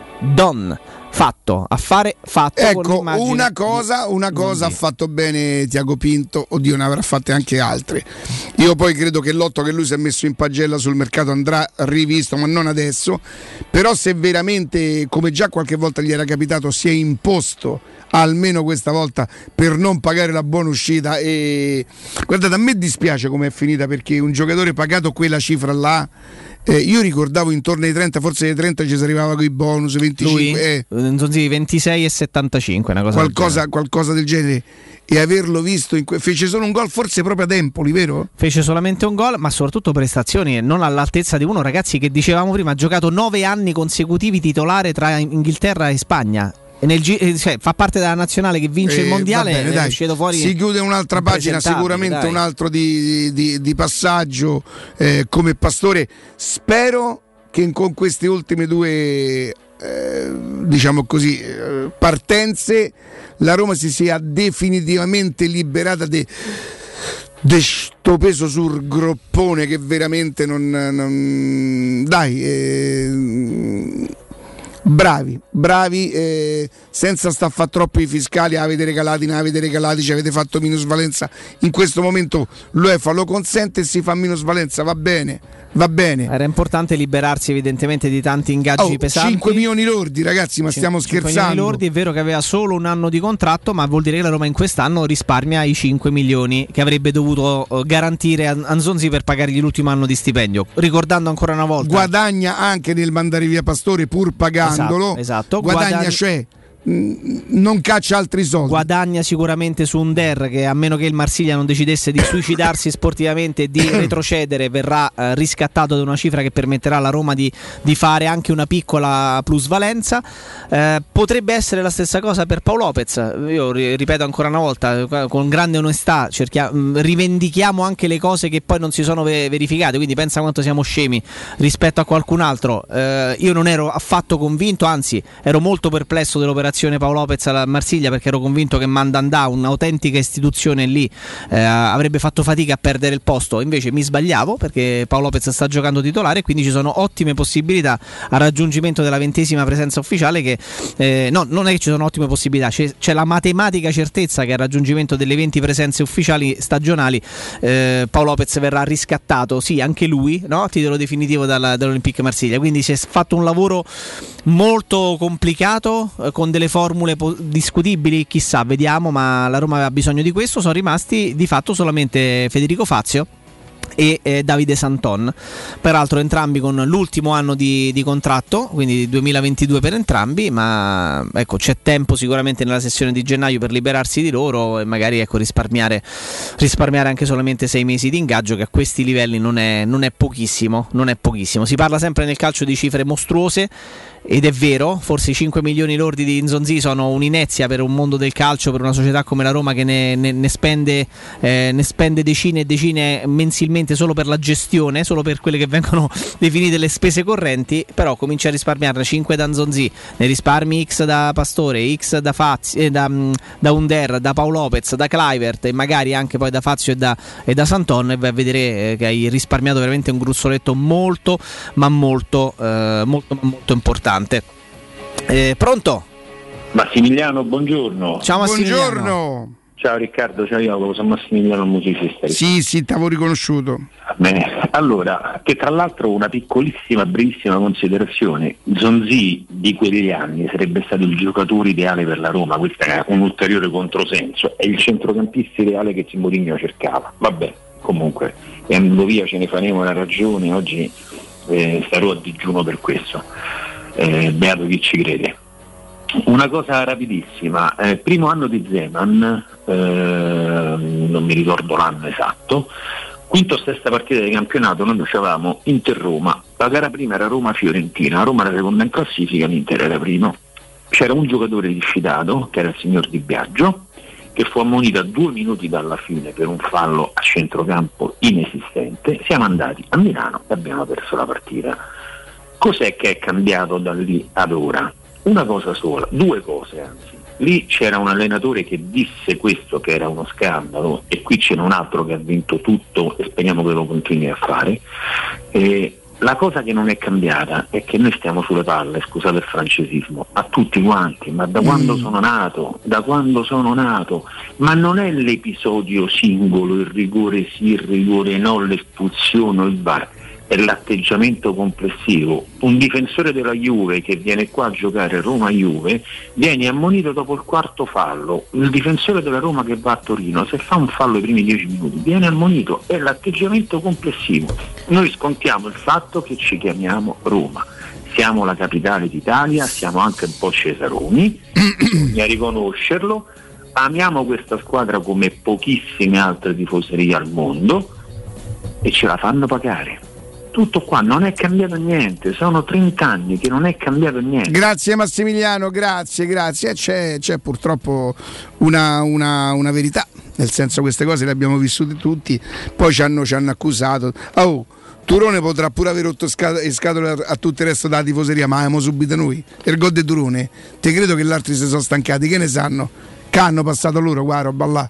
don, fatto, affare fatto. con Ecco, l'immagine una di cosa, una cosa ha Nzonzi. fatto bene Tiago Pinto, oddio ne avrà fatte anche altre. Io poi credo che l'otto che lui si è messo in pagella sul mercato andrà rivisto, ma non adesso. Però se veramente, come già qualche volta gli era capitato, si è imposto almeno questa volta per non pagare la buona uscita, e guardate, a me dispiace come è finita, perché un giocatore pagato quella cifra là, eh, io ricordavo intorno ai trenta, forse ai trenta ci si arrivava con i bonus venticinque, Lui, eh, Nzonzi ventisei e settantacinque, una cosa del qualcosa, genere. qualcosa del genere, e averlo visto in que- fece solo un gol, forse proprio ad Empoli, vero? Fece solamente un gol, ma soprattutto prestazioni non all'altezza di uno, ragazzi, che dicevamo prima ha giocato nove anni consecutivi titolare tra Inghilterra e Spagna. E nel gi- eh, cioè, fa parte della nazionale che vince Eh, il mondiale, va bene, è dai. uscito fuori. Si chiude un'altra pagina, impresentabile, sicuramente dai. un altro di, di- di passaggio eh, come Pastore. Spero che con queste ultime due eh, diciamo così eh, partenze la Roma si sia definitivamente liberata de, de sto peso sul groppone che veramente non, non dai eh, bravi, bravi, eh, senza sta a fare troppi fiscali, avete regalati, ne avete regalati, ci avete fatto minusvalenza. In questo momento l'UEFA lo consente e si fa minusvalenza, va bene, va bene. Era importante liberarsi evidentemente di tanti ingaggi Oh, pesanti. cinque milioni lordi, ragazzi, ma stiamo cinque milioni scherzando. lordi, è vero che aveva solo un anno di contratto, ma vuol dire che la Roma in quest'anno risparmia i cinque milioni che avrebbe dovuto eh, garantire a a Nzonzi per pagargli l'ultimo anno di stipendio. Ricordando ancora una volta, Guadagna anche nel mandare via Pastore pur pagandolo. Esatto, esatto. Guadagna, Guadagna- cioè mh, non caccia altri soldi. guadagna sicuramente su un Der che, a meno che il Marsiglia non decidesse di suicidarsi sportivamente e di retrocedere, verrà eh, riscattato da una cifra che permetterà alla Roma di, di fare anche una piccola plusvalenza. Eh, potrebbe essere la stessa cosa per Paolo Lopez. Io ri- ripeto ancora una volta, eh, con grande onestà cerchia- mh, rivendichiamo anche le cose che poi non si sono ve- verificate, quindi pensa quanto siamo scemi rispetto a qualcun altro. Eh, io non ero affatto convinto, anzi ero molto perplesso dell'operazione Paolo Lopez alla Marsiglia, perché ero convinto che Mandandà, un'autentica istituzione lì, eh, avrebbe fatto fatica a perdere il posto. Invece mi sbagliavo, perché Paolo Lopez sta giocando titolare e quindi ci sono ottime possibilità al raggiungimento della ventesima presenza ufficiale, che eh, no, non è che ci sono ottime possibilità, c'è, c'è la matematica certezza che al raggiungimento delle venti presenze ufficiali stagionali eh, Paolo Lopez verrà riscattato, sì, anche lui, no? A titolo definitivo dalla, dall'Olympique Marsiglia. Quindi si è fatto un lavoro molto complicato, eh, con delle formule po- discutibili, chissà, vediamo, ma la Roma aveva bisogno di questo. Sono rimasti di fatto solamente Federico Fazio e eh, Davide Santon, peraltro entrambi con l'ultimo anno di, di contratto, quindi duemilaventidue per entrambi, ma ecco, c'è tempo sicuramente nella sessione di gennaio per liberarsi di loro e magari ecco, risparmiare, risparmiare anche solamente sei mesi di ingaggio, che a questi livelli non è, non è pochissimo, non è pochissimo. Si parla sempre nel calcio di cifre mostruose, ed è vero, forse i cinque milioni lordi di Nzonzi sono un'inezia per un mondo del calcio, per una società come la Roma che ne, ne, ne, spende, eh, ne spende decine e decine mensilmente solo per la gestione, solo per quelle che vengono definite le spese correnti. Però comincia a risparmiarne cinque da Nzonzi, ne risparmi X da Pastore, X da Fazio, eh, da, da Under, da Paolo Lopez, da Kluivert e magari anche poi da Fazio e da, e da Santon, e vai a vedere eh, che hai risparmiato veramente un gruzzoletto molto ma molto eh, molto, molto importante. Eh, pronto? Massimiliano, buongiorno. Ciao Massimiliano. Buongiorno. Ciao Riccardo, ciao Jacopo, sono Massimiliano, musicista. Sì, sì, t'avevo riconosciuto. Bene, allora, che tra l'altro una piccolissima, brevissima considerazione, Nzonzi di quegli anni sarebbe stato il giocatore ideale per la Roma, questo è un ulteriore controsenso, è il centrocampista ideale che Mourinho cercava. Vabbè, comunque, andando via ce ne faremo una ragione, oggi eh, starò a digiuno per questo, eh, beato chi ci crede. Una cosa rapidissima, eh, primo anno di Zeman, eh, non mi ricordo l'anno esatto, quinto o sesta partita di campionato, noi avevamo Inter-Roma, la gara prima era Roma-Fiorentina, Roma era seconda in classifica, l'Inter era primo, c'era un giocatore diffidato che era il signor Di Biagio, che fu ammonito a due minuti dalla fine per un fallo a centrocampo inesistente. Siamo andati a Milano e abbiamo perso la partita. Cos'è che è cambiato da lì ad ora? Una cosa sola, due cose anzi. Lì c'era un allenatore che disse questo, che era uno scandalo, e qui c'era un altro che ha vinto tutto e speriamo che lo continui a fare. E la cosa che non è cambiata è che noi stiamo sulle palle, scusate il francesismo, a tutti quanti, ma da quando sono nato, da quando sono nato, ma non è l'episodio singolo, il rigore sì, il rigore no, l'espulsione o il V A R, è l'atteggiamento complessivo. Un difensore della Juve che viene qua a giocare Roma-Juve viene ammonito dopo il quarto fallo, il difensore della Roma che va a Torino, se fa un fallo ai primi dieci minuti viene ammonito, è l'atteggiamento complessivo. Noi scontiamo il fatto che ci chiamiamo Roma, siamo la capitale d'Italia, siamo anche un po' cesaroni, bisogna riconoscerlo, amiamo questa squadra come pochissime altre tifoserie al mondo e ce la fanno pagare. Tutto qua, non è cambiato niente, sono trenta anni che non è cambiato niente. Grazie Massimiliano, grazie, grazie. C'è, c'è purtroppo una, una, una verità, nel senso queste cose le abbiamo vissute tutti, poi ci hanno, ci hanno accusato. Oh, Turone potrà pure aver rotto scatole, scatole a, a tutto il resto della tifoseria, ma abbiamo subito noi. Ergo de Turone, te credo che gli altri si sono stancati, che ne sanno? Che hanno passato loro, qua roba là.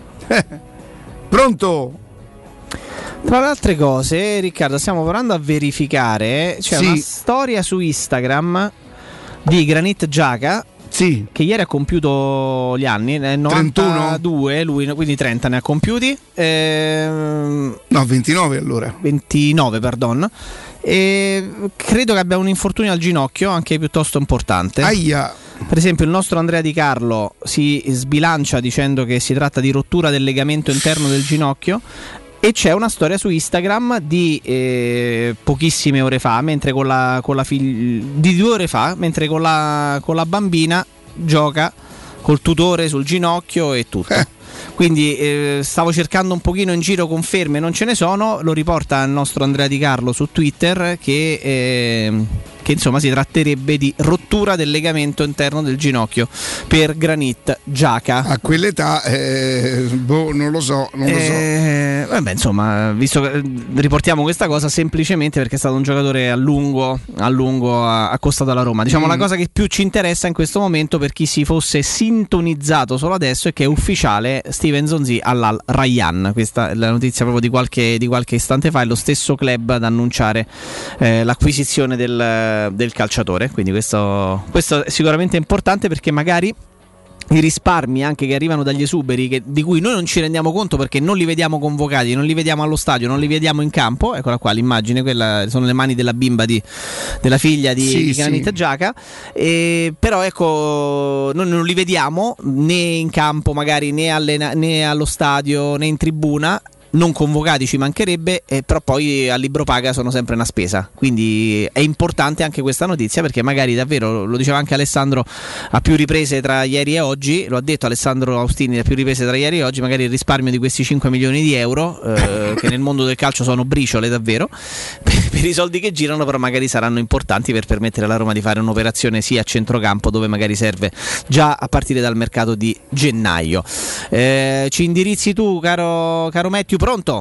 Pronto? Tra le altre cose, Riccardo, stiamo provando a verificare, c'è Sì. una storia su Instagram di Granit Xhaka, sì, che ieri ha compiuto gli anni, nel novantadue, lui, quindi trenta ne ha compiuti. Ehm, no, ventinove allora. ventinove, pardon. E credo che abbia un infortunio al ginocchio, anche piuttosto importante. Aia. Per esempio il nostro Andrea Di Carlo si sbilancia dicendo che si tratta di rottura del legamento interno del ginocchio. E c'è una storia su Instagram di eh, pochissime ore fa, mentre con la, con la figlia di due ore fa, mentre con la, con la bambina gioca col tutore sul ginocchio e tutto. Eh. Quindi eh, stavo cercando un pochino in giro conferme, non ce ne sono. Lo riporta il nostro Andrea Di Carlo su Twitter che, eh, che insomma si tratterebbe di rottura del legamento interno del ginocchio per Granit Xhaka. A quell'età eh, boh, non lo so, non lo so. Eh, vabbè, insomma, visto che riportiamo questa cosa semplicemente perché è stato un giocatore a lungo, a lungo accostato alla Roma. Diciamo mm. la cosa che più ci interessa in questo momento, per chi si fosse sintonizzato solo adesso, è che è ufficiale Steven Nzonzi all'Al Rayyan. Questa è la notizia proprio di qualche, di qualche istante fa, è lo stesso club ad annunciare eh, l'acquisizione del, del calciatore. Quindi questo, questo è sicuramente importante, perché magari i risparmi anche che arrivano dagli esuberi, che, di cui noi non ci rendiamo conto perché non li vediamo convocati, non li vediamo allo stadio, non li vediamo in campo. Eccola qua l'immagine, quella sono le mani della bimba di, della figlia di, sì, di Granit sì. Xhaka, e, però ecco, noi non li vediamo né in campo magari, né, allena, né allo stadio, né in tribuna. non convocati, ci mancherebbe, eh, però poi al libro paga sono sempre una spesa, quindi è importante anche questa notizia, perché magari davvero, lo diceva anche Alessandro a più riprese tra ieri e oggi, lo ha detto Alessandro Austini a più riprese tra ieri e oggi, magari il risparmio di questi cinque milioni di euro eh, che nel mondo del calcio sono briciole davvero per, per i soldi che girano, però magari saranno importanti per permettere alla Roma di fare un'operazione sia a centrocampo, dove magari serve già a partire dal mercato di gennaio. Eh, ci indirizzi tu, caro, caro Matthew? Pronto?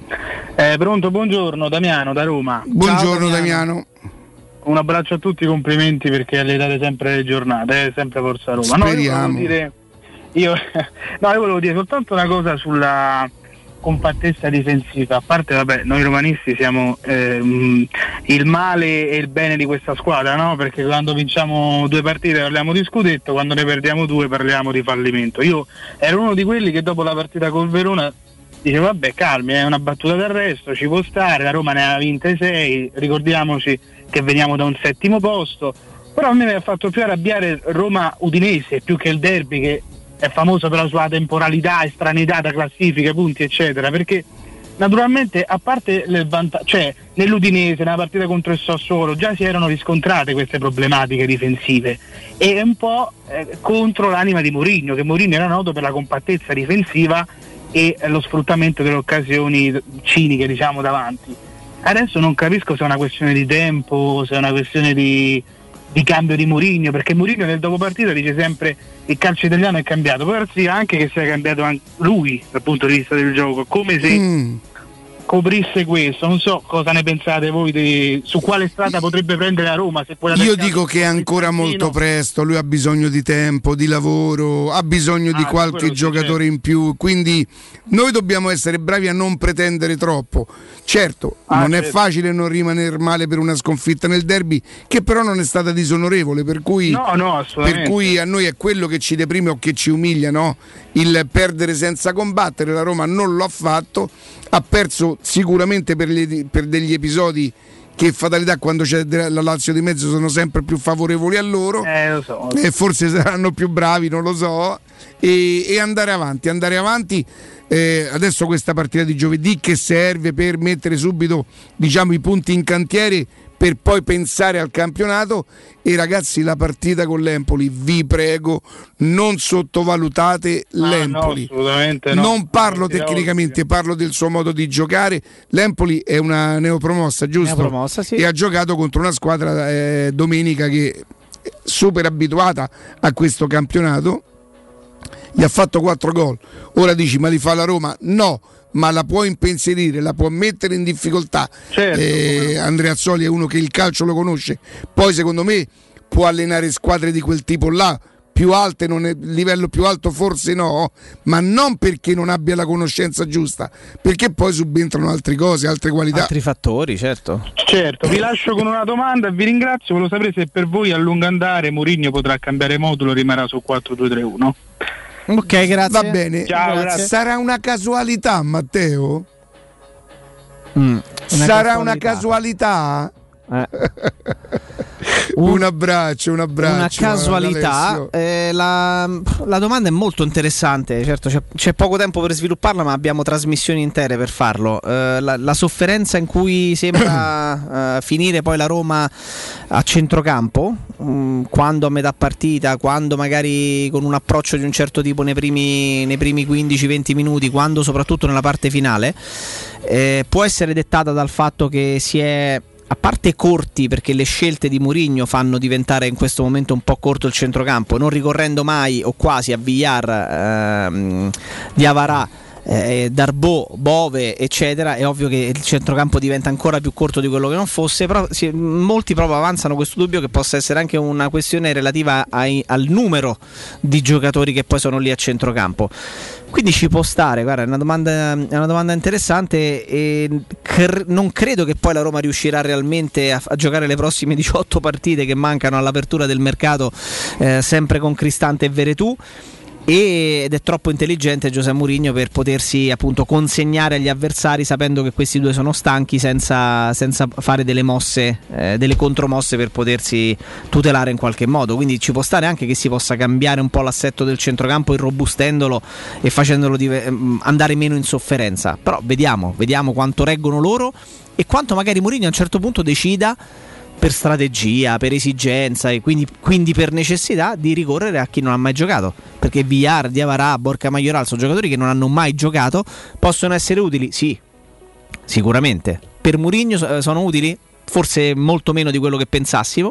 Eh, pronto, buongiorno, Damiano da Roma. Buongiorno, Ciao, Damiano. Damiano. Un abbraccio a tutti, complimenti perché le date sempre le giornate, eh, sempre Forza Roma. No, io volevo dire, io, no, io volevo dire soltanto una cosa sulla compattezza difensiva. A parte, vabbè, noi romanisti siamo ehm, il male e il bene di questa squadra, no? Perché quando vinciamo due partite parliamo di scudetto, quando ne perdiamo due parliamo di fallimento. Io ero uno di quelli che dopo la partita col Verona dice vabbè, calmi, è una battuta d'arresto, ci può stare, la Roma ne ha vinte sei, ricordiamoci che veniamo da un settimo posto, però a me mi ha fatto più arrabbiare Roma-Udinese più che il derby, che è famoso per la sua temporalità, estraneità da classifiche, punti eccetera, perché naturalmente a parte il vanta- cioè nell'Udinese, nella partita contro il Sassuolo già si erano riscontrate queste problematiche difensive, e un po' eh, contro l'anima di Mourinho, che Mourinho era noto per la compattezza difensiva e lo sfruttamento delle occasioni ciniche, diciamo, davanti. Adesso non capisco se è una questione di tempo, se è una questione di, di cambio di Mourinho, perché Mourinho nel dopo partita dice sempre il calcio italiano è cambiato, può darsi anche che sia cambiato anche lui dal punto di vista del gioco, come se mm. coprisse questo. Non so cosa ne pensate voi di, su quale strada potrebbe prendere la Roma, se poi la io dico che è ancora molto presto, lui ha bisogno di tempo, di lavoro, ha bisogno ah, di qualche giocatore in più, quindi noi dobbiamo essere bravi a non pretendere troppo. Certo, ah, non certo. è facile non rimanere male per una sconfitta nel derby, che però non è stata disonorevole, per cui, no, no, per cui a noi è quello che ci deprime o che ci umilia, no? Il perdere senza combattere. La Roma non lo ha fatto, ha perso sicuramente per, gli, per degli episodi che fatalità, quando c'è la Lazio di mezzo, sono sempre più favorevoli a loro, eh, lo so, lo so. e forse saranno più bravi, non lo so, e, e andare avanti andare avanti eh, adesso questa partita di giovedì che serve per mettere subito, diciamo, i punti in cantiere per poi pensare al campionato. E ragazzi, la partita con l'Empoli, vi prego, non sottovalutate ah, l'Empoli, no, assolutamente no. Non parlo tecnicamente, parlo del suo modo di giocare. L'Empoli è una neopromossa, giusto? Neopromossa, sì. E ha giocato contro una squadra eh, domenica che è super abituata a questo campionato, gli ha fatto quattro gol. Ora dici, ma li fa la Roma? No, ma la può impensierire, la può mettere in difficoltà. Certo, eh, Andrea Azzoli è uno che il calcio lo conosce, poi secondo me può allenare squadre di quel tipo là, più alte, non è, livello più alto forse no, ma non perché non abbia la conoscenza giusta, perché poi subentrano altre cose, altre qualità, altri fattori. Certo, certo. Vi lascio con una domanda e vi ringrazio. Volevo sapere se per voi a lungo andare Mourinho potrà cambiare modulo, rimarrà su quattro due tre uno. Ok, grazie. Va bene. Ciao, grazie. Grazie. Sarà una casualità, Matteo? Mm, una Sarà casualità. una casualità? Eh. Un, un abbraccio, un abbraccio. Una casualità. Eh, la, la domanda è molto interessante. Certo, c'è, c'è poco tempo per svilupparla, ma abbiamo trasmissioni intere per farlo. Eh, la, la sofferenza in cui sembra eh, finire poi la Roma a centrocampo, mh, quando a metà partita, quando magari con un approccio di un certo tipo nei primi, nei primi quindici venti minuti, quando soprattutto nella parte finale, eh, può essere dettata dal fatto che si è, a parte corti, perché le scelte di Mourinho fanno diventare in questo momento un po' corto il centrocampo, non ricorrendo mai o quasi a Villar, ehm, Diawara, eh, Darboe, Bove eccetera. È ovvio che il centrocampo diventa ancora più corto di quello che non fosse, però sì, molti proprio avanzano questo dubbio che possa essere anche una questione relativa ai, al numero di giocatori che poi sono lì a centrocampo. Quindi ci può stare, guarda, è una domanda, è una domanda interessante, e cr- non credo che poi la Roma riuscirà realmente a, a giocare le prossime diciotto partite che mancano all'apertura del mercato, eh, sempre con Cristante e Veretù. ed è troppo intelligente José Mourinho per potersi appunto consegnare agli avversari sapendo che questi due sono stanchi senza, senza fare delle mosse, eh, delle contromosse per potersi tutelare in qualche modo. Quindi ci può stare anche che si possa cambiare un po' l'assetto del centrocampo, irrobustendolo e facendolo div- andare meno in sofferenza. Però vediamo, vediamo quanto reggono loro e quanto magari Mourinho a un certo punto decida, per strategia, per esigenza e quindi, quindi per necessità, di ricorrere a chi non ha mai giocato, perché Villar, Diawara, Borja Mayoral sono giocatori che non hanno mai giocato. Possono essere utili? Sì, sicuramente. Per Mourinho sono utili? Forse molto meno di quello che pensassimo,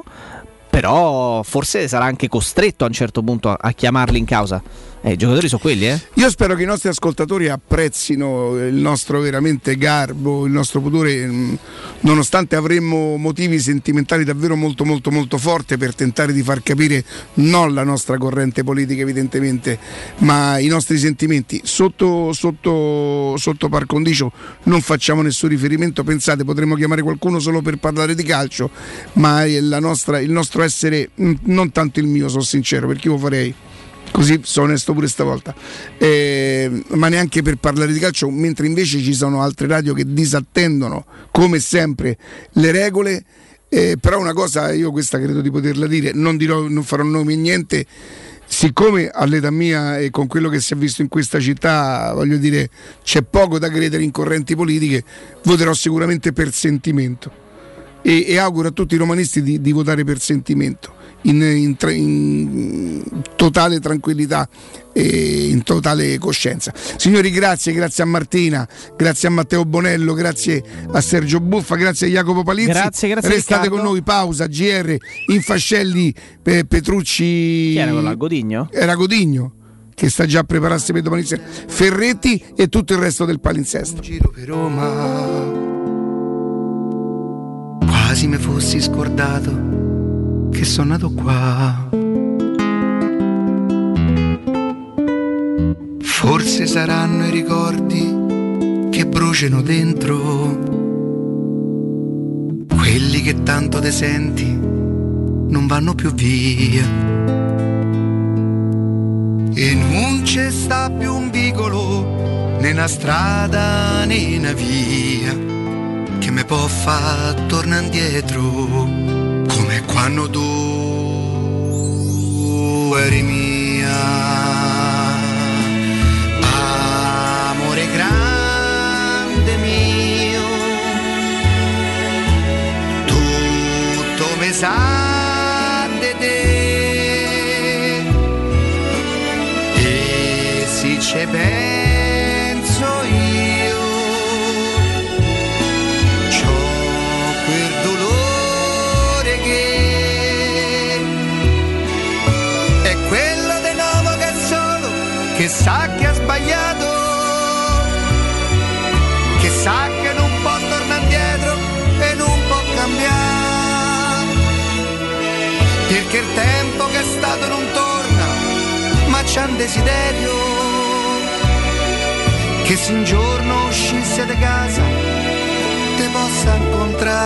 però forse sarà anche costretto a un certo punto a, a chiamarli in causa. Eh, I giocatori sono quelli, eh? Io spero che i nostri ascoltatori apprezzino il nostro veramente garbo, il nostro pudore, nonostante avremmo motivi sentimentali davvero molto molto molto forti per tentare di far capire non la nostra corrente politica evidentemente, ma i nostri sentimenti. Sotto, sotto, sotto par condicio non facciamo nessun riferimento, pensate potremmo chiamare qualcuno solo per parlare di calcio, ma la nostra, il nostro essere, non tanto il mio, sono sincero, perché io lo farei. Così sono onesto pure stavolta, eh, ma neanche per parlare di calcio, mentre invece ci sono altre radio che disattendono come sempre le regole. Eh, però una cosa io questa credo di poterla dire, non dirò, non farò nomi e niente, siccome all'età mia e con quello che si è visto in questa città, voglio dire, c'è poco da credere in correnti politiche, voterò sicuramente per sentimento e, e auguro a tutti i romanisti di, di votare per sentimento. In, in, in totale tranquillità e in totale coscienza. Signori, grazie, grazie a Martina, grazie a Matteo Bonello, grazie a Sergio Buffa, grazie a Jacopo Palizzi. Grazie, grazie. Restate Riccardo. con noi, pausa, G R, Infascelli, eh, Petrucci. Chi era quello? Godigno? Era Godigno, che sta già a prepararsi per domani sera. Ferretti e tutto il resto del palinsesto. Giro per Roma, quasi mi fossi scordato che sono nato qua. Forse saranno i ricordi che bruciano dentro, quelli che tanto te senti non vanno più via. E non c'è sta più un vicolo, né una strada né una via che me può far tornare indietro come quando tu eri mia. Amore grande mio, tutto me sa di te, e se ci penso io c'ho quel dolore che sa che ha sbagliato, che sa che non può tornare indietro e non può cambiare, perché il tempo che è stato non torna, ma c'è un desiderio che se un giorno uscisse di casa te possa incontrare.